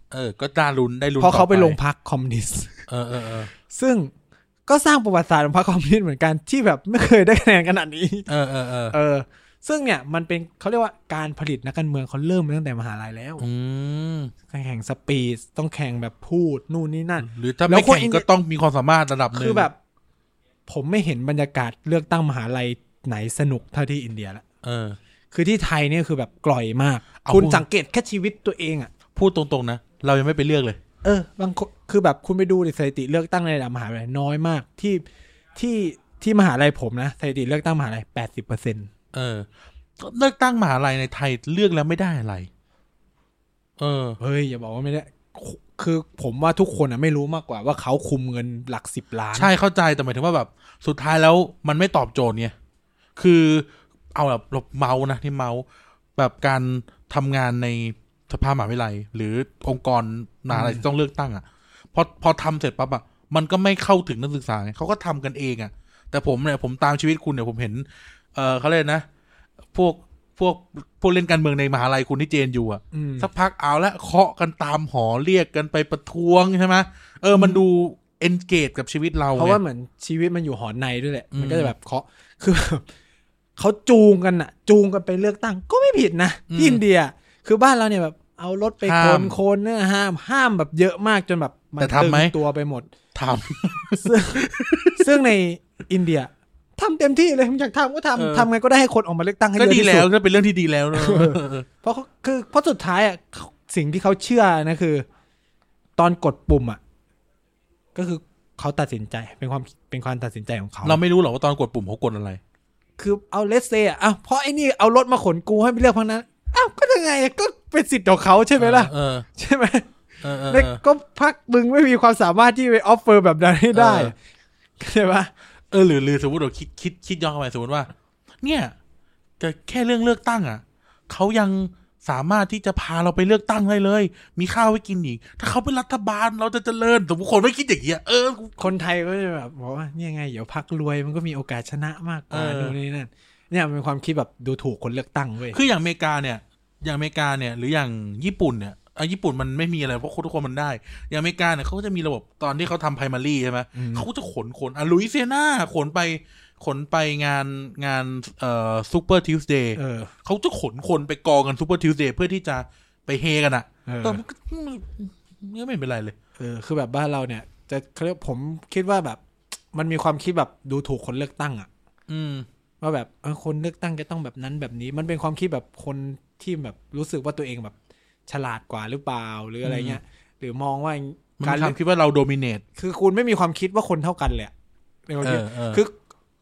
3 ก็ได้ลุ้นเพราะเขาไปลงพรรคคอมมิวนิสต์ซึ่งก็สร้างประวัติศาสตร์ของพรรคคอมมิวนิสต์เหมือนกันที่แบบไม่เคยได้คะแนนขนาดนี้ซึ่งเนี่ยมันเป็นเขาเรียกว่าการผลิตนักการเมืองเขาเริ่มมาตั้งแต่มหาลัยแล้วแข่งสปีดต้องแข่งแบบพูดนู่นนี่นั่นหรือถ้าไม่แข่งก็ต้องมีความสามารถระดับนึงคือแบบผมไม่เห็นบรรยากาศเลือกตั้งมหาลัยไหนสนุกเท่าที่อินเดียละคือที่ไทยเนี่ยคือแบบกล่อยมากคุณสังเกตแค่ชีวิตตัวเองอ่ะพูดตรงๆนะเรายังไม่ไปเลือกเลยบางคือแบบคุณไปดูสถิติเลือกตั้งในระดับมหาลัยน้อยมากที่มหาลัยผมนะสถิติเลือกตั้งมหาลัย 80%เลือกตั้งมหาลัยในไทยเลือกแล้วไม่ได้อะไรเฮ้ยอย่าบอกว่าไม่ได้คือผมว่าทุกคนไม่รู้มากกว่าว่าเขาคุมเงินหลัก10 ล้านใช่เข้าใจแต่หมายถึงว่าแบบสุดท้ายแล้วมันไม่ตอบโจทย์ไงคือเอาแบบเมานะที่เมาแบบการทำงานในสภามหาวิทยาลัยหรือองค์กรมหาวิทยาลัยที่ต้องเลือกตั้งพอทำเสร็จปั๊บมันก็ไม่เข้าถึงนักศึกษาเขาก็ทำกันเองแต่ผมตามชีวิตคุณเนี่ยผมเห็นเขาเรียกนะพวกเล่นการเมืองในมหาลัยคุณที่เจนอยู่สักพักเอาละเคาะกันตามหอเรียกกันไปประท้วงใช่ไหมมันดูเอนเกจกับชีวิตเราเพราะว่าเหมือนชีวิตมันอยู่หอในด้วยแหละมันก็จะแบบเคาะคือเขาจูงกันไปเลือกตั้งก็ไม่ผิดนะที่อินเดียคือบ้านเราเนี่ยแบบเอารถไปคนเนี่ยห้ามแบบเยอะมากจนแบบมันตึงตัวไปหมดทำซึ่งในอินเดียทำเต็มที่เลยอยากทำก็ทำไงก็ได้ให้คนออกมาเลือกตั้งให้เยอะที่สุดก็ดีแล้วก็เป็นเรื่องที่ดีแล้วเพราะสุดท้ายสิ่งที่เขาเชื่อนะคือตอนกดปุ่มก็คือเขาตัดสินใจเป็นความตัดสินใจของเขาเราไม่รู้หรอกว่าตอนกดปุ่มเขากดอะไรคือเอาเลสเซเพราะไอ้นี่เอารถมาขนกูให้ไปเลือกพรรคนั้นก็ยังไงก็เป็นสิทธิ์ของเขาใช่ไหมล่ะใช่ไหมก็พรรคมึงไม่มีความสามารถที่ไปออฟเฟอร์แบบนั้นให้ได้ใช่ปะหรือสมมติเราคิดย้อนเข้าไปสมมติว่าเนี่ยแค่เรื่องเลือกตั้งเขายังสามารถที่จะพาเราไปเลือกตั้งได้เลยมีข้าวให้กินอีกถ้าเขาเป็นรัฐบาลเราจะเจริญแต่คนไม่คิดอย่างเงี้ยคนไทยก็จะแบบบอกว่าเนี่ยไงเดี๋ยวพรรครวยมันก็มีโอกาสชนะมากกว่านู่นนี่นั่นเนี่ยเป็นความคิดแบบดูถูกคนเลือกตั้งเว้ยคืออย่างอเมริกาเนี่ยหรืออย่างญี่ปุ่นเนี่ยญี่ปุ่นมันไม่มีอะไรเพราะทุกคนมันได้อย่างอเมริกาเนี่ยเขาก็จะมีระบบตอนที่เขาทำไพรมารีใช่ไหมเขาก็จะขนลุยเซียนาขนไปงานซูเปอร์ทิวส์เดย์เขาจะขนคนไปกองกันซูเปอร์ทิวส์เดย์เพื่อที่จะไปเฮกันแต่ก็ไม่เป็นไรเลยคือแบบบ้านเราเนี่ยจะเขาเรียกผมคิดว่าแบบมันมีความคิดแบบดูถูกคนเลือกตั้งว่าแบบคนเลือกตั้งจะต้องแบบนั้นแบบนี้มันเป็นความคิดแบบคนที่แบบรู้สึกว่าตัวเองแบบฉลาดกว่าหรือเปล่าหรืออะไรเงี้ยหรือมองว่าการคิดว่าเราโดมิเนตคือคุณไม่มีความคิดว่าคนเท่ากันเลยในความคิดคือ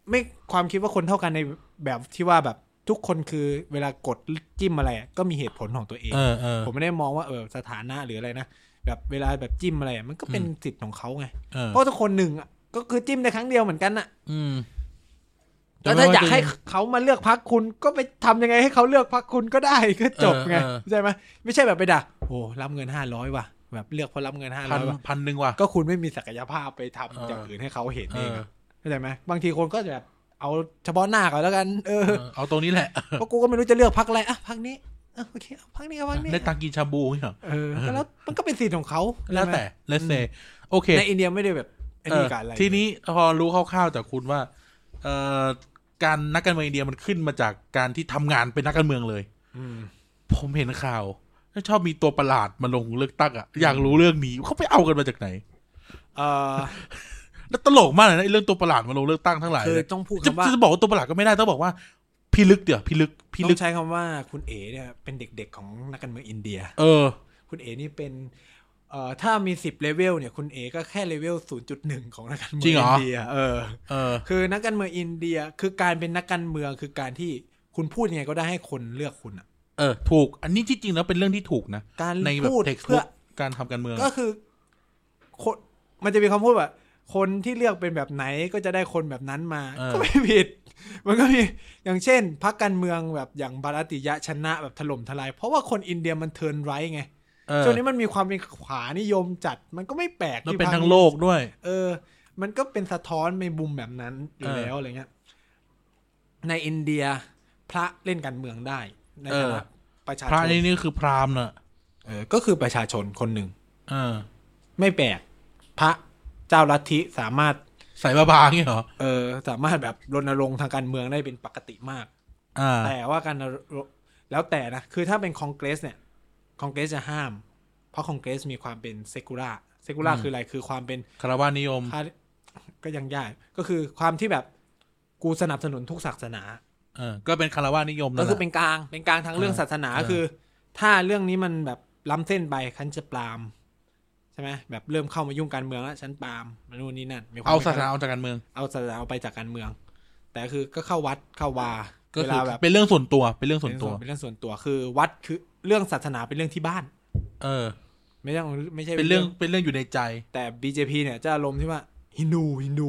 ไม่ความคิดว่าคนเท่ากันในแบบที่ว่าแบบทุกคนคือเวลากดจิ้มอะไรก็มีเหตุผลของตัวเองผมไม่ได้มองว่าสถานะหรืออะไรนะแบบเวลาแบบจิ้มอะไรมันก็เป็นสิทธิ์ของเขาไงเพราะทุกคนหนึ่งก็คือจิ้มในครั้งเดียวเหมือนกันน่ะแล้วถ้าอยากให้เขามาเลือกพรรคคุณก็ไปทำยังไงให้เขาเลือกพรรคคุณก็ได้ก็จบไงใช่ไหมไม่ใช่แบบไปด่าโอ้รับเงิน500ว่ะแบบเลือกเพราะรับเงิน500ว่ะ 1,000ว่ะก็คุณไม่มีศักยภาพไปทำอย่างอื่นให้เขาเห็นเองเข้าใจไหมบางทีคนก็แบบเอาเฉพาะหน้าก่อนแล้วกันเอาตรงนี้แหละเพราะกูก็ไม่รู้จะเลือกพรรคอะไรพรรคนี้โอเคพรรคนี้ก็พรรคนี้ได้ตังกินชาบูเหรอแล้วมันก็เป็นสิทธิ์ของเขาแล้วแต่let's say โอเคในอินเดียไม่ได้แบบไอ้นี่กันอะไรทีนี้พอรู้คร่าวๆจากคุณว่าการนักการเมืองอินเดียมันขึ้นมาจากการที่ทำงานเป็นนักการเมืองเลยผมเห็นข่าวชอบมีตัวประหลาดมาลงเลือกตั้งอยากรู้เรื่องนี้เขาไปเอากันมาจากไหนแล้วตลกมากเลยนะเรื่องตัวประหลาดมาลงเลือกตั้งทั้งหลายคือต้องพูดคำว่าจะบอกว่าตัวประหลาดก็ไม่ได้ต้องบอกว่าพิลึกต้องใช้คำว่าคุณเอ๋เนี่ยเป็นเด็กๆของนักการเมืองอินเดียคุณเอ๋นี่เป็นถ้ามี10เลเวลเนี่ยคุณเอ๋ก็แค่เลเวล 0.1 ของนักการเมืองอินเดียคือนักการเมืองอินเดียคือการเป็นนักการเมืองคือการที่คุณพูดยังไงก็ได้ให้คนเลือกคุณถูกอันนี้ที่จริงแล้วเป็นเรื่องที่ถูกนะการในพูดเพื่อการทำการเมืองก็คือคนมันจะมีคำพูดว่าคนที่เลือกเป็นแบบไหนก็จะได้คนแบบนั้นมาก็ไม่ผิดมันก็มีอย่างเช่นพรรคการเมืองแบบอย่างบาราติยะชนะแบบถล่มทลายเพราะว่าคนอินเดียมันเทิร์นไรท์ไงช่วงนี้มันมีความเป็นขวานิยมจัดมันก็ไม่แปลกที่เป็นทั้งโลกด้วยมันก็เป็นสะท้อนในมุมแบบนั้นอยู่แล้วอะไรเงี้ยในอินเดียพระเล่นการเมืองได้ในฐานะประชาชนพระนี่คือพราหมณ์น่ะก็คือประชาชนคนหนึ่งไม่แปลกพระเจ้าลัทธิสามารถใส่บาๆงี้เหรอสามารถแบบรณรงค์ทางการเมืองได้เป็นปกติมากแต่ว่าการแล้วแต่นะคือถ้าเป็นคองเกรสเนี่ยคองเกรสจะห้ามเพราะคองเกรสมีความเป็นเซกูล่าคืออะไรคือความเป็นคารวะนิยมก็ยังยากก็คือความที่แบบกูสนับสนุนทุกศาสนาก็เป็นคารวะนิยมก็คือเป็นกลางทางเรื่องศาสนาคือถ้าเรื่องนี้มันแบบล้ำเส้นไปฉันจะปรามใช่ไหมแบบเริ่มเข้ามายุ่งการเมืองแล้วฉันปรามนู่นนี่นั่นเอาศาสนาเอาจากการเมืองเอาศาสนาเอาไปจากการเมืองแต่คือก็เข้าวัดเข้าวาเวลาแบบเป็นเรื่องส่วนตัวเป็นเรื่องส่วนตัวคือวัดคือเรื่องศาสนาเป็นเรื่องที่บ้านไม่ใช่เป็นเรื่องอยู่ในใจแต่ BJP เนี่ยจะอารมณ์ที่ว่าฮินดู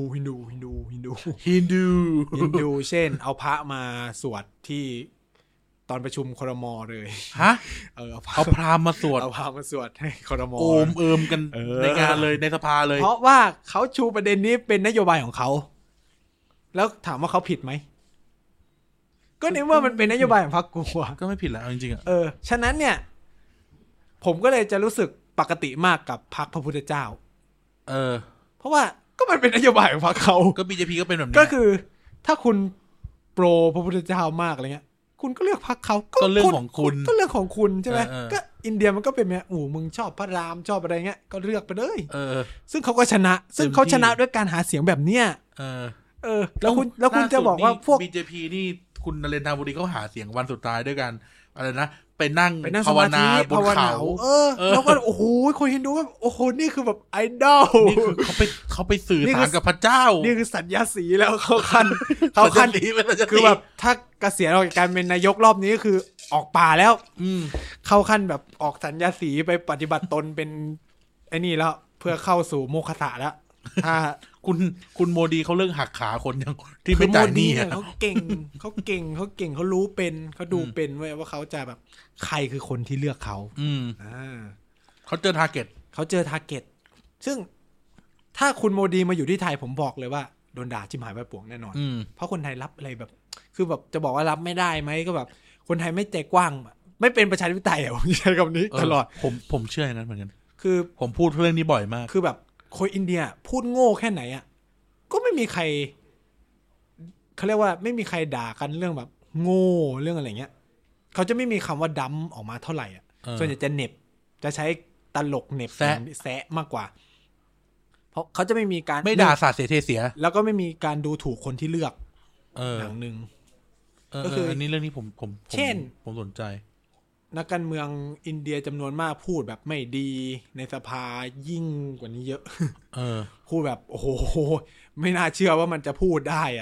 เช่นเอาพระมาสวดที่ตอนประชุมครม.เลยฮะเอาพราหมณ์มาสวดให้ครม. โอมกันในงานเลยในสภาเลยเพราะว่าเขาชูประเด็นนี้เป็นนโยบายของเขาแล้วถามว่าเขาผิดไหมก็ในเมื่อมันเป็นนโยบายของพรรคกูก็ไม่ผิดแล้วจริงๆฉะนั้นเนี่ยผมก็เลยจะรู้สึกปกติมากกับพรรคพระพุทธเจ้าเพราะว่าก็มันเป็นนโยบายของพรรคเขาก็ BJP ก็เป็นแบบนี้ก็คือถ้าคุณโปรพระพุทธเจ้ามากอะไรเงี้ยคุณก็เลือกพรรคเขาก็เรื่องของคุณก็เรื่องของคุณใช่ไหมก็อินเดียมันก็เป็นแบบมึงชอบพระรามชอบอะไรเงี้ยก็เลือกไปเลยซึ่งเขาก็ชนะซึ่งเขาชนะด้วยการหาเสียงแบบเนี้ยแล้วคุณจะบอกว่าพวก BJP นี่คุณนเรนทรบุรีเขาหาเสียงวันสุดท้ายด้วยกันอะไรนะไปนั่งภาวนาบนเขาแล้วก็โอ้โหคนฮินดูก็โอ้โหนี่คือแบบไอดอลนี่คือเขาไปสื่อสารกับพระเจ้านี่คือสัญญาสีแล้วเขาคันคือแบบถ้าเกษียณออกจากการเป็นนายกรอบนี้คือออกป่าแล้วเข้าขั้นแบบออกสัญญาสีไปปฏิบัติตนเป็นไอ้นี่แล้วเพื่อเข้าสู่โมฆะสะแล้วถ้าคุณโมดีเขาเรื่องหักขาคนยังที่ไม่จ่ายหนี้เขาเก่งเขารู้เป็นเขาดูเป็นว่าเขาจะแบบใครคือคนที่เลือกเขาเขาเจอทาร์เก็ตซึ่งถ้าคุณโมดีมาอยู่ที่ไทยผมบอกเลยว่าโดนด่าชิมหายไปป่วงแน่นอนเพราะคนไทยรับอะไรแบบคือแบบจะบอกว่ารับไม่ได้ไหมก็แบบคนไทยไม่ใจกว้างไม่เป็นประชาธิปไตยผมใช้คำนี้ตลอดผมเชื่ออย่างนั้นเหมือนกันคือผมพูดเรื่องนี้บ่อยมากคือแบบคนอินเดียพูดโง่แค่ไหนก็ไม่มีใครเขาเรียกว่าไม่มีใครด่ากันเรื่องแบบโง่เรื่องอะไรเงี้ยเขาจะไม่มีคำว่าดั้มออกมาเท่าไหร่ส่วนใหญ่จะเน็บจะใช้ตลกเน็บแซะมากกว่าเพราะเขาจะไม่มีการไม่ด่าสาดเสียแล้วก็ไม่มีการดูถูกคนที่เลือกอย่างนึงก็คืออันนี้เรื่องนี้ผมเช่นผมสนใจนักการเมืองอินเดียจำนวนมากพูดแบบไม่ดีในสภายิ่งกว่านี้เยอะพูดแบบโอ้โหไม่น่าเชื่อว่ามันจะพูดได้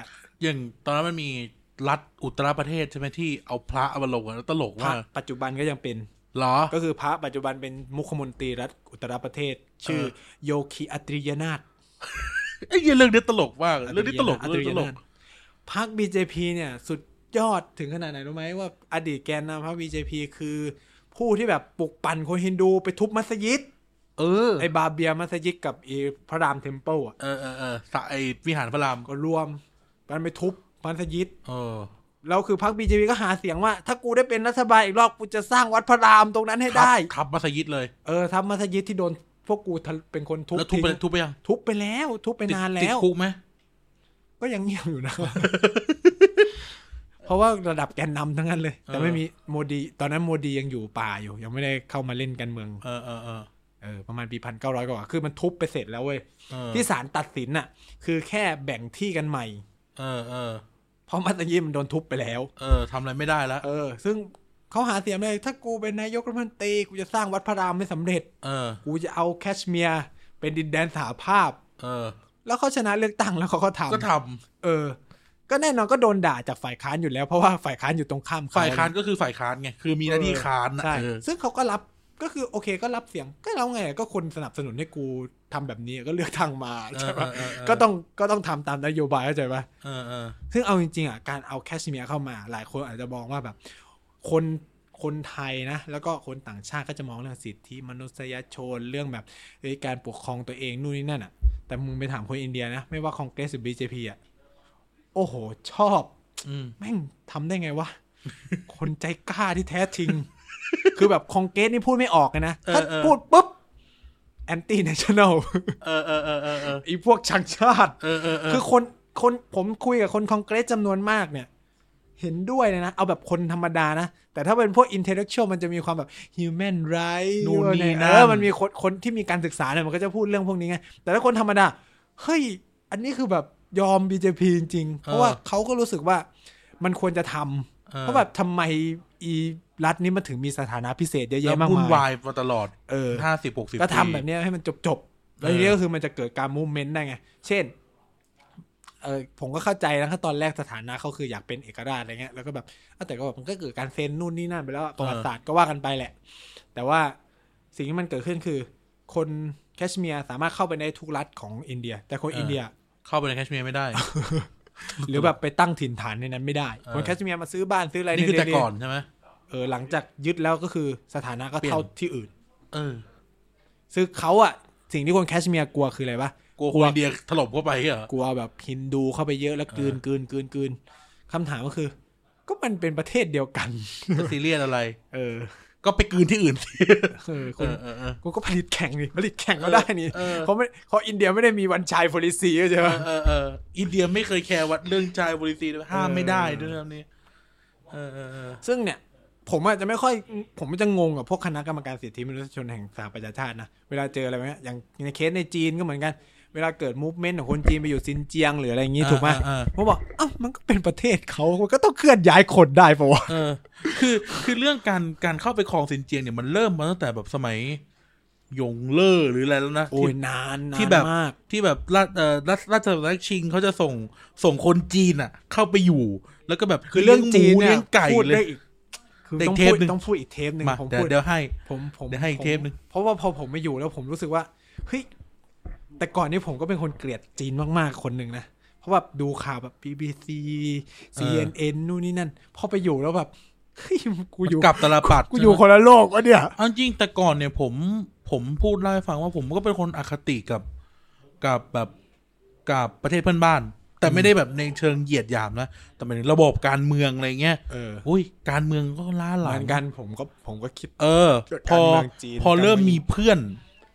อย่างตอนนั้นมันมีรัฐอุตรประเทศใช่ไหมที่เอาพระเอามาลงแล้วตลกว่าปัจจุบันก็ยังเป็นหรอก็คือพระปัจจุบันเป็นมุขมนตรีรัฐอุตรประเทศชื่อโยคีอัตริยนาถไอ้เรื่องนี้ตลกมากเรื่องนี้ตลกพรรค BJP เนี่ยสุดยอดถึงขนาดไหนรู้ไหมว่าอดีตแกนนำพรรค BJP คือผู้ที่แบบปลุกปั่นคนฮินดูไปทุบมัสยิดไอ้บาเบียมัสยิดกับไอ้พระรามเทมเพิลอ่ะไอ้วิหารพระรามก็รวมกันไปทุบมัสยิดแล้วคือพรรค BJP ก็หาเสียงว่าถ้ากูได้เป็นรัฐบาลอีกรอบกูจะสร้างวัดพระรามตรงนั้นให้ได้ทับมัสยิดเลยทับมัสยิดที่โดนพวกกูเป็นคนทุบแล้วทุบไปยังทุบไปแล้วทุบไปนานแล้วติดคุกไหมก็ยังเงียบอยู่นะเพราะว่าระดับแกนนำทั้งนั้นเลยแต่ไม่มีโมดีตอนนั้นโมดียังอยู่ป่าอยู่ยังไม่ได้เข้ามาเล่นการเมืองประมาณปี1900กว่าคือมันทุบไปเสร็จแล้วเว้ยที่ศาลตัดสินน่ะคือแค่แบ่งที่กันใหม่เพราะมัสยิดมันโดนทุบไปแล้วทำอะไรไม่ได้แล้วซึ่งเขาหาเสียงเลยถ้ากูเป็นนายกรัฐมนตรีกูจะสร้างวัดพระรามไม่สำเร็จกูจะเอาแคชเมียร์เป็นดินแดนสหภาพแล้วเขาชนะเลือกตั้งแล้วเขาก็ทำก็แน่นอนก็โดนด่าจากฝ่ายค้านอยู่แล้วเพราะว่าฝ่ายค้านอยู่ตรงข้ามฝ่ายค้านก็คือฝ่ายค้านไงคือมีหน้าที่ค้านใช่ซึ่งเขาก็รับก็คือโอเคก็รับเสียงก็แล้วไงก็คนสนับสนุนให้กูทำแบบนี้ก็เลือกทางมาใช่ปะก็ต้องทำตามนโยบายเข้าใจปะซึ่งเอาจริงๆอ่ะการเอาแคชเมียร์เข้ามาหลายคนอาจจะมองว่าแบบคนไทยนะแล้วก็คนต่างชาติก็จะมองเรื่องสิทธิมนุษยชนเรื่องแบบการปกครองตัวเองนู่นนี่นั่นอ่ะแต่มึงไปถามคนอินเดียนะไม่ว่าคองเกรสหรือ BJP อ่ะโอ้โหชอบแม่งทำได้ไงวะ คนใจกล้าที่แท้จริง คือแบบคองเกรสนี่พูดไม่ออกเลยนะถ้าพูดปุ๊บแอนตี้เนชั่นแนลอีพวกชังชาติคือคนผมคุยกับคนคองเกรสจำนวนมากเนี่ยเห็นด้วยเลยนะเอาแบบคนธรรมดานะแต่ถ้าเป็นพวก intellectual มันจะมีความแบบ human right นู่นนี่นั่นมันมีคนที่มีการศึกษาเนี่ยมันก็จะพูดเรื่องพวกนี้ไงแต่ถ้าคนธรรมดาเฮ้ยอันนี้คือแบบยอม BJP จริงๆเพราะว่าเขาก็รู้สึกว่ามันควรจะทำเพราะแบบทำไมอีรัฐนี้มันถึงมีสถานะพิเศษเยอะแยะมากมายวุ่นวายมาตลอด50-60 ปีก็ทำแบบนี้ให้มันจบๆแล้วทีนี้ก็คือมันจะเกิดการมูฟเมนต์ได้ไงเช่นผมก็เข้าใจนะถ้าตอนแรกสถานะเขาคืออยากเป็นเอกราชอะไรเงี้ยแล้วก็แบบแต่ก็แบบมันก็เกิดการเซ็นนู่นนี่นั่นไปแล้วประวัติศาสตร์ก็ว่ากันไปแหละแต่ว่าสิ่งที่มันเกิดขึ้นคือคนแคชเมียร์สามารถเข้าไปในทุกรัฐของอินเดียแต่คนอินเดียเข้าไปในแคชเมียร์ไม่ได้หรือแบบไปตั้งถิ่นฐานในนั้นไม่ได้คนแคชเมียร์มาซื้อบ้านซื้ออะไรนี่คือแต่ก่อนใช่ไหมหลังจากยึดแล้วก็คือสถานะก็เท่าที่อื่นซึ่งเขาอะสิ่งที่คนแคชเมียร์กลัวคืออะไรปะกลัวคนอินเดียถล่มเข้าไปเหรอกลัวแบบฮินดูเข้าไปเยอะแล้วกลืนคำถามก็คือก็มันเป็นประเทศเดียวกันจะซีเรียสอะไรก็ไปกลืนที่อื่นกูก็ผลิตแข่งนี่ผลิตแข่งก็ได้นี่เขาอินเดียไม่ได้มีวันชาย policy ใช่ไหมอินเดียไม่เคยแคร์วัดเรื่องชาย policy ห้ามไม่ได้ด้วยเรื่องนี้ซึ่งเนี่ยผมอาจจะไม่ค่อยผมจะงงกับพวกคณะกรรมการสิทธิมนุษยชนแห่งสหประชาชาตินะเวลาเจออะไรแบบนี้อย่างในเคสในจีนก็เหมือนกันเวลาเกิดมูฟเมนต์ของคนจีนไปอยู่ซินเจียงหรืออะไรอย่างงี้ถูกไหมผมบอกมันก็เป็นประเทศเขาก็ต้องเคลื่อนย้ายคนได้ป่ะวะคือเรื่องการเข้าไปครองซินเจียงเนี่ยมันเริ่มมาตั้งแต่แบบสมัยหยงเล่อหรืออะไรแล้วนะโอ้ยนานที่แบบราชวงศ์ชิงเขาจะส่งคนจีนอ่ะเข้าไปอยู่แล้วก็แบบคือเรื่องจีนเนี่ยไก่เลยต้องพูดอีกเทปนึงผมพูดเดี๋ยวให้อีกเทปนึงเพราะว่าพอผมไม่อยู่แล้วผมรู้สึกว่าเฮ้ยแต่ก่อนนี้ผมก็เป็นคนเกลียดจีนมากๆคนหนึ่งนะเพราะว่าดูข่าวแบบ BBC CNN นู่นนี่นั่นพอไปอยู่แล้วแบบเฮ้ยกูอยู่กับตลปัดกูอยู่คนละโลกวะเนี่ยเอาจริงแต่ก่อนเนี่ยผมพูดเล่าให้ฟังว่าผมก็เป็นคนอคติกับแบบกับประเทศเพื่อนบ้านแต่ไม่ได้แบบในเชิงเหยียดหยามนะแต่เป็นระบบการเมืองอะไรเงี้ยอุ้ยการเมืองก็ล้าหลังกันผมก็คิดพอเริ่มมีเพื่อน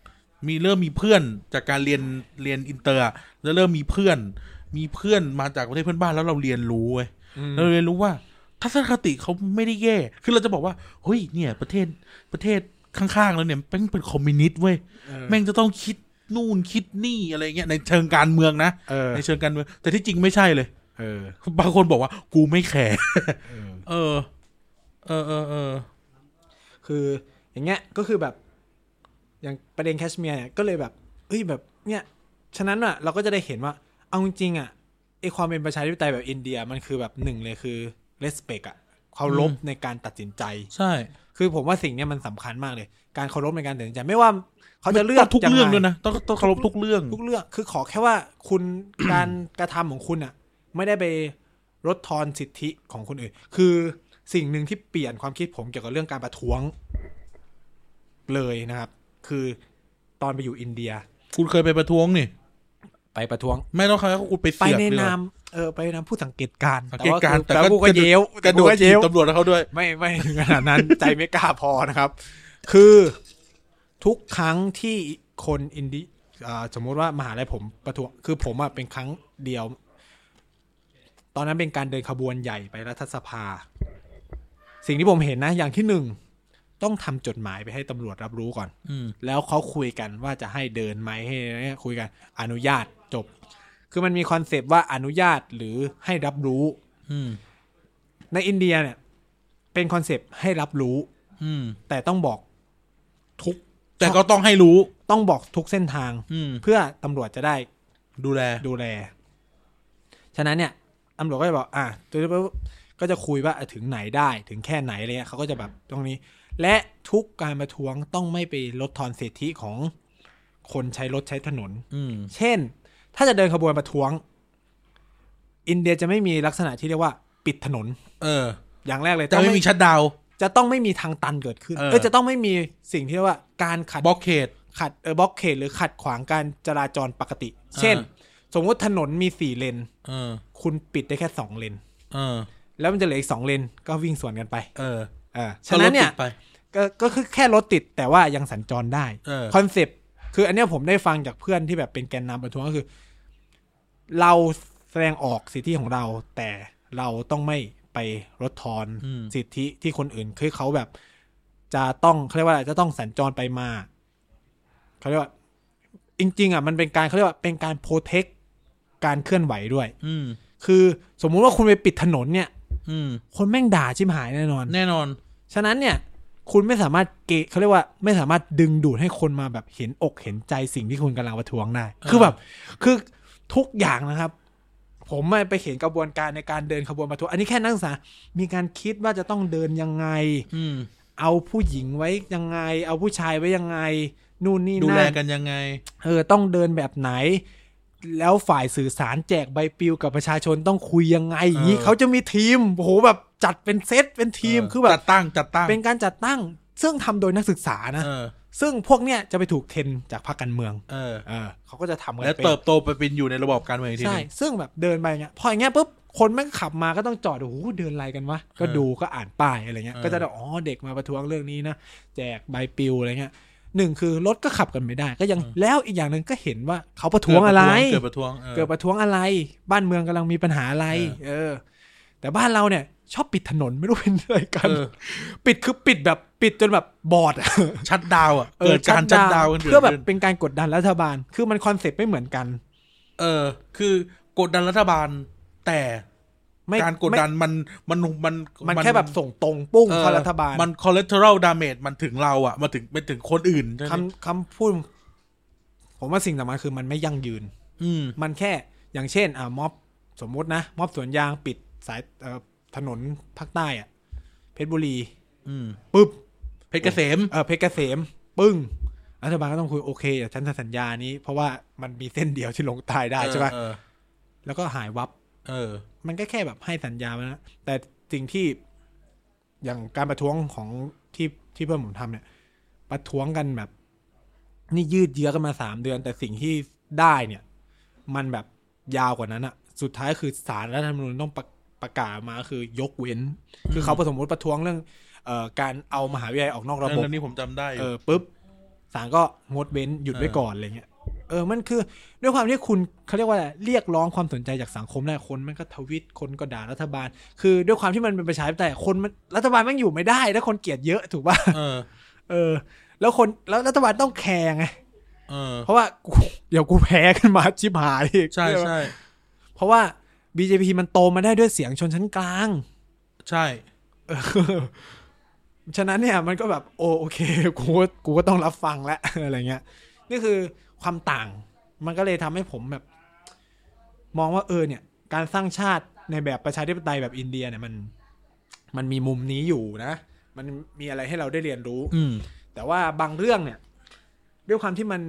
จากการเรียนอินเตอร์แล้วเริ่มมีเพื่อนมาจากประเทศเพื่อนบ้านแล้วเราเรียนรู้เว้ยเราเรียนรู้ว่าทัศนคติเขาไม่ได้แย่คือเราจะบอกว่าเฮ้ยเนี่ยประเทศข้างๆแล้วเนี่ยเป็นคอมมิวนิสต์เว้ยแม่งจะต้องคิดนู่นคิดนี่อะไรเงี้ยในเชิงการเมืองนะในเชิงการเมืองแต่ที่จริงไม่ใช่เลยบางคนบอกว่ากูไม่แคร์คืออย่างเงี้ยก็คือแบบอย่างประเด็นแคชเมียร์เนี่ยก็เลยแบบเฮ้ยแบบเนี่ยฉะนั้นอ่ะเราก็จะได้เห็นว่าเอาจริงๆอ่ะไอ้ความเป็นประชาธิปไตยแบบอินเดียมันคือแบบหนึ่งเลยคือ respect อ่ะเคารพในการตัดสินใจใช่คือผมว่าสิ่งนี้มันสำคัญมากเลยการเคารพในการตัดสินใจไม่ว่าเขาจะเลือกทุกเรื่องด้วยนะต้องเคารพทุกเรื่องคือขอแค่ว่าคุณ การกระทำของคุณอ่ะไม่ได้ไปลดทอนสิทธิของคนอื่นคือสิ่งหนึ่งที่เปลี่ยนความคิดผมเกี่ยวกับเรื่องการประท้วงเลยนะครับคือตอนไปอยู่อินเดียคุณเคยไปประท้วงนี่ไปประท้วงไม่ต้องใครคุณไปเสียบไปในนามไปในนามผู้สังเกตการแต่ว่ากูก็เย้วกระโดดถีบตำรวจเขาด้วยไม่ขนาดนั้น ใจไม่กล้าพอนะครับคือทุกครั้งที่คนอินเดียสมมติว่ามหาลัยผมประท้วงคือผมอ่ะเป็นครั้งเดียวตอนนั้นเป็นการเดินขบวนใหญ่ไปรัฐสภาสิ่งที่ผมเห็นนะอย่างที่หนึ่งต้องทำจดหมายไปให้ตำรวจรับรู้ก่อนแล้วเขาคุยกันว่าจะให้เดินไหมให้คุยกันอนุญาตจบคือมันมีคอนเซปต์ว่าอนุญาตหรือให้รับรู้ในอินเดียเนี่ยเป็นคอนเซปต์ให้รับรู้แต่ต้องบอกทุกแต่ก็ต้องให้รู้ต้องบอกทุกเส้นทางเพื่อตำรวจจะได้ดูแลฉะนั้นเนี่ยตำรวจก็จะบอกก็จะคุยว่าถึงไหนได้ถึงแค่ไหนอะไรเงี้ยเขาก็จะแบบตรงนี้และทุกการประท้วงต้องไม่ไปลดทอนสิทธิของคนใช้รถใช้ถนนเช่นถ้าจะเดินขบวนประท้วงอินเดียจะไม่มีลักษณะที่เรียกว่าปิดถนนอย่างแรกเลยจะไม่มีชัตดาวน์จะต้องไม่มีทางตันเกิดขึ้นจะต้องไม่มีสิ่งที่เรียกว่าการขัดบล็อกเคดบล็อกเคดหรือขัดขวางการจราจรปกติเช่นสมมติถนนมี4เลนคุณปิดได้แค่2เลนแล้วมันจะเหลืออีก2เลนก็วิ่งสวนกันไปฉะนั้นเนี่ยก็คือแค่รถติดแต่ว่ายังสัญจรได้คอนเซปต์คืออันนี้ผมได้ฟังจากเพื่อนที่แบบเป็นแกนนำประท้วงก็คือเราแสดงออกสิทธิของเราแต่เราต้องไม่ไปลดทอนสิทธิที่คนอื่นคือเขาแบบจะต้องเขาเรียกว่าจะต้องสัญจรไปมาเขาเรียกว่าจริงๆอ่ะมันเป็นการเขาเรียกว่าเป็นการโปรเทคการเคลื่อนไหวด้วยคือสมมุติว่าคุณไปปิดถนนเนี่ยคนแม่งด่าชิบหายแน่นอนฉะนั้นเนี่ยคุณไม่สามารถเขาเรียกว่าไม่สามารถดึงดูดให้คนมาแบบเห็นอกเห็นใจสิ่งที่คุณกำลังประท้วงได้คือแบบคือทุกอย่างนะครับผมไปเห็นกระบวนการในการเดินขบวนประท้วงอันนี้แค่นักศึกษามีการคิดว่าจะต้องเดินยังไงเอาผู้หญิงไว้ยังไงเอาผู้ชายไว้ยังไงนู่นนี่นั่นดูแลกันยังไงต้องเดินแบบไหนแล้วฝ่ายสื่อสารแจกใบปลิวกับประชาชนต้องคุยยังไงอย่างนี้เขาจะมีทีมโอ้โหแบบจัดเป็นเซตเป็นทีมคือแบบจัดตั้งเป็นการจัดตั้งซึ่งทำโดยนักศึกษานะซึ่งพวกเนี้ยจะไปถูกเทรนจากพรรคการเมืองเขาก็จะทำกันแล้วเติบโตไปเป็นอยู่ในระบบการเมืองทีนึงใช่ซึ่งแบบเดินไปเงี้ยพออย่างเงี้ยปุ๊บคนแม่งขับมาก็ต้องจอดโอ้โหเดินอะไรกันวะก็ดูก็อ่านป้ายอะไรเงี้ยก็จะอ๋อเด็กมาประท้วงเรื่องนี้นะแจกใบปลิวอะไรเงี้ยหนึ่งคือรถก็ขับกันไม่ได้ก็ยังแล้วอีกอย่างนึงก็เห็นว่าเขาประท้วงอะไรเกิดประท้วงอะไรบ้านเมืองกำลังมีปัญหาอะไรแต่บ้านเราเนี่ยชอบปิดถนนไม่รู้เป็นอะไรกันปิดคือปิดแบบปิดจนแบบบอดชัตดาวน์เกิดการชัตดาวน์กันเพื่อแบบเป็นการกดดันรัฐบาลคือมันคอนเซ็ปต์ไม่เหมือนกันคือกดดันรัฐบาลแต่การกดดันมันแค่แบบส่งตรงปุ้งเข้ารัฐบาลมัน collateral damage มันถึงเราอ่ะมาถึงคนอื่นคำพูดผมว่าสิ่งสำคัญคือมันไม่ยั่งยืนมันแค่อย่างเช่นม็อบสมมุตินะม็อบสวนยางปิดสายถนนภาคใต้อ่ะเพชรบุรีปึ๊บเพชรเกษมเพชรเกษมปึ้งรัฐบาลก็ต้องคุยโอเคฉันสัญญานี้เพราะว่ามันมีเส้นเดียวที่ลงใต้ได้ใช่ป่ะแล้วก็หายวับมันก็แค่แบบให้สัญญาไว้นะแต่สิ่งที่อย่างการประท้วงของที่เพื่อนผมทำเนี่ยประท้วงกันแบบนี่ยืดเยื้อกันมา3 เดือนแต่สิ่งที่ได้เนี่ยมันแบบยาวกว่านั้นอะสุดท้ายคือศาลรัฐธรรมนูญต้องประกาศมาคือยกเว้นคือเขาสมมติประท้วงเรื่องการเอามหาวิทยาลัยออกนอกระบบนี่ผมจำได้ปุ๊บศาลก็งดเว้นหยุดไว้ก่อนอะไรเงี้ยมันคือด้วยความที่คุณเขาเรียกว่าเรียกร้องความสนใจจากสังคมแล้วคนมันก็ทวิตคนก็ด่ารัฐบาลคือด้วยความที่มันเป็นประชาธิปไตยคนมันรัฐบาลแม่งอยู่ไม่ได้ถ้าคนเกลียดเยอะถูกป่ะแล้วรัฐบาลต้องแคร์ไงเพราะว่าเดี๋ยวกูแพ้ขึ้นมาชิบหายอีกใช่ใช่เพราะว่า BJP มันโตมาได้ด้วยเสียงชนชั้นกลางใช่ฉะนั้นเนี่ยมันก็แบบโอเคกูก็ต้องรับฟังแล้วอะไรเงี้ยนี่คือความต่างมันก็เลยทำให้ผมแบบมองว่าเนี่ยการสร้างชาติในแบบประชาธิปไตยแบบอินเดียเนี่ยมันมีมุมนี้อยู่นะมันมีอะไรให้เราได้เรียนรู้แต่ว่าบางเรื่องเนี่ยด้วยความที่มัน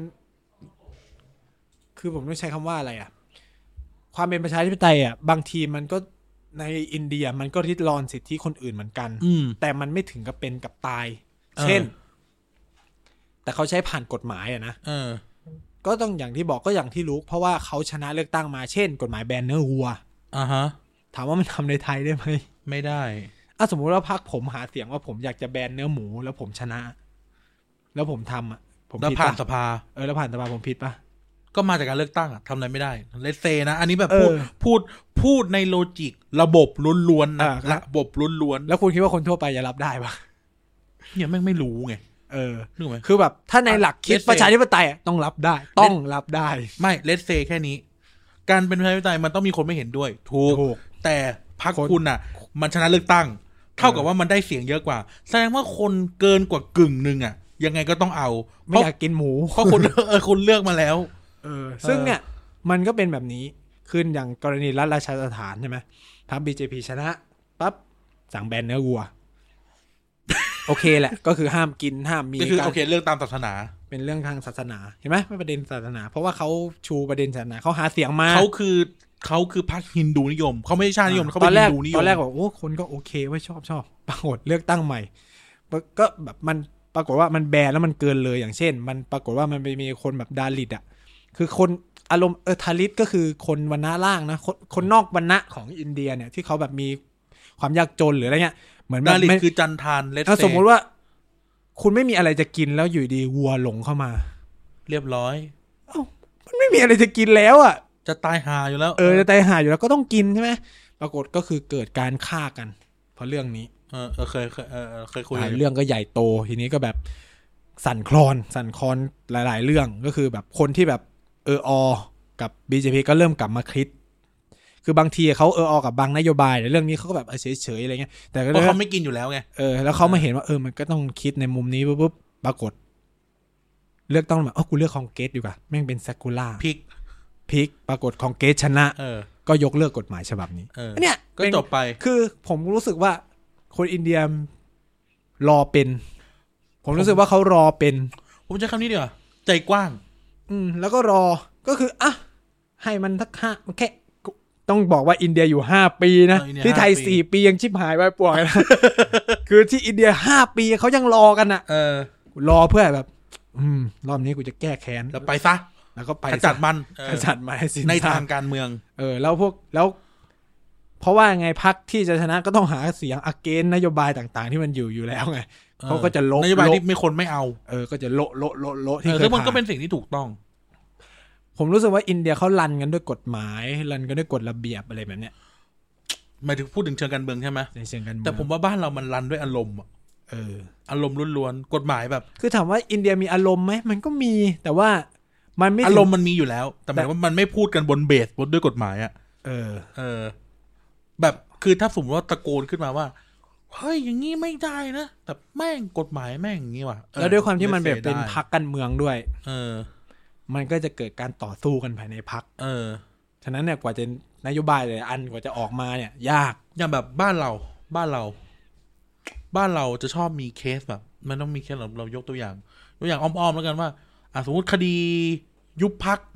คือผมต้องใช้คำว่าอะไรอ่ะความเป็นประชาธิปไตยอ่ะบางทีมันก็ในอินเดียมันก็ริดรอนสิทธิคนอื่นเหมือนกันแต่มันไม่ถึงกับเป็นกับตายเช่นแต่เขาใช้ผ่านกฎหมายอ่ะนะก็ต้องอย่างที่บอกก็อย่างที่รู้เพราะว่าเขาชนะเลือกตั้งมาเช่นกฎหมายแบนเนื้อวัวถามว่ามันทำในไทยได้ไหมไม่ได้สมมุติว่าพรรคผมหาเสียงว่าผมอยากจะแบนเนื้อหมูแล้วผมชนะแล้วผมทำอ่ะผมแล้วผ่านสภาแล้วผ่านสภาผมผิดปะก็มาจากการเลือกตั้งอ่ะทำอะไรไม่ได้เลสเซนะอันนี้แบบพูดในโลจิกระบบล้วนๆนะระบบล้วนๆแล้วคุณคิดว่าคนทั่วไปจะรับได้ปะเนี่ยแม่งไม่รู้ไงนึกไหมคือแบบถ้าในหลักคิดประชาธิปไตยต้องรับได้ต้องรับได้ไม่เลสเซแค่นี้การเป็นประชาธิปไตยมันต้องมีคนไม่เห็นด้วยถูกแต่พรรคคุณอ่ะมันชนะเลือกตั้งเท่ากับว่ามันได้เสียงเยอะกว่าแสดงว่าคนเกินกว่ากึ่งนึงอ่ะยังไงก็ต้องเอาไม่อยากกินหมูเพราะคุณคุณเลือกมาแล้วซึ่งเนี่ยมันก็เป็นแบบนี้ขึ้นอย่างกรณีรัฐราชสถานใช่ไหมพรรค BJP ชนะปั๊บสั่งแบนเนื้อวัวโอเคแหละก็คือห้ามกินห้ามมีก็คือโอเคเรื่องตามศาสนาเป็นเรื่องทางศาสนาเห็นไหมไม่ประเด็นศาสนาเพราะว่าเขาชูประเด็นศาสนาเขาหาเสียงมาเขาคือพรรคฮินดูนิยมเขาไม่ใช่ชาตินิยมเขาเป็นฮินดูนิยมตอนแรกบอกโอ้คนก็โอเคว่าชอบปรากฏเลือกตั้งใหม่ก็แบบมันปรากฏว่ามันแบนแล้วมันเกินเลยอย่างเช่นมันปรากฏว่ามันไปมีคนแบบดาลิตอ่ะคือคนอารมณ์ทาลิตก็คือคนวรรณะล่างนะคนนอกวรรณะของอินเดียเนี่ยที่เขาแบบมีความยากจนหรืออะไรเงี้ยเหมือนดาลิตคือจันทานเลสเซสมมุติว่าคุณไม่มีอะไรจะกินแล้วอยู่ดีวัวหลงเข้ามาเรียบร้อยมันไม่มีอะไรจะกินแล้วอ่ะจะตายห่าอยู่แล้วจะตายห่าอยู่แล้วก็ต้องกินใช่ไหมปรากฏก็คือเกิดการฆ่ากันเพราะเรื่องนี้เคยคุยเรื่องก็ใหญ่โตทีนี้ก็แบบสั่นคลอนหลายๆเรื่องก็คือแบบคนที่แบบกับ BJP ก็เริ่มกลับมาคิดคือบางทีเขากับบางนโยบายในเรื่องนี้เขาก็แบบเฉยๆอะไรเงี้ยแต่ก็เขาไม่กินอยู่แล้วไงแล้วเขามาเห็นว่ามันก็ต้องคิดในมุมนี้ปุ๊บปรากฏเลือกต้องแบบกูเลือกคองเกรสดีกว่าแม่งเป็นเซคูล่าพลิกปรากฏคองเกรสชนะก็ยกเลิกกฎหมายฉบับนี้เนี่ยก็จบไปคือผมรู้สึกว่าคนอินเดียรอเป็นผมรู้สึกว่าเขารอเป็นผมใช้คำนี้ดีกว่าใจกว้างแล้วก็รอก็คือให้มันทัก5แค่ต้องบอกว่าอินเดียอยู่5ปีนะที่ไทย4ปียังชิบหายไปป่วยนะ คือที่อินเดีย5ปีเขายังรอกันอ่ะรอเพื่อแบบรอบนี้กูจะแก้แค้นแล้วไปซะแล้วก็ไปจัดมันให้สิ้นในทางการเมืองแล้วเพราะว่าไงพรรคที่จะชนะก็ต้องหาเสียงอเกนนโยบายต่างๆที่มันอยู่แล้วไงเขาก็จะนโยบายที่ไม่คนไม่เอาก็จะโละที่ซึ่งมันก็เป็นสิ่งที่ถูกต้องผมรู้สึกว่าอินเดียเขารันกันด้วยกฎหมายรันกันด้วยกฎระเบียบอะไรแบบเนี้ยหมายถึงพูดถึงเชิงการเมืองใช่ไหมเชิงการเมืองแต่ผมว่าบ้านเรามันรันด้วยอารมณ์อารมณ์ล้วนๆกฎหมายแบบคือถามว่าอินเดียมีอารมณ์ไหมมันก็มีแต่ว่ามันไม่อารมณ์มันมีอยู่แล้วแต่หมายว่ามันไม่พูดกันบนเบสบนด้วยกฎหมายอ่ะแบบคือถ้าสมมติว่าตะโกนขึ้นมาว่าเฮ้ยอย่างงี้ไม่ได้นะแต่แม่งกฎหมายแม่งอย่างงี้ว่ะแล้วด้วยความที่มันแบบเป็นพรรคการเมืองด้วยมันก็จะเกิดการต่อสู้กันภายในพรรคฉะนั้นเนี่ยกว่าจะนโยบายเลยกว่าจะออกมาเนี่ยยากอย่างแบบบ้านเราจะชอบมีเคสแบบมันต้องมีเคสเรายกตัวอย่างอ้อมๆแล้วกันว่าสมมติคดียุบพรรค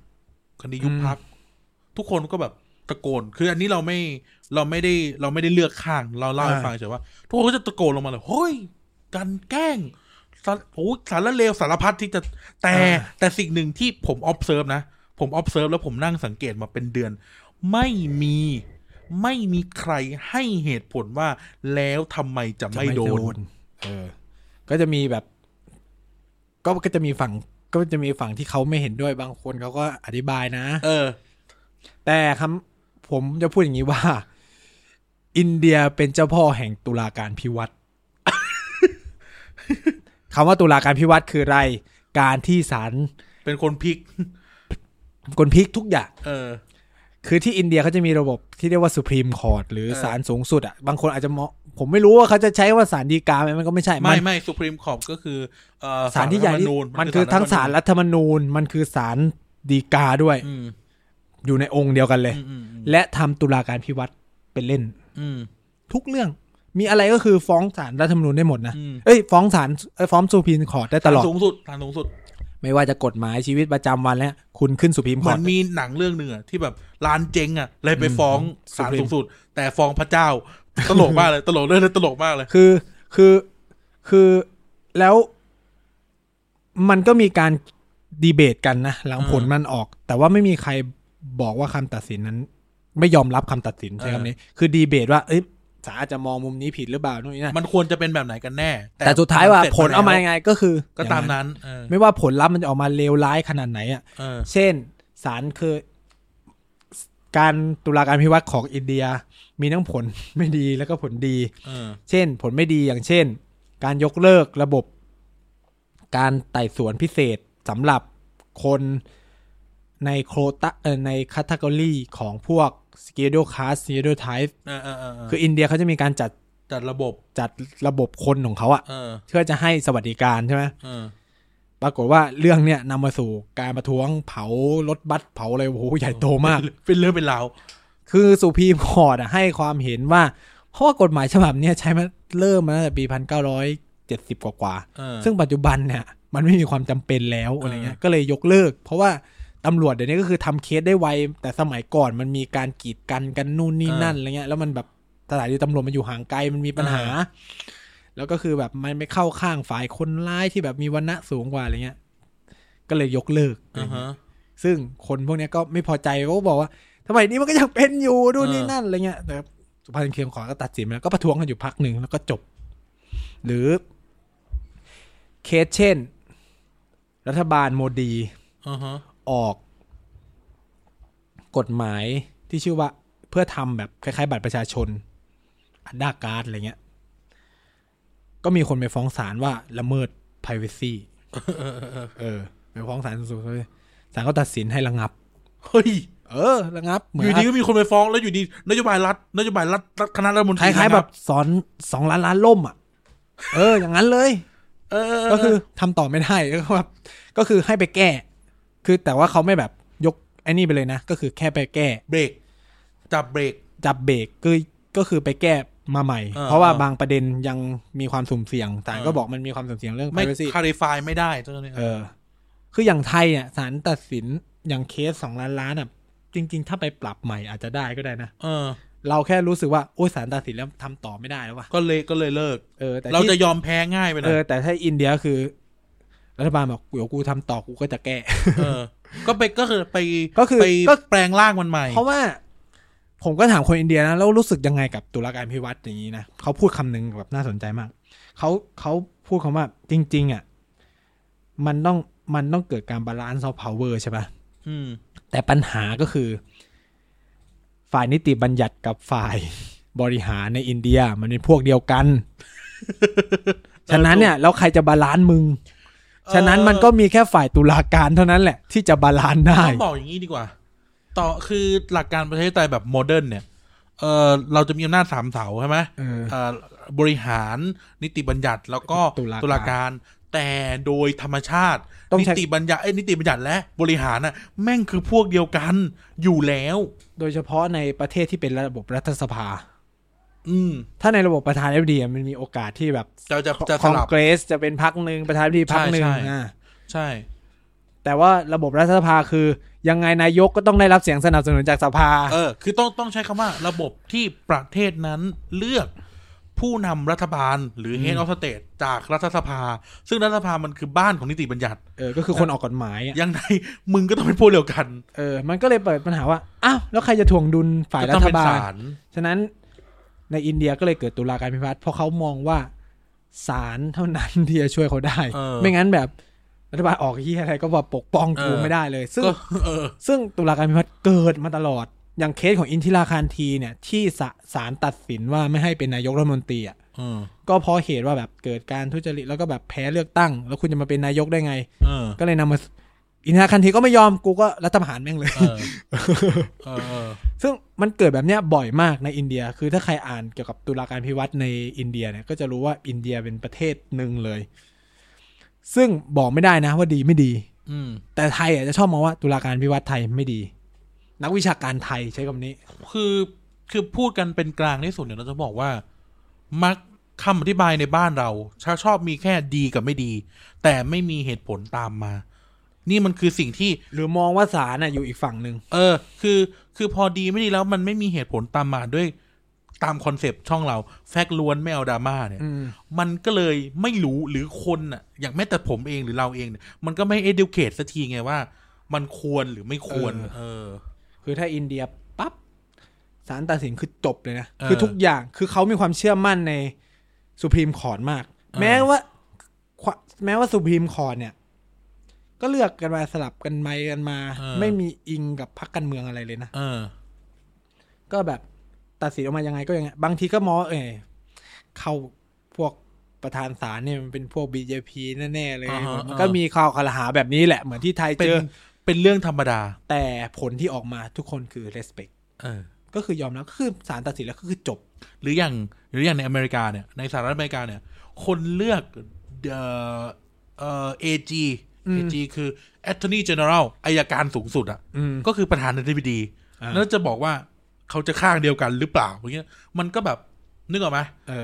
ทุกคนก็แบบตะโกนคืออันนี้เราไม่ได้เลือกข้างเราเล่าให้ฟังเฉยว่าทุกคนก็จะตะโกนลงมาเลยเฮ้ยการแกล้งสารเลวสารพัดที่จะแต่สิ่งหนึ่งที่ผม observe นะผม observe แล้วผมนั่งสังเกตมาเป็นเดือนไม่มีใครให้เหตุผลว่าแล้วทำไมจะไม่โดนก็จะมีแบบก็จะมีฝั่งที่เขาไม่เห็นด้วยบางคนเขาก็อธิบายนะแต่ผมจะพูดอย่างนี้ว่าอินเดียเป็นเจ้าพ่อแห่งตุลาการพิวัตร คำว่าตุลาการพิวัตรคืออะไรการที่ศาลเป็นคนพลิกทุกอย่างคือที่อินเดียเขาจะมีระบบที่เรียกว่าสุพรีมคอร์ทหรือศาลสูงสุดบางคนอาจจะผมไม่รู้ว่าเขาจะใช้ว่าศาลฎีกาไหมมันก็ไม่ใช่ไม่สุพรีมคอร์ทก็คือศาลที่ใหญ่มันคือทั้งศาลรัฐธรรมนูญมันคือศาลฎีกาด้วยอยู่ในองค์เดียวกันเลยและทำตุลาการพิวัตรเป็นเล่นทุกเรื่องมีอะไรก็คือฟ้องศาลรัฐธรรมนูญได้หมดนะฟ้องศาลฟ้องสุพรีมคอร์ตได้ตลอดสูงสุดไม่ว่าจะกฎหมายชีวิตประจำวันแล้วคุณขึ้นสุพรีมคอร์ตมันมีหนังเรื่องนึงอ่ะที่แบบร้านเจ๊งอ่ะเลยไปฟ้องศาลสูงสุดแต่ฟ้องพระเจ้าตลกมากเลยตลกเรื่องนั้นตลกมากเลยคือแล้วมันก็มีการดีเบตกันนะหลังผลมันออกแต่ว่าไม่มีใครบอกว่าคำตัดสินนั้นไม่ยอมรับคำตัดสินใช่คำนี้คือดีเบตว่าศาลอาจจะมองมุมนี้ผิดหรือเปล่านู่นนี่นั่นมันควรจะเป็นแบบไหนกันแน่แต่สุดท้ายว่าผลออกมายังไงก็คือก็ตามนั้นไม่ว่าผลลัพธ์มันจะออกมาเลวร้ายขนาดไหนอ่ะเช่นศาลคือการตุลาการพิวัตรของอินเดียมีทั้งผลไม่ดีแล้วก็ผลดีเช่นผลไม่ดีอย่างเช่นการยกเลิกระบบการไต่สวนพิเศษสำหรับคนในโควต้าในแคตตากรีของพวก schedule caste schedule type คืออินเดียเขาจะมีการจัดระบบคนของเขาอะเพื่อจะให้สวัสดิการใช่ไหมปรากฏว่าเรื่องเนี้ยนำมาสู่การประท้วงเผารถบัสเผาอะไรโอ้โหใหญ่โตมากเป็นเรื่องเป็นราวคือสุพรีมคอร์ตให้ความเห็นว่าเพราะว่ากฎหมายฉบับนี้ใช้มาเริ่มมาตั้งแต่ปี1970กว่าซึ่งปัจจุบันเนี่ยมันไม่มีความจำเป็นแล้วอะไรเงี้ยก็เลยยกเลิกเพราะว่าตำรวจเดี๋ยวนี้ก็คือทำเคสได้ไวแต่สมัยก่อนมันมีการกีดกันนู่นนี่นั่นอะไรเงี้ยแล้วมันแบบสถานีตำรวจมันอยู่ห่างไกลมันมีปัญหาแล้วก็คือแบบมันไม่เข้าข้างฝ่ายคนร้ายที่แบบมีวรรณะสูงกว่าอะไรเงี้ยก็เลยยกเลิกซึ่งคนพวกนี้ก็ไม่พอใจก็บอกว่าทำไมนี้มันก็ยังเป็นอยู่นู่นนี่นั่นอะไรเงี้ยแต่สุพรรณเคียงขอก็ตัดสินแล้วก็ประท้วงกันอยู่พักหนึ่งแล้วก็จบหรือเคสเช่นรัฐบาลโมดีออกกฎหมายที่ชื่อว่าเพื่อทำแบบคล้ายๆบัตรประชาชนอาดาการ์ดอะไรเงี้ยก็มีคนไปฟ้องศาลว่าละเมิด privacy ไปฟ้องศาลสูงสุดศาลก็ตัดสินให้ระงับเฮ้ยระงับอยู่ดีก็มีคนไปฟ้องแล้วอยู่ดีนโยบายรัฐคณะรัฐมนตรีคล้ายๆแบบสอน2 ล้านล่มอ่ะอย่างนั้นเลยก็คือทำต่อไม่ได้ก็คือให้ไปแก้คือแต่ว่าเขาไม่แบบยกไอ้นี่ไปเลยนะก็คือแค่ไปแก้จับเบรกก็คือไปแก้มาใหม่เพราะว่าบางประเด็นยังมีความสุ่มเสี่ยงศาลก็บอกมันมีความสุ่มเสี่ยงเรื่อง privacy ไม่ clarify ไม่ได้ตรงนี้คืออย่างไทยอ่ะศาลตัดสินอย่างเคส2 ล้านอ่ะจริงๆถ้าไปปรับใหม่อาจจะได้ก็ได้นะเราแค่รู้สึกว่าโอ้ยศาลตัดสินแล้วทำต่อไม่ได้แล้วว่ะก็เลยเลิกแต่เราจะยอมแพ้ง่ายไปนะแต่ถ้าอินเดียคือรัฐบาลบอกเดี๋ยวกูทำต่อกูก็จะแก้ก็คือแปลงร่างมันใหม่เพราะว่าผมก็ถามคนอินเดียนะแล้วรู้สึกยังไงกับตุลาการพิวัตรอย่างนี้นะเขาพูดคำนึงแบบน่าสนใจมากเขาพูดคำว่าจริงๆอ่ะมันต้องเกิดการบาลานซ์ออฟพาวเวอร์ใช่ป่ะแต่ปัญหาก็คือฝ่ายนิติบัญญัติกับฝ่ายบริหารในอินเดียมันเป็นพวกเดียวกัน ฉะนั้นเนี่ยแล้วใครจะบาลานซ์มึงฉะนั้นมันก็มีแค่ฝ่ายตุลาการเท่านั้นแหละที่จะบาลานซ์ได้ต้องบอกอย่างนี้ดีกว่าต่อคือหลักการประชาธิปไตยแบบโมเดิร์นเนี่ยเราจะมีอำนาจ3 เสาใช่ไหมบริหารนิติบัญญัติแล้วก็ตุลาการแต่โดยธรรมชาตินิติบัญญัติและบริหารน่ะแม่งคือพวกเดียวกันอยู่แล้วโดยเฉพาะในประเทศที่เป็นระบบรัฐสภาถ้าในระบบประธานาธิบดีมันมีโอกาสที่แบบจะคอนเกรสจะเป็นพรรคนึงประธานาธิบดีพรรคนึงใช่แต่ว่าระบบรัฐสภาคือยังไงนายกก็ต้องได้รับเสียงสนับสนุนจากสภาคือต้องใช้คำว่าระบบที่ประเทศนั้นเลือกผู้นำรัฐบาลหรือ Head of State จากรัฐสภาซึ่งรัฐสภามันคือบ้านของนิติบัญญัติก็คือคนออกกฎหมายยังไงมึงก็ต้องเป็นพวกเดียวกันมันก็เลยเปิดปัญหาว่าอ้าวแล้วใครจะถ่วงดุลฝ่ายรัฐบาลฉะนั้นในอินเดียก็เลยเกิดตุลาการพิวัตรเพราะเขามองว่าศาลเท่านั้นที่จะช่วยเขาได้ไม่งั้นแบบรัฐบาลออกที่อะไรก็ว่าปกป้องกูไม่ได้เลยซึ่งตุลาการพิวัตรเกิดมาตลอดอย่างเคสของอินทิราคารทีเนี่ยที่ศาลตัดสินว่าไม่ให้เป็นนายกรัฐมนตรีก็เพราะเหตุว่าแบบเกิดการทุจริตแล้วก็แบบแพ้เลือกตั้งแล้วคุณจะมาเป็นนายกได้ไงก็เลยนำมาอินทิราคารทีก็ไม่ยอมกูก็รัฐประหารแม่งเลยซึ่งมันเกิดแบบเนี้ยบ่อยมากในอินเดียคือถ้าใครอ่านเกี่ยวกับตุลาการพิวัตรในอินเดียเนี่ยก็จะรู้ว่าอินเดียเป็นประเทศหนึ่งเลยซึ่งบอกไม่ได้นะว่าดีไม่ดีแต่ไทยจะชอบมองว่าตุลาการพิวัตรไทยไม่ดีนักวิชาการไทยใช้คำนี้คือพูดกันเป็นกลางที่สุดเนี่ยเราจะบอกว่ามักคำอธิบายในบ้านเราชอบมีแค่ดีกับไม่ดี แต่ไม่มีเหตุผลตามมานี่มันคือสิ่งที่หรือมองว่าศาลน่ะอยู่อีกฝั่งนึงคือพอดีไม่ดีแล้วมันไม่มีเหตุผลตามมาด้วยตามคอนเซปต์ช่องเราแฟกต์ล้วนไม่เอาดราม่าเนี่ยมันก็เลยไม่รู้หรือคนอ่ะอย่างแม้แต่ผมเองหรือเราเองเนี่ยมันก็ไม่ educate สักทีไงว่ามันควรหรือไม่ควรคือถ้าอินเดียปั๊บศาลตัดสินคือจบเลยนะคือทุกอย่างคือเขามีความเชื่อมั่นในสุพรีมคอร์ตมากแม้ว่าสุพรีมคอร์ตเนี่ยก็เลือกกันมาสลับกันไปกันมาไม่มีอิงกับพรรคการเมืองอะไรเลยนะก็แบบตัดสินออกมายังไงก็ยังไงบางทีก็มองเข้าพวกประธานศาลเนี่ยมันเป็นพวก BJP แน่ๆเลยมันก็มีข่าวคลหาแบบนี้แหละเหมือนที่ไทยเจอเป็นเรื่องธรรมดาแต่ผลที่ออกมาทุกคนคือ respect ก็คือยอมรับก็คือศาลตัดสินแล้วก็คือจบหรืออย่างในอเมริกาเนี่ยในสหรัฐอเมริกาเนี่ยคนเลือกAG คือ Attorney General อัยการสูงสุดอ่ะก็คือประธานาธิบดีแล้วจะบอกว่าเขาจะข้างเดียวกันหรือเปล่าอย่างเงี้ยมันก็แบบนึกออกไหม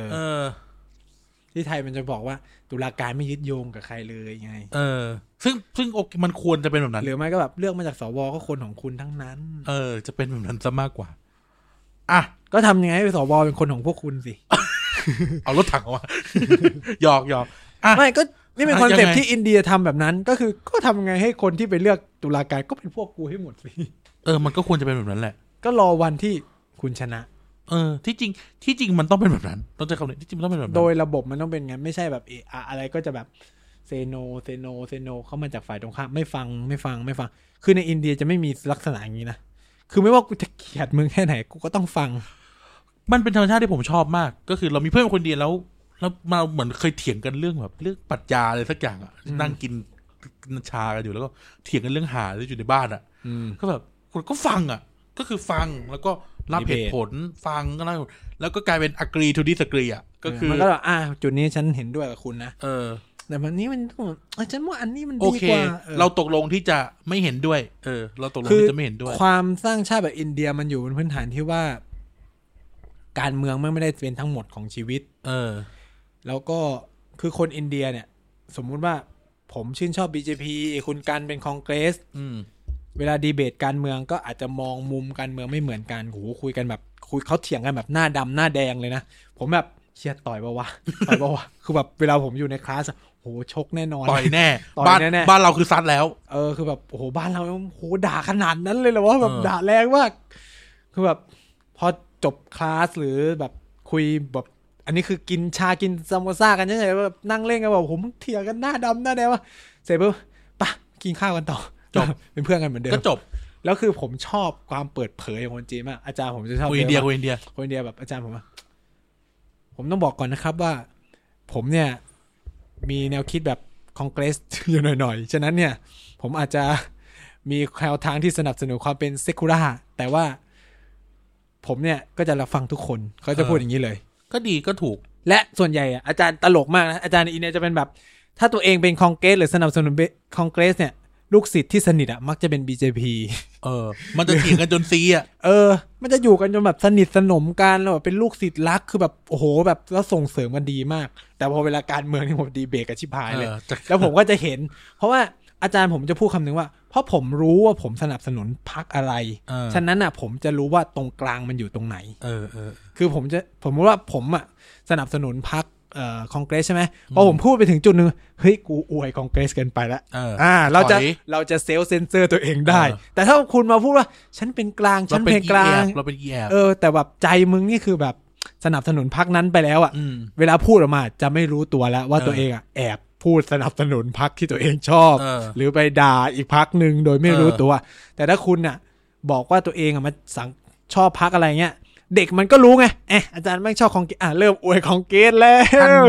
ที่ไทยมันจะบอกว่าตุลาการไม่ยึดโยงกับใครเลยไงซึ่งโอเคมันควรจะเป็นแบบนั้นหรือไม่ก็แบบเลือกมาจากสวก็คนของคุณทั้งนั้นจะเป็นแบบนั้นซะมากกว่าอ่ะก็ทำยังไงให้สวเป็นคนของพวกคุณสิเอารถถังออกมา หยอกไม่ก็นี่เป็นคอนเซ็ปต์ที่อินเดียทำแบบนั้นก็คือก็ทำยังไงให้คนที่ไปเลือกตุลาการก็เป็นพวกกูให้หมดสิมันก็ควรจะเป็นแบบนั้นแหละก็รอวันที่คุณชนะที่จริงมันต้องเป็นแบบนั้นต้องใช้คำนี้ที่จริงมันต้องเป็นแบบนั้นโดยระบบมันต้องเป็นงั้นไม่ใช่แบบอะไรก็จะแบบเซโนเข้ามาจากฝ่ายตรงข้ามไม่ฟังคือในอินเดียจะไม่มีลักษณะอย่างนี้นะคือไม่ว่ากูจะเกลียดมึงแค่ไหนกูก็ต้องฟังมันเป็นธรรมชาติที่ผมชอบมากก็คือเรามีเพื่อนคนเดียวแล้วมาเหมือนเคยเถียงกันเรื่องแบบเรื่องปรัชญาอะไรสักอย่างอ่ะนั่งกินชากันอยู่แล้วก็เถียงกันเรื่องหาที่อยู่ในบ้านอ่ะก็แบบคนก็ฟังอ่ะก็คือฟังแล้วก็รับเหตุผลฟังก็แล้วก็กลายเป็น agree to disagree อ่ะก็คือมันก็จุดนี้ฉันเห็นด้วยกับคุณนะแต่วันนี้มันฉันว่าอันนี้มันดีกว่าเราตกลงที่จะไม่เห็นด้วยเราตกลงที่จะไม่เห็นด้วยความสร้างชาติแบบอินเดียมันอยู่บนพื้นฐานที่ว่าการเมืองไม่ได้เป็นทั้งหมดของชีวิตแล้วก็คือคนอินเดียเนี่ยสมมุติว่าผมชื่นชอบ BJP คุณกันเป็นคองเกรสเวลาดีเบตการเมืองก็อาจจะมองมุมการเมืองไม่เหมือนกันคุยกันแบบเขาเถียงกันแบบหน้าดำหน้าแดงเลยนะผมแบบเชียร์ต่อยป่าววะคือแบบเวลาผมอยู่ในคลาสโหชกแน่นอนต่อยแน่บ้านเราคือซัดแล้วคือแบบโอ้โหบ้านเราโหด่าขนาดนั้นเลยเหรอวะแบบด่าแรงมากคือแบบพอจบคลาสหรือแบบคุยแบบอันนี้คือกินชากินซามโมซ่ากันเฉยๆแบบนั่งเล่นกันแบบผมเถียงกันหน้าดำหน้าแดงวะเสร็จปุ๊บปะกินข้าวกันต่อจบเป็นเพื่อนกันเหมือนเดิมก็จบแล้วคือผมชอบความเปิดเผยของคนจีนมากอาจารย์ผมจะชอบคนอินเดียแบบอาจารย์ผมต้องบอกก่อนนะครับว่าผมเนี่ยมีแนวคิดแบบคองเกรสอยู่หน่อยๆฉะนั้นเนี่ยผมอาจจะมีแนวทางที่สนับสนุนความเป็นเซคูล่าแต่ว่าผมเนี่ยก็จะรับฟังทุกคนเขาจะพูดอย่างนี้เลยก็ดีก็ถูกและส่วนใหญ่อาจารย์ตลกมากนะอาจารย์อินเดียจะเป็นแบบถ้าตัวเองเป็นคองเกรสหรือสนับสนุนคองเกรสเนี่ยลูกศิษย์ที่สนิทมักจะเป็น BJP มันจะเถียงกันจนซีมันจะอยู่กันจนแบบสนิทสนมกันแล้วแบบเป็นลูกศิษย์รักคือแบบโอ้โหแบบแล้วส่งเสริมกันดีมากแต่พอเวลาการเมืองนี่ผมดีเบตกับชิบหายเลยแล้วผมก็จะเห็นเพราะว่าอาจารย์ผมจะพูดคำนึงว่าเพราะผมรู้ว่าผมสนับสนุนพรรคอะไรฉะนั้นผมจะรู้ว่าตรงกลางมันอยู่ตรงไหนคือผมว่าผมสนับสนุนพรรคคองเกรสใช่ไหมพอผมพูดไปถึงจุดนึงเฮ้ยกูอวยคองเกรสเกินไปแล้วเราจะเซลฟ์เซนเซอร์ตัวเองได้แต่ถ้าคุณมาพูดว่าฉันเป็นกลางฉันเป็นกลางเราเป็นแอบแต่แบบใจมึงนี่คือแบบสนับสนุนพรรคนั้นไปแล้วเวลาพูดออกมาจะไม่รู้ตัวแล้วว่าตัวเองแอบพูดสนับสนุนพรรคที่ตัวเองชอบหรือไปด่าอีกพรรคนึงโดยไม่รู้ตัวแต่ถ้าคุณบอกว่าตัวเองมาชอบพรรคอะไรเงี้ยเด็กมันก็รู้ไงอาจารย์ไม่ชอบของเริ่มอวยของเกตแล้ว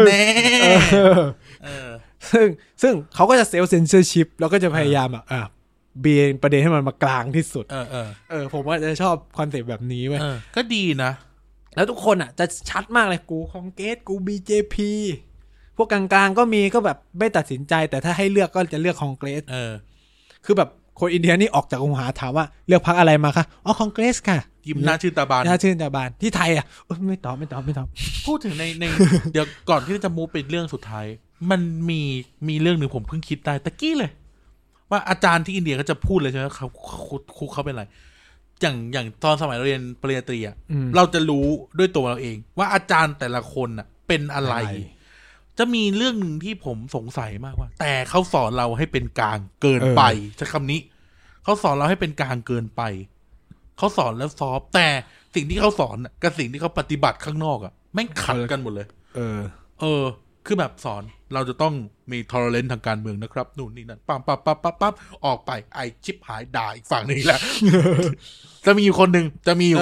ซึ่งเขาก็จะเซลล์เซนเซอร์ชิพแล้วก็จะพยายามเบียนประเด็นให้มันมากลางที่สุดผมว่าจะชอบคอนเซ็ปต์แบบนี้เว้ยก็ดีนะแล้วทุกคนจะชัดมากเลยกูของเกตกู BJP พวกกลางๆก็มีก็แบบไม่ตัดสินใจแต่ถ้าให้เลือกก็จะเลือกของเกตคือแบบคนอินเดียนี่ออกจากคงหาถามว่าเลือกพรรคอะไรมาคะอ๋อคอนเกรสค่ะยิ้มหน้าชื่นตาบานหน้าชื่นตาบานที่ไทยอ่ะไม่ตอบพูดถึงใน เดี๋ยวก่อนที่จะมูฟเป็นเรื่องสุดท้ายมันมีเรื่องหนึ่งผมเพิ่งคิดได้ตะกี้เลยว่าอาจารย์ที่อินเดียเขาจะพูดเลยใช่ไหมเขาเป็นอะไรอย่างตอนสมัยเราเรียนปริญญาตรีอ่ะเราจะรู้ด้วยตัวเราเองว่าอาจารย์แต่ละคนอ่ะเป็นอะไรจะมีเรื่องหนึ่งที่ผมสงสัยมากว่าแต่เขาสอนเราให้เป็นกลางเกินไปใช้คำนี้เขาสอนเราให้เป็นกลางเกินไปเขาสอนแล้วซอฟแต่สิ่งที่เขาสอนกับสิ่งที่เขาปฏิบัติข้างนอกอ่ะแม่งขัดกันหมดเลยคือแบบสอนเราจะต้องมี tolerance ทางการเมืองนะครับนู่นนี่นั่นปั๊บออกไปไอชิบหายด่าอีกฝั่งนึงแหละ จะมีอยู่คนหนึ่ง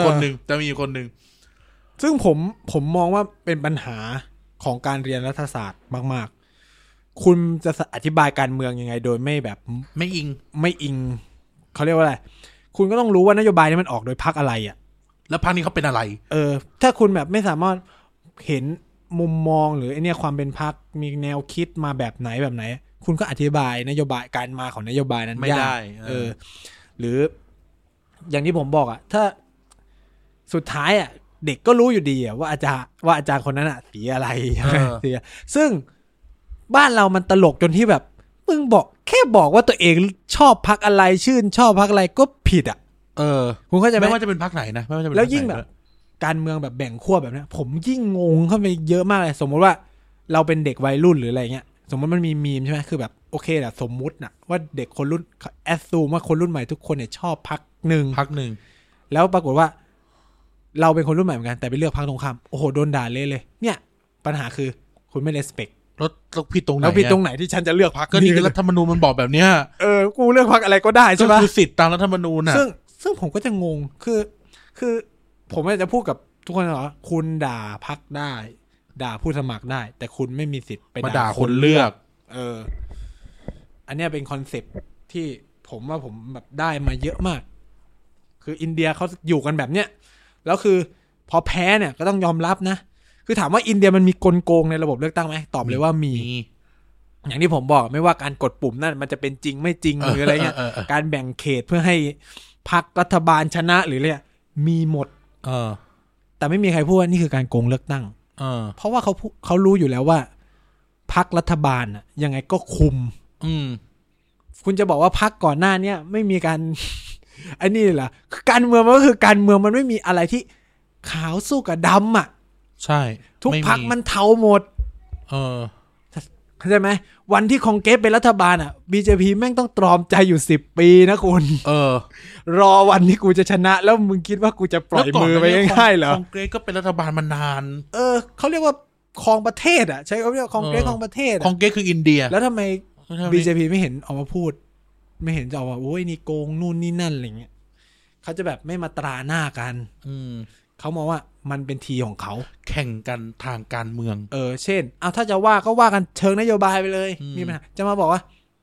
ซึ่งผมมองว่าเป็นปัญหาของการเรียนรัฐศาสตร์มากๆคุณจะอธิบายการเมืองยังไงโดยไม่แบบไม่อิงเขาเรียกว่าอะไรคุณก็ต้องรู้ว่านโยบายนี้มันออกโดยพรรคอะไรอ่ะแล้วพรรคนี้เขาเป็นอะไรถ้าคุณแบบไม่สามารถเห็นมุมมองหรือไอเนี่ยความเป็นพรรคมีแนวคิดมาแบบไหนคุณก็อธิบายนโยบายการมาของนโยบายนั้นไม่ได้หรืออย่างที่ผมบอกอ่ะถ้าสุดท้ายอ่ะเด็กก็รู้อยู่ดีอ่ะว่าอาจารย์คนนั้นอ่ะสีอะไรสีซึ่งบ้านเรามันตลกจนที่แบบมึงแค่บอกว่าตัวเองชอบพรรคอะไรชื่นชอบพรรคอะไรก็ผิดอ่ะคุณเข้าใจไหมไม่ว่าจะเป็นพรรคไหนนะไม่ว่าจะเป็นแล้วยิ่งแบบการเมืองแบบแบ่งขั้วแบบนี้ผมยิ่งงงเข้าไปเยอะมากเลยสมมติว่าเราเป็นเด็กวัยรุ่นหรืออะไรเงี้ยสมมติมันมีมีมใช่ไหมคือแบบโอเคแหละสมมุตินะว่าเด็กคนรุ่นแอสซูมว่าคนรุ่นใหม่ทุกคนเนี่ยชอบพรรคหนึ่งแล้วปรากฏว่าเราเป็นคนรุ่นใหม่เหมือนกันแต่ไปเลือกพรรคตรงข้ามโอ้โหโดนด่าเละเลยเนี่ยปัญหาคือคุณไม่ respect แล้วผิดตรงไหนที่ฉันจะเลือกพรรคก็นี่รัฐธรรมนูญมันบอกแบบเนี้ยกูเลือกพรรคอะไรก็ได้ใช่ปะก็คือสิทธิ์ตามรัฐธรรมนูญน่ะซึ่งผมก็จะงงคือผมจะพูดกับทุกคนว่าคุณด่าพรรคได้ด่าผู้สมัครได้แต่คุณไม่มีสิทธิ์ไปด่าคนเลือกอันนี้เป็นคอนเซ็ปต์ที่ผมว่าผมแบบได้มาเยอะมากคืออินเดียเขาอยู่กันแบบเนี้ยแล้วคือพอแพ้เนี่ยก็ต้องยอมรับนะคือถามว่าอินเดียมันมีกลโกงในระบบเลือกตั้งไหมตอบเลยว่ามีอย่างที่ผมบอกไม่ว่าการกดปุ่มนั่นมันจะเป็นจริงไม่จริงหรืออะไรเงี้ยการแบ่งเขตเพื่อให้พรรครัฐบาลชนะหรืออะไรมีหมดแต่ไม่มีใครพูดว่านี่คือการโกงเลือกตั้งเพราะว่าเขารู้อยู่แล้วว่าพรรครัฐบาลอ่ะยังไงก็คุมคุณจะบอกว่าพรรคก่อนหน้านี้ไม่มีการ ไอ้นี่เหรอการเมืองมันก็คือการเมืองมันไม่มีอะไรที่ขาวสู้กับดำอ่ะใช่ทุกพรรคมันเทาหมดเข้าใจไหมวันที่คองเกรสเป็นรัฐบาลอ่ะ BJP แม่งต้องตรอมใจอยู่10 ปีนะคุณรอวันที่กูจะชนะแล้วมึงคิดว่ากูจะปล่อยมือไปง่ายๆเหรอคองเกรสก็เป็นรัฐบาลมานานเขาเรียกว่าครองประเทศอ่ะใช้เขาเรียกคองเกรสครองประเทศคองเกรสคืออินเดียแล้วทำไม BJP ไม่เห็นออกมาพูดไม่เห็นจะออกมาโอ้ยนี่โกงนู่นนี่นั่นอะไรเงี้ยเขาจะแบบไม่มาตราหน้ากันเขามองว่ามันเป็นทีของเขาแข่งกันทางการเมืองเช่นเอาถ้าจะว่าก็ว่ากันเชิงนโยบายไปเลยมีปัญหาจะมาบอกว่า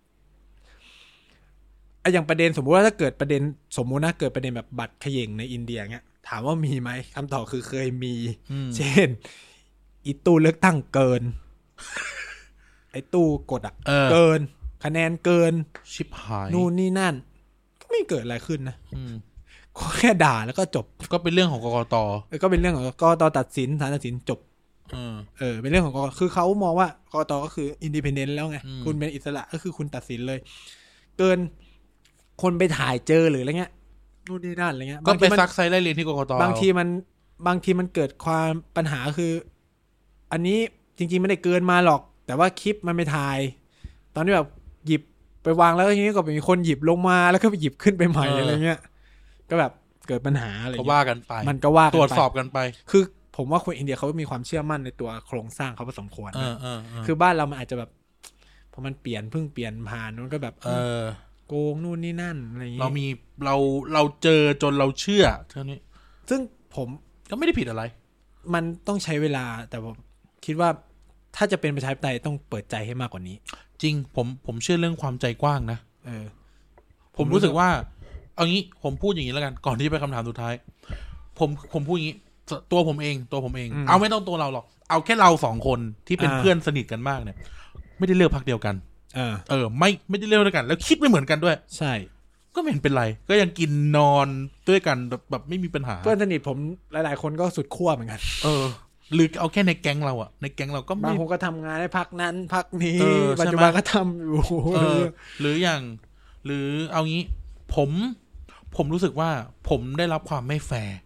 อย่างประเด็นสมมุติว่าถ้าเกิดประเด็นสมมุตินะเกิดประเด็นแบบบัตรเขย่งในอินเดียเงี้ยถามว่ามีไหมคำตอบคือเคยมีเช่นอีตู้เลือกตั้งเกินไอ้ตู้กดเกินคะแนนเกินชิบหายนู่นนี่นั่นก็ไม่เกิดอะไรขึ้นนะก็แค่ด่าแล้วก็จบก็เป็นเรื่องของกกต. ก็เป็นเรื่องของกกต.ตัดสินศาลตัดสินจบเป็นเรื่องของกกต.คือเขามองว่ากกต.ก็คืออินดิเพนเดนต์แล้วไงคุณเป็นอิสระก็คือคุณตัดสินเลยเกินคนไปถ่ายเจอหรืออะไรเงี้ยนู่นนี่นั่นอะไรเงี้ยก็ไปซักไซไล่เรียนที่กกต. บางทีมันเกิดความปัญหาคืออันนี้จริงๆไม่ได้เกินมาหรอกแต่ว่าคลิปมันไปถ่ายตอนที่แบบหยิบไปวางแล้วทีนี้ก็มีคนหยิบลงมาแล้วก็ไปหยิบขึ้นไปใหม่อะไรเงี้ยก็แบบเกิดปัญหาอะไรก็ว่ากันไปมันก็ว่าตรวจสอบกันไปคือผมว่าคนอินเดียเขามีความเชื่อมั่นในตัวโครงสร้างเขาพอสมควรคือบ้านเรามันอาจจะแบบพอมันเปลี่ยนผ่านมันก็แบบโกงนู่นนี่นั่นอะไรอย่างเงี้ยเราเจอจนเราเชื่อเท่านี้ซึ่งผมก็ไม่ได้ผิดอะไรมันต้องใช้เวลาแต่ผมคิดว่าถ้าจะเป็นประชาธิปไตยต้องเปิดใจให้มากกว่านี้จริงผมเชื่อเรื่องความใจกว้างนะผมรู้สึกว่าเอางี้ผมพูดอย่างนี้แล้วกันก่อนที่จะไปคำถามสุดท้ายผมพูดอย่างนี้ตัวผมเองเอาไม่ต้องตัวเราหรอกเอาแค่เรา2 คนที่เป็นเพื่อนสนิทกันมากเนี่ยไม่ได้เลือกพรรคเดียวกันไม่ได้เลือกด้วยกันแล้วคิดไม่เหมือนกันด้วยใช่ก็ไม่เห็นเป็นไรก็ยังกินนอนด้วยกันแบบไม่มีปัญหาเพื่อนสนิทผมหลายๆคนก็สุดขั้วเหมือนกันหรือเอาแค่ในแก๊งเราอะในแก๊งเราก็บางคนก็ทำงานให้พักนั้นพักนี้ปัจจุบันก็ทำอยู่หรืออย่างหรือเอางี้ผมรู้สึกว่าผมได้รับความไม่แฟร์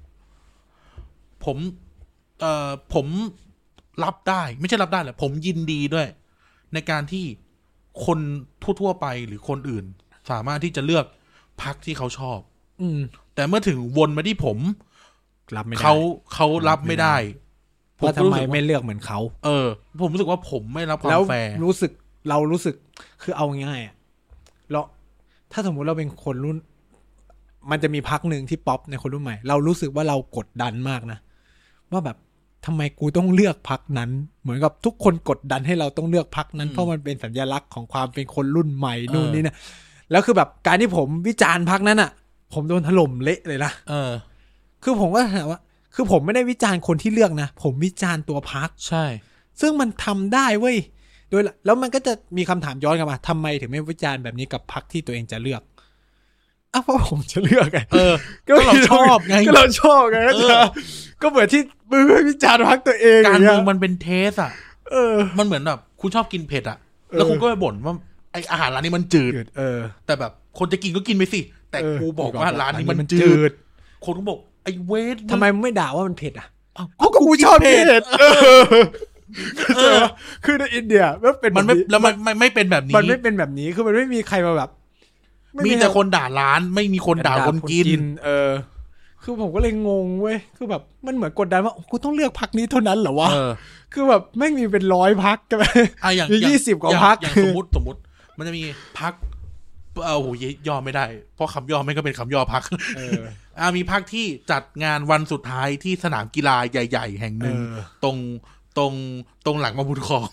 ผมรับได้ไม่ใช่รับได้แหละผมยินดีด้วยในการที่คนทั่วๆไปหรือคนอื่นสามารถที่จะเลือกพรรคที่เขาชอบแต่เมื่อถึงวนมาที่ผมรับไม่ได้เขารับไม่ได้ว่าทำไมไม่เลือกเหมือนเขาผมรู้สึกว่าผมไม่รับความแฟร์เรารู้สึกคือเอาง่ายๆเราถ้าสมมุติเราเป็นคนรุ่นมันจะมีพรรคนึงที่ป๊อปในคนรุ่นใหม่เรารู้สึกว่าเรากดดันมากนะว่าแบบทำไมกูต้องเลือกพรรคนั้นเหมือนกับทุกคนกดดันให้เราต้องเลือกพรรคนั้นเพราะมันเป็นสัญลักษณ์ของความเป็นคนรุ่นใหม่นู่นนี่นะแล้วคือแบบการที่ผมวิจารณ์พรรคนั้นอ่ะผมโดนถล่มเละเลยนะคือผมก็ถามว่าคือผมไม่ได้วิจารณ์คนที่เลือกนะผมวิจารณ์ตัวพรรคใช่ซึ่งมันทำได้เว้ยโดยแล้วมันก็จะมีคำถามย้อนกลับมาทำไมถึงไม่วิจารณ์แบบนี้กับพรรคที่ตัวเองจะเลือกเพราะผมจะเลือกไงก็เราชอบไงก็เราชอบไงก็เหมือนที่มือวิจารณ์พรรคตัวเองการเมืองมันเป็นเทสอ่ะมันเหมือนแบบคุณชอบกินเผ็ดอ่ะแล้วคุณก็ไปบ่นว่าไออาหารร้านนี้มันจืดแต่แบบคนจะกินก็กินไปสิแต่กูบอกว่าร้านนี้มันจืดคนก็บอกไอเวททำไมไม่ด่าว่ามันเผ็ดอ่ะก็กูชอบเผ็ดคือในอินเดียมันไม่แล้วมันไม่เป็นแบบนี้มันไม่เป็นแบบนี้คือมันไม่มีใครมาแบบมีแต่คนด่าร้านไม่มีคนด่าคนกินคือผมก็เลยงงเว้ยคือแบบมันเหมือนกดดันว่ากูต้องเลือกพรรคนี้เท่านั้นเหรอวะคือแบบไม่มีเป็น100พรรคกันไปอย่าง20กว่าพรรคอย่างสมมติมันจะมีพรรคโหย่อไม่ได้เพราะคำย่อไม่ก็เป็นคำย่อพรรคมีพรรคที่จัดงานวันสุดท้ายที่สนามกีฬาใหญ่ๆแห่งหนึ่งตรงหลังมาบุญคลอง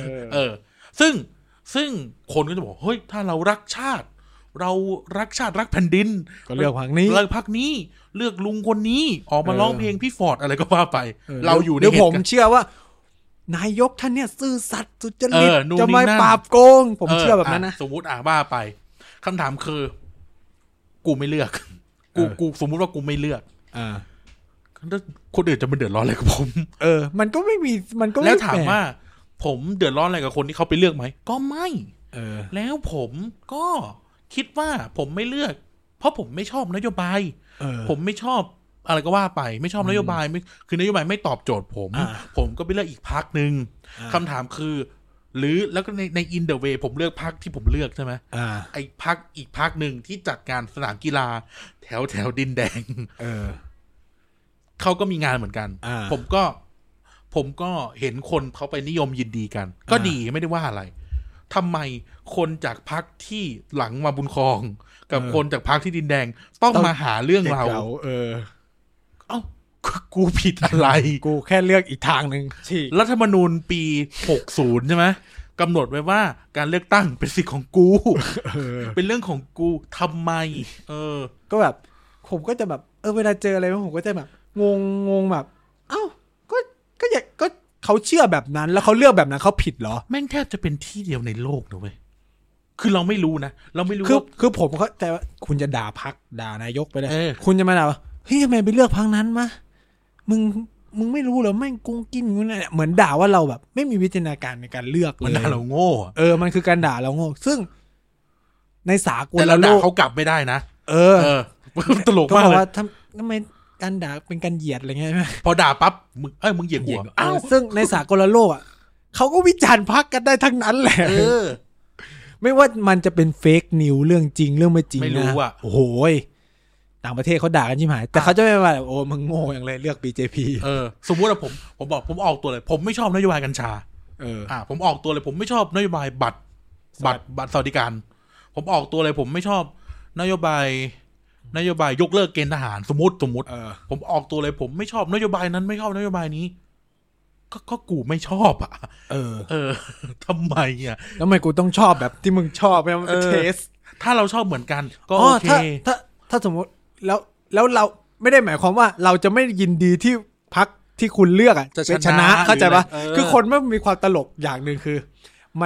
ซึ่งคนก็จะบอกเฮ้ยถ้าเรารักชาติรักแผ่นดินก็เลือกพรรคนี้เลือกลุงคนนี้ออกมาร้องเพลงพี่ฟอร์ดอะไรก็ว่าไปเราอยู่ในเหตุการณ์ผมเชื่อว่านายกท่านเนี่ยซื่อสัตย์สุจริตจะไม่ปราบโกงผมเชื่อแบบนั้นนะสมมุติว่าไปคำถามคือกูไม่เลือกกูสมมุติว่ากูไม่เลือกคนอื่นจะมาเดือดร้อนอะไรกับผมมันก็ไม่มีแล้วถามว่าผมเดือดร้อนอะไรกับคนที่เขาไปเลือกไหมก็ไม่แล้วผมก็คิดว่าผมไม่เลือกเพราะผมไม่ชอบนโยบายผมไม่ชอบอะไรก็ว่าไปไม่ชอบนโยบายคือนโยบายไม่ตอบโจทย์ผมก็ไปเลือกอีกพรรคนึงคำถามคือหรือแล้วก็ในอินเดอะเวย์ผมเลือกพรรคที่ผมเลือกใช่ไหมไอ้พรรคอีกพรรคนึงที่จัดการสนามกีฬาแถวดินแดงเขาก็มีงานเหมือนกันผมก็เห็นคนเขาไปนิยมยินดีกันก็ดีไม่ได้ว่าอะไรทำไมคนจากพรรคที่หลังมาบุญครองกับคนจากพรรคที่ดินแดงต้องมาหาเรื่องเรากูผิดอะไรกูแค่เลือกอีกทางนึงรัฐธรรมนูญปี60ใช่ไหมกำหนดไว้ว่าการเลือกตั้งเป็นสิทธิ์ของกูเป็นเรื่องของกูทำไมก็แบบผมก็จะแบบเวลาเจออะไรผมก็จะแบบงงแบบก็เขาเชื่อแบบนั้นแล้วเขาเลือกแบบนั้นเขาผิดเหรอแม่งแทบจะเป็นที่เดียวในโลกนะเว้ยคือเราไม่รู้นะเราไม่รู้คือผมเขาแต่ว่าคุณจะด่าพรรคด่านายกไปเลยคุณจะมาด่าว่าเฮ้ยทำไมไปเลือกพรรคนั้นมามึงไม่รู้เหรอแม่งกุ้งกินงูเนี่ยเหมือนด่าว่าเราแบบไม่มีวิจารณญาณในการเลือกเลยมันด่าเราโง่มันคือการด่าเราโง่ซึ่งในสากลโลกแต่เราด่าเขากลับไม่ได้นะตลกมากเลยว่าทำไมการด่าเป็นการเหยียดอะไรเงี้ยพอด่าปั๊บมึงเหยียดหัวซึ่งในสากลโลกเขาก็วิจารณ์พรรคกันได้ทั้งนั้นแหละไม่ว่ามันจะเป็นเฟกนิวเรื่องจริงเรื่องไม่จริงนะไม่รู้อ่ะโอ้โหต่างประเทศเขาด่ากันชิบหายแต่เขาจะไม่ว่าโอ้มึงโง่อย่างไรเลือก BJP สมมุติว่าผมบอกผมออกตัวเลยผมไม่ชอบนโยบายกัญชาผมออกตัวเลยผมไม่ชอบนโยบายบัตรสวัสดิการผมออกตัวเลยผมไม่ชอบนโยบายยกเลิกเกณฑ์ทหารสมมติผมออกตัวเลยผมไม่ชอบนโยบายนั้นไม่ชอบนโยบายนี้ก็กูไม่ชอบอ่ะทำไมอ่ะแล้วทำไมกูต้องชอบแบบที่มึงชอบมันเป็นเทสถ้าเราชอบเหมือนกันก็โอเคถ้าสมมติแล้วเราไม่ได้หมายความว่าเราจะไม่ยินดีที่พรรคที่คุณเลือกจะชนะเข้าใจปะคือคนไม่มีความตลกอย่างนึงคือมัน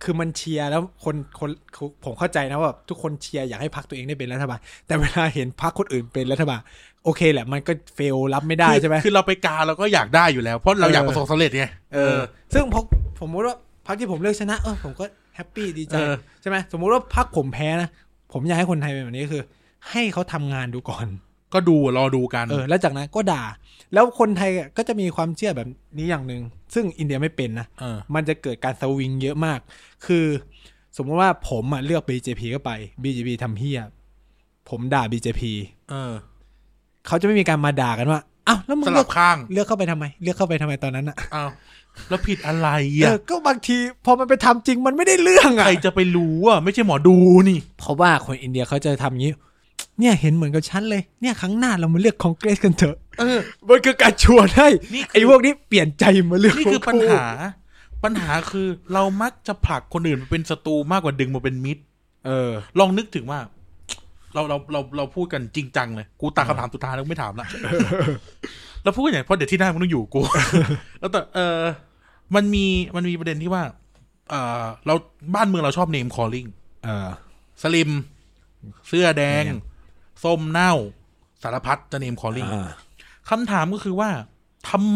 คือมันเชียร์แล้วคนผมเข้าใจนะว่าทุกคนเชียร์อยากให้พรรคตัวเองได้เป็นรัฐบาลแต่เวลาเห็นพรรคคนอื่นเป็นรัฐบาลโอเคแหละมันก็เฟลรับไม่ได้ใช่ไหมคือเราไปกาเราก็อยากได้อยู่แล้วเพราะเราอยากประสบสำเร็จไงซึ่งผมมติว่าพรรคที่ผมเลือกชนะผมก็แฮปปี้ดีใจใช่ไหมสมมุติว่าพรรคผมแพ้นะผมอยากให้คนไทยเป็นแบบนี้คือให้เขาทำงานดูก่อนก็ดูรอดูกันแล้วจากนั้นก็ด่าแล้วคนไทยก็จะมีความเชื่อแบบนี้อย่างนึงซึ่งอินเดียไม่เป็นนะมันจะเกิดการสวิงเยอะมากคือสมมติว่าผมเลือก BJP เข้าไป BJP ทำเหี้ยผมด่า BJP เขาจะไม่มีการมาด่ากันว่าอ้าวแล้วมึงเลือกข้างเลือกเข้าไปทำไมเลือกเข้าไปทำไมตอนนั้นอ้าวแล้วผิดอะไรก็บางทีพอมันไปทำจริงมันไม่ได้เรื่องใครจะไปรู้ไม่ใช่หมอดูนี่เพราะว่าคนอินเดียเขาจะทำอย่างนี้เนี่ยเห็นเหมือนกับฉันเลยเนี่ยครั้งหน้าเรามาเลือกคองเกรสกันเถอะมันคือการชวนให้ไอ้พวกนี้เปลี่ยนใจมาเลือกนี่คือปัญหาคือเรามักจะผลักคนอื่นมาเป็นศัตรูมากกว่าดึงมาเป็นมิตรลองนึกถึงว่าเราพูดกันจริงจังเลยกูตาคำถามสุดท้ายแล้วไม่ถามละเราพูดอย่างเพราะเดี๋ยวที่หน้ามันต้องอยู่กูแล้วแต่มันมีประเด็นที่ว่าเราบ้านเมืองเราชอบ name calling สลิมเสื้อแดงส้มเน่าสารพัดจะ name calling คำถามก็คือว่าทำไม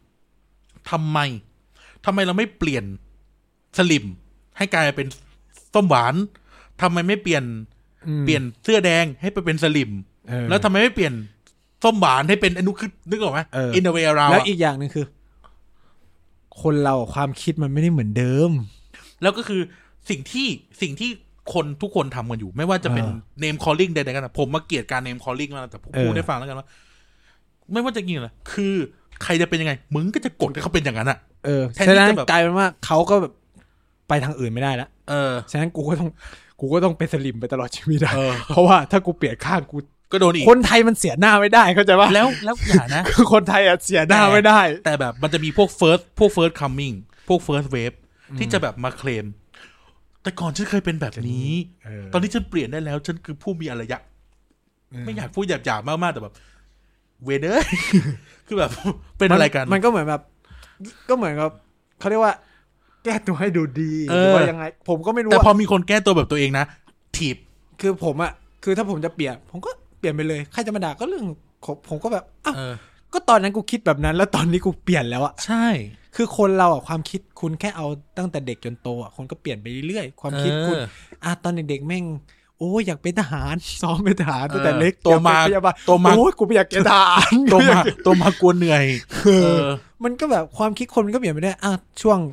เราไม่เปลี่ยนสลิมให้กลายเป็นส้มหวานทำไมไม่เปลี่ยนเสื้อแดงให้ไปเป็นสลิมแล้วทำไมไม่เปลี่ยนส้มหวานให้เป็นอนุคือนึกออกไหมอินเดเวอร์เราแล้วอีกอย่างนึงคือคนเราความคิดมันไม่ได้เหมือนเดิมแล้วก็คือสิ่งที่คนทุกคนทำกันอยู่ไม่ว่าจะเป็น name calling ใดๆกันผมมาเกลียดการ name calling มาแต่พูดได้ฟังแล้วกันว่าไม่ว่าจะกินอะไรคือใครจะเป็นยังไงมึงก็จะกดให้เขาเป็นอย่างนั้นแทนที่จะแบบกลายเป็นว่าเขาก็แบบไปทางอื่นไม่ได้แล้วฉะนั้นกูก็ต้องเป็นสลิมไปตลอดชีวิตได้เพราะว่าถ้ากูเปลี่ยนข้างกูก็โดนอีกคนไทยมันเสียหน้าไม่ได้เข้าใจป่ะแล้วอย่านะคือคนไทยเสียหน้าไม่ได้แต่แบบมันจะมีพวก first coming พวก first wave ที่จะแบบมาเคลมแต่ก่อนฉันเคยเป็นแบบนี้ตอนนี้ฉันเปลี่ยนได้แล้วฉันคือผู้มีอารยะไม่อยากพูดหยาบๆมากๆแต่แบบเวเดอร์คือแบบเป็นอะไรกันมันก็เหมือนแบบก็เหมือนกับเขาเรียกว่าแก้ตัวให้ดูดีหรือว่ายังไงผมก็ไม่รู้แต่พอมีคนแก้ตัวแบบตัวเองนะถีบคือผมคือถ้าผมจะเปลี่ยนผมก็เปลี่ยนไปเลยใครจะมาด่าก็เรื่องผมก็แบบอ้าวก็ตอนนั้นกูคิดแบบนั้นแล้วตอนนี้กูเปลี่ยนแล้วใช่คือคนเราความคิดคุณแค่เอาตั้งแต่เด็กจนโตคนก็เปลี่ยนไปเรื่อยๆความคิดคุณตอนเด็กๆแม่งโอ้อยากเป็นทหารซ้อมเป็นทหารตั้งแต่เล็กโตมาโอ้ยกูไม่อยากเป็นทหารโตมากลัวเหนื่อยมันก็แบบความคิดคนมันก็เปลี่ยนไปได้ช่วง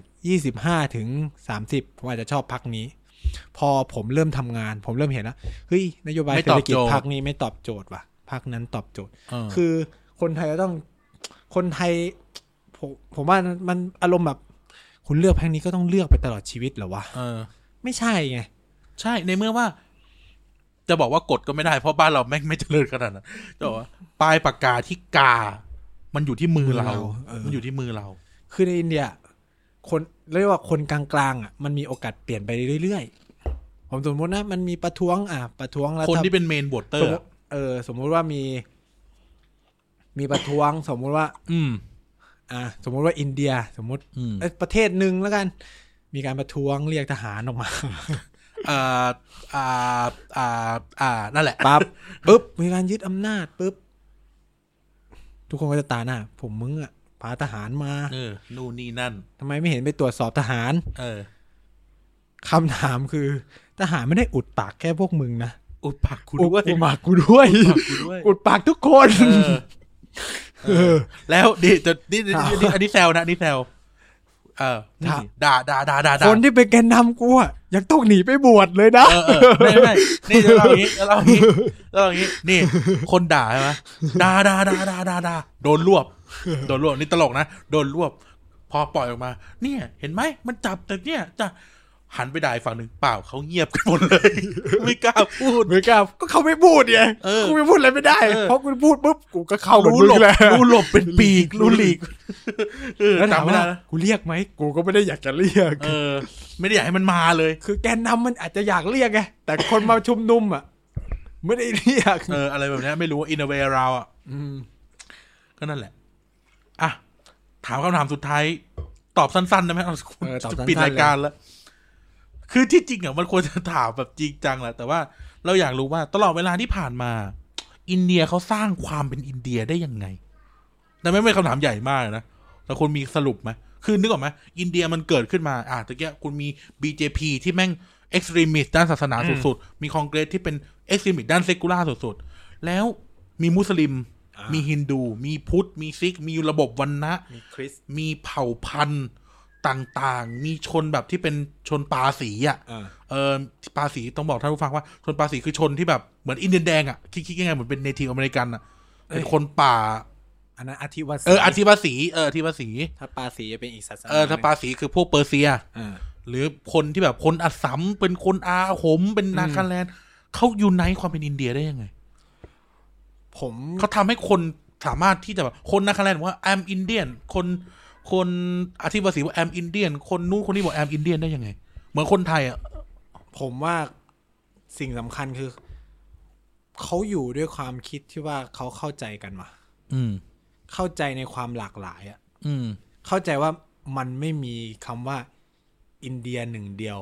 25ถึง30ผมอาจจะชอบพรรคนี้พอผมเริ่มทำงานผมเริ่มเห็นแล้วเฮ้ยนโยบายเศรษฐกิจพรรคนี้ไม่ตอบโจทย์ว่ะพรรคนั้นตอบโจทย์คือคนไทยก็ต้องคนไทยผมว่ามันอารมณ์แบบคุณเลือกพรรคนี้ก็ต้องเลือกไปตลอดชีวิตเหรอวะไม่ใช่ไงใช่ในเมื่อว่าจะบอกว่ากฎก็ไม่ได้เพราะบ้านเราแม่งไม่เจริญขนาดนั้นจะบอกว่าปลายปากกาที่กามันอยู่ที่มือเรามันอยู่ที่มือเราคือในอินเดียคนเรียกว่าคนกลางๆมันมีโอกาสเปลี่ยนไปเรื่อยๆผมสมมตินะมันมีประท้วงแล้วคนที่เป็นเมนโหวตเตอร์สมมติว่ามีประท้วงสมมติว่าสมมติว่าอินเดียสมมติประเทศนึงแล้วกันมีการประท้วงเรียกทหารออกมานั่นแหละปุ๊บมีการยึดอำนาจปุ๊บทุกคนก็จะตาหน้าผมมึงพาทหารมานู่นนี่นั่นทำไมไม่เห็นไปตรวจสอบทหารคำถามคือทหารไม่ได้อุดปากแค่พวกมึงนะอุดปากกูด้วยอุดปากกูด้วยอุดปากทุกคนแล้วดิอันนี้แซวนะนี่แซวด่าคนที่เป็นแกนนำกูยังต้องหนีไปบวชเลยนะไม่นี่จะเล่าอย่างนี้นี่คนด่าใช่ไหมด่าโดนรวบนี่ตลกนะโดนรวบพอปล่อยออกมาเนี่ยเห็นไหมมันจับแต่เนี่ยจะหันไปด่าฝั่งหนึ่งเปล่าเขาเงียบกันหมดเลยไม่กล้าพูดก็เขาไม่พูดไงกูไม่พูดอะไรไม่ได้เพราะกูพูดปุ๊บกูก็เข้ารู้หลบเป็นปีกรู้หลีกแล้วถามว่ากูเรียกไหมกูก็ไม่ได้อยากจะเรียกไม่ได้อยากให้มันมาเลยคือแกนนำมันอาจจะอยากเรียกไงแต่คนมาชุมนุมไม่ได้เรียกอะไรแบบนี้ไม่รู้อินเวอร์เราก็นั่นแหละถามคำถามสุดท้ายตอบสั้นๆได้ไหมจะปิดรายการแล้วคือที่จริงอ่ะมันควรจะถามแบบจริงจังแหละแต่ว่าเราอยากรู้ว่าตลอดเวลาที่ผ่านมาอินเดียเขาสร้างความเป็นอินเดียได้ยังไงแต่ไม่เป็นคำถามใหญ่มากนะแต่คุณมีสรุปไหมคือนึกออกไหมอินเดียมันเกิดขึ้นมาตะเกียคุณมี BJP ที่แม่งเอ็กซ์ตรีมิสต์ด้านศาสนาสุดๆมีคองเกรสที่เป็นเอ็กซ์ตรีมิสต์ด้านเซกูล่าสุดๆแล้วมีมุสลิมมีฮินดูมีพุทธมีซิกมีระบบวรรณะมีคริสต์มีเผ่าพันธุ์ต่างๆมีชนแบบที่เป็นชนปาสีปาสีต้องบอกท่านผู้ฟังว่าชนปาสีคือชนที่แบบเหมือนอินเดียนแดงคิดยังไงเหมือนเป็นเนทีฟอเมริกันเป็นคนป่าอันนั้นอธิวาสีอธิวาสีอธิวาสีถ้าปาสีจะเป็นอีกศาสนาถ้าปาสีคือพวกเปอร์เซียหรือคนที่แบบคนอัสสัมเป็นคนอาหมเป็นนาคาแลนด์เขายูไนต์ความเป็นอินเดียได้ยังไงเขาทำให้คนสามารถที่จะแบบคนนาคาแลนด์ว่า I'm Indian คนอธิวาสีว่า I'm Indian คนนู้นคนนี้บอก I'm Indian ได้ยังไงเหมือนคนไทยผมว่าสิ่งสำคัญคือเขาอยู่ด้วยความคิดที่ว่าเขาเข้าใจกันมาเข้าใจในความหลากหลายเข้าใจว่ามันไม่มีคำว่าอินเดียหนึ่งเดียว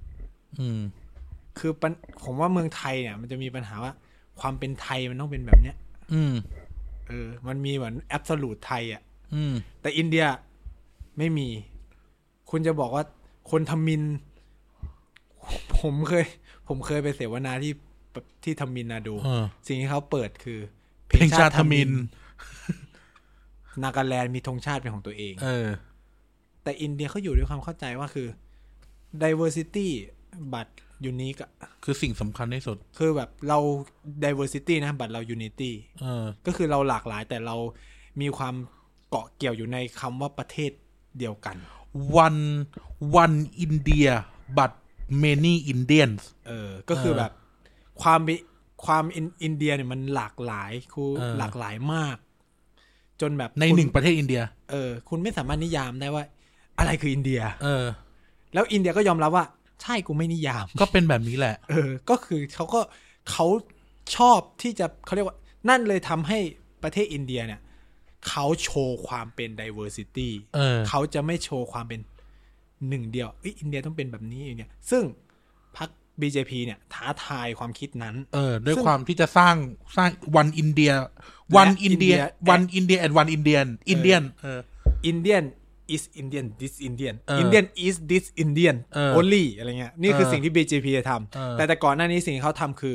คือผมว่าเมืองไทยเนี่ยมันจะมีปัญหาว่าความเป็นไทยมันต้องเป็นแบบเนี้ยมันมีเหมือนแอบโซลูทไทยแต่อินเดียไม่มีคุณจะบอกว่าคนทมิฬผมเคยไปเสวนาที่ทมิฬนาดูสิ่งที่เขาเปิดคือเพลงชาติทมิฬนาการแลนด์มีธงชาติเป็นของตัวเองแต่อินเดียเขาอยู่ด้วยความเข้าใจว่าคือ diversity but unique คือสิ่งสำคัญที่สุดคือแบบเรา diversity นะbutเรา unity ก็คือเราหลากหลายแต่เรามีความเกาะเกี่ยวอยู่ในคำว่าประเทศเดียวกัน one India but many Indians ก็คือแบบความอินเดียเนี่ยมันหลากหลายคือหลากหลายมากจนแบบในหนึ่งประเทศอินเดียคุณไม่สามารถนิยามได้ว่าอะไรคืออินเดียแล้วอินเดียก็ยอมรับว่าใช่กูไม่นิยามก็เป็นแบบนี้แหละก็คือเขาชอบที่จะเขาเรียกว่านั่นเลยทำให้ประเทศอินเดียเนี่ยเขาโชว์ความเป็น diversity เขาจะไม่โชว์ความเป็นหนึ่งเดียวอินเดียต้องเป็นแบบนี้อย่างเงี้ยซึ่งพรรค BJP เนี่ยท้าทายความคิดนั้นด้วยความที่จะสร้าง one India and one Indian Indian is Indian this Indian Indian is this Indian only อะไรเงี้ยนี่คือสิ่งที่ BJP จะทำแต่ก่อนหน้านี้สิ่งที่เขาทำคือ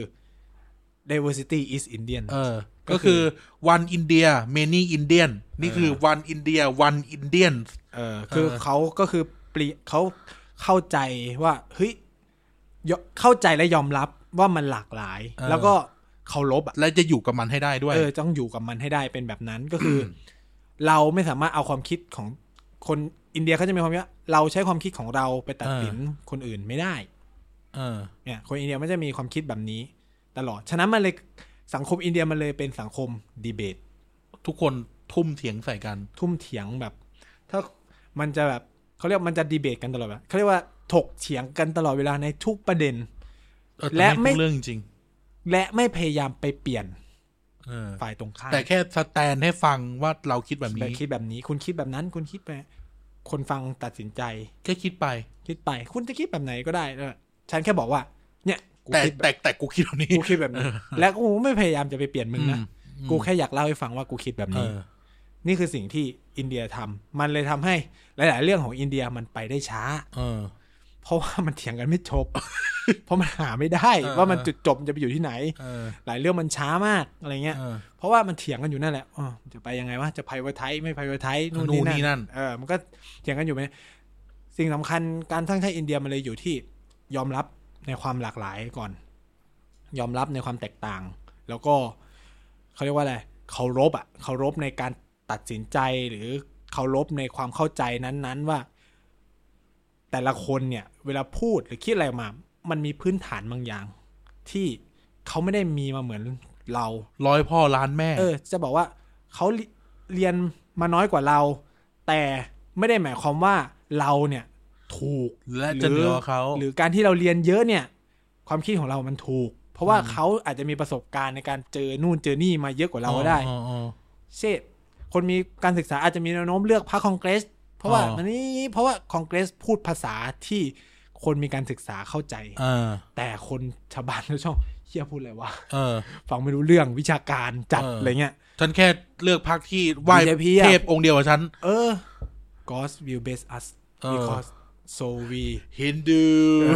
diversity is Indian ก็คือ one India many Indian นี่คือ one India one Indian คือเขาก็คือเขาเข้าใจว่าเฮ้ยเข้าใจและยอมรับว่ามันหลากหลายแล้วก็เคารพและจะอยู่กับมันให้ได้ด้วยต้องอยู่กับมันให้ได้เป็นแบบนั้นก็คือ เราไม่สามารถเอาความคิดของคนอินเดียเขาจะมีความว่าเราใช้ความคิดของเราไปตัดสินคนอื่นไม่ได้เนี่ยคนอินเดียไม่จะมีความคิดแบบนี้ตลอดฉะนั้นมันเลยสังคมอินเดียมันเลยเป็นสังคมดีเบตทุกคนทุ่มเถียงใส่กันทุ่มเถียงแบบถ้ามันจะแบบเขาเรียกมันจะดีเบตกันตลอดแบบเขาเรียกว่าถกเถียงกันตลอดเวลาในทุกประเด็นและไม่เรื่องจริงและไม่พยายามไปเปลี่ยนฝ่ายตรงข้ามแต่แค่สแตนให้ฟังว่าเราคิดแบบนี้คิดแบบนี้คุณคิดแบบนั้นคุณคิดไปคนฟังตัดสินใจแค่คิดไปคุณจะคิดแบบไหนก็ได้ฉันแค่บอกว่าเนี่ยแต่กูคิดแบบนี้กูคิดแบบนี้และกูไม่พยายามจะไปเปลี่ยนมึงนะกูแค่อยากเล่าให้ฟังว่ากูคิดแบบนี้นี่คือสิ่งที่อินเดียทำมันเลยทำให้หลายๆเรื่องของอินเดียมันไปได้ช้าเพราะว่ามันเถียงกันไม่จบ เพราะมันหาไม่ได้ว่ามันจุดจบจะไปอยู่ที่ไหนหลายเรื่องมันช้ามากอะไรเงี้ยเพราะว่ามันเถียงกันอยู่นั่นแหละจะไปยังไงวะจะไพรเวทไทยไม่ไพรเวทไทยนู่นนี่นั่นมันก็เถียงกันอยู่ไหมสิ่งสำคัญการสร้างชาติอินเดียมันเลยอยู่ที่ยอมรับในความหลากหลายก่อนยอมรับในความแตกต่างแล้วก็เขาเรียกว่าอะไรเคารพในการตัดสินใจหรือเคารพในความเข้าใจนั้นๆว่าแต่ละคนเนี่ยเวลาพูดหรือคิดอะไรมามันมีพื้นฐานบางอย่างที่เขาไม่ได้มีมาเหมือนเราร้อยพ่อล้านแม่จะบอกว่าเขาเรียนมาน้อยกว่าเราแต่ไม่ได้หมายความว่าเราเนี่ยถูกและจะเหนือเขาหรือการที่เราเรียนเยอะเนี่ยความคิดของเรามันถูกเพราะว่าเขาอาจจะมีประสบการณ์ในการเจอนู่นเจอนี่มาเยอะกว่าเราก็ได้เช่นคนมีการศึกษาอาจจะมีแนวโน้มเลือกพรรคคองเกรสเพราะว่าคองเกรสพูดภาษาที่คนมีการศึกษาเข้าใจแต่คนชาวบ้านชาวช่องเหี้ยพูดอะไรวะฟังไม่รู้เรื่องวิชาการจัดอะไรเงี้ยฉันแค่เลือกพรรคที่ไหว้เทพองค์เดียวกับฉัน God will bless us because so we Hindu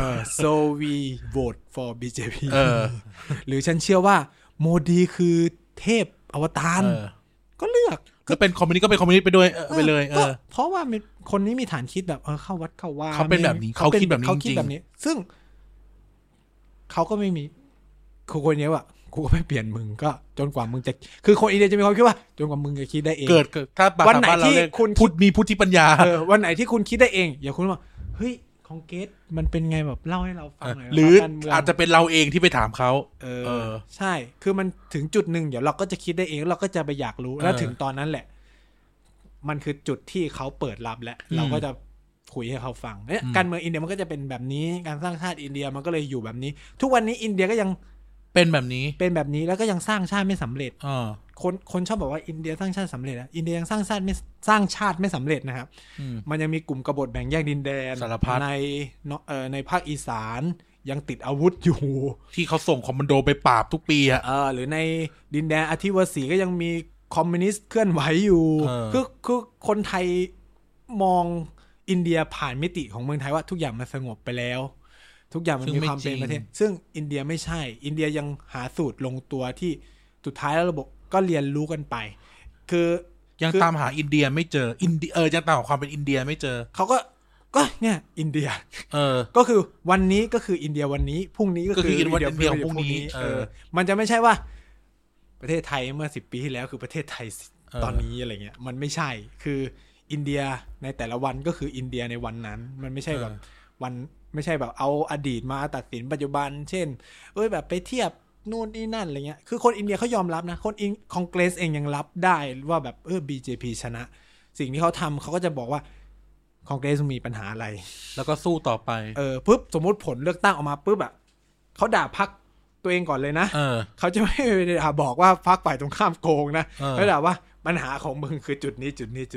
so we vote for BJP หรือฉันเชื่อว่าโมดีคือเทพอวตารก็เลือกก็เป็นคอมมิวนิสต์ก็เป็นคอมมิวนิสต์ไปด้วยไปเลยเพราะว่าคนนี้มีฐานคิดแบบเข้าวัดเข้าว่าเขาเป็นแบบนี้เขาคิดแบบนี้จริงซึ่งเขาก็ไม่มีคนเนี้ยว่ะกูก็ไม่เปลี่ยนมึงก็จนกว่ามึงจะคือคนอินเดียจะมีความคิดว่าจนกว่ามึงจะคิดได้เองเกิดถ้าวันไหนที่คุณมีพุทธิปัญญาวันไหนที่คุณคิดได้เองอย่าคุณว่าเฮ้ยคองเกสมันเป็นไงแบบเล่าให้เราฟังหน่อยหรืออาจจะเป็นเราเองที่ไปถามเขาใช่คือมันถึงจุดนึงเดี๋ยวเราก็จะคิดได้เองเราก็จะไปอยากรู้แล้วถึงตอนนั้นแหละมันคือจุดที่เขาเปิดรับแล้วเราก็จะคุยให้เขาฟังเนี่ยการเมืองอินเดียมันก็จะเป็นแบบนี้การสร้างชาติอินเดียมันก็เลยอยู่แบบนี้ทุกวันนี้อินเดียก็ยังเป็นแบบนี้แล้วก็ยังสร้างชาติไม่สำเร็จคนชอบบอกว่าอินเดียสร้างชาติสำเร็จอินเดียยังสร้างชาติไม่สำเร็จนะครับมันยังมีกลุ่มกบฏแบ่งแยกดินแดนในภาคอีสานยังติดอาวุธอยู่ที่เขาส่งคอมมานโดไปปราบทุกปีหรือในดินแดนอธิวสีก็ยังมีคอมมิวนิสต์เคลื่อนไหวอยู่คือคนไทยมองอินเดียผ่านมิติของเมืองไทยว่าทุกอย่างมันสงบไปแล้วทุกอย่างมันมีความเป็นประเทศซึ่งอินเดียไม่ใช่อินเดียยังหาสูตรลงตัวที่สุดท้ายแล้วระบบก็เรียนรู้กันไปคือยังตามหาอินเดียไม่เจอยังตามหาความเป็นอินเดียไม่เจอเขาก็เนี่ยอินเดียก็คือวันนี้ก็คืออินเดียวันนี้พรุ่งนี้ก็คืออินเดียพรุ่งนี้มันจะไม่ใช่ว่าประเทศไทยเมื่อ10 ปีที่แล้วคือประเทศไทยตอนนี้อะไรเงี้ยมันไม่ใช่คืออินเดียในแต่ละวันก็คืออินเดียในวันนั้นมันไม่ใช่แบบวันไม่ใช่แบบเอาอดีตมาตัดสินปัจจุบันเช่นแบบไปเทียบนู่นนี่นั่นอะไรเงี้ยคือคนอินเดียเขายอมรับนะคนคอนเกรสเองยังรับได้ว่าแบบBJP ชนะสิ่งที่เขาทำเขาก็จะบอกว่าคอนเกรสมีปัญหาอะไรแล้วก็สู้ต่อไปปุ๊บสมมติผลเลือกตั้งออกมาปุ๊บอ่ะเขาด่าพรรคตัวเองก่อนเลยนะเขาจะไม่ด่าบอกว่าพรรคฝ่ายตรงข้ามโกงนะเขาด่าว่าปัญหาของมึงคือจุดนี้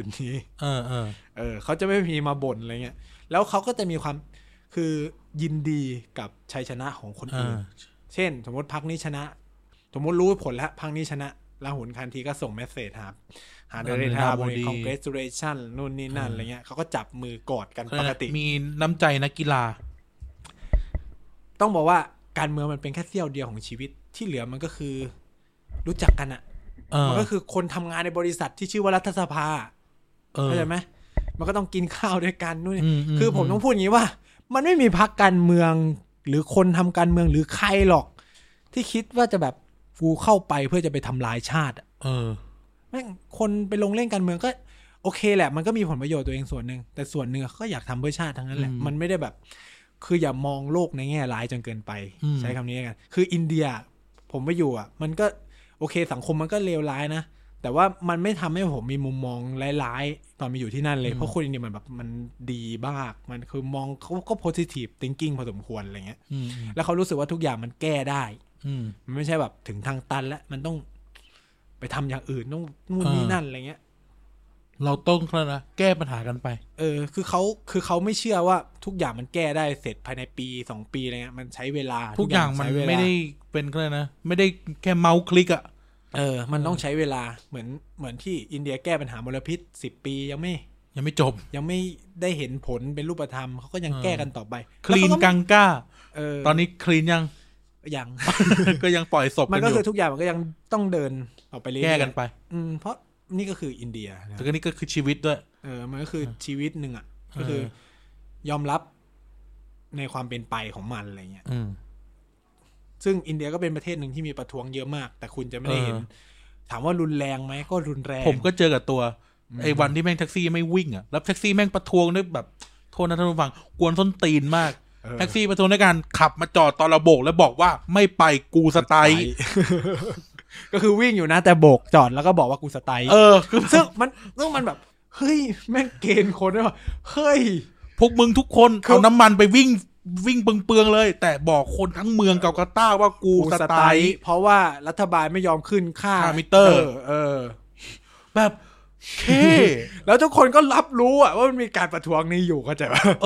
เขาจะไม่มีมาบ่นอะไรเงี้ยแล้วเขาก็จะมีความคือยินดีกับชัยชนะของคนอื่นเช่นสมมติพรรคนี้ชนะสมมติรู้ผลแล้วพรรคนี้ชนะราหุลคันทีก็ส่งเมสเสจหาเดเรธาบริคอนเกรสจูเรชั่นนู่นนี่นั่นอะไรเงี้ยเขาก็จับมือกอดกันปกติมีน้ำใจนักกีฬาต้องบอกว่าการเมืองมันเป็นแค่เสี้ยวเดียวของชีวิตที่เหลือมันก็คือรู้จักกันมันก็คือคนทำงานในบริษัทที่ชื่อว่ารัฐสภาเข้าใจไหมมันก็ต้องกินข้าวด้วยกันนู่นคือผมต้องพูดอย่างนี้ว่ามันไม่มีพรรคการเมืองหรือคนทำการเมืองหรือใครหรอกที่คิดว่าจะแบบกูเข้าไปเพื่อจะไปทำลายชาติแม่งคนไปลงเล่นการเมืองก็โอเคแหละมันก็มีผลประโยชน์ตัวเองส่วนหนึ่งแต่ส่วนหนึ่งก็อยากทำเพื่อชาติทั้งนั้นแหละมันไม่ได้แบบคืออย่ามองโลกในแง่ร้ายจนเกินไปใช้คำนี้กันคืออินเดียผมไปอยู่มันก็โอเคสังคมมันก็เลวร้ายนะแต่ว่ามันไม่ทำให้ผมมีมุมมองร้ายๆตอนมาอยู่ที่นั่นเลยเพราะคนอินเดียมันแบบมันดีมากมันคือมองเขาก็ positive thinking พอสมควรอะไรเงี้ยแล้วเขารู้สึกว่าทุกอย่างมันแก้ได้มันไม่ใช่แบบถึงทางตันแล้วมันต้องไปทำอย่างอื่นต้องนู่นนี่นั่นอะไรเงี้ยเราต้องนะแก้ปัญหากันไปคือเขาไม่เชื่อว่าทุกอย่างมันแก้ได้เสร็จภายในปี2 ปีอะไรเงี้ยมันใช้เวลาทุกอย่างมันไม่ได้เป็นอะไรนะไม่ได้แค่เมาส์คลิกมันต้องใช้เวลาเหมือนที่อินเดียแก้ปัญหามลพิษ10 ปียังไม่จบยังไม่ได้เห็นผลเป็นรูปธรรมเขาก็ยังแก้กันต่อไปคลีนกังก้าตอนนี้คลีนยังก็ยังปล่อยศพมันก็คือทุกอย่างมันก็ยังต้องเดินออกไปเรื่อยๆแก้กันไปเพราะนี่ก็คืออินเดียแต่ก็นี่ก็คือชีวิตด้วยมันก็คือชีวิตหนึ่งก็คือยอมรับในความเป็นไปของมันอะไรเงี้ยซึ่งอินเดียก็เป็นประเทศหนึ่งที่มีประท้วงเยอะมากแต่คุณจะไม่ได้เห็นถามว่ารุนแรงไหมก็รุนแรงผมก็เจอกับตัวไอ้วันที่แม่งแท็กซี่ไม่วิ่งแล้วแท็กซี่แม่งประท้วงด้วยแบบโทษนะท่านผู้ฟังกวนส้นตีนมากแท็กซี่ประท้วงในการขับมาจอดตอนระโบกแล้วบอกว่าไม่ไปกูสไตล์ก็คือวิ่งอยู่นะแต่โบกจอดแล้วก็บอกว่ากูสไตล์ซึ่งมันแบบเฮ้ยแม่งเกณฑ์คนด้วยว่าเฮ้ยพวกมึงทุกคนเอาน้ำมันไปวิ่งเปลืองเลยแต่บอกคนทั้งเมืองกัลกัตตาว่ากูสไตล์เพราะว่ารัฐบาลไม่ยอมขึ้นค่ามิเตอร์แบบแล้วทุกคนก็รับรู้ว่ามันมีการประท้วงนี้อยู่เข้าใจป่ะ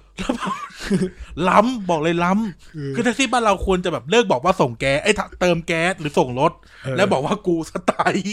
ล้ำบอกเลยล้ำคือแท็กซี่บ้านเราควรจะแบบเลิกบอกว่าส่งแก๊สเติมแก๊สหรือส่งรถแล้วบอกว่ากูสไตล์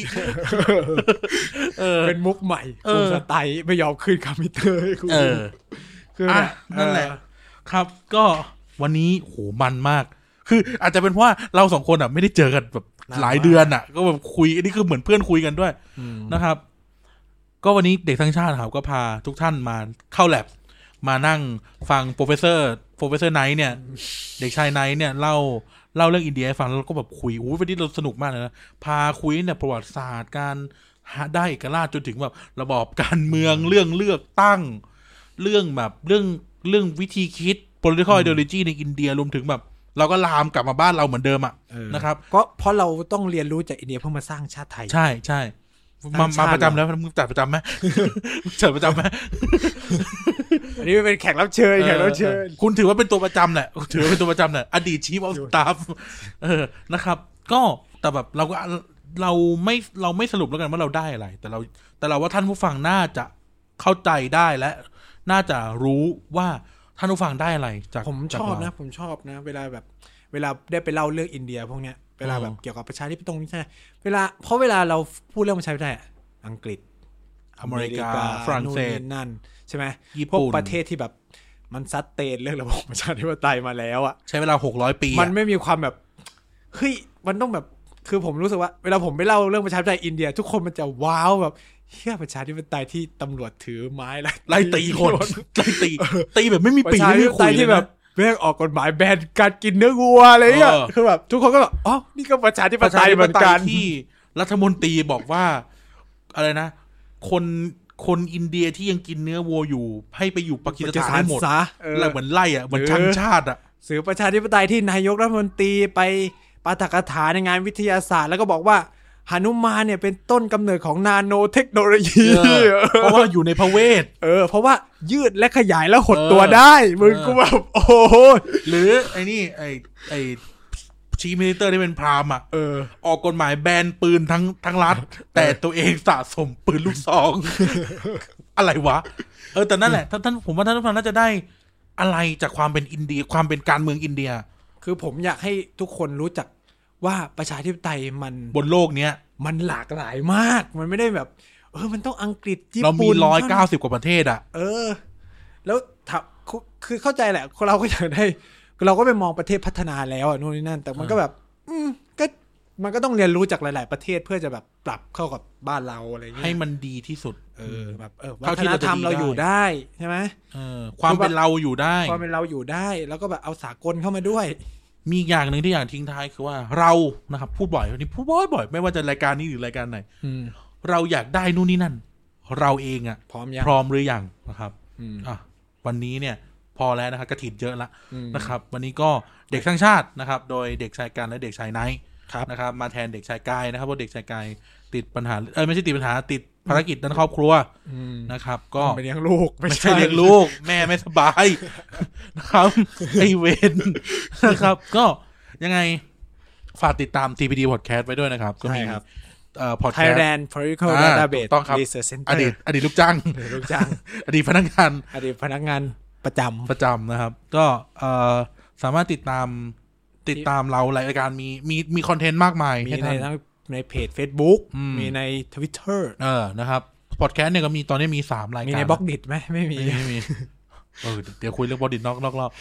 เป็นมุกใหม่กูสไตล์ไม่ยอมขึ้นคอมพิวเตอร์ให้กูคือนั่นแหละครับก็วันนี้โหมันมากคืออาจจะเป็นเพราะว่าเราสองคนไม่ได้เจอกันแบบหลายเดือนก็แบบคุยอันนี้คือเหมือนเพื่อนคุยกันด้วยนะครับก็วันนี้เด็กทั้งชาติครับก็พาทุกท่านมาเข้าแลบมานั่งฟังโปรเฟสเซอร์ไนท์เนี่ยเด็กชายไนท์เนี่ยเล่าเรื่องอินเดียให้ฟังแล้วก็แบบคุยวันนี้เราสนุกมากเลยนะพาคุยเนี่ยประวัติศาสตร์การได้เอกราชจนถึงแบบระบอบการเมืองเรื่องเลือกตั้งเรื่องแบบเรื่องวิธีคิด political ideology ในอินเดียรวมถึงแบบเราก็ลามกลับมาบ้านเราเหมือนเดิมนะครับก็เพราะเราต้องเรียนรู้จากอินเดียเพื่อมาสร้างชาติไทยใช่มาประจำแล้วมึงจัดประจำไหมจัดประจำไหมอันนี้เป็นแขกรับเชิญคุณถือว่าเป็นตัวประจำแหละถือว่าเป็นตัวประจำแหละอดีตชีฟออฟสตาฟนะครับก็แต่แบบเราไม่สรุปแล้วกันว่าเราได้อะไรแต่เราว่าท่านผู้ฟังน่าจะเข้าใจได้และน่าจะรู้ว่าท่านผู้ฟังได้อะไรจากผมชอบนะเวลาได้ไปเล่าเรื่องอินเดียพวกเนี้ยเวลาแบบเกี่ยวกับประชาธิปไตยใช่เพราะเวลาเราพูดเรื่องประชาธิปไตยอังกฤษอเมริกาฝรั่งเศสนั่นใช่ไหมพวกประเทศที่แบบมันซัดเตนเรื่องระบบประชาธิปไตยมาแล้วใช้เวลา600ปีมันไม่มีความแบบเฮ้ยมันต้องแบบคือผมรู้สึกว่าเวลาผมไปเล่าเรื่องประชาธิปไตยอินเดียทุกคนมันจะว้าวแบบเฮียประชาธิปไตยที่ตำรวจถือไม้ไล่ตีคนไล่ตีแบบไม่มีปีไม่มีคุยที่แบบเรื่องออกกฎหมายแบนการกินเนื้อวัวอะไรเงี้ยคือแบบทุกคนก็แบบอ๋อนี่ก็ประชาธิปไตยเหมือนกันที่รัฐมนตรีบอกว่าอะไรนะคนอินเดียที่ยังกินเนื้อวัวอยู่ให้ไปอยู่ปากีสถานหมดแล้วเหมือนไล่เหมือนชังชาติสื่อประชาธิปไตยที่นายกรัฐมนตรีไปปาฐกถาในงานวิทยาศาสตร์แล้วก็บอกว่าหนุมานเนี่ยเป็นต้นกำเนิดของนาโนเทคโนโลยีเพราะว่าอยู่ในพระเวทเพราะว่ายืดและขยายแล้วหดตัวได้มึงกูแบบโอ้โหหรือไอ้นี่ไอ้ชีมินิเตอร์ที่เป็นพราหมณ์ออกกฎหมายแบนปืนทั้งรัฐแต่ตัวเองสะสมปืนลูกซองอะไรวะแต่นั่นแหละท่านผมว่าท่านผู้ฟังน่าจะได้อะไรจากความเป็นอินเดียความเป็นการเมืองอินเดียคือผมอยากให้ทุกคนรู้จักว่าประชาธิปไตยมันบนโลกเนี้ยมันหลากหลายมากมันไม่ได้แบบมันต้องอังกฤษญี่ปุ่นเรามี190กว่าประเทศแล้วคือเข้าใจแหละเราก็อยากได้เราก็ไปมองประเทศพัฒนาแล้วนู่นนี่นั่นแต่มันก็แบบก็มันก็ต้องเรียนรู้จากหลายๆประเทศเพื่อจะแบบปรับเข้ากับบ้านเราอะไรเงี้ยให้มันดีที่สุดแบบวัฒนธรรมเราอยู่ได้ใช่ไหมความเป็นเราอยู่ได้แล้วก็แบบเอาสากลเข้ามาด้วยมีอย่างหนึ่งที่อยากทิ้งท้ายคือว่าเรานะครับพูดบ่อยวันนี้พูดบ่อยไม่ว่าจะรายการนี้หรือรายการไหนเราอยากได้นู่นนี่นั่นเราเองพร้อมหรือยังนะครับวันนี้เนี่ยพอแล้วนะครับกระถิ่นเยอะละนะครับวันนี้ก็เด็กทั้งชาตินะครับโดยเด็กชายกันและเด็กชายไนท์นะครับมาแทนเด็กชายกายนะครับเพราะเด็กชายกายติดปัญหาไม่ใช่ติดปัญหาติดภารกิจด้านครอบครัวนะครับก็ไปเลี้ยงลูกไม่ใช่เลี้ยงลูกแม่ไม่สบายนะครับไอเวนนะครับก็ยังไงฝากติดตาม TPD Podcast ไว้ด้วยนะครับก็มี podcast Thailand Political Database ต้องครับอดีตลูกจ้างอดีตพนักงานประจำนะครับก็สามารถติดตามเรารายการมีคอนเทนต์มากมายมีในเพจ Facebook มีใน Twitter นะครับพอดแคสต์เนี่ยก็มีตอนนี้มี3รายการมีในบล็อกดิทมั้ยไม่มีเดี๋ยวคุยเรื่องบล็อกดิทนอกรอบ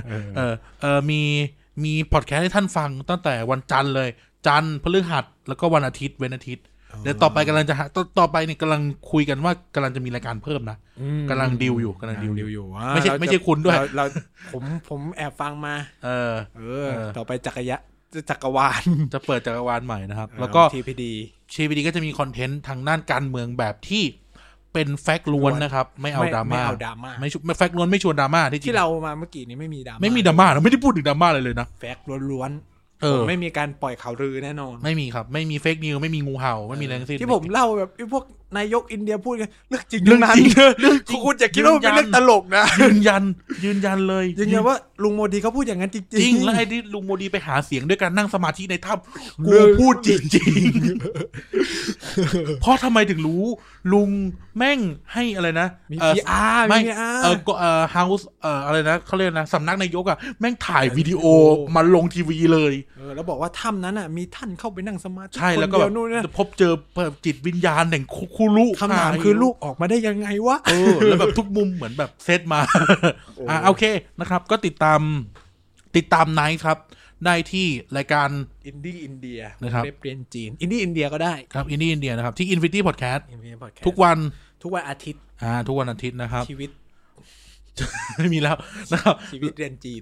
มีพอดแคสต์ให้ท่านฟังตั้งแต่วันจันทร์เลยจันทร์พฤหัสแล้วก็วันอาทิตย์เว้นอาทิตย์เดี๋ยวต่อไปกำลังจะต่อไปเนี่ยกำลังคุยกันว่ากำลังจะมีรายการเพิ่มนะกำลังดีลอยู่ไม่ใช่คุณด้วยผมแอบฟังมาต่อไปจักรวาลจะเปิดจักรวาลใหม่นะครับแล้วก็ TPD ก็จะมีคอนเทนต์ทางด้านการเมืองแบบที่เป็นแฟกต์ล้วนนะครับไม่เอาดราม่าไม่แฟกต์ล้วนไม่ชวนดราม่าที่เรามาเมื่อกี้นี้ไม่มีดราม่านะไม่ได้พูดถึงดราม่าเลยนะแฟกต์ล้วนไม่มีการปล่อยข่าวลือแน่นอนไม่มีครับไม่มีเฟกนิวไม่มีงูเห่าไม่มีอะไรทั้งสิ้นที่ผมเล่าแบบพวกนายกอินเดียพูดกันเรื่องจริงเรื่องจริงคุณจะคิดว่ามันเป็นเรื่องตลกนะยืนยันเลยยืนยันว่าลุงโมดีเขาพูดอย่างนั้นจริงแล้วไอ้ที่ลุงโมดีไปหาเสียงด้วยการนั่งสมาธิในถ้ำกูพูดจริงเพราะทำไมถึงรู้ลุงแม่งให้อะไรนะมี PR ไม่House อะไรนะเขาเรียกนะสำนักนายกอ่ะแม่งถ่ายวิดีโอมาลงทีวีเลยแล้วบอกว่าถ้ำนั้นอ่ะมีท่านเข้าไปนั่งสมาธิใช่แล้วก็พบเจอจิตวิญญาณแห่งคุรุคำถามคือลูกออกมาได้ยังไงวะแล้วแบบทุกมุมเหมือนแบบเซตมาโอเคนะครับก็ติดตามไนท์ครับได้ที่รายการอินดี้อินเดียนะครับเรียนจีนอินดี้อินเดียก็ได้ครับอินดี้อินเดียนะครับที่ Infinity Podcast ทุกวันอาทิตย์ทุกวันอาทิตย์นะครับชีวิตไม่มีแล้วนะครับชีวิตเรียนจีน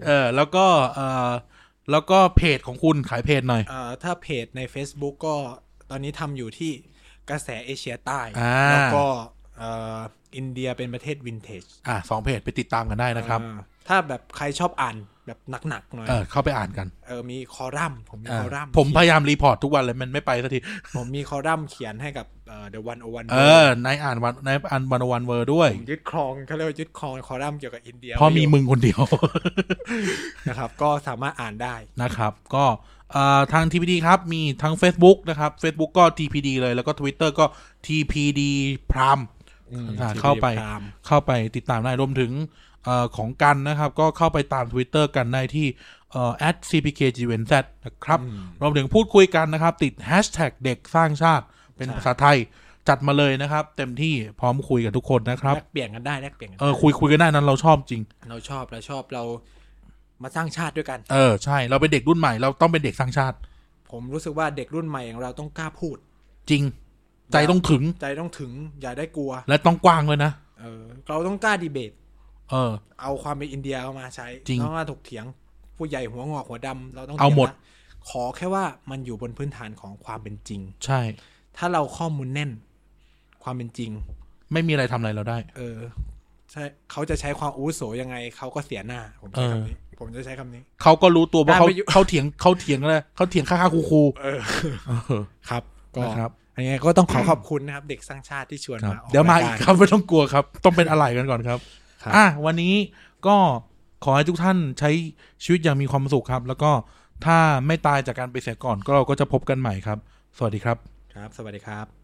แล้วก็เพจของคุณขายเพจหน่อยถ้าเพจใน Facebook ก็ตอนนี้ทำอยู่ที่กระแสเอเชียใต้แล้วก็อินเดียเป็นประเทศวินเทจ 2เพจไปติดตามกันได้นะครับถ้าแบบใครชอบอ่านแบบหนักๆหน่อยเข้าไปอ่านกันมีคอลัมน์ผมมีคอลัมน์ผมพยายามรีพอร์ตทุกวันเลยมันไม่ไปสักทีผมมีคอลัมน์เขียนให้กับThe 101 นายอ่าน101 Word ด้วยผมยึดครองเขาเรียกว่ายึดครองคอลัมน์เกี่ยวกับอินเดียเพราะมีมึงคนเดียวนะครับก็สามารถอ่านได้นะครับก็ทาง TPD ครับมีทั้ง Facebook นะครับ Facebook ก็ TPD เลยแล้วก็ Twitter ก็ TPD Prime เข้าไปติดตามได้รวมถึงของกันนะครับก็เข้าไปตาม Twitter กันได้ที่@cpkgwnz นะครับรวมถึงพูดคุยกันนะครับติด hashtag เด็กสร้างชาติเป็นภาษาไทยจัดมาเลยนะครับเต็มที่พร้อมคุยกับทุกคนนะครับแลกเปลี่ยนกันได้คุยกันได้นั้นเราชอบจริงเราชอบเรามาสร้างชาติด้วยกันใช่เราเป็นเด็กรุ่นใหม่เราต้องเป็นเด็กสร้างชาติผมรู้สึกว่าเด็กรุ่นใหม่อย่างเราต้องกล้าพูดจริงใจต้องถึงอย่าได้กลัวและต้องกว้างเลยนะเราต้องกล้าดีเบตเอาความเป็นอินเดียเข้ามาใช้ต้องมาถกเถียงผู้ใหญ่หัวงอกหัวดำเราต้องเอาหมดขอแค่ว่ามันอยู่บนพื้นฐานของความเป็นจริงใช่ถ้าเราข้อมูลแน่นความเป็นจริงไม่มีอะไรทำอะไรเราได้ใช่เขาจะใช้ความอาวุโสยังไงเขาก็เสียหน้าผมใช้คำนี้ผมจะใช้คำนี้เขาก็รู้ตัวว่าเขาเถียงอะไรเขาเถียงค่าคูครับก็ครับอันนี้ก็ต้องขอบคุณนะครับเด็กสร้างชาติที่ชวนมาเดี๋ยวมาอีกครับไม่ต้องกลัวครับต้องเป็นอะไรกันก่อนครับวันนี้ก็ขอให้ทุกท่านใช้ชีวิตอย่างมีความสุขครับแล้วก็ถ้าไม่ตายจากการไปเสียก่อนก็เราก็จะพบกันใหม่ครับสวัสดีครับครับสวัสดีครับ